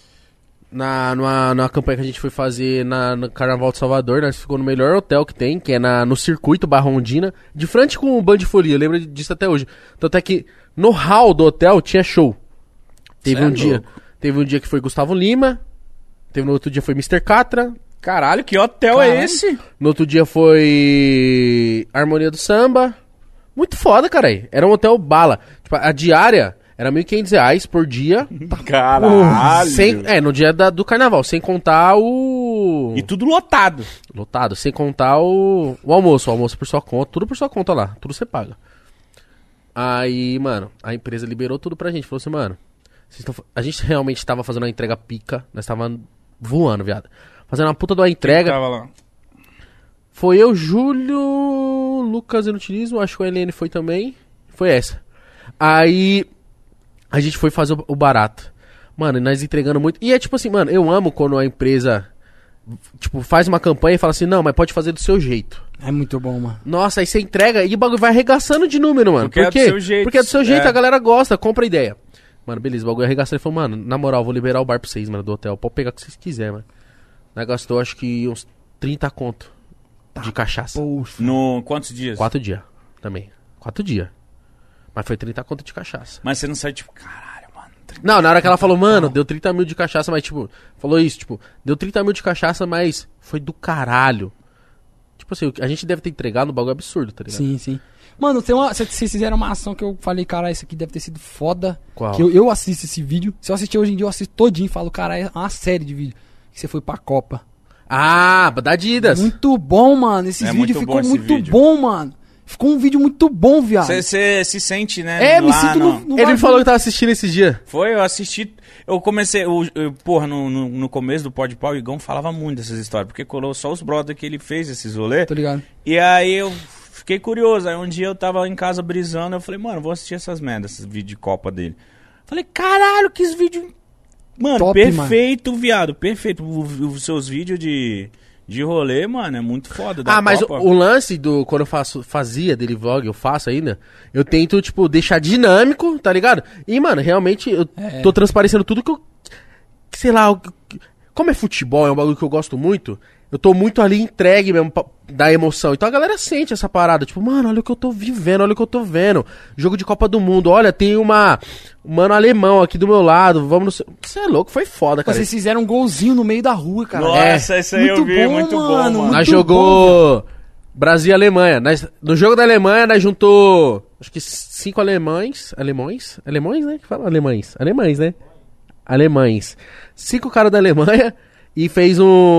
[SPEAKER 2] numa campanha que a gente foi fazer no Carnaval de Salvador, nós ficou no melhor hotel que tem, que é no Circuito Barra Ondina, de frente com o Band de Folia, eu lembro disso até hoje. Tanto é que no hall do hotel tinha show. Teve um dia que foi Gustavo Lima, no outro dia foi Mr. Catra.
[SPEAKER 1] Caralho, que hotel é esse?
[SPEAKER 2] No outro dia foi Harmonia do Samba. Muito foda, caralho. Era um hotel bala. Tipo, a diária era R$1.500 por dia.
[SPEAKER 1] Caralho.
[SPEAKER 2] No dia do carnaval, sem contar o...
[SPEAKER 1] E tudo lotado.
[SPEAKER 2] Lotado, sem contar o almoço. O almoço por sua conta, tudo por sua conta lá. Tudo você paga. Aí, mano, a empresa liberou tudo pra gente. Falou assim, mano, a gente realmente tava fazendo uma entrega pica. Nós tava voando, viado. Fazendo uma puta de uma entrega.
[SPEAKER 1] Quem tava lá?
[SPEAKER 2] Foi eu, Júlio, Lucas Inutilismo, acho que o Helene foi também. Foi essa. Aí a gente foi fazer o barato. Mano, e nós entregando muito. E é tipo assim, mano, eu amo quando a empresa, tipo, faz uma campanha e fala assim, não, mas pode fazer do seu jeito.
[SPEAKER 3] É muito bom, mano.
[SPEAKER 2] Nossa, aí você entrega e o bagulho vai arregaçando de número, mano.
[SPEAKER 1] Porque é do seu jeito.
[SPEAKER 2] Porque é do seu jeito, a galera gosta, compra a ideia. Mano, beleza, o bagulho arregaçando. Ele falou, mano, na moral, vou liberar o bar pra vocês, mano, do hotel. Pode pegar o que vocês quiserem, mano. Nós gastou, acho que uns 30 conto de cachaça.
[SPEAKER 3] Poxa.
[SPEAKER 1] No quantos dias?
[SPEAKER 2] 4 dias também. 4 dias. Mas foi 30 conto de cachaça.
[SPEAKER 1] Mas você não sai tipo, caralho, mano.
[SPEAKER 2] Não, na hora que ela falou, mano, deu 30 mil de cachaça, mas tipo, falou isso, tipo, deu 30 mil de cachaça, mas foi do caralho. Tipo assim, a gente deve ter entregado um bagulho absurdo, tá ligado?
[SPEAKER 3] Sim, sim. Mano, vocês fizeram uma ação que eu falei, cara, isso aqui deve ter sido foda.
[SPEAKER 2] Qual?
[SPEAKER 3] Que eu assisto esse vídeo. Se eu assistir hoje em dia, eu assisto todinho e falo, cara, é uma série de vídeo. Que você foi pra Copa.
[SPEAKER 2] Ah, da Adidas.
[SPEAKER 3] Muito bom, mano. Esse vídeo ficou muito bom, mano. Ficou um vídeo muito bom, viado.
[SPEAKER 1] Você se sente, né?
[SPEAKER 3] É, me sinto no
[SPEAKER 2] Ele me falou que tava assistindo esse dia.
[SPEAKER 1] Foi, eu assisti. Eu comecei. Porra, no começo do Podpah, o Igão falava muito dessas histórias. Porque colou só os brothers que ele fez esses rolês.
[SPEAKER 3] Tô ligado.
[SPEAKER 1] E aí eu fiquei curioso. Aí um dia eu tava em casa brisando. Eu falei, mano, vou assistir essas merdas, esses vídeos de Copa dele. Falei, caralho, que vídeo. Mano, top, perfeito, mano. Viado, perfeito. Os seus vídeos de rolê, mano, é muito foda.
[SPEAKER 2] Mas o lance do... Quando eu fazia dele vlog, eu faço ainda, eu tento, tipo, deixar dinâmico, tá ligado? E, mano, realmente, eu tô transparecendo tudo que eu... Sei lá, como é futebol, é um bagulho que eu gosto muito, eu tô muito ali entregue mesmo da emoção. Então a galera sente essa parada, tipo, mano, olha o que eu tô vivendo, olha o que eu tô vendo. Jogo de Copa do Mundo, olha, tem um mano alemão aqui do meu lado, vamos no... Você é louco, foi foda, cara.
[SPEAKER 3] Vocês fizeram um golzinho no meio da rua, cara.
[SPEAKER 1] Nossa, isso aí eu vi, muito bom, mano.
[SPEAKER 2] Nós jogou Brasil e Alemanha. No jogo da Alemanha, nós juntou, acho que 5 alemães, né? Que fala alemães, né? Alemães. 5 caras da Alemanha e fez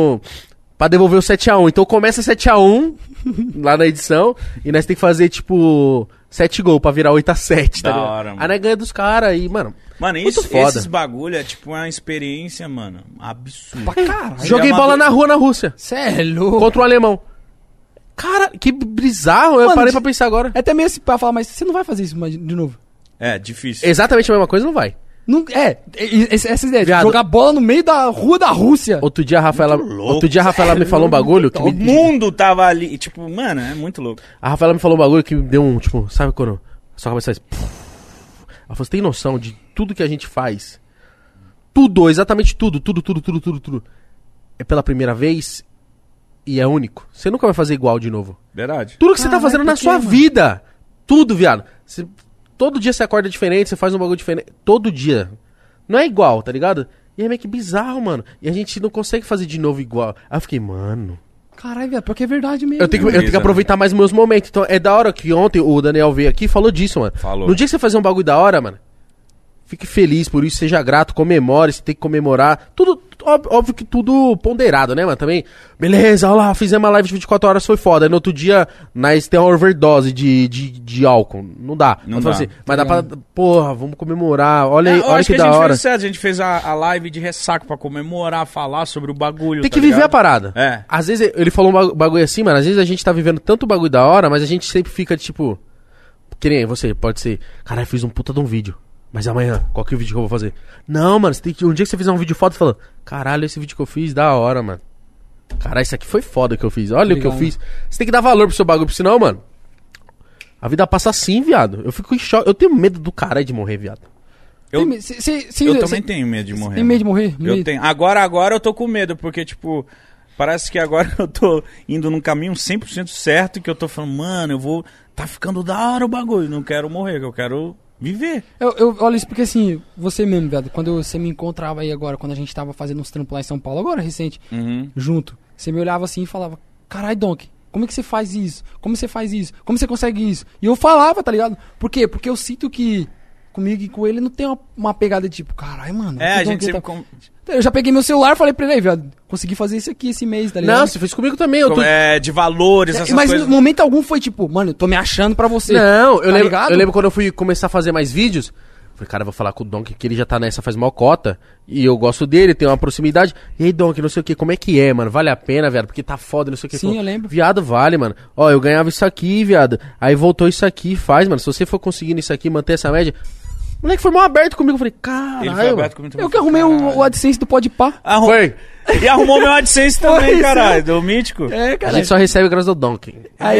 [SPEAKER 2] pra devolver o 7x1. Então começa 7x1 lá na edição e nós tem que fazer, tipo, 7 gols pra virar 8x7, tá ligado?
[SPEAKER 1] Hora, mano.
[SPEAKER 2] Aí nós ganha dos caras e, mano, muito foda.
[SPEAKER 1] Esses bagulho é tipo uma experiência, mano, absurda.
[SPEAKER 3] Pra caralho.
[SPEAKER 2] Joguei bola na rua na Rússia.
[SPEAKER 3] Cê é louco.
[SPEAKER 2] Contra um alemão. Cara, que bizarro.
[SPEAKER 3] Mano,
[SPEAKER 2] eu parei pra pensar agora.
[SPEAKER 3] É até meio assim pra falar, mas você não vai fazer isso de novo?
[SPEAKER 1] É, difícil.
[SPEAKER 2] Exatamente a mesma coisa não vai.
[SPEAKER 3] Não, essa ideia de jogar bola no meio da rua da Rússia.
[SPEAKER 2] Outro dia a Rafaela me falou um bagulho que
[SPEAKER 1] o mundo tava ali, tipo, mano, é muito louco.
[SPEAKER 2] A Rafaela me falou um bagulho que me deu um, tipo, sabe quando a sua cabeça faz... Ela falou, você tem noção de tudo que a gente faz? Tudo, exatamente tudo. É pela primeira vez e é único. Você nunca vai fazer igual de novo.
[SPEAKER 1] Verdade.
[SPEAKER 2] Tudo que você tá fazendo na sua vida. Tudo, viado. Todo dia você acorda diferente, você faz um bagulho diferente. Todo dia. Não é igual, tá ligado? E é meio que bizarro, mano. E a gente não consegue fazer de novo igual. Aí eu fiquei, mano...
[SPEAKER 3] Caralho, velho, porque é verdade mesmo.
[SPEAKER 2] Eu tenho que aproveitar mais meus momentos. Então é da hora que ontem o Daniel veio aqui e falou disso, mano.
[SPEAKER 1] Falou.
[SPEAKER 2] No dia que você fazer um bagulho da hora, mano, fique feliz por isso, seja grato, comemore, você tem que comemorar. Tudo óbvio que tudo ponderado, né, mano? Também, beleza, olha lá, fizemos uma live de 24 horas, foi foda. Aí no outro dia, nós tem uma overdose de álcool. Não dá.
[SPEAKER 1] Não dá.
[SPEAKER 2] Assim, mas dá pra, porra, vamos comemorar. Olha aí, olha que da hora.
[SPEAKER 1] A gente fez certo, a gente fez a live de ressaca pra comemorar, falar sobre o bagulho.
[SPEAKER 2] Tem que viver a parada.
[SPEAKER 1] É.
[SPEAKER 2] Às vezes, ele falou um bagulho assim, mano, às vezes a gente tá vivendo tanto bagulho da hora, mas a gente sempre fica, tipo... Que nem você, pode ser, caralho, fiz um puta de um vídeo. Mas amanhã, qual que é o vídeo que eu vou fazer? Não, mano, você tem que, um dia que você fizer um vídeo foda, falando, caralho, esse vídeo que eu fiz, da hora, mano. Caralho, isso aqui foi foda que eu fiz. Olha o que eu fiz. Você tem que dar valor pro seu bagulho, porque senão, mano, a vida passa assim, viado. Eu fico em choque. Eu tenho medo do caralho de morrer, viado.
[SPEAKER 1] Eu também tenho medo de morrer.
[SPEAKER 3] Tem medo de morrer?
[SPEAKER 1] Eu tenho. Agora eu tô com medo, porque, tipo, parece que agora eu tô indo num caminho 100% certo, que eu tô falando, mano, tá ficando da hora o bagulho, não quero morrer, que eu quero viver.
[SPEAKER 3] Eu olho isso porque, assim, você mesmo, velho, quando você me encontrava aí agora, quando a gente tava fazendo uns trampos lá em São Paulo, agora recente, junto, você me olhava assim e falava, caralho, Donk, como é que você faz isso? Como você faz isso? Como você consegue isso? E eu falava, tá ligado? Por quê? Porque eu sinto que comigo e com ele não tem uma pegada de tipo, caralho, mano.
[SPEAKER 1] A gente sempre...
[SPEAKER 3] Eu já peguei meu celular e falei pra ele, viado, consegui fazer isso aqui esse mês, tá ligado?
[SPEAKER 2] Não, você fez comigo também.
[SPEAKER 1] De valores, essas
[SPEAKER 3] mas
[SPEAKER 1] coisas.
[SPEAKER 3] no momento algum foi tipo, mano, eu tô me achando pra você.
[SPEAKER 2] Não, eu
[SPEAKER 3] Tá
[SPEAKER 2] lembro quando eu fui começar a fazer mais vídeos. Falei, cara, eu vou falar com o Donk, que ele já tá nessa faz mó cota. E eu gosto dele, tem uma proximidade. E aí, Donk, não sei o que, como é que é, mano? Vale a pena, viado? Porque tá foda, não sei o que.
[SPEAKER 3] Sim, eu lembro.
[SPEAKER 2] Viado, vale, mano. Ó, eu ganhava isso aqui, viado. Aí voltou isso aqui, faz, mano. Se você for conseguindo isso aqui, manter essa média... O moleque foi mal aberto comigo, eu falei, caralho.
[SPEAKER 1] Ele foi aberto comigo.
[SPEAKER 3] Eu que arrumei o AdSense do Podpah.
[SPEAKER 2] Foi.
[SPEAKER 1] E arrumou meu AdSense também, caralho, do Mítico.
[SPEAKER 2] A gente só recebe graças ao Donk.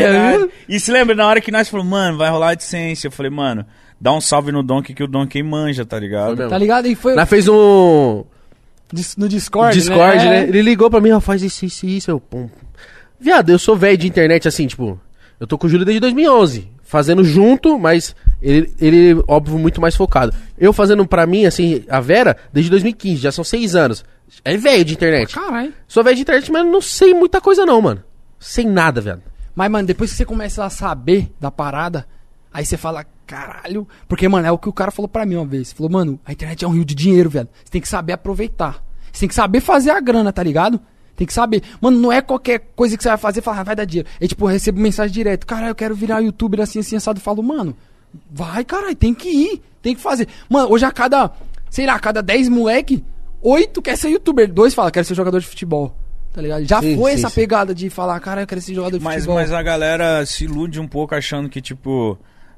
[SPEAKER 1] E se lembra, na hora que nós falamos, mano, vai rolar AdSense, eu falei, mano, dá um salve no Donk que o Donk manja, tá ligado?
[SPEAKER 3] Tá ligado? E foi...
[SPEAKER 2] Nós fez um...
[SPEAKER 3] No Discord,
[SPEAKER 2] né? Ele ligou pra mim, ó, faz isso, eu... Pum. Viado, eu sou velho de internet, assim, tipo... Eu tô com o Júlio desde 2011, fazendo junto, mas ele, óbvio, muito mais focado. Eu fazendo pra mim, assim, a Vera, desde 2015, já são 6 anos. É velho de internet.
[SPEAKER 3] Caralho.
[SPEAKER 2] Sou velho de internet, mas não sei muita coisa não, mano. Sem nada, velho.
[SPEAKER 3] Mas, mano, depois que você começa a saber da parada, aí você fala, caralho... Porque, mano, é o que o cara falou pra mim uma vez. Falou, mano, a internet é um rio de dinheiro, velho. Você tem que saber aproveitar. Você tem que saber fazer a grana, tá ligado? Tem que saber. Mano, não é qualquer coisa que você vai fazer e falar, vai dar dinheiro. É tipo, eu recebo mensagem direto. Caralho, eu quero virar youtuber assim, assim, assado. Eu falo, mano, vai, caralho, tem que ir. Tem que fazer. Mano, hoje a cada 10 moleque, 8 quer ser youtuber. 2 falam, quero ser jogador de futebol. Tá ligado? Já foi essa pegada de falar, cara, eu quero ser jogador de futebol.
[SPEAKER 1] Mas a galera se ilude um pouco achando que, tipo...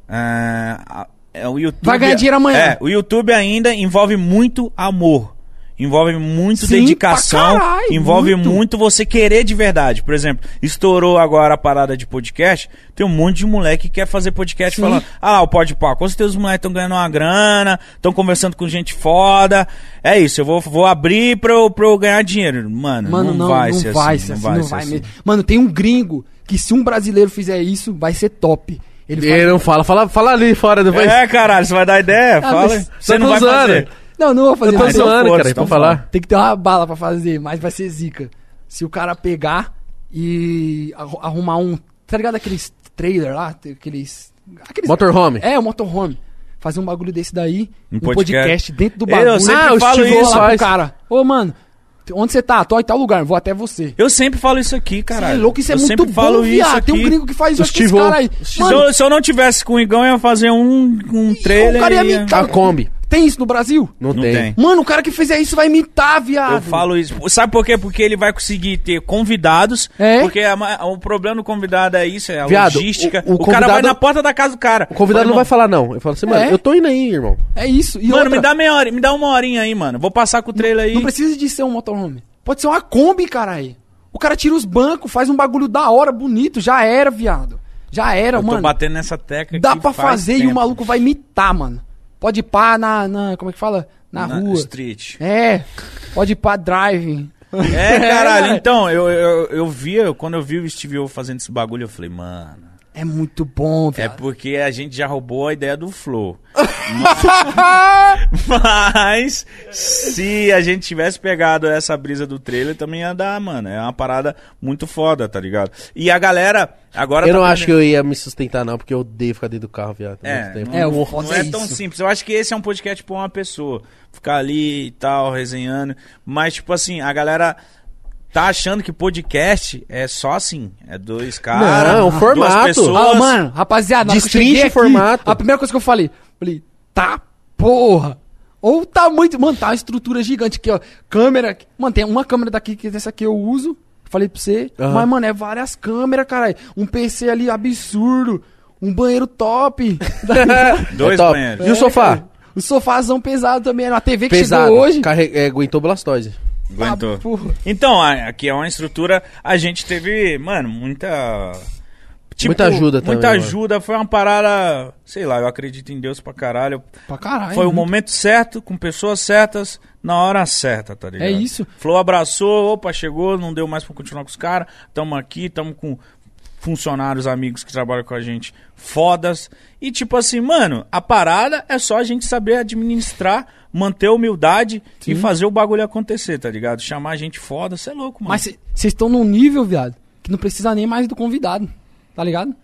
[SPEAKER 1] o YouTube...
[SPEAKER 3] Vai ganhar dinheiro amanhã.
[SPEAKER 1] O YouTube ainda envolve muito amor. Envolve muito dedicação, envolve muito você querer de verdade. Por exemplo, estourou agora a parada de podcast, tem um monte de moleque que quer fazer podcast falando, o Podpah, com certeza os moleques estão ganhando uma grana, estão conversando com gente foda, é isso, eu vou abrir pra eu ganhar dinheiro. Mano, não vai ser assim. Não vai mesmo.
[SPEAKER 3] Mano, tem um gringo que se um brasileiro fizer isso, vai ser top.
[SPEAKER 2] Ele não fala ali fora depois.
[SPEAKER 1] Caralho, você vai dar ideia? Fala. Você não vai fazer.
[SPEAKER 3] Não vou fazer
[SPEAKER 2] mais. Eu tô zoando, cara,
[SPEAKER 3] então falar. Tem que ter uma bala pra fazer, mas vai ser zica. Se o cara pegar e arrumar um... Tá ligado aqueles trailer lá? Aqueles
[SPEAKER 2] motorhome.
[SPEAKER 3] O motorhome. Fazer um bagulho desse daí,
[SPEAKER 1] um
[SPEAKER 3] podcast dentro do bagulho.
[SPEAKER 1] Eu sempre falo isso
[SPEAKER 3] lá pro cara. Ô, mano, onde você tá? Tô em tal lugar, vou até você.
[SPEAKER 1] Eu sempre falo isso aqui, caralho.
[SPEAKER 3] Você é louco, isso é muito bom, viado. Tem um gringo que faz isso com esse cara aí.
[SPEAKER 1] Mano, se eu não tivesse com o Igão, eu ia fazer um trailer.
[SPEAKER 3] O cara ia imitar.
[SPEAKER 2] A Kombi.
[SPEAKER 3] Tem isso no Brasil?
[SPEAKER 2] Não tem.
[SPEAKER 3] Mano, o cara que fizer isso vai imitar, viado.
[SPEAKER 1] Eu falo isso. Sabe por quê? Porque ele vai conseguir ter convidados. Porque o problema do convidado é isso, é a logística. O cara vai na porta da casa do cara.
[SPEAKER 2] O convidado não vai falar não. Ele fala assim, mano, eu tô indo aí, irmão.
[SPEAKER 3] É isso. E
[SPEAKER 1] mano, me dá meia hora, me dá uma horinha aí, mano. Vou passar com o trailer aí.
[SPEAKER 3] Não precisa de ser um motorhome. Pode ser uma Kombi, caralho. O cara tira os bancos, faz um bagulho da hora, bonito. Já era, viado. Já era, mano.
[SPEAKER 1] Eu tô batendo nessa tecla.
[SPEAKER 3] Dá pra fazer e o maluco vai imitar, mano. Pode ir pá como é que fala? Na rua.
[SPEAKER 1] Street.
[SPEAKER 3] Pode ir pá driving.
[SPEAKER 1] Caralho. Então, quando eu vi o Steve O fazendo esse bagulho, eu falei, mano,
[SPEAKER 3] É muito bom,
[SPEAKER 1] É
[SPEAKER 3] velho.
[SPEAKER 1] porque a gente já roubou a ideia do Flow. Mas se a gente tivesse pegado essa brisa do trailer, também ia dar, mano. É uma parada muito foda, tá ligado? E a galera agora
[SPEAKER 2] Eu não acho que eu ia me sustentar, não, porque eu odeio ficar dentro do carro, viado.
[SPEAKER 3] o
[SPEAKER 1] não é tão simples. Eu acho que esse é um podcast pra uma pessoa. Ficar ali e tal, resenhando. Mas, tipo assim, a galera tá achando que podcast é só assim. É dois caras.
[SPEAKER 2] Não, é um formato.
[SPEAKER 1] Duas pessoas.
[SPEAKER 3] Ah, mano, rapaziada, na hora que eu
[SPEAKER 2] Destrinche
[SPEAKER 3] cheguei
[SPEAKER 2] o formato.
[SPEAKER 3] aqui, a primeira coisa que eu falei, tá porra. Ou tá muito, mano, tá uma estrutura gigante aqui, ó. Câmera, mano, tem uma câmera daqui, que essa aqui eu uso, falei pra você. Mas, mano, é várias câmeras, caralho. Um PC ali absurdo, um banheiro top.
[SPEAKER 1] Dois
[SPEAKER 2] top.
[SPEAKER 1] banheiros.
[SPEAKER 2] E o sofá?
[SPEAKER 3] Cara, o sofazão pesado também, a TV que
[SPEAKER 2] Pesado.
[SPEAKER 3] chegou hoje.
[SPEAKER 2] Aguentou Blastoise.
[SPEAKER 1] Aguentou.
[SPEAKER 3] Ah, porra.
[SPEAKER 1] Então, aqui é uma estrutura. A gente teve, mano, muita.
[SPEAKER 2] Muita ajuda também,
[SPEAKER 1] Muita
[SPEAKER 2] mano.
[SPEAKER 1] ajuda. Foi uma parada. Sei lá, eu acredito em Deus pra caralho.
[SPEAKER 3] Pra caralho.
[SPEAKER 1] Foi o
[SPEAKER 3] muito.
[SPEAKER 1] momento certo, com pessoas certas, na hora certa, tá ligado?
[SPEAKER 3] É isso.
[SPEAKER 1] Flow abraçou, opa, chegou, não deu mais pra continuar com os caras. Tamo aqui, tamo com funcionários, amigos que trabalham com a gente fodas. E tipo assim, mano, a parada é só a gente saber administrar, manter a humildade e fazer o bagulho acontecer, tá ligado? Chamar a gente foda, cê é louco, mano.
[SPEAKER 3] Mas vocês estão num nível, viado, que não precisa nem mais do convidado, tá ligado?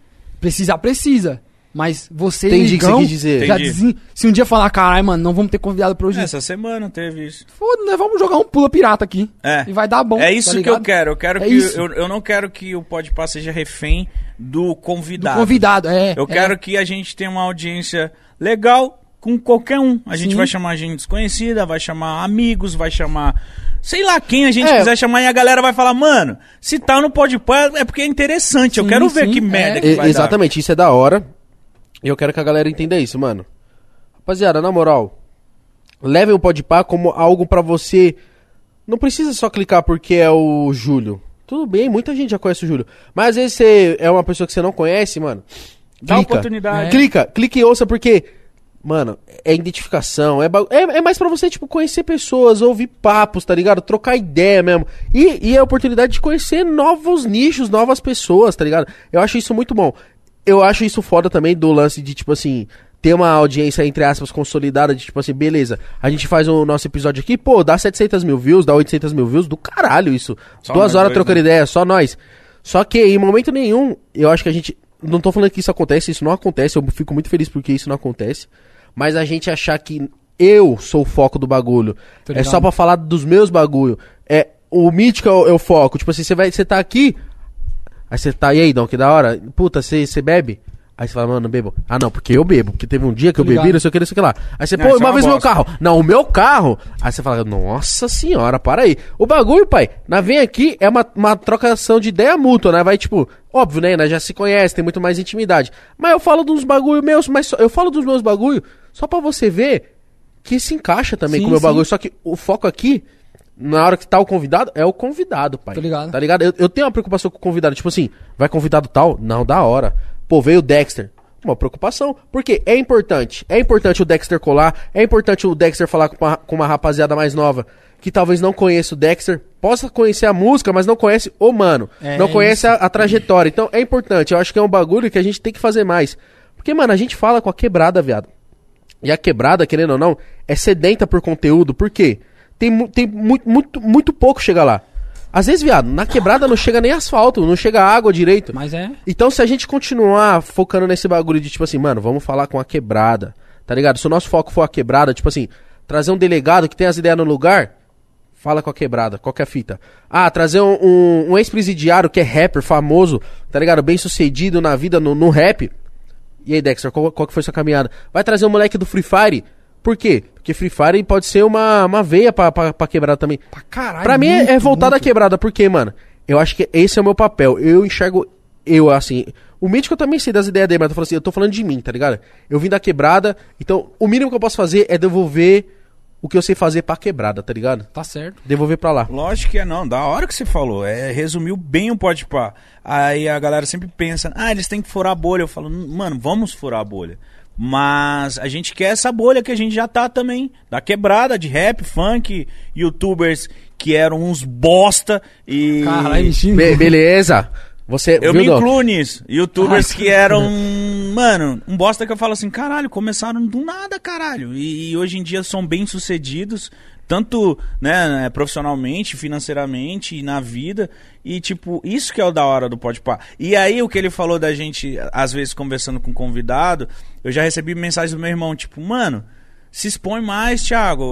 [SPEAKER 3] Precisa. Mas você,
[SPEAKER 2] Entendi o que você quis dizer.
[SPEAKER 3] já
[SPEAKER 1] Entendi.
[SPEAKER 3] se um dia falar, caralho, mano, não vamos ter convidado pra hoje.
[SPEAKER 1] Essa semana teve isso.
[SPEAKER 3] Foda, nós vamos jogar um pula pirata aqui.
[SPEAKER 1] É.
[SPEAKER 3] E vai dar bom.
[SPEAKER 1] É isso
[SPEAKER 3] tá
[SPEAKER 1] que eu
[SPEAKER 3] ligado?
[SPEAKER 1] quero. Eu quero
[SPEAKER 3] É
[SPEAKER 1] que
[SPEAKER 3] isso.
[SPEAKER 1] eu não quero que o Podpah seja refém do
[SPEAKER 3] Do
[SPEAKER 1] convidado.
[SPEAKER 3] convidado, é.
[SPEAKER 1] Eu quero que a gente tenha uma audiência legal com qualquer um. A gente
[SPEAKER 3] Sim.
[SPEAKER 1] vai chamar gente desconhecida, vai chamar amigos, vai chamar sei lá quem a gente
[SPEAKER 2] É.
[SPEAKER 1] quiser chamar e a galera vai falar, mano, se tá no Podpah é porque é interessante. Eu
[SPEAKER 3] Sim,
[SPEAKER 1] quero ver
[SPEAKER 3] sim,
[SPEAKER 1] que merda
[SPEAKER 3] é.
[SPEAKER 1] que vai
[SPEAKER 2] Exatamente, isso é da hora. E eu quero que a galera entenda isso, mano. Rapaziada, na moral, levem o Podpah como algo pra você. Não precisa só clicar porque é o Júlio. Tudo bem, muita gente já conhece o Júlio. Mas às vezes você é uma pessoa que você não conhece, mano.
[SPEAKER 1] Dá oportunidade.
[SPEAKER 2] Clica e ouça, porque, mano, é identificação, é mais pra você, tipo, conhecer pessoas, ouvir papos, tá ligado? Trocar ideia mesmo. E é a oportunidade de conhecer novos nichos, novas pessoas, tá ligado? Eu acho isso muito bom. Eu acho isso foda também do lance de, tipo assim, ter uma audiência, entre aspas, consolidada, de tipo assim, beleza, a gente faz o nosso episódio aqui, pô, dá 700 mil views, dá 800 mil views, do caralho isso.
[SPEAKER 1] Só
[SPEAKER 2] 2
[SPEAKER 1] nós
[SPEAKER 2] horas
[SPEAKER 1] dois,
[SPEAKER 2] trocando
[SPEAKER 1] né?
[SPEAKER 2] ideia, só nós. Só que em momento nenhum, eu acho que a gente... Não tô falando que isso acontece, isso não acontece, eu fico muito feliz porque isso não acontece. Mas a gente achar que eu sou o foco do bagulho,
[SPEAKER 3] Tô
[SPEAKER 2] é
[SPEAKER 3] ligado.
[SPEAKER 2] só pra falar dos meus bagulho, o Mítico é o foco, tipo assim, você tá aqui, aí você tá, e aí, Dom, que da hora, puta, você bebe? Aí você fala, mano, não bebo. Ah, não, porque eu bebo. Porque teve um dia que eu
[SPEAKER 3] ligado.
[SPEAKER 2] bebi, não sei o que lá. Aí você,
[SPEAKER 1] Não,
[SPEAKER 2] pô,
[SPEAKER 1] isso é
[SPEAKER 2] uma
[SPEAKER 1] uma
[SPEAKER 2] vez o meu
[SPEAKER 1] bosta.
[SPEAKER 2] carro. Não, o meu carro. Aí você fala, nossa senhora, para aí. O bagulho, pai, na vem aqui é uma trocação de ideia mútua, né? Vai, tipo, óbvio, né? Nós já se conhece, tem muito mais intimidade. Mas eu falo dos bagulho meus, eu falo dos meus bagulho só pra você ver que se encaixa também
[SPEAKER 3] Sim,
[SPEAKER 2] com o meu
[SPEAKER 3] sim.
[SPEAKER 2] bagulho. Só que o foco aqui, na hora que tá o convidado, é o convidado, pai.
[SPEAKER 3] Tô ligado.
[SPEAKER 2] Tá ligado? Eu tenho uma preocupação com o convidado. Tipo assim, vai convidado tal? Não, da hora. Pô, veio o Dexter. Uma preocupação. Porque é importante. É importante o Dexter colar. É importante o Dexter falar com uma rapaziada mais nova que talvez não conheça o Dexter. Possa conhecer a música, mas não conhece o mano.
[SPEAKER 3] É
[SPEAKER 2] não conhece a trajetória. Então é importante. Eu acho que é um bagulho que a gente tem que fazer mais. Porque, mano, a gente fala com a quebrada, viado. E a quebrada, querendo ou não, é sedenta por conteúdo. Por quê? Tem muito pouco chega lá. Às vezes, viado, na quebrada não chega nem asfalto, não chega água direito.
[SPEAKER 3] Mas é.
[SPEAKER 2] Então, se a gente continuar focando nesse bagulho de, tipo assim, mano, vamos falar com a quebrada, tá ligado? Se o nosso foco for a quebrada, tipo assim, trazer um delegado que tem as ideias no lugar, fala com a quebrada, qual que é a fita? Ah, trazer um ex-presidiário que é rapper, famoso, tá ligado? Bem sucedido na vida, no rap. E aí, Dexter, qual que foi sua caminhada? Vai trazer um moleque do Free Fire. Por quê? Porque Free Fire pode ser uma veia pra quebrada também.
[SPEAKER 3] Pra caralho.
[SPEAKER 2] Pra mim
[SPEAKER 3] muito,
[SPEAKER 2] é voltado à
[SPEAKER 3] muito.
[SPEAKER 2] quebrada, porque, mano, eu acho que esse é o meu papel. Eu enxergo, assim, o Mítico eu também sei das ideias dele, mas eu tô falando de mim, tá ligado? Eu vim da quebrada, então o mínimo que eu posso fazer é devolver o que eu sei fazer pra quebrada, tá ligado?
[SPEAKER 3] Tá certo.
[SPEAKER 2] Devolver pra lá.
[SPEAKER 1] Lógico que é, não. Da hora que você falou. Resumiu bem o Podpah. Aí a galera sempre pensa, eles têm que furar a bolha. Eu falo, mano, vamos furar a bolha. Mas a gente quer essa bolha que a gente já tá também. Da quebrada, de rap, funk, youtubers que eram uns bosta e...
[SPEAKER 3] Caralho, me xingou.
[SPEAKER 2] Beleza.
[SPEAKER 1] Eu me incluo nisso. Youtubers que eram, mano, um bosta que eu falo assim, caralho, começaram do nada, caralho. E hoje em dia são bem-sucedidos, tanto, né, profissionalmente, financeiramente e na vida. E, tipo, isso que é o da hora do Podpah. E aí, o que ele falou da gente, às vezes, conversando com um convidado, eu já recebi mensagem do meu irmão, tipo, mano, se expõe mais, Thiago,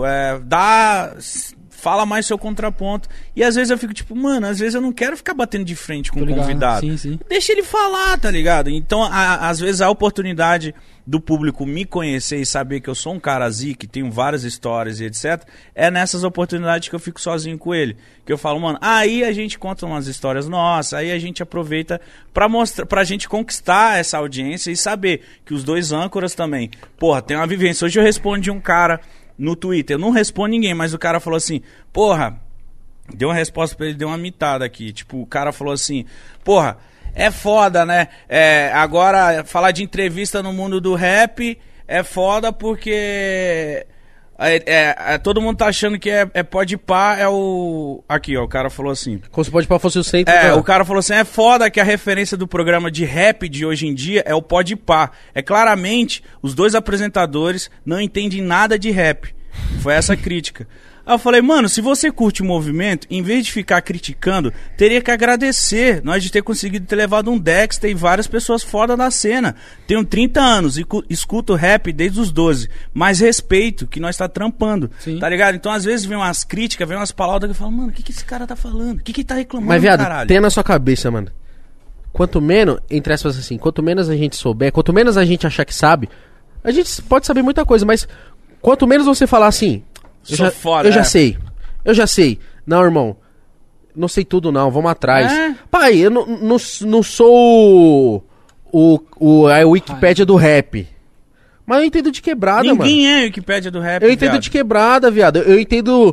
[SPEAKER 1] fala mais seu contraponto. E às vezes eu fico tipo, mano, às vezes eu não quero ficar batendo de frente com o convidado.
[SPEAKER 3] Sim, sim.
[SPEAKER 1] Deixa ele falar, tá ligado? Então, às vezes a oportunidade do público me conhecer e saber que eu sou um cara zica, que tenho várias histórias e etc, é nessas oportunidades que eu fico sozinho com ele. Que eu falo, mano, aí a gente conta umas histórias nossas, aí a gente aproveita pra mostrar, pra gente conquistar essa audiência e saber que os dois âncoras também, porra, tem uma vivência. Hoje eu respondi um cara no Twitter, eu não respondo ninguém, mas o cara falou assim, porra, deu uma resposta pra ele, deu uma mitada aqui, tipo, o cara falou assim, porra, é foda, né, agora falar de entrevista no mundo do rap é foda porque todo mundo tá achando que Podpah é o... Aqui, ó, o cara falou assim...
[SPEAKER 2] Como se Podpah fosse o centro...
[SPEAKER 1] o cara falou assim, é foda que a referência do programa de rap de hoje em dia é o Podpah. Claramente, os dois apresentadores não entendem nada de rap. Foi essa a crítica. Aí eu falei, mano, se você curte o movimento, em vez de ficar criticando, teria que agradecer nós de ter conseguido ter levado um Dexter e várias pessoas foda da cena. Tenho 30 anos e escuto rap desde os 12, mas respeito que nós tá trampando, sim, tá ligado? Então às vezes vem umas críticas, vem umas palavras que eu falo, mano, o que esse cara tá falando? O que tá reclamando,
[SPEAKER 2] mas, viado,
[SPEAKER 1] caralho?
[SPEAKER 2] Tem na sua cabeça, mano. Quanto menos, entre aspas assim, quanto menos a gente souber, quanto menos a gente achar que sabe, a gente pode saber muita coisa, mas quanto menos você falar assim... Eu já sei. Não, irmão, não sei tudo não, vamos atrás. Pai, eu não sou a Wikipédia do rap. Mas eu entendo de quebrada, mano.
[SPEAKER 1] Ninguém é a Wikipédia do rap,
[SPEAKER 2] eu entendo de quebrada, viado. Eu entendo...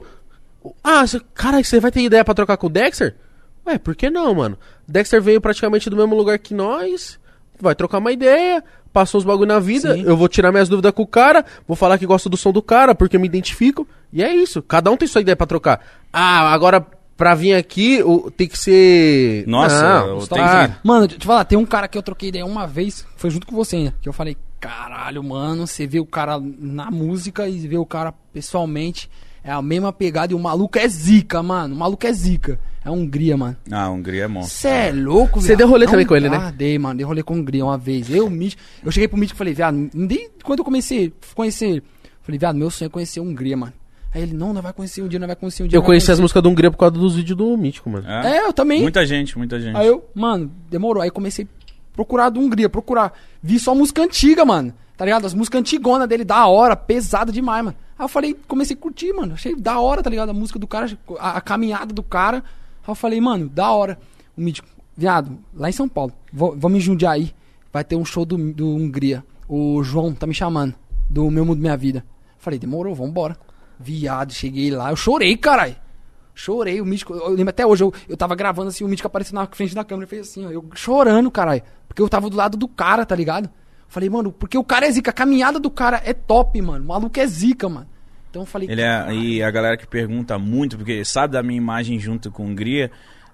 [SPEAKER 2] Cara, você vai ter ideia pra trocar com o Dexter? Ué, por que não, mano? Dexter veio praticamente do mesmo lugar que nós, vai trocar uma ideia... Passou os bagulho na vida, sim, eu vou tirar minhas dúvidas com o cara, vou falar que gosto do som do cara, porque eu me identifico, e é isso. Cada um tem sua ideia pra trocar. Agora, pra vir aqui, tem que ser...
[SPEAKER 1] Nossa,
[SPEAKER 3] Mano, deixa eu te falar, tem um cara que eu troquei ideia uma vez, foi junto com você ainda, que eu falei, caralho, mano, você vê o cara na música e vê o cara pessoalmente, é a mesma pegada, e o maluco é zica, mano, o maluco é zica. É Hungria, mano.
[SPEAKER 1] Hungria é monstro.
[SPEAKER 3] Você é louco,
[SPEAKER 2] velho. Você deu rolê também com ele, né?
[SPEAKER 3] Dei rolê com a Hungria uma vez. Eu cheguei pro Mítico e falei, viado, quando eu comecei a conhecer ele, falei, viado, meu sonho é conhecer a Hungria, mano. Aí ele, não vai conhecer um dia, não vai conhecer um dia.
[SPEAKER 2] Eu conheci as músicas do Hungria por causa dos vídeos do Mítico, mano.
[SPEAKER 3] Eu também.
[SPEAKER 1] Muita gente.
[SPEAKER 3] Aí eu, mano, demorou. Aí comecei a procurar do Hungria, Vi só música antiga, mano. Tá ligado? As músicas antigonas dele, da hora, pesada demais, mano. Aí eu falei, comecei a curtir, mano. Achei da hora, tá ligado? A música do cara, a caminhada do cara. Aí eu falei, mano, da hora. O Mítico, viado, lá em São Paulo, vamos em Jundiaí, vai ter um show do Hungria. O João tá me chamando, do Meu Mundo Minha Vida. Falei, demorou, vambora. Viado, cheguei lá, eu chorei, caralho. Chorei, o Mítico, eu lembro até hoje, eu tava gravando assim, o Mítico apareceu na frente da câmera e fez assim, ó, eu chorando, caralho. Porque eu tava do lado do cara, tá ligado? Falei, mano, porque o cara é zica, a caminhada do cara é top, mano. O maluco é zica, mano. Então eu falei...
[SPEAKER 1] E a galera que pergunta muito, porque sabe da minha imagem junto com a Hungria...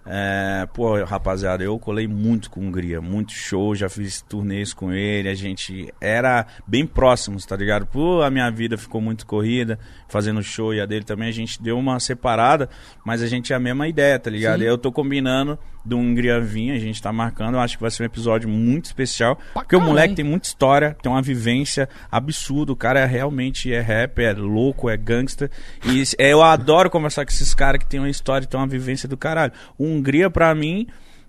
[SPEAKER 1] rapaziada, eu colei muito com a Hungria, muito show, já fiz turnês com ele, a gente era bem próximos, tá ligado? A minha vida ficou muito corrida, fazendo show e a dele também, a gente deu uma separada, mas a gente é a mesma ideia, tá ligado? Eu tô combinando do Hungria vir, a gente tá marcando, eu acho que vai ser um episódio muito especial, porque o moleque tem muita história, tem uma vivência absurda, o cara realmente é rapper, é louco, é gangster, e eu adoro conversar com esses caras que tem uma história, tem uma vivência do caralho. Hungria pra mim,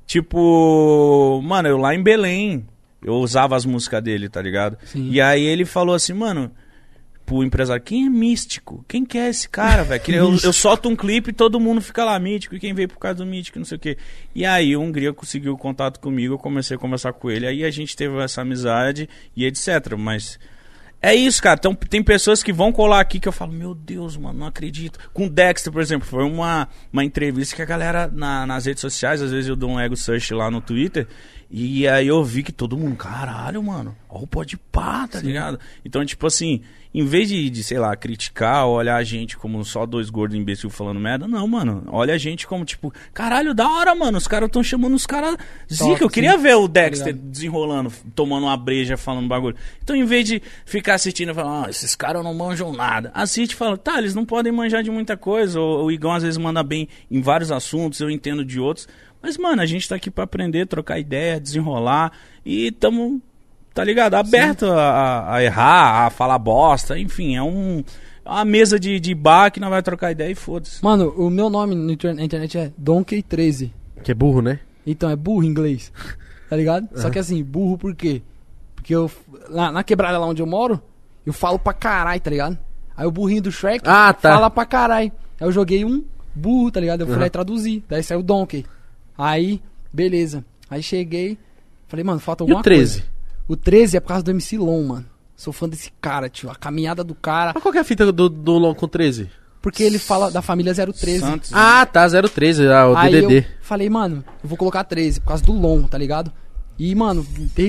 [SPEAKER 1] tipo, mano, eu lá em Belém, eu usava as músicas dele, tá ligado? Sim. E aí ele falou assim, mano, pro empresário, quem é Místico? Quem que é esse cara, velho? Eu solto um clipe e todo mundo fica lá, Mítico, e quem veio por causa do Mítico, não sei o quê. E aí o Hungria conseguiu contato comigo, eu comecei a conversar com ele, aí a gente teve essa amizade e etc, mas... É isso, cara. Então, tem pessoas que vão colar aqui que eu falo, meu Deus, mano, não acredito. Com o Dexter, por exemplo, foi uma entrevista que a galera nas redes sociais, às vezes eu dou um ego search lá no Twitter, E aí eu vi que todo mundo, caralho, mano, ó o Podpah, tá ligado? Então, tipo assim, em vez de, sei lá, criticar ou olhar a gente como só dois gordos imbecil falando merda, não, mano, olha a gente como, tipo, caralho, da hora, mano, os caras tão chamando os caras zica, eu queria ver o Dexter desenrolando, tomando uma breja, falando bagulho. Então, em vez de ficar assistindo e falar, esses caras não manjam nada, assiste e fala, tá, eles não podem manjar de muita coisa, ou o Igão às vezes manda bem em vários assuntos, eu entendo de outros, mas, mano, a gente tá aqui pra aprender, trocar ideia, desenrolar, e tamo, tá ligado, aberto a errar, a falar bosta, enfim, é uma mesa de bar que não vai trocar ideia e foda-se.
[SPEAKER 3] Mano, o meu nome na internet é Donkey13.
[SPEAKER 2] Que é burro, né?
[SPEAKER 3] Então, é burro em inglês, tá ligado? Só que assim, burro por quê? Porque eu, na quebrada lá onde eu moro, eu falo pra caralho, tá ligado? Aí o burrinho do Shrek fala pra caralho. Aí eu joguei um burro, tá ligado? Eu fui lá e traduzi, daí saiu Donkey. Aí, beleza. Aí cheguei, falei, mano, falta alguma coisa. O 13 é por causa do MC Lon, mano. Sou fã desse cara, tio. A caminhada do cara.
[SPEAKER 2] Mas qual que é a fita do Lon com 13?
[SPEAKER 3] Porque ele fala da família 013.
[SPEAKER 1] Santos,
[SPEAKER 2] Ah, tá, 013, o
[SPEAKER 3] Aí
[SPEAKER 2] DDD.
[SPEAKER 3] eu falei, mano, eu vou colocar 13 por causa do Lon, tá ligado? E, mano,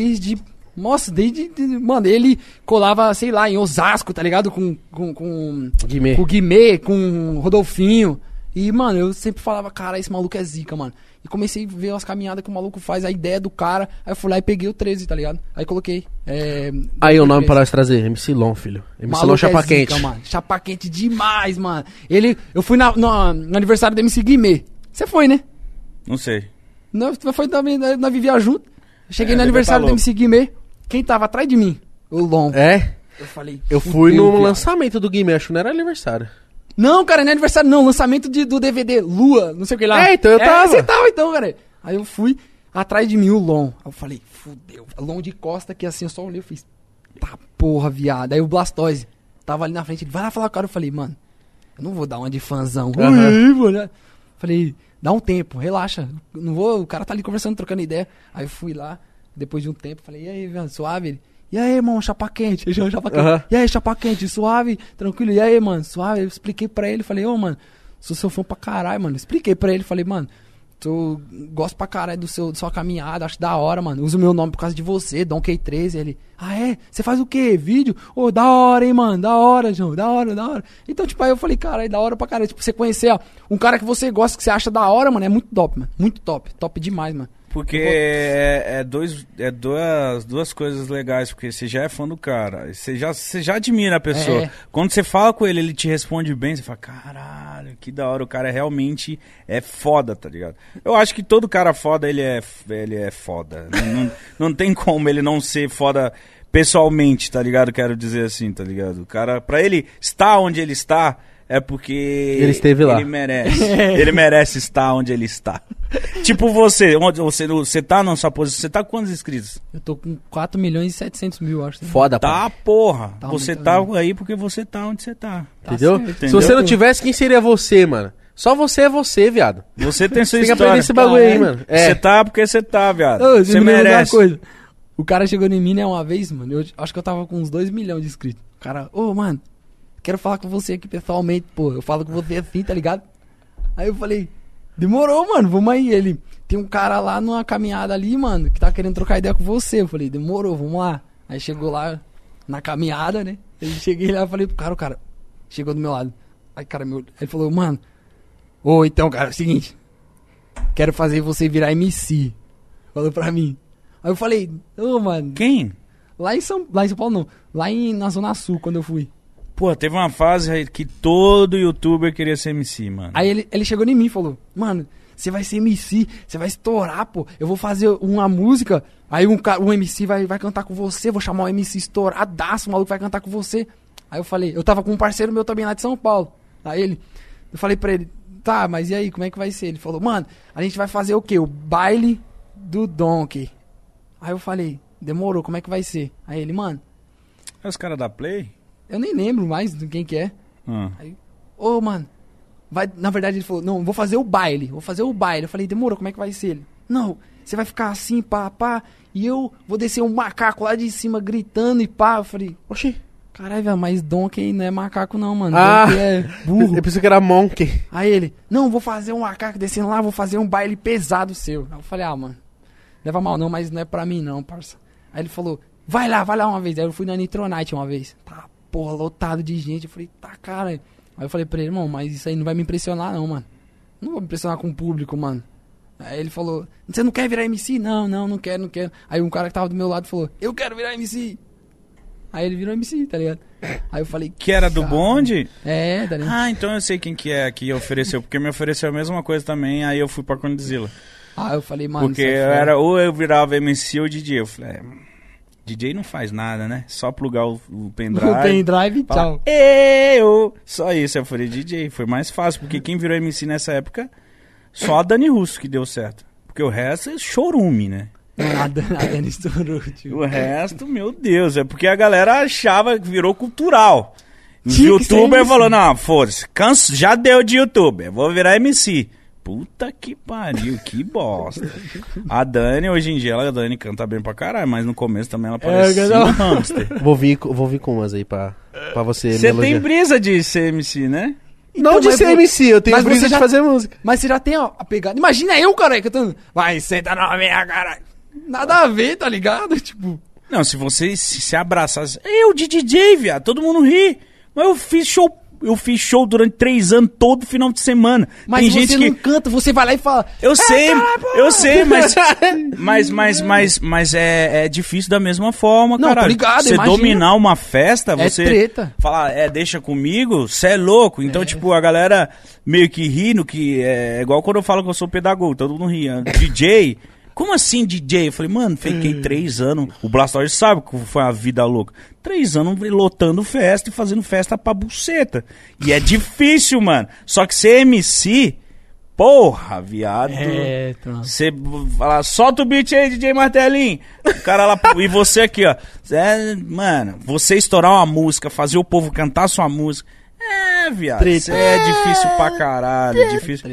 [SPEAKER 3] mano, ele colava, sei lá, em Osasco, tá ligado? Com
[SPEAKER 2] Guimê.
[SPEAKER 3] Com o Guimê, com o Rodolfinho. E, mano, eu sempre falava, cara, esse maluco é zica, mano. E comecei a ver as caminhadas que o maluco faz, a ideia do cara. Aí eu fui lá e peguei o 13, tá ligado? Aí coloquei.
[SPEAKER 2] Aí o nome pra nós trazer, MC Lon, filho. MC Lon Chapa Quente.
[SPEAKER 3] Mano. Chapa Quente demais, mano. Eu fui no aniversário do MC Guimê. Você foi, né?
[SPEAKER 1] Não sei.
[SPEAKER 3] Não, foi também, nós vivíamos junto. Cheguei no
[SPEAKER 1] ele
[SPEAKER 3] aniversário do
[SPEAKER 1] falou.
[SPEAKER 3] MC Guimê. Quem tava atrás de mim? O Lon.
[SPEAKER 2] É?
[SPEAKER 3] Eu falei.
[SPEAKER 2] Eu fui no
[SPEAKER 3] viado.
[SPEAKER 2] lançamento do Guimê, acho que não era aniversário.
[SPEAKER 3] Não, cara, não é aniversário, não. Lançamento do DVD, Lua, não sei o que lá.
[SPEAKER 2] É, então eu tava.
[SPEAKER 3] Você tava então, cara. Aí eu fui, atrás de mim o Lon. Aí eu falei, fudeu. Lon de costa aqui assim, eu só olhei e fiz, tá porra, viado. Aí o Blastoise tava ali na frente, ele vai lá falar com o cara. Eu falei, mano, eu não vou dar uma de fãzão. Falei, dá um tempo, relaxa. Não vou, o cara tá ali conversando, trocando ideia. Aí eu fui lá, depois de um tempo, falei, e aí, velho, suave? Ele, e aí, irmão, chapa quente? Chapa quente. E aí, chapa quente, suave, tranquilo. E aí, mano, suave. Eu expliquei pra ele, falei, ô, mano, sou seu fã pra caralho, mano. Expliquei pra ele, falei, mano, gosto pra caralho da sua caminhada, acho da hora, mano. Uso o meu nome por causa de você, Donkey13. Ele, ah, é? Você faz o quê? Vídeo? Ô, da hora, hein, mano? Da hora, João, da hora. Então, tipo, aí eu falei, caralho, da hora pra caralho. Tipo, você conhecer, ó, um cara que você gosta, que você acha da hora, mano, é muito top, mano. Muito top. Top demais, mano.
[SPEAKER 1] Porque duas coisas legais, porque você já é fã do cara, você já admira a pessoa. Quando você fala com ele, ele te responde bem, você fala, caralho, que da hora, o cara realmente é foda, tá ligado? Eu acho que todo cara foda, ele é foda. não tem como ele não ser foda pessoalmente, tá ligado? Quero dizer assim, tá ligado? O cara, pra ele estar onde ele está, é porque
[SPEAKER 2] ele esteve lá.
[SPEAKER 1] Ele merece estar onde ele está. Tipo você tá na sua posição, você tá com quantos inscritos?
[SPEAKER 3] Eu tô com 4.700.000, acho.
[SPEAKER 2] Foda,
[SPEAKER 1] tá, porra.
[SPEAKER 3] Tá,
[SPEAKER 1] você tá aí porque você tá onde você tá.
[SPEAKER 2] Entendeu?
[SPEAKER 3] Certo.
[SPEAKER 2] Se você não tivesse, quem seria você, mano? Só você é você, viado.
[SPEAKER 1] Você tem sua
[SPEAKER 2] Tem que
[SPEAKER 1] história.
[SPEAKER 2] aprender esse bagulho aí, mano.
[SPEAKER 1] Você tá porque você tá, viado.
[SPEAKER 3] Você
[SPEAKER 1] merece.
[SPEAKER 3] Coisa. O cara chegou em mim, né, uma vez, mano. Eu acho que eu tava com uns 2 milhões de inscritos. O cara, mano, quero falar com você aqui pessoalmente, pô. Eu falo com você assim, tá ligado? Aí eu falei, demorou, mano, vamos aí. Ele, tem um cara lá numa caminhada ali, mano, que tá querendo trocar ideia com você. Eu falei, demorou, vamos lá. Aí chegou lá na caminhada, né? Cheguei lá e falei pro cara, o cara chegou do meu lado. Aí, cara, ele falou, mano, então, cara, é o seguinte, quero fazer você virar MC. Falou pra mim. Aí eu falei, mano.
[SPEAKER 1] Quem?
[SPEAKER 3] Lá em São Paulo não, lá na Zona Sul, quando eu fui.
[SPEAKER 1] Pô, teve uma fase aí que todo youtuber queria ser MC, mano.
[SPEAKER 3] Aí ele chegou em mim e falou, mano, você vai ser MC, você vai estourar, pô. Eu vou fazer uma música, aí um MC vai cantar com você, vou chamar o MC estouradaço, o maluco vai cantar com você. Aí eu falei, eu tava com um parceiro meu também lá de São Paulo. Aí eu falei pra ele, tá, mas e aí, como é que vai ser? Ele falou, mano, a gente vai fazer o quê? O baile do Donkey. Aí eu falei, demorou, como é que vai ser? Aí ele, mano...
[SPEAKER 1] É os caras da Play?
[SPEAKER 3] Eu nem lembro mais de quem que é. Aí, mano, na verdade ele falou, não, vou fazer o baile. Eu falei, demorou, como é que vai ser? Ele, não, você vai ficar assim, pá, e eu vou descer um macaco lá de cima gritando e pá. Eu falei, oxi, caralho, velho, mas Donkey não é macaco não, mano. Donkey é burro.
[SPEAKER 2] Eu pensei que era Monkey.
[SPEAKER 3] Aí ele, não, vou fazer um macaco descendo lá, vou fazer um baile pesado seu. Aí eu falei, mano, leva mal não, mas não é pra mim não, parça. Aí ele falou, vai lá uma vez. Aí eu fui na Nitronite uma vez. Tá, porra, lotado de gente. Eu falei, tá, cara. Aí eu falei pra ele, irmão, mas isso aí não vai me impressionar não, mano. Não vou me impressionar com o público, mano. Aí ele falou, você não quer virar MC? Não quero. Aí um cara que tava do meu lado falou, eu quero virar MC. Aí ele virou MC, tá ligado? Aí eu falei...
[SPEAKER 1] Que era do bonde?
[SPEAKER 3] É, tá ligado?
[SPEAKER 1] Ah, então eu sei quem que é que ofereceu, porque me ofereceu a mesma coisa também, aí eu fui pra Condzilla.
[SPEAKER 3] Ah, eu falei, mano...
[SPEAKER 1] Porque era ou eu virava MC ou DJ. Eu falei, DJ não faz nada, né? Só plugar o pendrive.
[SPEAKER 3] O pendrive e tchau.
[SPEAKER 1] Só isso, eu falei DJ. Foi mais fácil, porque quem virou MC nessa época, só a Dani Russo que deu certo. Porque o resto é chorume, né?
[SPEAKER 3] Nada estourou, tio.
[SPEAKER 1] O resto, meu Deus, é porque a galera achava que virou cultural. Os
[SPEAKER 3] Tinha que ser
[SPEAKER 1] youtuber
[SPEAKER 3] MC.
[SPEAKER 1] falou, não, foda-se, já deu de youtuber, vou virar MC. Puta que pariu, que bosta. A Dani, hoje em dia, a Dani canta bem pra caralho, mas no começo também ela parecia um hamster.
[SPEAKER 2] Vou vir com umas aí pra você
[SPEAKER 1] Você
[SPEAKER 2] me
[SPEAKER 1] tem
[SPEAKER 2] elogiar.
[SPEAKER 1] brisa de ser MC, né?
[SPEAKER 2] Não de
[SPEAKER 3] mas
[SPEAKER 2] ser MC, eu tenho
[SPEAKER 3] mas
[SPEAKER 2] brisa
[SPEAKER 3] você
[SPEAKER 2] de
[SPEAKER 3] já-
[SPEAKER 2] fazer música.
[SPEAKER 3] Mas você já tem a pegada. Imagina eu, cara, cantando. Vai, senta na minha cara. Nada a ver, tá ligado? Tipo.
[SPEAKER 1] Não, se você se abraçasse... Eu de DJ, viado, todo mundo ri. Mas eu fiz show durante 3 anos, todo final de semana.
[SPEAKER 3] Mas
[SPEAKER 1] Tem
[SPEAKER 3] você
[SPEAKER 1] gente
[SPEAKER 3] não
[SPEAKER 1] que...
[SPEAKER 3] canta, você vai lá e fala.
[SPEAKER 1] Eu sei, eu sei,
[SPEAKER 3] mas.
[SPEAKER 1] mas é difícil da mesma forma,
[SPEAKER 3] Não,
[SPEAKER 1] caralho.
[SPEAKER 3] tô ligado,
[SPEAKER 1] Você
[SPEAKER 3] imagina.
[SPEAKER 1] dominar uma festa,
[SPEAKER 3] É
[SPEAKER 1] você
[SPEAKER 3] treta.
[SPEAKER 1] falar, deixa comigo, você é louco. Então, tipo, a galera meio que rindo, que é igual quando eu falo que eu sou pedagogo, todo mundo ria. DJ, como assim DJ? Eu falei, mano, fiquei 3 anos, o Blastoise sabe que foi uma vida louca. 3 anos lotando festa e fazendo festa pra buceta. E é difícil, mano. Só que ser MC... Porra, viado.
[SPEAKER 3] Trono.
[SPEAKER 1] Você fala, solta o beat aí, DJ Martelinho. O cara lá, e você aqui, ó. Mano, você estourar uma música, fazer o povo cantar sua música. Viado. Isso é difícil pra caralho. Difícil.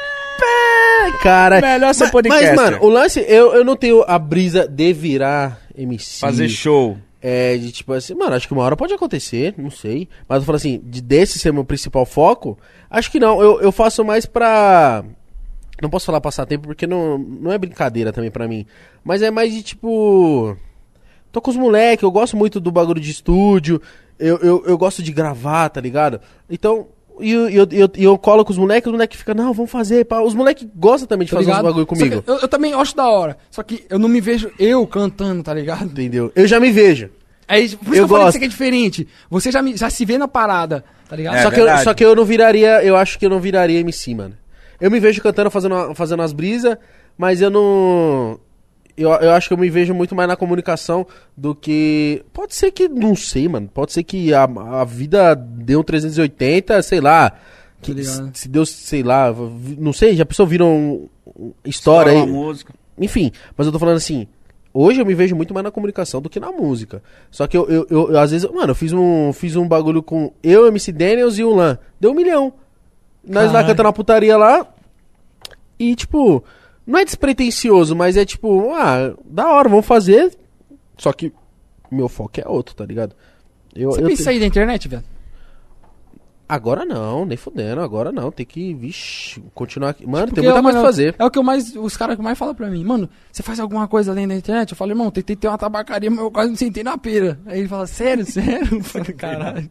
[SPEAKER 2] Cara,
[SPEAKER 1] Melhor ser
[SPEAKER 2] mas,
[SPEAKER 1] podcaster.
[SPEAKER 2] mano, o lance, eu não tenho a brisa de virar MC.
[SPEAKER 1] Fazer show.
[SPEAKER 2] De tipo assim, mano, acho que uma hora pode acontecer, não sei. Mas eu falo assim, desse ser meu principal foco, acho que não. Eu faço mais pra. Não posso falar passatempo porque não é brincadeira também pra mim. Mas é mais de tipo. Tô com os moleques, eu gosto muito do bagulho de estúdio. Eu gosto de gravar, tá ligado? Então. E eu colo com os moleques ficam, não, vamos fazer. Pá. Os moleques gostam também de fazer uns bagulho comigo.
[SPEAKER 3] Eu também acho da hora. Só que eu não me vejo eu cantando, tá ligado?
[SPEAKER 2] Entendeu? Eu já me vejo.
[SPEAKER 3] Aí, por isso
[SPEAKER 2] Eu
[SPEAKER 3] eu falei
[SPEAKER 2] gosto.
[SPEAKER 3] que isso aqui é diferente. Você já se vê na parada, tá ligado?
[SPEAKER 1] É
[SPEAKER 2] só, que
[SPEAKER 1] verdade.
[SPEAKER 2] só que eu não viraria, eu acho que eu não viraria MC, mano. Eu me vejo cantando, fazendo as brisas, mas eu não... Eu acho que eu me vejo muito mais na comunicação do que... Pode ser que, não sei, mano. Pode ser que a vida deu um 380, sei lá. Que,
[SPEAKER 3] ligado.
[SPEAKER 2] se Deus, sei lá, não sei, já pessoas viram história
[SPEAKER 1] Estoura
[SPEAKER 2] aí.
[SPEAKER 1] uma música.
[SPEAKER 2] Enfim, mas eu tô falando assim... Hoje eu me vejo muito mais na comunicação do que na música. Só que eu às vezes... Mano, eu fiz um bagulho com eu, MC Daniels e o Lan. Deu 1 milhão. Nós lá
[SPEAKER 3] Caralho.
[SPEAKER 2] cantando a putaria lá. E, tipo... Não é despretensioso, mas é tipo... da hora, vamos fazer. Só que meu foco é outro, tá ligado?
[SPEAKER 3] Você pensa em sair da internet, velho?
[SPEAKER 2] Agora não, nem fudendo. Agora não. Tem que, vixe, continuar aqui. Mano,
[SPEAKER 3] Porque,
[SPEAKER 2] tem muita coisa
[SPEAKER 3] mano,
[SPEAKER 2] pra fazer.
[SPEAKER 3] É o que eu mais... Os caras que mais falam pra mim. Mano, você faz alguma coisa além da internet? Eu falo, irmão, tentei ter uma tabacaria, mas eu quase me sentei na pera. Aí ele fala, sério? Eu falei, caralho.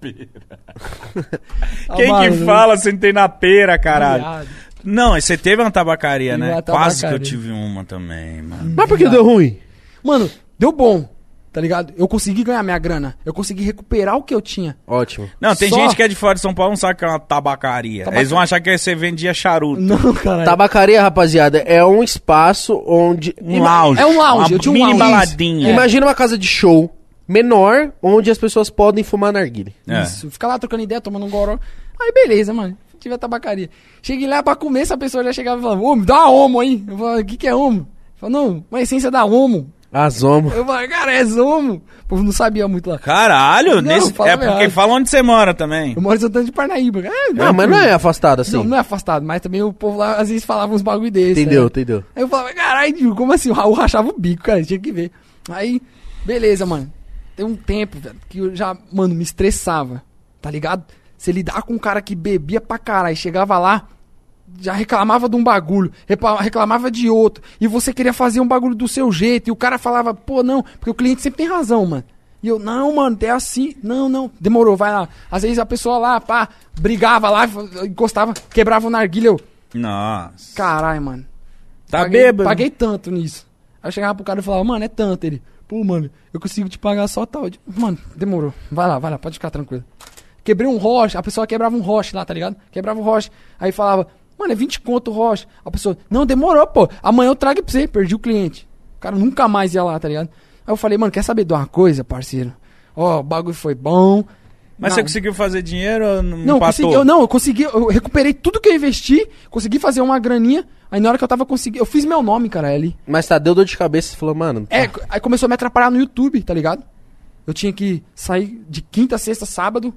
[SPEAKER 1] Quem que fala sentei na pera, caralho?
[SPEAKER 3] Viado.
[SPEAKER 1] Não, você teve uma tabacaria,
[SPEAKER 3] Tive
[SPEAKER 1] né?
[SPEAKER 3] uma
[SPEAKER 1] Quase que eu
[SPEAKER 3] tabacaria.
[SPEAKER 1] tive uma também, mano.
[SPEAKER 2] Mas por que deu ruim?
[SPEAKER 3] Mano, deu bom, tá ligado? Eu consegui ganhar minha grana. Eu consegui recuperar o que eu tinha.
[SPEAKER 2] Ótimo.
[SPEAKER 1] Não, tem
[SPEAKER 3] Só-
[SPEAKER 1] gente que é de fora de São Paulo e não sabe que é uma tabacaria. Eles vão achar que você vendia charuto.
[SPEAKER 3] Não, caralho.
[SPEAKER 2] Tabacaria, rapaziada, é um espaço onde...
[SPEAKER 1] Um lounge.
[SPEAKER 3] É um lounge,
[SPEAKER 1] Uma
[SPEAKER 3] eu tinha um
[SPEAKER 1] mini
[SPEAKER 3] lounge.
[SPEAKER 1] baladinha.
[SPEAKER 2] Imagina uma casa de show menor, onde as pessoas podem fumar narguilé.
[SPEAKER 1] É.
[SPEAKER 3] Isso, fica lá trocando ideia, tomando um goró. Aí beleza, mano. Tive a tabacaria. Cheguei lá pra comer, essa pessoa já chegava e falava, ô, me dá uma homo aí. Eu falava, o que é homo? Ele falou, não, uma essência da homo.
[SPEAKER 2] Azomo.
[SPEAKER 3] Eu falei, cara, é homo. O povo não sabia muito lá.
[SPEAKER 1] Caralho,
[SPEAKER 3] Não, fala
[SPEAKER 1] é porque
[SPEAKER 3] verdade.
[SPEAKER 1] fala onde você mora também.
[SPEAKER 3] Eu moro em Santana de Parnaíba.
[SPEAKER 2] Não, mas não é afastado assim.
[SPEAKER 3] Não é afastado, mas também o povo lá às vezes falava uns bagulho desses.
[SPEAKER 2] Entendeu,
[SPEAKER 3] né?
[SPEAKER 2] entendeu.
[SPEAKER 3] Aí eu falava, caralho, tio, como assim? O Raul rachava o bico, cara, tinha que ver. Aí, beleza, mano. Tem um tempo, velho, que eu já, mano, me estressava, tá ligado? Você lidar com um cara que bebia pra caralho, chegava lá, já reclamava de um bagulho, reclamava de outro, e você queria fazer um bagulho do seu jeito, e o cara falava, pô, não, porque o cliente sempre tem razão, mano. E eu, não, mano, é assim, não, demorou, vai lá. Às vezes a pessoa lá, pá, brigava lá, encostava, quebrava o narguilha, eu...
[SPEAKER 1] Nossa.
[SPEAKER 3] Caralho, mano.
[SPEAKER 1] Tá bêbado.
[SPEAKER 3] Paguei tanto nisso. Aí eu chegava pro cara e falava, mano, é tanto. Ele, pô, mano, eu consigo te pagar só tal. Mano, demorou. Vai lá, pode ficar tranquilo. Quebrei um roche, a pessoa quebrava um roche lá, tá ligado? Quebrava o roche. Aí falava, mano, é 20 conto o roche. A pessoa, não, demorou, pô. Amanhã eu trago pra você, perdi o cliente. O cara nunca mais ia lá, tá ligado? Aí eu falei, mano, quer saber de uma coisa, parceiro? Ó, o bagulho foi bom.
[SPEAKER 1] Mas você conseguiu fazer dinheiro ou
[SPEAKER 3] não
[SPEAKER 1] empatou?
[SPEAKER 3] Eu consegui, eu recuperei tudo que eu investi, consegui fazer uma graninha, aí na hora que eu tava conseguindo, eu fiz meu nome, cara, ali.
[SPEAKER 2] Mas deu dor de cabeça, você falou, mano...
[SPEAKER 3] Aí começou a me atrapalhar no YouTube, tá ligado? Eu tinha que sair de quinta, sexta, sábado,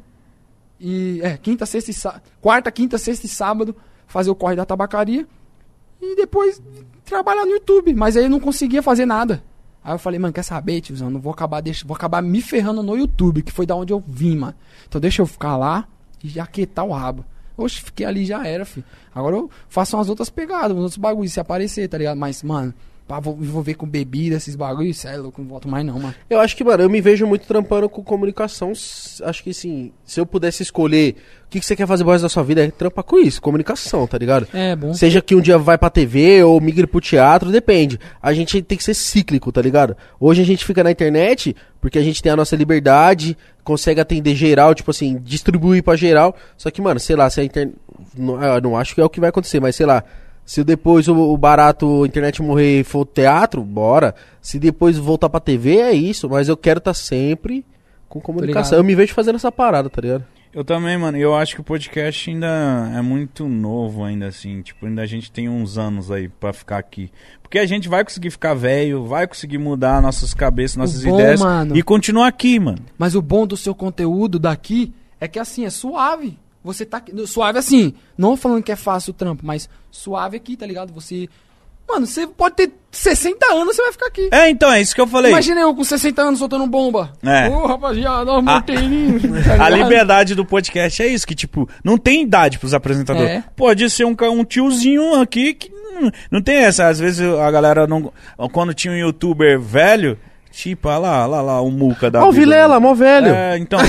[SPEAKER 3] quarta, quinta, sexta e sábado, fazer o corre da tabacaria, e depois trabalhar no YouTube, mas aí eu não conseguia fazer nada. Aí eu falei, mano, quer saber, tiozão? Não vou acabar me ferrando no YouTube, que foi da onde eu vim, mano. Então deixa eu ficar lá e já aquietar o rabo. Oxe, fiquei ali, já era, filho. Agora eu faço umas outras pegadas, uns outros bagulhos, se aparecer, tá ligado? Mas, mano, vou envolver com bebida, esses bagulhos, isso é louco, não volto mais não, mano.
[SPEAKER 2] Eu acho que, mano, eu me vejo muito trampando com comunicação. Acho que, sim, se eu pudesse escolher o que você quer fazer pro resto da sua vida, é trampar com isso, comunicação, tá ligado?
[SPEAKER 3] É, bom.
[SPEAKER 2] Seja que um dia vai pra TV ou migre pro teatro, depende. A gente tem que ser cíclico, tá ligado? Hoje a gente fica na internet porque a gente tem a nossa liberdade, consegue atender geral, tipo assim, distribuir pra geral. Só que, mano, sei lá, se a internet... Não acho que é o que vai acontecer, mas sei lá... Se depois o barato, a internet morrer e for teatro, bora. Se depois voltar pra TV, é isso. Mas eu quero estar sempre com comunicação. Eu me vejo fazendo essa parada, tá ligado?
[SPEAKER 1] Eu também, mano. Eu acho que o podcast ainda é muito novo, ainda assim. Tipo, ainda a gente tem uns anos aí pra ficar aqui. Porque a gente vai conseguir ficar velho, vai conseguir mudar nossas cabeças, nossas ideias. Mano, e continuar aqui, mano.
[SPEAKER 3] Mas o bom do seu conteúdo daqui é que, assim, é suave. Você tá suave assim, não falando que é fácil o trampo, mas suave aqui, tá ligado? Você... Mano, você pode ter 60 anos, você vai ficar aqui.
[SPEAKER 1] É, então, é isso que eu falei.
[SPEAKER 3] Imagina eu com 60 anos soltando bomba.
[SPEAKER 1] Ô,
[SPEAKER 3] rapaziada, ó, morteirinho.
[SPEAKER 1] A liberdade do podcast é isso, que, tipo, não tem idade pros apresentadores. É. Pode ser um tiozinho aqui que não tem essa. Às vezes a galera não... Quando tinha um youtuber velho, tipo, lá, o Muca da...
[SPEAKER 2] Ó, o Vilela, mó velho.
[SPEAKER 1] É, então...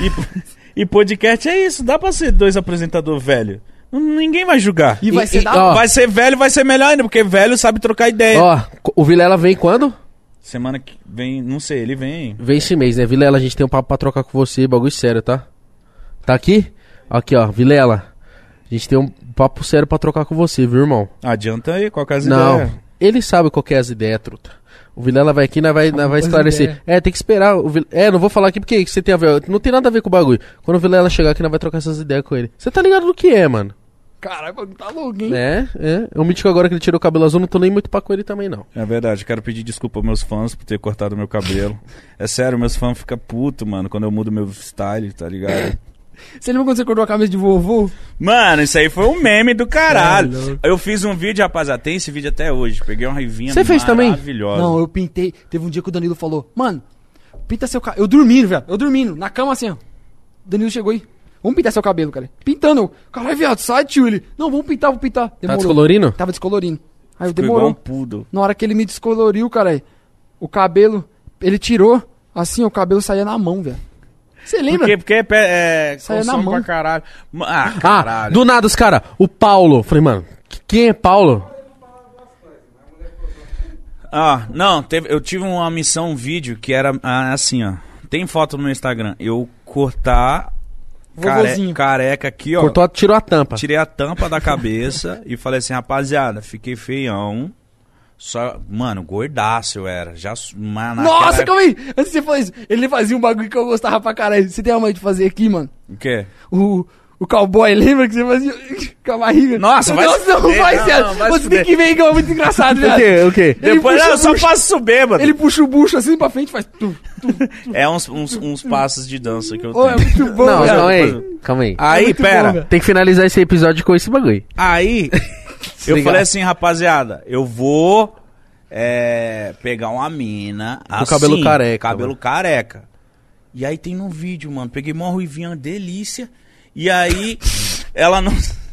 [SPEAKER 1] E podcast é isso, dá pra ser 2 apresentadores velhos. Ninguém vai julgar.
[SPEAKER 3] E vai ser da...
[SPEAKER 1] Vai ser velho, vai ser melhor ainda, porque velho sabe trocar ideia.
[SPEAKER 2] Ó, o Vilela vem quando?
[SPEAKER 1] Semana que vem, não sei, ele vem.
[SPEAKER 2] Vem esse mês, né? Vilela, a gente tem um papo pra trocar com você, bagulho sério, tá? Tá aqui? Aqui, ó, Vilela. A gente tem um papo sério pra trocar com você, viu, irmão?
[SPEAKER 1] Adianta aí, qual que é as
[SPEAKER 2] ideias?
[SPEAKER 1] Não,
[SPEAKER 2] ele sabe qual que é as ideias, truta. O Vilela vai aqui e nós vai esclarecer. Tem que esperar. Não vou falar aqui porque você tem a ver. Não tem nada a ver com o bagulho. Quando o Vilela chegar aqui, nós vai trocar essas ideias com ele. Você tá ligado no que é, mano?
[SPEAKER 3] Caralho, tá louco, hein?
[SPEAKER 2] É. O Mítico agora que ele tirou o cabelo azul, não tô nem muito pra com ele também, não.
[SPEAKER 1] É verdade, quero pedir desculpa aos meus fãs por ter cortado meu cabelo. É sério, meus fãs ficam putos, mano, quando eu mudo meu style, tá ligado?
[SPEAKER 3] Você lembra quando você cortou a cabeça de vovô?
[SPEAKER 1] Mano, isso aí foi um meme do caralho. Eu fiz um vídeo, rapaziada, tem esse vídeo até hoje. Peguei uma raivinha
[SPEAKER 2] maravilhosa. Você fez também?
[SPEAKER 3] Não, eu pintei. Teve um dia que o Danilo falou, mano, pinta seu cabelo. Eu dormindo, na cama assim, ó. O Danilo chegou aí, vamos pintar seu cabelo, cara. Pintando. Caralho, viado, sai, tio. Ele, não, vou pintar. Demorou.
[SPEAKER 2] Tá descolorindo?
[SPEAKER 3] Tava descolorindo. Aí eu
[SPEAKER 1] demorou. Um poodle.
[SPEAKER 3] Na hora que ele me descoloriu, cara, o cabelo, ele tirou, assim, o cabelo saía na mão, velho. Você lembra?
[SPEAKER 1] Porque consome pra caralho. Caralho.
[SPEAKER 2] Do nada os caras. O Paulo. Falei, mano, quem é Paulo?
[SPEAKER 1] Não, eu tive uma missão, um vídeo que era assim, ó. Tem foto no meu Instagram. Eu cortar careca aqui, ó.
[SPEAKER 2] Tirou a tampa.
[SPEAKER 1] Tirei a tampa da cabeça e falei assim, rapaziada, fiquei feião. Só, mano, gordaço eu era.
[SPEAKER 3] Nossa, calma aí! Antes de você falar isso, ele fazia um bagulho que eu gostava pra caralho. Você tem a mãe de fazer aqui, mano?
[SPEAKER 1] O quê?
[SPEAKER 3] O cowboy, lembra que você fazia com a barriga?
[SPEAKER 1] Nossa, vai
[SPEAKER 3] Nossa, não vai ser. Você tem que ver que é muito engraçado, velho.
[SPEAKER 2] O quê?
[SPEAKER 1] Depois eu só faço subir, mano.
[SPEAKER 3] Ele puxa o bucho assim pra frente e faz...
[SPEAKER 1] É uns passos de dança que eu tenho.
[SPEAKER 3] É muito bom,
[SPEAKER 2] Calma aí.
[SPEAKER 1] Aí, pera.
[SPEAKER 2] Bom, tem que finalizar esse episódio com esse bagulho.
[SPEAKER 1] Aí... Eu falei assim, rapaziada, eu vou pegar uma mina assim,
[SPEAKER 2] cabelo careca.
[SPEAKER 1] Cabelo careca. E aí tem no vídeo, mano, peguei uma ruivinha, uma delícia. E aí, ela não...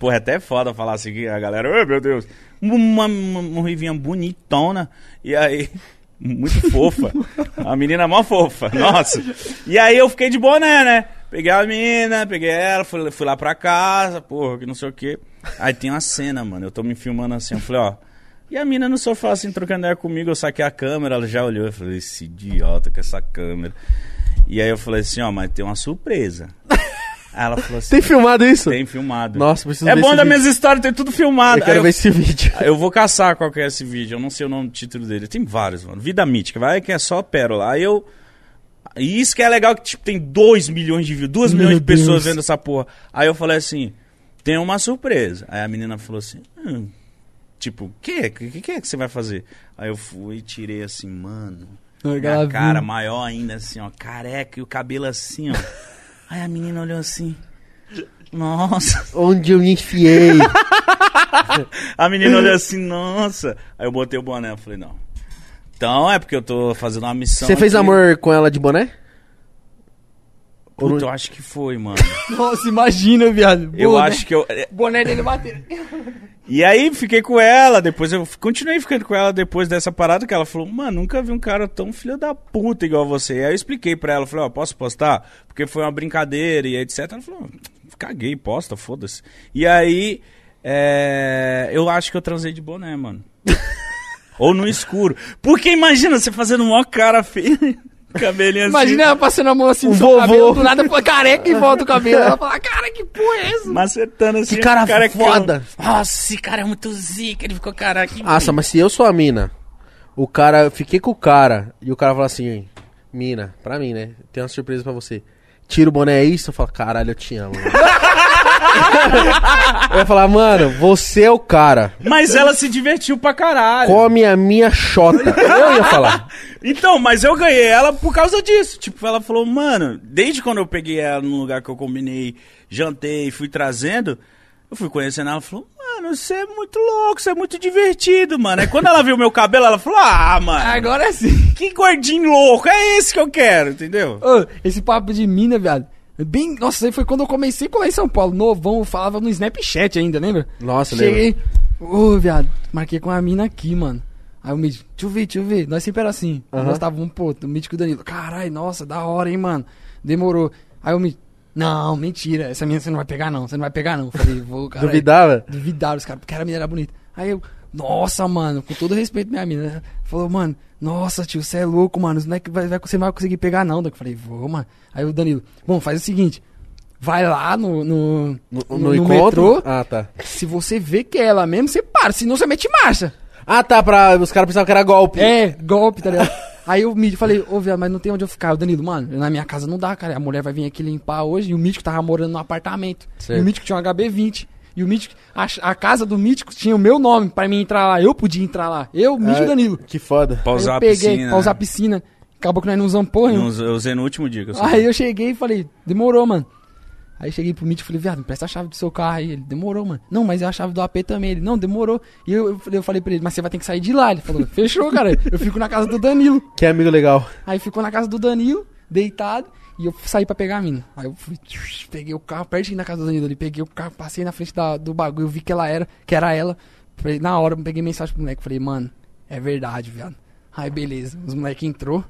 [SPEAKER 1] Porra, é até foda falar assim que a galera, meu Deus, uma ruivinha bonitona, e aí, muito fofa, a menina mó fofa, nossa. E aí eu fiquei de boné, né? Peguei a menina, peguei ela, fui lá pra casa, porra, que não sei o quê. Aí tem uma cena, mano, eu tô me filmando assim, eu falei, ó, e a mina no sofá assim, trocando ideia comigo, eu saquei a câmera, ela já olhou, eu falei, esse idiota com essa câmera. E aí eu falei assim, ó, mas tem uma surpresa. Aí ela falou assim...
[SPEAKER 2] Tem filmado isso?
[SPEAKER 1] Tem filmado.
[SPEAKER 2] Nossa, preciso
[SPEAKER 1] ver. É
[SPEAKER 2] ver
[SPEAKER 1] bom das minhas histórias, tem tudo filmado.
[SPEAKER 2] Eu quero ver esse vídeo.
[SPEAKER 1] Eu vou caçar qual que é esse vídeo, eu não sei o nome do título dele. Tem vários, mano. Vida Mítica, vai que é só pérola. Aí eu... E isso que é legal, que tipo, tem 2 milhões de views, 2 milhões de pessoas vendo essa porra. Aí eu falei assim, tem uma surpresa. Aí a menina falou assim, tipo, o que você vai fazer? Aí eu fui e tirei assim, mano, minha cara maior ainda assim, ó, careca e o cabelo assim, ó. Aí a menina olhou assim, nossa.
[SPEAKER 2] Onde eu me enfiei?
[SPEAKER 1] A menina olhou assim, nossa. Aí eu botei o boné, eu falei, não. Então é porque eu tô fazendo uma missão.
[SPEAKER 2] Você fez amor com ela de boné?
[SPEAKER 1] Puta, eu acho que foi, mano.
[SPEAKER 3] Nossa, imagina, viado.
[SPEAKER 1] Eu acho que eu...
[SPEAKER 3] Boné dele bateu.
[SPEAKER 1] E aí fiquei com ela, depois eu continuei ficando com ela depois dessa parada, que ela falou, mano, nunca vi um cara tão filho da puta igual você. E aí eu expliquei pra ela, falei, ó, posso postar? Porque foi uma brincadeira e etc. Ela falou, caguei, posta, foda-se. E aí, eu acho que eu transei de boné, mano. Ou no escuro. Porque imagina você fazendo uma cara feia, cabelinho assim.
[SPEAKER 3] Imagina ela passando a mão assim no seu cabelo, do nada careca e volta o cabelo. Ela fala, cara, que porra é essa?
[SPEAKER 1] Macetando assim.
[SPEAKER 2] Que cara foda.
[SPEAKER 1] Nossa, esse cara é muito zica, ele ficou caraca.
[SPEAKER 2] Nossa, mas se eu sou a mina, fiquei com o cara, e o cara fala assim, mina, pra mim, né, tem uma surpresa pra você. Tira o boné, é isso? Eu falo, caralho, eu te amo. Eu ia falar, mano, você é o cara.
[SPEAKER 1] Mas ela se divertiu pra caralho.
[SPEAKER 2] Come a minha xota. Eu ia falar.
[SPEAKER 1] Então, mas eu ganhei ela por causa disso. Tipo, ela falou, mano, desde quando eu peguei ela no lugar que eu combinei, jantei, fui trazendo, eu fui conhecendo ela, ela falou, mano, você é muito louco, você é muito divertido, mano. Aí quando ela viu meu cabelo, ela falou, mano.
[SPEAKER 3] Agora sim.
[SPEAKER 1] Que gordinho louco, é esse que eu quero, entendeu?
[SPEAKER 3] Ô, esse papo de mina, viado. Bem, nossa, aí foi quando eu comecei a colar em São Paulo, novão, eu falava no Snapchat ainda, lembra?
[SPEAKER 2] Nossa,
[SPEAKER 3] cheguei, viado, marquei com a mina aqui, mano. Aí o Mítico, deixa eu ver, nós sempre era assim, nós estávamos, o Mítico e o Danilo, caralho, nossa, da hora, hein, mano, demorou. Aí o Mítico, não, mentira, essa mina você não vai pegar não, Eu falei, vou, cara. Duvidaram os caras, porque a mina era bonita. Aí eu, nossa, mano, com todo respeito minha mina, né? Falou, mano, nossa, tio, você é louco, mano, não é que você não vai conseguir pegar não. Eu falei, vou, mano. Aí o Danilo, bom, faz o seguinte, vai lá no metrô.
[SPEAKER 2] Ah, tá.
[SPEAKER 3] Se você vê que é ela mesmo, você para, senão você mete marcha.
[SPEAKER 2] Ah, tá, os caras pensavam que era golpe.
[SPEAKER 3] É, golpe, tá ligado? Aí eu falei, viado, mas não tem onde eu ficar. O Danilo, mano, na minha casa não dá, cara, a mulher vai vir aqui limpar hoje. E o Mítico tava morando no apartamento.
[SPEAKER 2] Certo.
[SPEAKER 3] E o Mítico tinha um HB20. E o Mítico, a casa do Mítico tinha o meu nome pra mim entrar lá. Eu podia entrar lá. Eu, Mítico e Danilo.
[SPEAKER 2] Que foda.
[SPEAKER 1] Pra usar
[SPEAKER 3] a piscina. Pra usar a piscina. Acabou que nós não usamos porra.
[SPEAKER 1] Eu usei no último dia que eu sei.
[SPEAKER 3] Aí eu cheguei e falei, demorou, mano. Aí cheguei pro Mítico e falei, viado, me presta a chave do seu carro aí. Ele, demorou, mano. Não, mas é a chave do AP também. Ele, não, demorou. E eu falei pra ele, mas você vai ter que sair de lá. Ele falou, fechou, cara. Eu fico na casa do Danilo.
[SPEAKER 2] Que amigo legal.
[SPEAKER 3] Aí ficou na casa do Danilo, deitado. E eu saí pra pegar a mina. Aí eu fui, peguei o carro, pertinho na casa do Danilo ali, peguei o carro, passei na frente do bagulho, vi que era ela. Falei, na hora, eu peguei mensagem pro moleque, falei, mano, é verdade, viado. Aí beleza, os moleques entrou,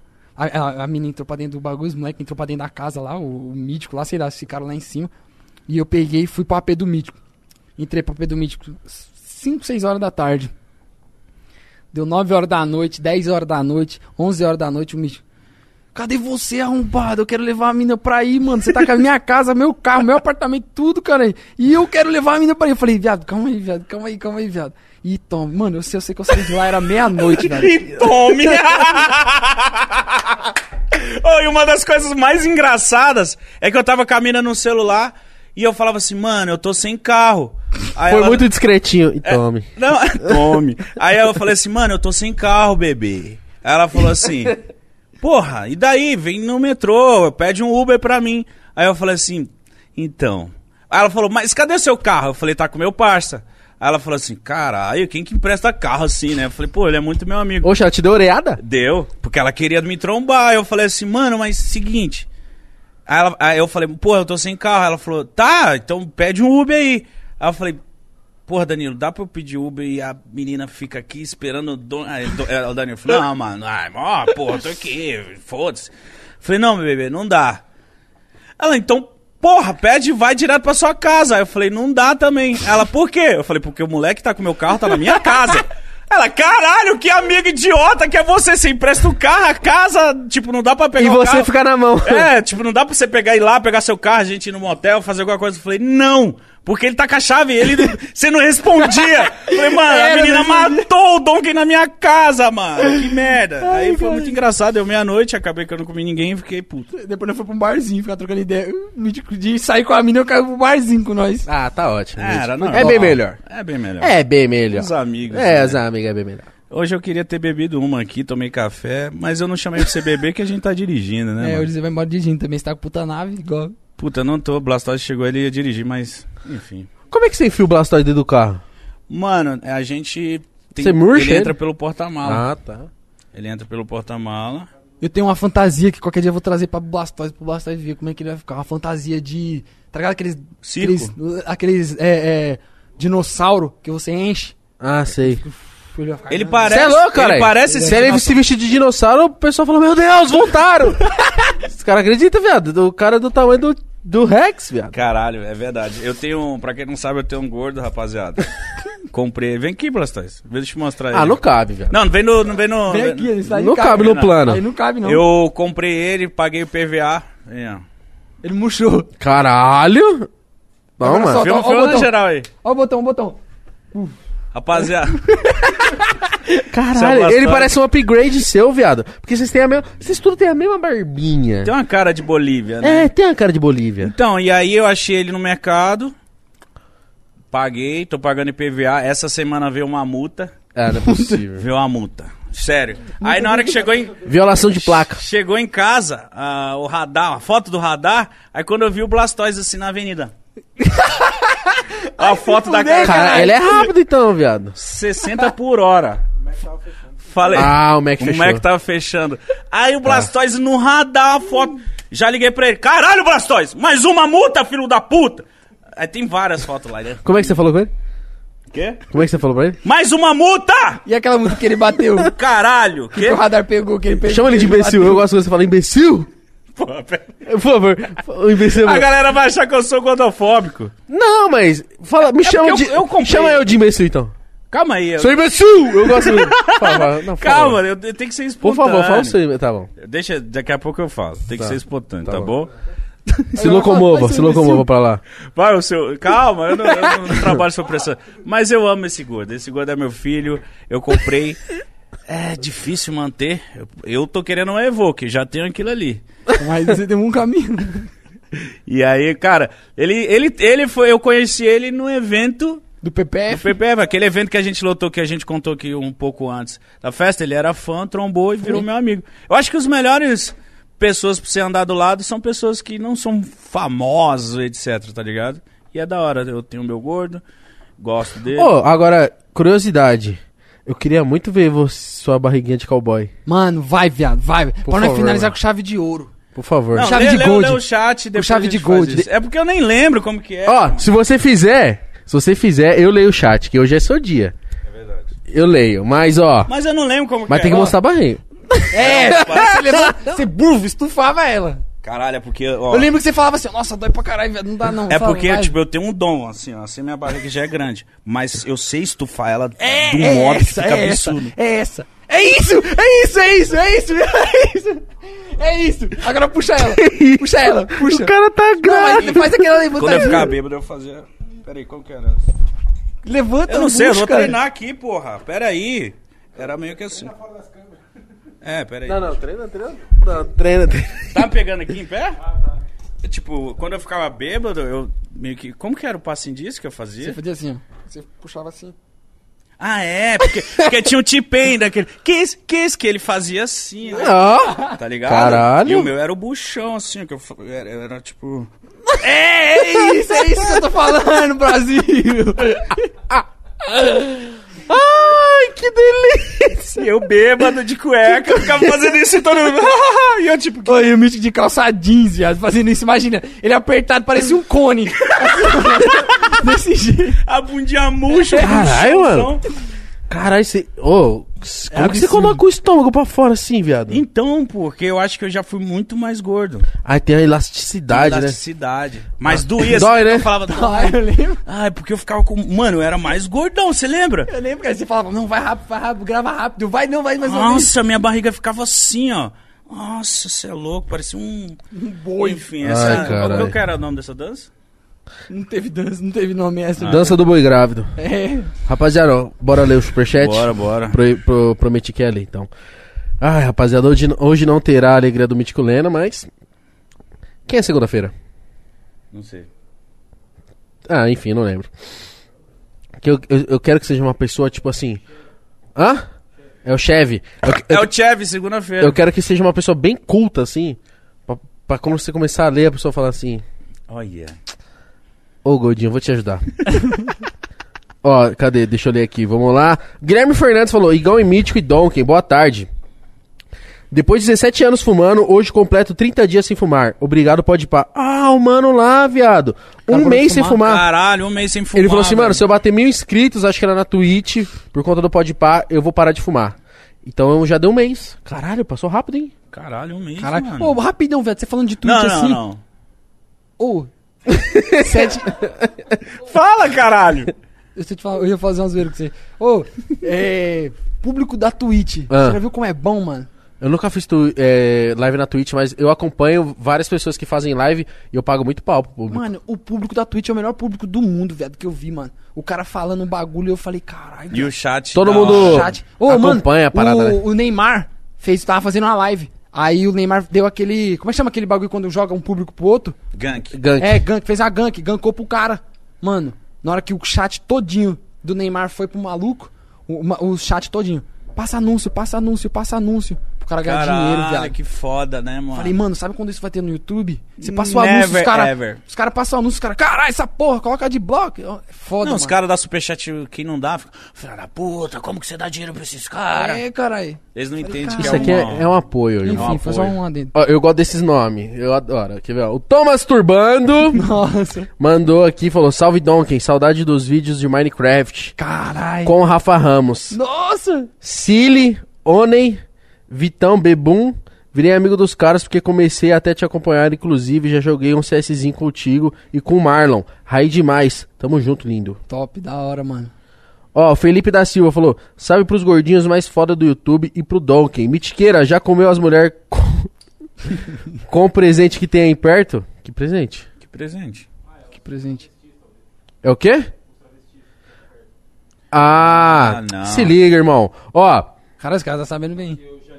[SPEAKER 3] a mina entrou pra dentro do bagulho, os moleques entrou pra dentro da casa lá, o Mítico lá, sei lá, ficaram lá em cima. E eu peguei e fui pro AP do Mítico. Entrei pro AP do Mítico 5, 6 horas da tarde. Deu 9 horas da noite, 10 horas da noite, 11 horas da noite, o Mítico. Cadê você, arrombado? Eu quero levar a mina pra ir, mano. Você tá com a minha casa, meu carro, meu apartamento, tudo, cara. E eu quero levar a mina pra ir. Eu falei, viado, calma aí, viado. E tome. Mano, eu sei que eu saí de lá, era meia-noite, velho.
[SPEAKER 1] E tome! E uma das coisas mais engraçadas é que eu tava com a mina no celular e eu falava assim, mano, eu tô sem carro. Aí
[SPEAKER 2] foi muito discretinho. E tome.
[SPEAKER 1] Tome. Aí eu falei assim, mano, eu tô sem carro, bebê. Aí ela falou assim... Porra, e daí? Vem no metrô, pede um Uber pra mim. Aí eu falei assim, então. Aí ela falou, mas cadê o seu carro? Eu falei, tá com meu parça. Aí ela falou assim, caralho, quem que empresta carro assim, né? Eu falei, pô, ele é muito meu amigo.
[SPEAKER 2] Oxe, ela te deu oreada?
[SPEAKER 1] Deu, porque ela queria me trombar. Aí eu falei assim, mano, mas seguinte. Aí eu falei, pô, eu tô sem carro. Aí ela falou, tá, então pede um Uber aí. Aí eu falei, porra, Danilo, dá pra eu pedir Uber e a menina fica aqui esperando o Danilo falou, não, mano, porra, tô aqui, foda-se. Falei, não, meu bebê, não dá. Ela, então, porra, pede e vai direto pra sua casa. Aí eu falei, não dá também. Ela, por quê? Eu falei, porque o moleque tá com o meu carro, tá na minha casa. Ela, caralho, que amiga idiota que é você. Você empresta o carro, a casa, tipo, não dá pra pegar o carro.
[SPEAKER 2] E você ficar na mão.
[SPEAKER 1] Tipo, não dá pra você pegar e ir lá, pegar seu carro, a gente ir no motel, fazer alguma coisa. Eu falei, não, porque ele tá com a chave, você não respondia. Eu falei, mano, a menina matou o Donkey na minha casa, mano. Que merda.
[SPEAKER 3] Ai,
[SPEAKER 1] aí foi muito engraçado, deu meia-noite, acabei que eu não comi ninguém e fiquei puto.
[SPEAKER 3] Depois nós fomos pra um barzinho, ficar trocando ideia. De sair com a menina, eu caí pro barzinho com nós.
[SPEAKER 2] Ah, tá ótimo.
[SPEAKER 1] Não,
[SPEAKER 2] é bem melhor.
[SPEAKER 1] É bem melhor.
[SPEAKER 2] É bem melhor.
[SPEAKER 1] Os amigos.
[SPEAKER 2] Os amigos é bem melhor.
[SPEAKER 1] Hoje eu queria ter bebido uma aqui, tomei café, mas eu não chamei pra você beber que a gente tá dirigindo, né, mano?
[SPEAKER 3] Hoje você vai embora dirigindo também, você tá com puta nave, igual.
[SPEAKER 1] Puta, não tô, o Blastoise chegou, ele ia dirigir, mas, enfim.
[SPEAKER 2] Como é que você enfia o Blastoise dentro do carro?
[SPEAKER 1] Mano, a gente...
[SPEAKER 2] Você murcha
[SPEAKER 1] ele entra pelo porta-mala.
[SPEAKER 2] Ah, tá.
[SPEAKER 1] Ele entra pelo porta-mala.
[SPEAKER 3] Eu tenho uma fantasia que qualquer dia eu vou trazer pro Blastoise ver como é que ele vai ficar. Uma fantasia de... Tá ligado aqueles...
[SPEAKER 1] Circo?
[SPEAKER 3] Aqueles dinossauro que você enche.
[SPEAKER 2] Ah, sei.
[SPEAKER 1] Ele parece...
[SPEAKER 2] Você é louco, cara?
[SPEAKER 1] Ele parece...
[SPEAKER 2] Se ele se vestir de dinossauro, o pessoal fala, meu Deus, voltaram! Os caras acreditam, viado. O cara é do tamanho do Rex, viado.
[SPEAKER 1] Caralho, é verdade. Eu tenho, pra quem não sabe, eu tenho um gordo, rapaziada. Comprei. Vem aqui, Blastoise. Deixa eu te mostrar ele.
[SPEAKER 2] Ah, não cabe, viado.
[SPEAKER 1] Não vem no...
[SPEAKER 3] Vem aqui, isso aí
[SPEAKER 2] não cabe no plano.
[SPEAKER 3] Aí não cabe, não.
[SPEAKER 1] Eu comprei ele, paguei o PVA. Vem, ó.
[SPEAKER 3] Ele murchou.
[SPEAKER 2] Caralho! Não,
[SPEAKER 3] Agora
[SPEAKER 2] mano.
[SPEAKER 3] só-
[SPEAKER 1] Filma na geral aí.
[SPEAKER 3] Ó o botão.
[SPEAKER 1] Rapaziada.
[SPEAKER 2] Caralho,
[SPEAKER 1] Seu
[SPEAKER 2] ele
[SPEAKER 1] Blastoise.
[SPEAKER 2] parece um upgrade seu, viado. Porque vocês têm a mesma... Vocês tudo têm a mesma barbinha.
[SPEAKER 1] Tem uma cara de Bolívia, né?
[SPEAKER 2] Tem a cara de Bolívia.
[SPEAKER 1] Então, e aí eu achei ele no mercado. Paguei, tô pagando IPVA. Essa semana veio uma multa.
[SPEAKER 2] Ah, não é possível.
[SPEAKER 1] Veio uma multa. Sério. Aí na hora que
[SPEAKER 2] Violação de placa.
[SPEAKER 1] chegou em casa, o radar, a foto do radar, aí quando eu vi o Blastoise assim na avenida. A foto da cara.
[SPEAKER 2] Cara, ele é rápido então, viado.
[SPEAKER 1] 60 por hora. Falei.
[SPEAKER 2] Ah, o Mac fechou.
[SPEAKER 1] O Mac tava fechando. Aí o Blastoise no radar, a foto. Já liguei pra ele. Caralho, Blastoise, mais uma multa, filho da puta. Aí tem várias fotos lá, né?
[SPEAKER 2] Como é que você falou com ele?
[SPEAKER 1] Quê?
[SPEAKER 2] Como é que você falou pra ele?
[SPEAKER 1] Mais uma multa!
[SPEAKER 3] E aquela multa que ele bateu?
[SPEAKER 1] Caralho!
[SPEAKER 3] Que o radar pegou, que ele pegou.
[SPEAKER 2] Chama ele de imbecil. Eu gosto quando você fala imbecil.
[SPEAKER 1] Porra, pera.
[SPEAKER 2] Por favor. O imbecil.
[SPEAKER 1] A galera vai achar que eu sou gordofóbico.
[SPEAKER 2] Não, mas... Fala, me chama
[SPEAKER 1] porque
[SPEAKER 2] de...
[SPEAKER 1] eu comprei.
[SPEAKER 2] Chama eu de imbecil, então.
[SPEAKER 1] Calma aí.
[SPEAKER 2] Sou imbecil! Eu gosto muito. Não, por
[SPEAKER 1] Calma,
[SPEAKER 2] favor.
[SPEAKER 1] eu tenho que ser
[SPEAKER 2] Por
[SPEAKER 1] espontâneo.
[SPEAKER 2] favor, fala o seu... Tá bom.
[SPEAKER 1] Deixa, daqui a pouco eu falo. Tem que
[SPEAKER 2] Tá.
[SPEAKER 1] ser espontâneo,
[SPEAKER 2] Tá
[SPEAKER 1] tá
[SPEAKER 2] bom.
[SPEAKER 1] bom?
[SPEAKER 2] Se locomova pra lá.
[SPEAKER 1] Vai, o seu. Calma, eu não trabalho sob pressão. Mas eu amo esse gordo. Esse gordo é meu filho. Eu comprei. É difícil manter. Eu tô querendo um Evoque, já tenho aquilo ali.
[SPEAKER 3] Mas você tem um caminho.
[SPEAKER 1] E aí, cara, ele foi. Eu conheci ele no evento.
[SPEAKER 3] Do PPF?
[SPEAKER 1] Do PPF, aquele evento que a gente lotou, que a gente contou aqui um pouco antes da festa. Ele era fã, trombou e virou meu amigo. Eu acho que os melhores pessoas pra você andar do lado são pessoas que não são famosas, etc, tá ligado? E é da hora, eu tenho o meu gordo, gosto dele.
[SPEAKER 2] Ô, agora, curiosidade. Eu queria muito ver sua barriguinha de cowboy.
[SPEAKER 3] Mano, vai, viado, vai. Pra nós
[SPEAKER 2] favor,
[SPEAKER 3] finalizar
[SPEAKER 2] mano.
[SPEAKER 3] com chave de ouro.
[SPEAKER 2] Por favor.
[SPEAKER 1] Não,
[SPEAKER 3] chave de
[SPEAKER 1] lê
[SPEAKER 3] gold.
[SPEAKER 1] o chat, depois
[SPEAKER 3] chave
[SPEAKER 1] a gente
[SPEAKER 3] de gold.
[SPEAKER 1] faz isso. É porque eu nem lembro como que é.
[SPEAKER 2] Ó, se você fizer, eu leio o chat, que hoje é seu dia.
[SPEAKER 1] É verdade.
[SPEAKER 2] Eu leio, mas ó...
[SPEAKER 1] Mas eu não lembro como que
[SPEAKER 2] Mas
[SPEAKER 1] é.
[SPEAKER 2] tem que
[SPEAKER 1] Ó,
[SPEAKER 2] mostrar a barriga.
[SPEAKER 3] Você burro, estufava ela.
[SPEAKER 1] Caralho, é porque, ó...
[SPEAKER 3] Eu lembro que você falava assim, nossa, dói pra caralho, velho, não dá não.
[SPEAKER 1] É
[SPEAKER 3] Fala,
[SPEAKER 1] porque,
[SPEAKER 3] vai.
[SPEAKER 1] tipo, eu tenho um dom, assim, ó. Assim minha barriga já é grande. Mas eu sei estufar ela de um modo que fica absurdo.
[SPEAKER 3] É essa. É isso! Agora puxa ela. Puxa ela, puxa.
[SPEAKER 2] O cara tá
[SPEAKER 3] Não,
[SPEAKER 2] grave.
[SPEAKER 3] mas faz aquela levanta.
[SPEAKER 1] Quando eu ficar bêbado, eu fazia... Peraí, como que era?
[SPEAKER 3] Levanta,
[SPEAKER 1] Eu não sei, eu vou
[SPEAKER 3] busca.
[SPEAKER 1] treinar aqui, porra. Peraí. Era meio que assim. É, peraí.
[SPEAKER 2] Não, treina. Não, treina.
[SPEAKER 1] Tá me pegando aqui em pé? Tipo, quando eu ficava bêbado, eu meio que... Como que era o passinho disso que eu
[SPEAKER 3] Você
[SPEAKER 1] fazia?
[SPEAKER 3] fazia assim, ó. Você puxava assim.
[SPEAKER 1] Ah, é, porque tinha um T-Pain daquele... Que ele fazia assim, né?
[SPEAKER 2] Ó.
[SPEAKER 1] Tá ligado?
[SPEAKER 2] Caralho.
[SPEAKER 1] E o meu era o buchão, assim, que eu era tipo...
[SPEAKER 3] É isso que eu tô falando, Brasil.
[SPEAKER 2] Ai, que delícia.
[SPEAKER 1] E eu bêbado de cueca, ficava fazendo isso e todo mundo... E eu tipo...
[SPEAKER 3] Oi, o Mítico de calça jeans, viado, fazendo isso. Imagina, ele apertado, parecia um cone. Desse jeito.
[SPEAKER 1] A bundinha murcha.
[SPEAKER 2] Caralho, mano. Caralho, você... Ô, como que você coloca o estômago pra fora assim, viado?
[SPEAKER 1] Então, porque eu acho que eu já fui muito mais gordo.
[SPEAKER 2] Aí tem a elasticidade,
[SPEAKER 1] Elasticidade. Mas doía.
[SPEAKER 2] Dói, né?
[SPEAKER 1] Eu falava,
[SPEAKER 3] Eu lembro.
[SPEAKER 1] ai, porque eu ficava com... Mano, eu era mais gordão, você lembra?
[SPEAKER 3] Eu lembro que aí você falava, não, vai rápido, grava rápido. Vai mais ou menos.
[SPEAKER 1] Nossa, minha barriga ficava assim, ó. Nossa, você é louco, parecia um boi. Enfim, essa...
[SPEAKER 2] caralho.
[SPEAKER 1] Qual que era o nome dessa dança?
[SPEAKER 3] Não teve dança, não teve nome essa.
[SPEAKER 2] Dança do boi grávido.
[SPEAKER 3] É.
[SPEAKER 2] Rapaziada, ó, bora ler o superchat?
[SPEAKER 1] Bora.
[SPEAKER 2] Prometi que ia ler, então. Ai, rapaziada, hoje não terá a alegria do Mítico Lena, mas... Quem é segunda-feira?
[SPEAKER 1] Não sei.
[SPEAKER 2] Ah, enfim, não lembro. Eu quero que seja uma pessoa, tipo assim... Hã? É o Chevy.
[SPEAKER 1] É o Chevy, segunda-feira.
[SPEAKER 2] Eu quero que seja uma pessoa bem culta, assim. Pra quando você começar a ler, a pessoa falar assim...
[SPEAKER 1] Olha.
[SPEAKER 2] Ô, Gordinho, eu vou te ajudar. Ó, cadê? Deixa eu ler aqui, vamos lá. Guilherme Fernandes falou, Igão e Mítico e Donken, boa tarde. Depois de 17 anos fumando, hoje completo 30 dias sem fumar. Obrigado, pode pá. Ah, o mano lá, viado. Um mês sem fumar.
[SPEAKER 1] Caralho, um mês sem fumar.
[SPEAKER 2] Ele falou assim, mano,
[SPEAKER 1] velho.
[SPEAKER 2] se eu bater 1000 inscritos, acho que era na Twitch, por conta do pode pá, eu vou parar de fumar. Então já deu um mês. Caralho, passou rápido, hein?
[SPEAKER 1] Caralho, um mês,
[SPEAKER 3] Caralho.
[SPEAKER 1] mano.
[SPEAKER 3] Ô, rapidão, velho, você falando de Twitch assim.
[SPEAKER 1] Não.
[SPEAKER 3] Ô. 7...
[SPEAKER 1] Fala, caralho.
[SPEAKER 3] Eu ia fazer umas vezes com você. Ô, público da Twitch.
[SPEAKER 2] Ah.
[SPEAKER 3] Você já viu como é bom, mano?
[SPEAKER 2] Eu nunca fiz live na Twitch, mas eu acompanho várias pessoas que fazem live e eu pago muito pau pro público.
[SPEAKER 3] Mano, o público da Twitch é o melhor público do mundo, velho, que eu vi, mano. O cara falando um bagulho e eu falei, caralho.
[SPEAKER 1] E o chat.
[SPEAKER 2] Todo
[SPEAKER 1] da
[SPEAKER 2] mundo
[SPEAKER 1] hora.
[SPEAKER 3] Chat. Ô, mano,
[SPEAKER 2] acompanha a parada, né?
[SPEAKER 3] o Neymar tava fazendo uma live. Aí o Neymar deu aquele... Como é que chama aquele bagulho quando joga um público pro outro?
[SPEAKER 1] Gank.
[SPEAKER 2] Gank.
[SPEAKER 3] Gank, fez a gankou pro cara. Mano, na hora que o chat todinho do Neymar foi pro maluco, o chat todinho. Passa anúncio. Pro cara ganhar dinheiro,
[SPEAKER 1] Caralho,
[SPEAKER 3] viado.
[SPEAKER 1] que foda, né, mano?
[SPEAKER 3] Falei, mano, sabe quando isso vai ter no YouTube? Você passa o
[SPEAKER 1] Never
[SPEAKER 3] anúncio,
[SPEAKER 1] ever.
[SPEAKER 3] os caras passam o anúncio, os caras, caralho, essa porra, coloca de bloco. É foda,
[SPEAKER 1] Não,
[SPEAKER 3] mano.
[SPEAKER 1] os caras da Superchat, quem não dá, fica, filha da puta, como que você dá dinheiro pra esses caras?
[SPEAKER 3] É, caralho.
[SPEAKER 1] Eles não entendem
[SPEAKER 3] cara,
[SPEAKER 1] que
[SPEAKER 2] Isso aqui é um apoio, irmão.
[SPEAKER 3] Enfim, foi só um adendo.
[SPEAKER 2] Ó, eu gosto desses nomes, eu adoro. Quer ver? Ó? O Thomas Turbando
[SPEAKER 3] Nossa.
[SPEAKER 2] mandou aqui, falou, salve Donken, saudade dos vídeos de Minecraft
[SPEAKER 3] Caralho.
[SPEAKER 2] com o Rafa Ramos.
[SPEAKER 3] Nossa.
[SPEAKER 2] Cili, Onen, Vitão, Bebum, virei amigo dos caras porque comecei até te acompanhar, inclusive já joguei um CSzinho contigo e com o Marlon. Raí demais, tamo junto, lindo.
[SPEAKER 3] Top, da hora, mano.
[SPEAKER 2] Ó, o Felipe da Silva falou, salve pros gordinhos mais foda do YouTube e pro Donken. Mitiqueira, já comeu as mulheres com o presente que tem aí perto? Que presente?
[SPEAKER 1] Que presente.
[SPEAKER 3] Que presente.
[SPEAKER 2] É o quê? Ah,
[SPEAKER 1] não.
[SPEAKER 2] se liga, irmão. Ó,
[SPEAKER 3] Cara, os caras tá sabendo bem.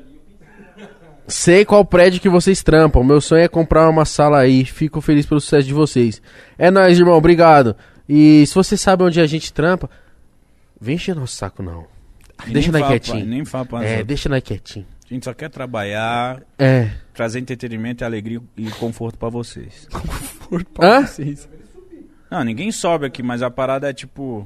[SPEAKER 2] sei qual prédio que vocês trampam. Meu sonho é comprar uma sala aí. Fico feliz pelo sucesso de vocês. É nóis, irmão. Obrigado. E se você sabe onde a gente trampa, vem encher nosso saco, não. Deixa nós quietinho.
[SPEAKER 1] Nem fala pra
[SPEAKER 2] É,
[SPEAKER 1] nós.
[SPEAKER 2] deixa nós quietinho.
[SPEAKER 1] A gente só quer trabalhar,
[SPEAKER 2] É.
[SPEAKER 1] trazer entretenimento, alegria e conforto pra vocês.
[SPEAKER 2] Hã?
[SPEAKER 3] Vocês.
[SPEAKER 1] Não, ninguém sobe aqui, mas a parada é tipo...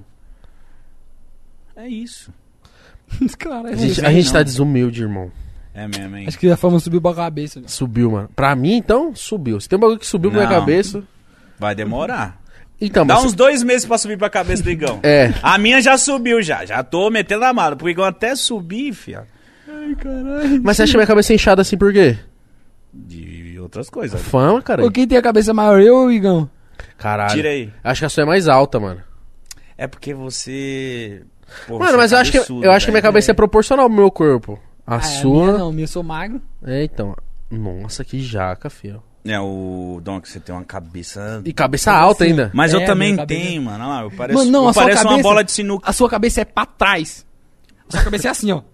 [SPEAKER 1] É isso.
[SPEAKER 3] Cara,
[SPEAKER 2] A gente,
[SPEAKER 1] vem,
[SPEAKER 2] a gente
[SPEAKER 1] não.
[SPEAKER 2] tá desumilde, irmão.
[SPEAKER 1] É mesmo, hein?
[SPEAKER 3] acho que a fama subiu pra cabeça. velho.
[SPEAKER 2] Subiu, mano. Pra mim, então, subiu. Se tem um bagulho que subiu pra minha
[SPEAKER 1] Não.
[SPEAKER 2] cabeça...
[SPEAKER 1] Vai demorar.
[SPEAKER 2] Então,
[SPEAKER 1] Dá
[SPEAKER 2] mas...
[SPEAKER 1] uns 2 meses pra subir pra cabeça do Igão.
[SPEAKER 2] É.
[SPEAKER 1] A minha já subiu já. Já tô metendo a mala. Pro Igão até subir, fia.
[SPEAKER 2] Mas você acha minha cabeça inchada assim por quê?
[SPEAKER 1] De outras coisas.
[SPEAKER 2] Fama, cara.
[SPEAKER 3] Pô, quem tem a cabeça maior, eu ou o Igão?
[SPEAKER 2] Caralho.
[SPEAKER 1] Tira aí.
[SPEAKER 2] Acho que a sua é mais alta, mano.
[SPEAKER 1] É porque você... Pô,
[SPEAKER 2] Mano,
[SPEAKER 1] você
[SPEAKER 2] mas
[SPEAKER 1] é
[SPEAKER 2] eu acho que
[SPEAKER 1] cabeçudo,
[SPEAKER 2] minha
[SPEAKER 1] velho.
[SPEAKER 2] cabeça é proporcional pro meu corpo. A sua...
[SPEAKER 3] minha não, minha eu sou magro.
[SPEAKER 2] É, então. Nossa, que jaca, filho.
[SPEAKER 1] É, o Dom, que você tem uma cabeça...
[SPEAKER 2] E cabeça alta
[SPEAKER 3] assim?
[SPEAKER 2] ainda.
[SPEAKER 1] Mas eu
[SPEAKER 3] É,
[SPEAKER 1] também
[SPEAKER 3] minha cabeça-
[SPEAKER 1] tenho, mano. Olha lá, eu pareço,
[SPEAKER 3] Mano, não,
[SPEAKER 1] eu
[SPEAKER 3] a sua
[SPEAKER 1] pareço uma
[SPEAKER 3] cabeça-
[SPEAKER 1] bola de sinuca.
[SPEAKER 3] A sua cabeça é pra trás. A sua cabeça é assim, ó.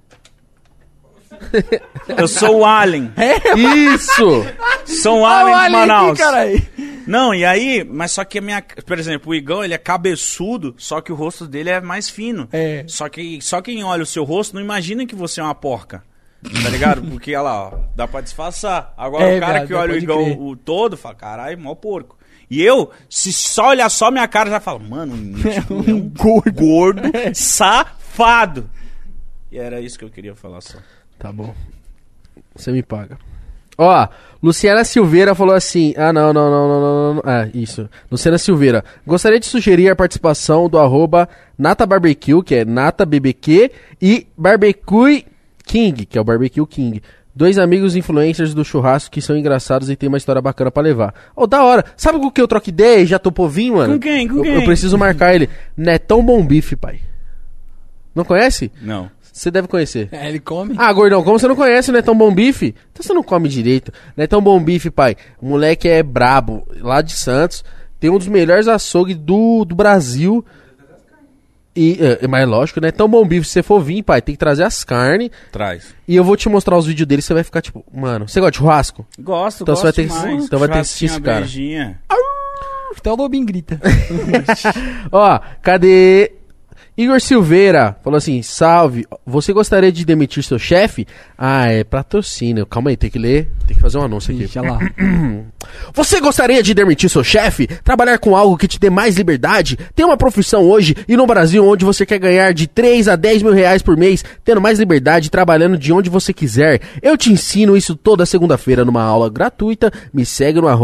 [SPEAKER 1] Eu sou o Alien.
[SPEAKER 2] Isso!
[SPEAKER 1] Sou o Alien de Manaus.
[SPEAKER 3] Aqui,
[SPEAKER 1] Não, e aí, mas só que a minha... Por exemplo, o Igão, ele é cabeçudo, só que o rosto dele é mais fino.
[SPEAKER 3] É.
[SPEAKER 1] Só que só quem olha o seu rosto não imagina que você é uma porca. Tá ligado? Porque, olha lá, ó, dá pra disfarçar. Agora
[SPEAKER 3] É,
[SPEAKER 1] o cara
[SPEAKER 3] viado,
[SPEAKER 1] que olha o
[SPEAKER 3] pode
[SPEAKER 1] Igão
[SPEAKER 3] crer.
[SPEAKER 1] o todo, fala, caralho, mó porco. E eu, se só olhar só minha cara, já falo, mano, o Mítico é um gordo safado. E era isso que eu queria falar só.
[SPEAKER 2] Tá bom. Você me paga. Ó, Luciana Silveira falou assim... não. Isso. Luciana Silveira. Gostaria de sugerir a participação do @NataBarbecue, que é NataBBQ, e Barbecue King, que é o Barbecue King. 2 amigos influencers do churrasco que são engraçados e tem uma história bacana pra levar. Da hora. Sabe com o que eu troco ideia e já tô povinho, mano?
[SPEAKER 1] Com quem?
[SPEAKER 2] Eu preciso marcar ele. Netão Bom Bife, pai. Não conhece?
[SPEAKER 1] Não.
[SPEAKER 2] Você deve conhecer.
[SPEAKER 3] Ele come.
[SPEAKER 2] Gordão, como você não conhece o Netão Bom Bife? Então você não come direito. Netão Bom Bife, pai. O moleque é brabo. Lá de Santos. Tem um dos melhores açougues do Brasil. Mas lógico, né? Tão Bom Bife, se você for vir, pai, tem que trazer as carnes.
[SPEAKER 1] Traz.
[SPEAKER 2] E eu vou te mostrar os vídeos dele, você vai ficar tipo, mano, você gosta de churrasco?
[SPEAKER 1] Gosto,
[SPEAKER 2] então
[SPEAKER 1] gosto
[SPEAKER 2] você vai ter
[SPEAKER 1] demais.
[SPEAKER 2] Então vai ter que assistir esse cara.
[SPEAKER 3] Até o lobinho grita.
[SPEAKER 2] Ó, cadê... Igor Silveira falou assim, salve, você gostaria de demitir seu chefe? É patrocínio. Calma aí, tem que ler, tem que fazer um anúncio aqui.
[SPEAKER 3] Deixa lá.
[SPEAKER 2] Você gostaria de demitir seu chefe? Trabalhar com algo que te dê mais liberdade? Tem uma profissão hoje e no Brasil onde você quer ganhar de 3 a 10 mil reais por mês, tendo mais liberdade, trabalhando de onde você quiser. Eu te ensino isso toda segunda-feira numa aula gratuita. Me segue no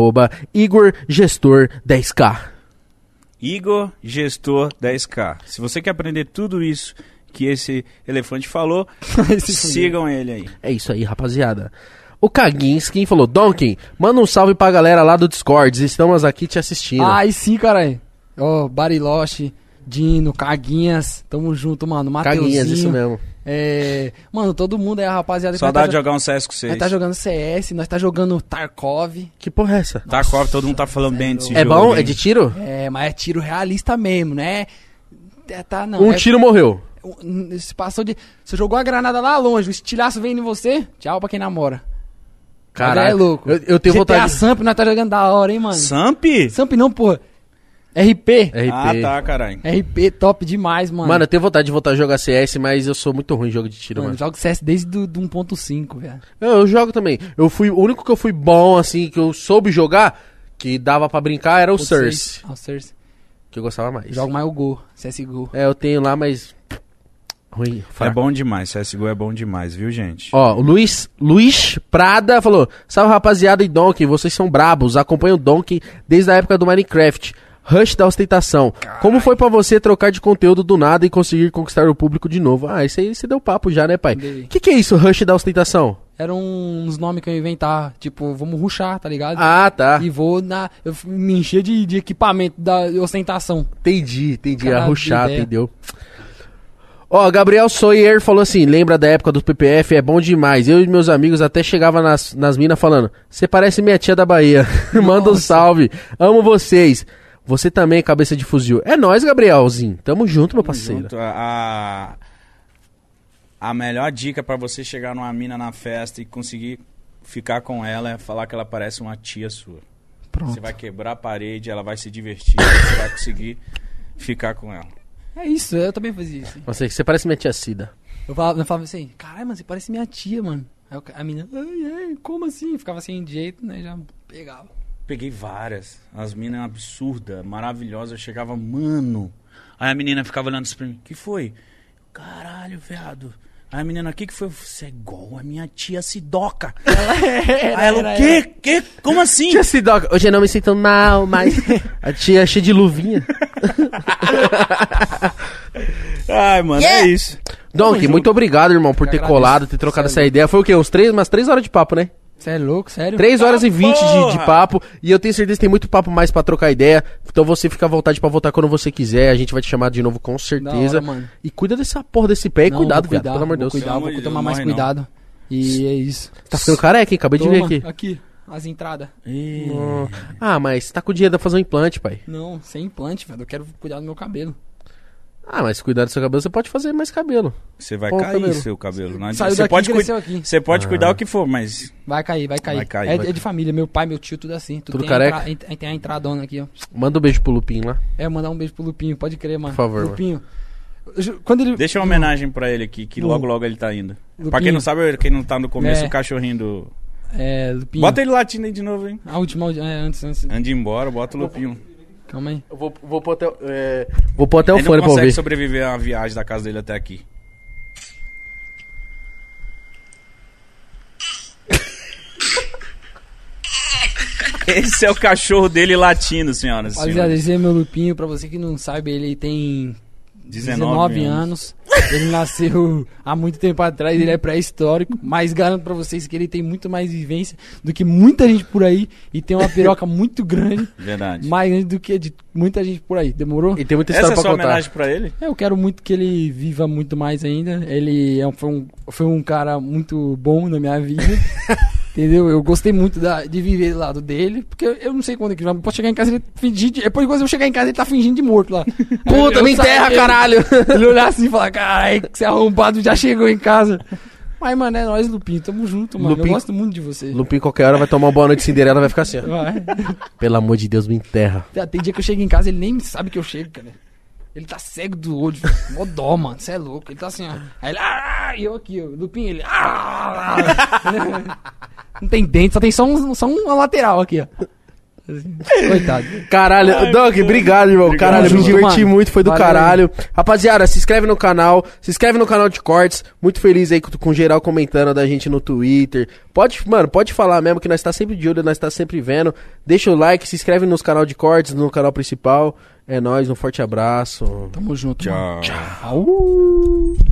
[SPEAKER 2] @IgorGestor10k.
[SPEAKER 1] Igor Gestor 10k. Se você quer aprender tudo isso que esse elefante falou, sigam ele aí.
[SPEAKER 2] É isso aí, rapaziada. O Kaginski falou, Donkey, manda um salve pra galera lá do Discord, estamos aqui te assistindo.
[SPEAKER 3] Aí sim, caralho. Bariloche, Dino, Caguinhas, tamo junto, mano. Mateuzinho.
[SPEAKER 2] Caguinhas, isso mesmo.
[SPEAKER 3] Mano, todo mundo aí, a rapaziada.
[SPEAKER 1] Saudade de jogar um CS com vocês.
[SPEAKER 3] Nós tá jogando CS, nós tá jogando Tarkov.
[SPEAKER 2] Que porra é essa?
[SPEAKER 1] Tarkov, todo mundo tá falando bem desse jogo.
[SPEAKER 2] É bom?
[SPEAKER 1] Hein?
[SPEAKER 2] É de tiro?
[SPEAKER 3] Mas é tiro realista mesmo, né? Não,
[SPEAKER 2] tiro morreu.
[SPEAKER 3] Se passou de... Você jogou a granada lá longe, o estilhaço vem em você, tchau pra quem namora.
[SPEAKER 2] Caralho.
[SPEAKER 3] É louco.
[SPEAKER 2] Eu tenho vontade...
[SPEAKER 3] GTA Samp, nós tá jogando da hora, hein, mano?
[SPEAKER 1] Samp?
[SPEAKER 3] Samp não, porra. RP.
[SPEAKER 1] Ah, tá, caralho.
[SPEAKER 3] RP top demais, mano.
[SPEAKER 2] Mano, eu tenho vontade de voltar a jogar CS, mas eu sou muito ruim em jogo de tiro, mano.
[SPEAKER 3] Eu jogo CS desde do 1.5, velho.
[SPEAKER 2] Eu jogo também. O único que eu fui bom, assim, que eu soube jogar, que dava pra brincar, era o Source.
[SPEAKER 3] O Source.
[SPEAKER 2] Que eu gostava mais.
[SPEAKER 3] Jogo mais o Go, CSGO.
[SPEAKER 2] Eu tenho lá, mas... ruim, fraco.
[SPEAKER 1] É bom demais, CSGO é bom demais, viu, gente?
[SPEAKER 2] Ó, o Luiz Prada falou, salve rapaziada e Donkey, vocês são brabos, acompanho o Donkey desde a época do Minecraft. Rush da ostentação. Carai. Como foi pra você trocar de conteúdo do nada e conseguir conquistar o público de novo? Isso aí você deu papo já, né, pai? O que é isso, Rush da ostentação?
[SPEAKER 3] Eram uns nomes que eu ia inventar, tipo, vamos rushar, tá ligado?
[SPEAKER 2] Ah, tá.
[SPEAKER 3] E eu me encher de equipamento da ostentação.
[SPEAKER 2] Entendi. A rushar, entendeu? Ó, Gabriel Soyer falou assim, lembra da época do PPF? É bom demais. Eu e meus amigos até chegava nas minas falando, você parece minha tia da Bahia. Manda um salve. Amo vocês. Você também, cabeça de fuzil. É nóis, Gabrielzinho. Tamo junto, meu parceiro. Junto.
[SPEAKER 1] A melhor dica pra você chegar numa mina na festa e conseguir ficar com ela é falar que ela parece uma tia sua. Pronto. Você vai quebrar a parede, ela vai se divertir, você vai conseguir ficar com ela.
[SPEAKER 3] É isso, eu também fazia isso.
[SPEAKER 2] Você parece minha tia Cida.
[SPEAKER 3] Eu falava assim, caralho, mano, você parece minha tia, mano. Aí a menina, como assim? Ficava sem jeito, né? Já pegava.
[SPEAKER 1] Peguei várias. As minas absurdas, maravilhosas. Eu chegava, mano. Aí a menina ficava olhando pra mim. Que foi? Caralho, viado. Aí a menina, o que foi? Você é igual a minha tia Sidoca. Aí ela, o quê? Que? Como assim?
[SPEAKER 2] Tia Sidoca. Hoje eu não me sinto mal, mas a tia é cheia de luvinha.
[SPEAKER 1] Ai, mano, é isso.
[SPEAKER 2] Donkey, muito obrigado, irmão, por ter colado, ter trocado essa ideia. Foi o quê? Umas 3 horas de papo, né?
[SPEAKER 3] Você é louco, sério?
[SPEAKER 2] 3 horas e 20 de papo. E eu tenho certeza que tem muito papo mais pra trocar ideia. Então você fica à vontade pra voltar quando você quiser. A gente vai te chamar de novo com certeza.
[SPEAKER 3] Da hora, mano.
[SPEAKER 2] E cuida dessa porra desse pé e cuidado, viado. Pelo amor de Deus.
[SPEAKER 3] Vou tomar mais cuidado. E é isso.
[SPEAKER 2] Tá ficando careca, hein? Acabei de ver aqui.
[SPEAKER 3] Aqui, as entradas.
[SPEAKER 2] Mas você tá com dinheiro pra fazer um implante, pai.
[SPEAKER 3] Não, sem implante, velho. Eu quero cuidar do meu cabelo.
[SPEAKER 2] Mas cuidar do seu cabelo, você pode fazer mais cabelo.
[SPEAKER 1] Você vai cair seu cabelo. Não
[SPEAKER 3] saiu daqui, cresceu aqui.
[SPEAKER 1] Você pode cuidar o que for, mas...
[SPEAKER 3] Vai cair. É de família. Meu pai, meu tio, tudo assim.
[SPEAKER 2] Tudo careca?
[SPEAKER 3] Tem a entradona aqui, ó.
[SPEAKER 2] Manda um beijo pro Lupinho lá.
[SPEAKER 3] Mandar um beijo pro Lupinho. Pode crer, mano.
[SPEAKER 2] Por favor,
[SPEAKER 3] Lupinho. Quando ele...
[SPEAKER 1] Deixa uma homenagem pra ele aqui, que logo ele tá indo. Lupinho. Pra quem não sabe, quem não tá no começo, o cachorrinho do...
[SPEAKER 3] Lupinho.
[SPEAKER 1] Bota ele latindo aí de novo, hein?
[SPEAKER 3] A última, antes.
[SPEAKER 1] Ande embora, bota o Lupinho.
[SPEAKER 3] Calma aí.
[SPEAKER 2] Eu vou pôr até o fone pra ouvir. Ele não consegue
[SPEAKER 1] sobreviver a uma viagem da casa dele até aqui. Esse é o cachorro dele latindo, senhoras e
[SPEAKER 3] Rapaziada,
[SPEAKER 1] senhores.
[SPEAKER 3] esse é meu Lupinho. Pra você que não sabe, ele tem 19 anos. Ele nasceu há muito tempo atrás, ele é pré-histórico. Mas garanto pra vocês que ele tem muito mais vivência do que muita gente por aí. E tem uma piroca muito grande.
[SPEAKER 1] Verdade.
[SPEAKER 3] Mais grande do que de muita gente por aí. Demorou?
[SPEAKER 2] E tem muita
[SPEAKER 1] Essa
[SPEAKER 2] história
[SPEAKER 1] é
[SPEAKER 2] pra
[SPEAKER 1] sua
[SPEAKER 2] contar.
[SPEAKER 1] homenagem pra ele?
[SPEAKER 3] Eu quero muito que ele viva muito mais ainda. Ele foi um cara muito bom na minha vida. Entendeu? Eu gostei muito de viver do lado dele. Porque eu não sei quando é que ele vai. Pode chegar em casa e ele fingir de... Depois quando eu chegar em casa ele tá fingindo de morto lá.
[SPEAKER 2] Puta, me enterra, caralho!
[SPEAKER 3] Ele olhar assim e falar, caralho, que você arrombado já chegou em casa. Mas, mano, é nóis, Lupinho. Tamo junto, mano.
[SPEAKER 2] Lupinho-
[SPEAKER 3] Eu gosto muito de você.
[SPEAKER 2] Lupinho qualquer hora vai tomar uma boa noite de Cinderela, vai ficar assim, ó.
[SPEAKER 3] Vai.
[SPEAKER 2] Pelo amor de Deus, me enterra.
[SPEAKER 3] Tem dia que eu chego em casa ele nem sabe que eu chego, cara. Ele tá cego do olho. Mó dó, mano. Você é louco. Ele tá assim, ó. Aí ele... E eu aqui, ó. Lupinho, ele... Não tem dente, só uma lateral aqui, ó. Coitado.
[SPEAKER 2] Caralho, Doug, obrigado, irmão. Caralho, eu me
[SPEAKER 3] Tamo junto,
[SPEAKER 2] diverti
[SPEAKER 3] mano.
[SPEAKER 2] muito, foi do
[SPEAKER 3] Valeu.
[SPEAKER 2] caralho. Rapaziada, se inscreve no canal de cortes. Muito feliz aí com geral comentando da gente no Twitter. Pode falar mesmo que nós tá sempre de olho, nós tá sempre vendo. Deixa o like, se inscreve nos canal de cortes, no canal principal. É nóis, um forte abraço.
[SPEAKER 3] Tamo junto.
[SPEAKER 1] Tchau.
[SPEAKER 3] Mano. Tchau.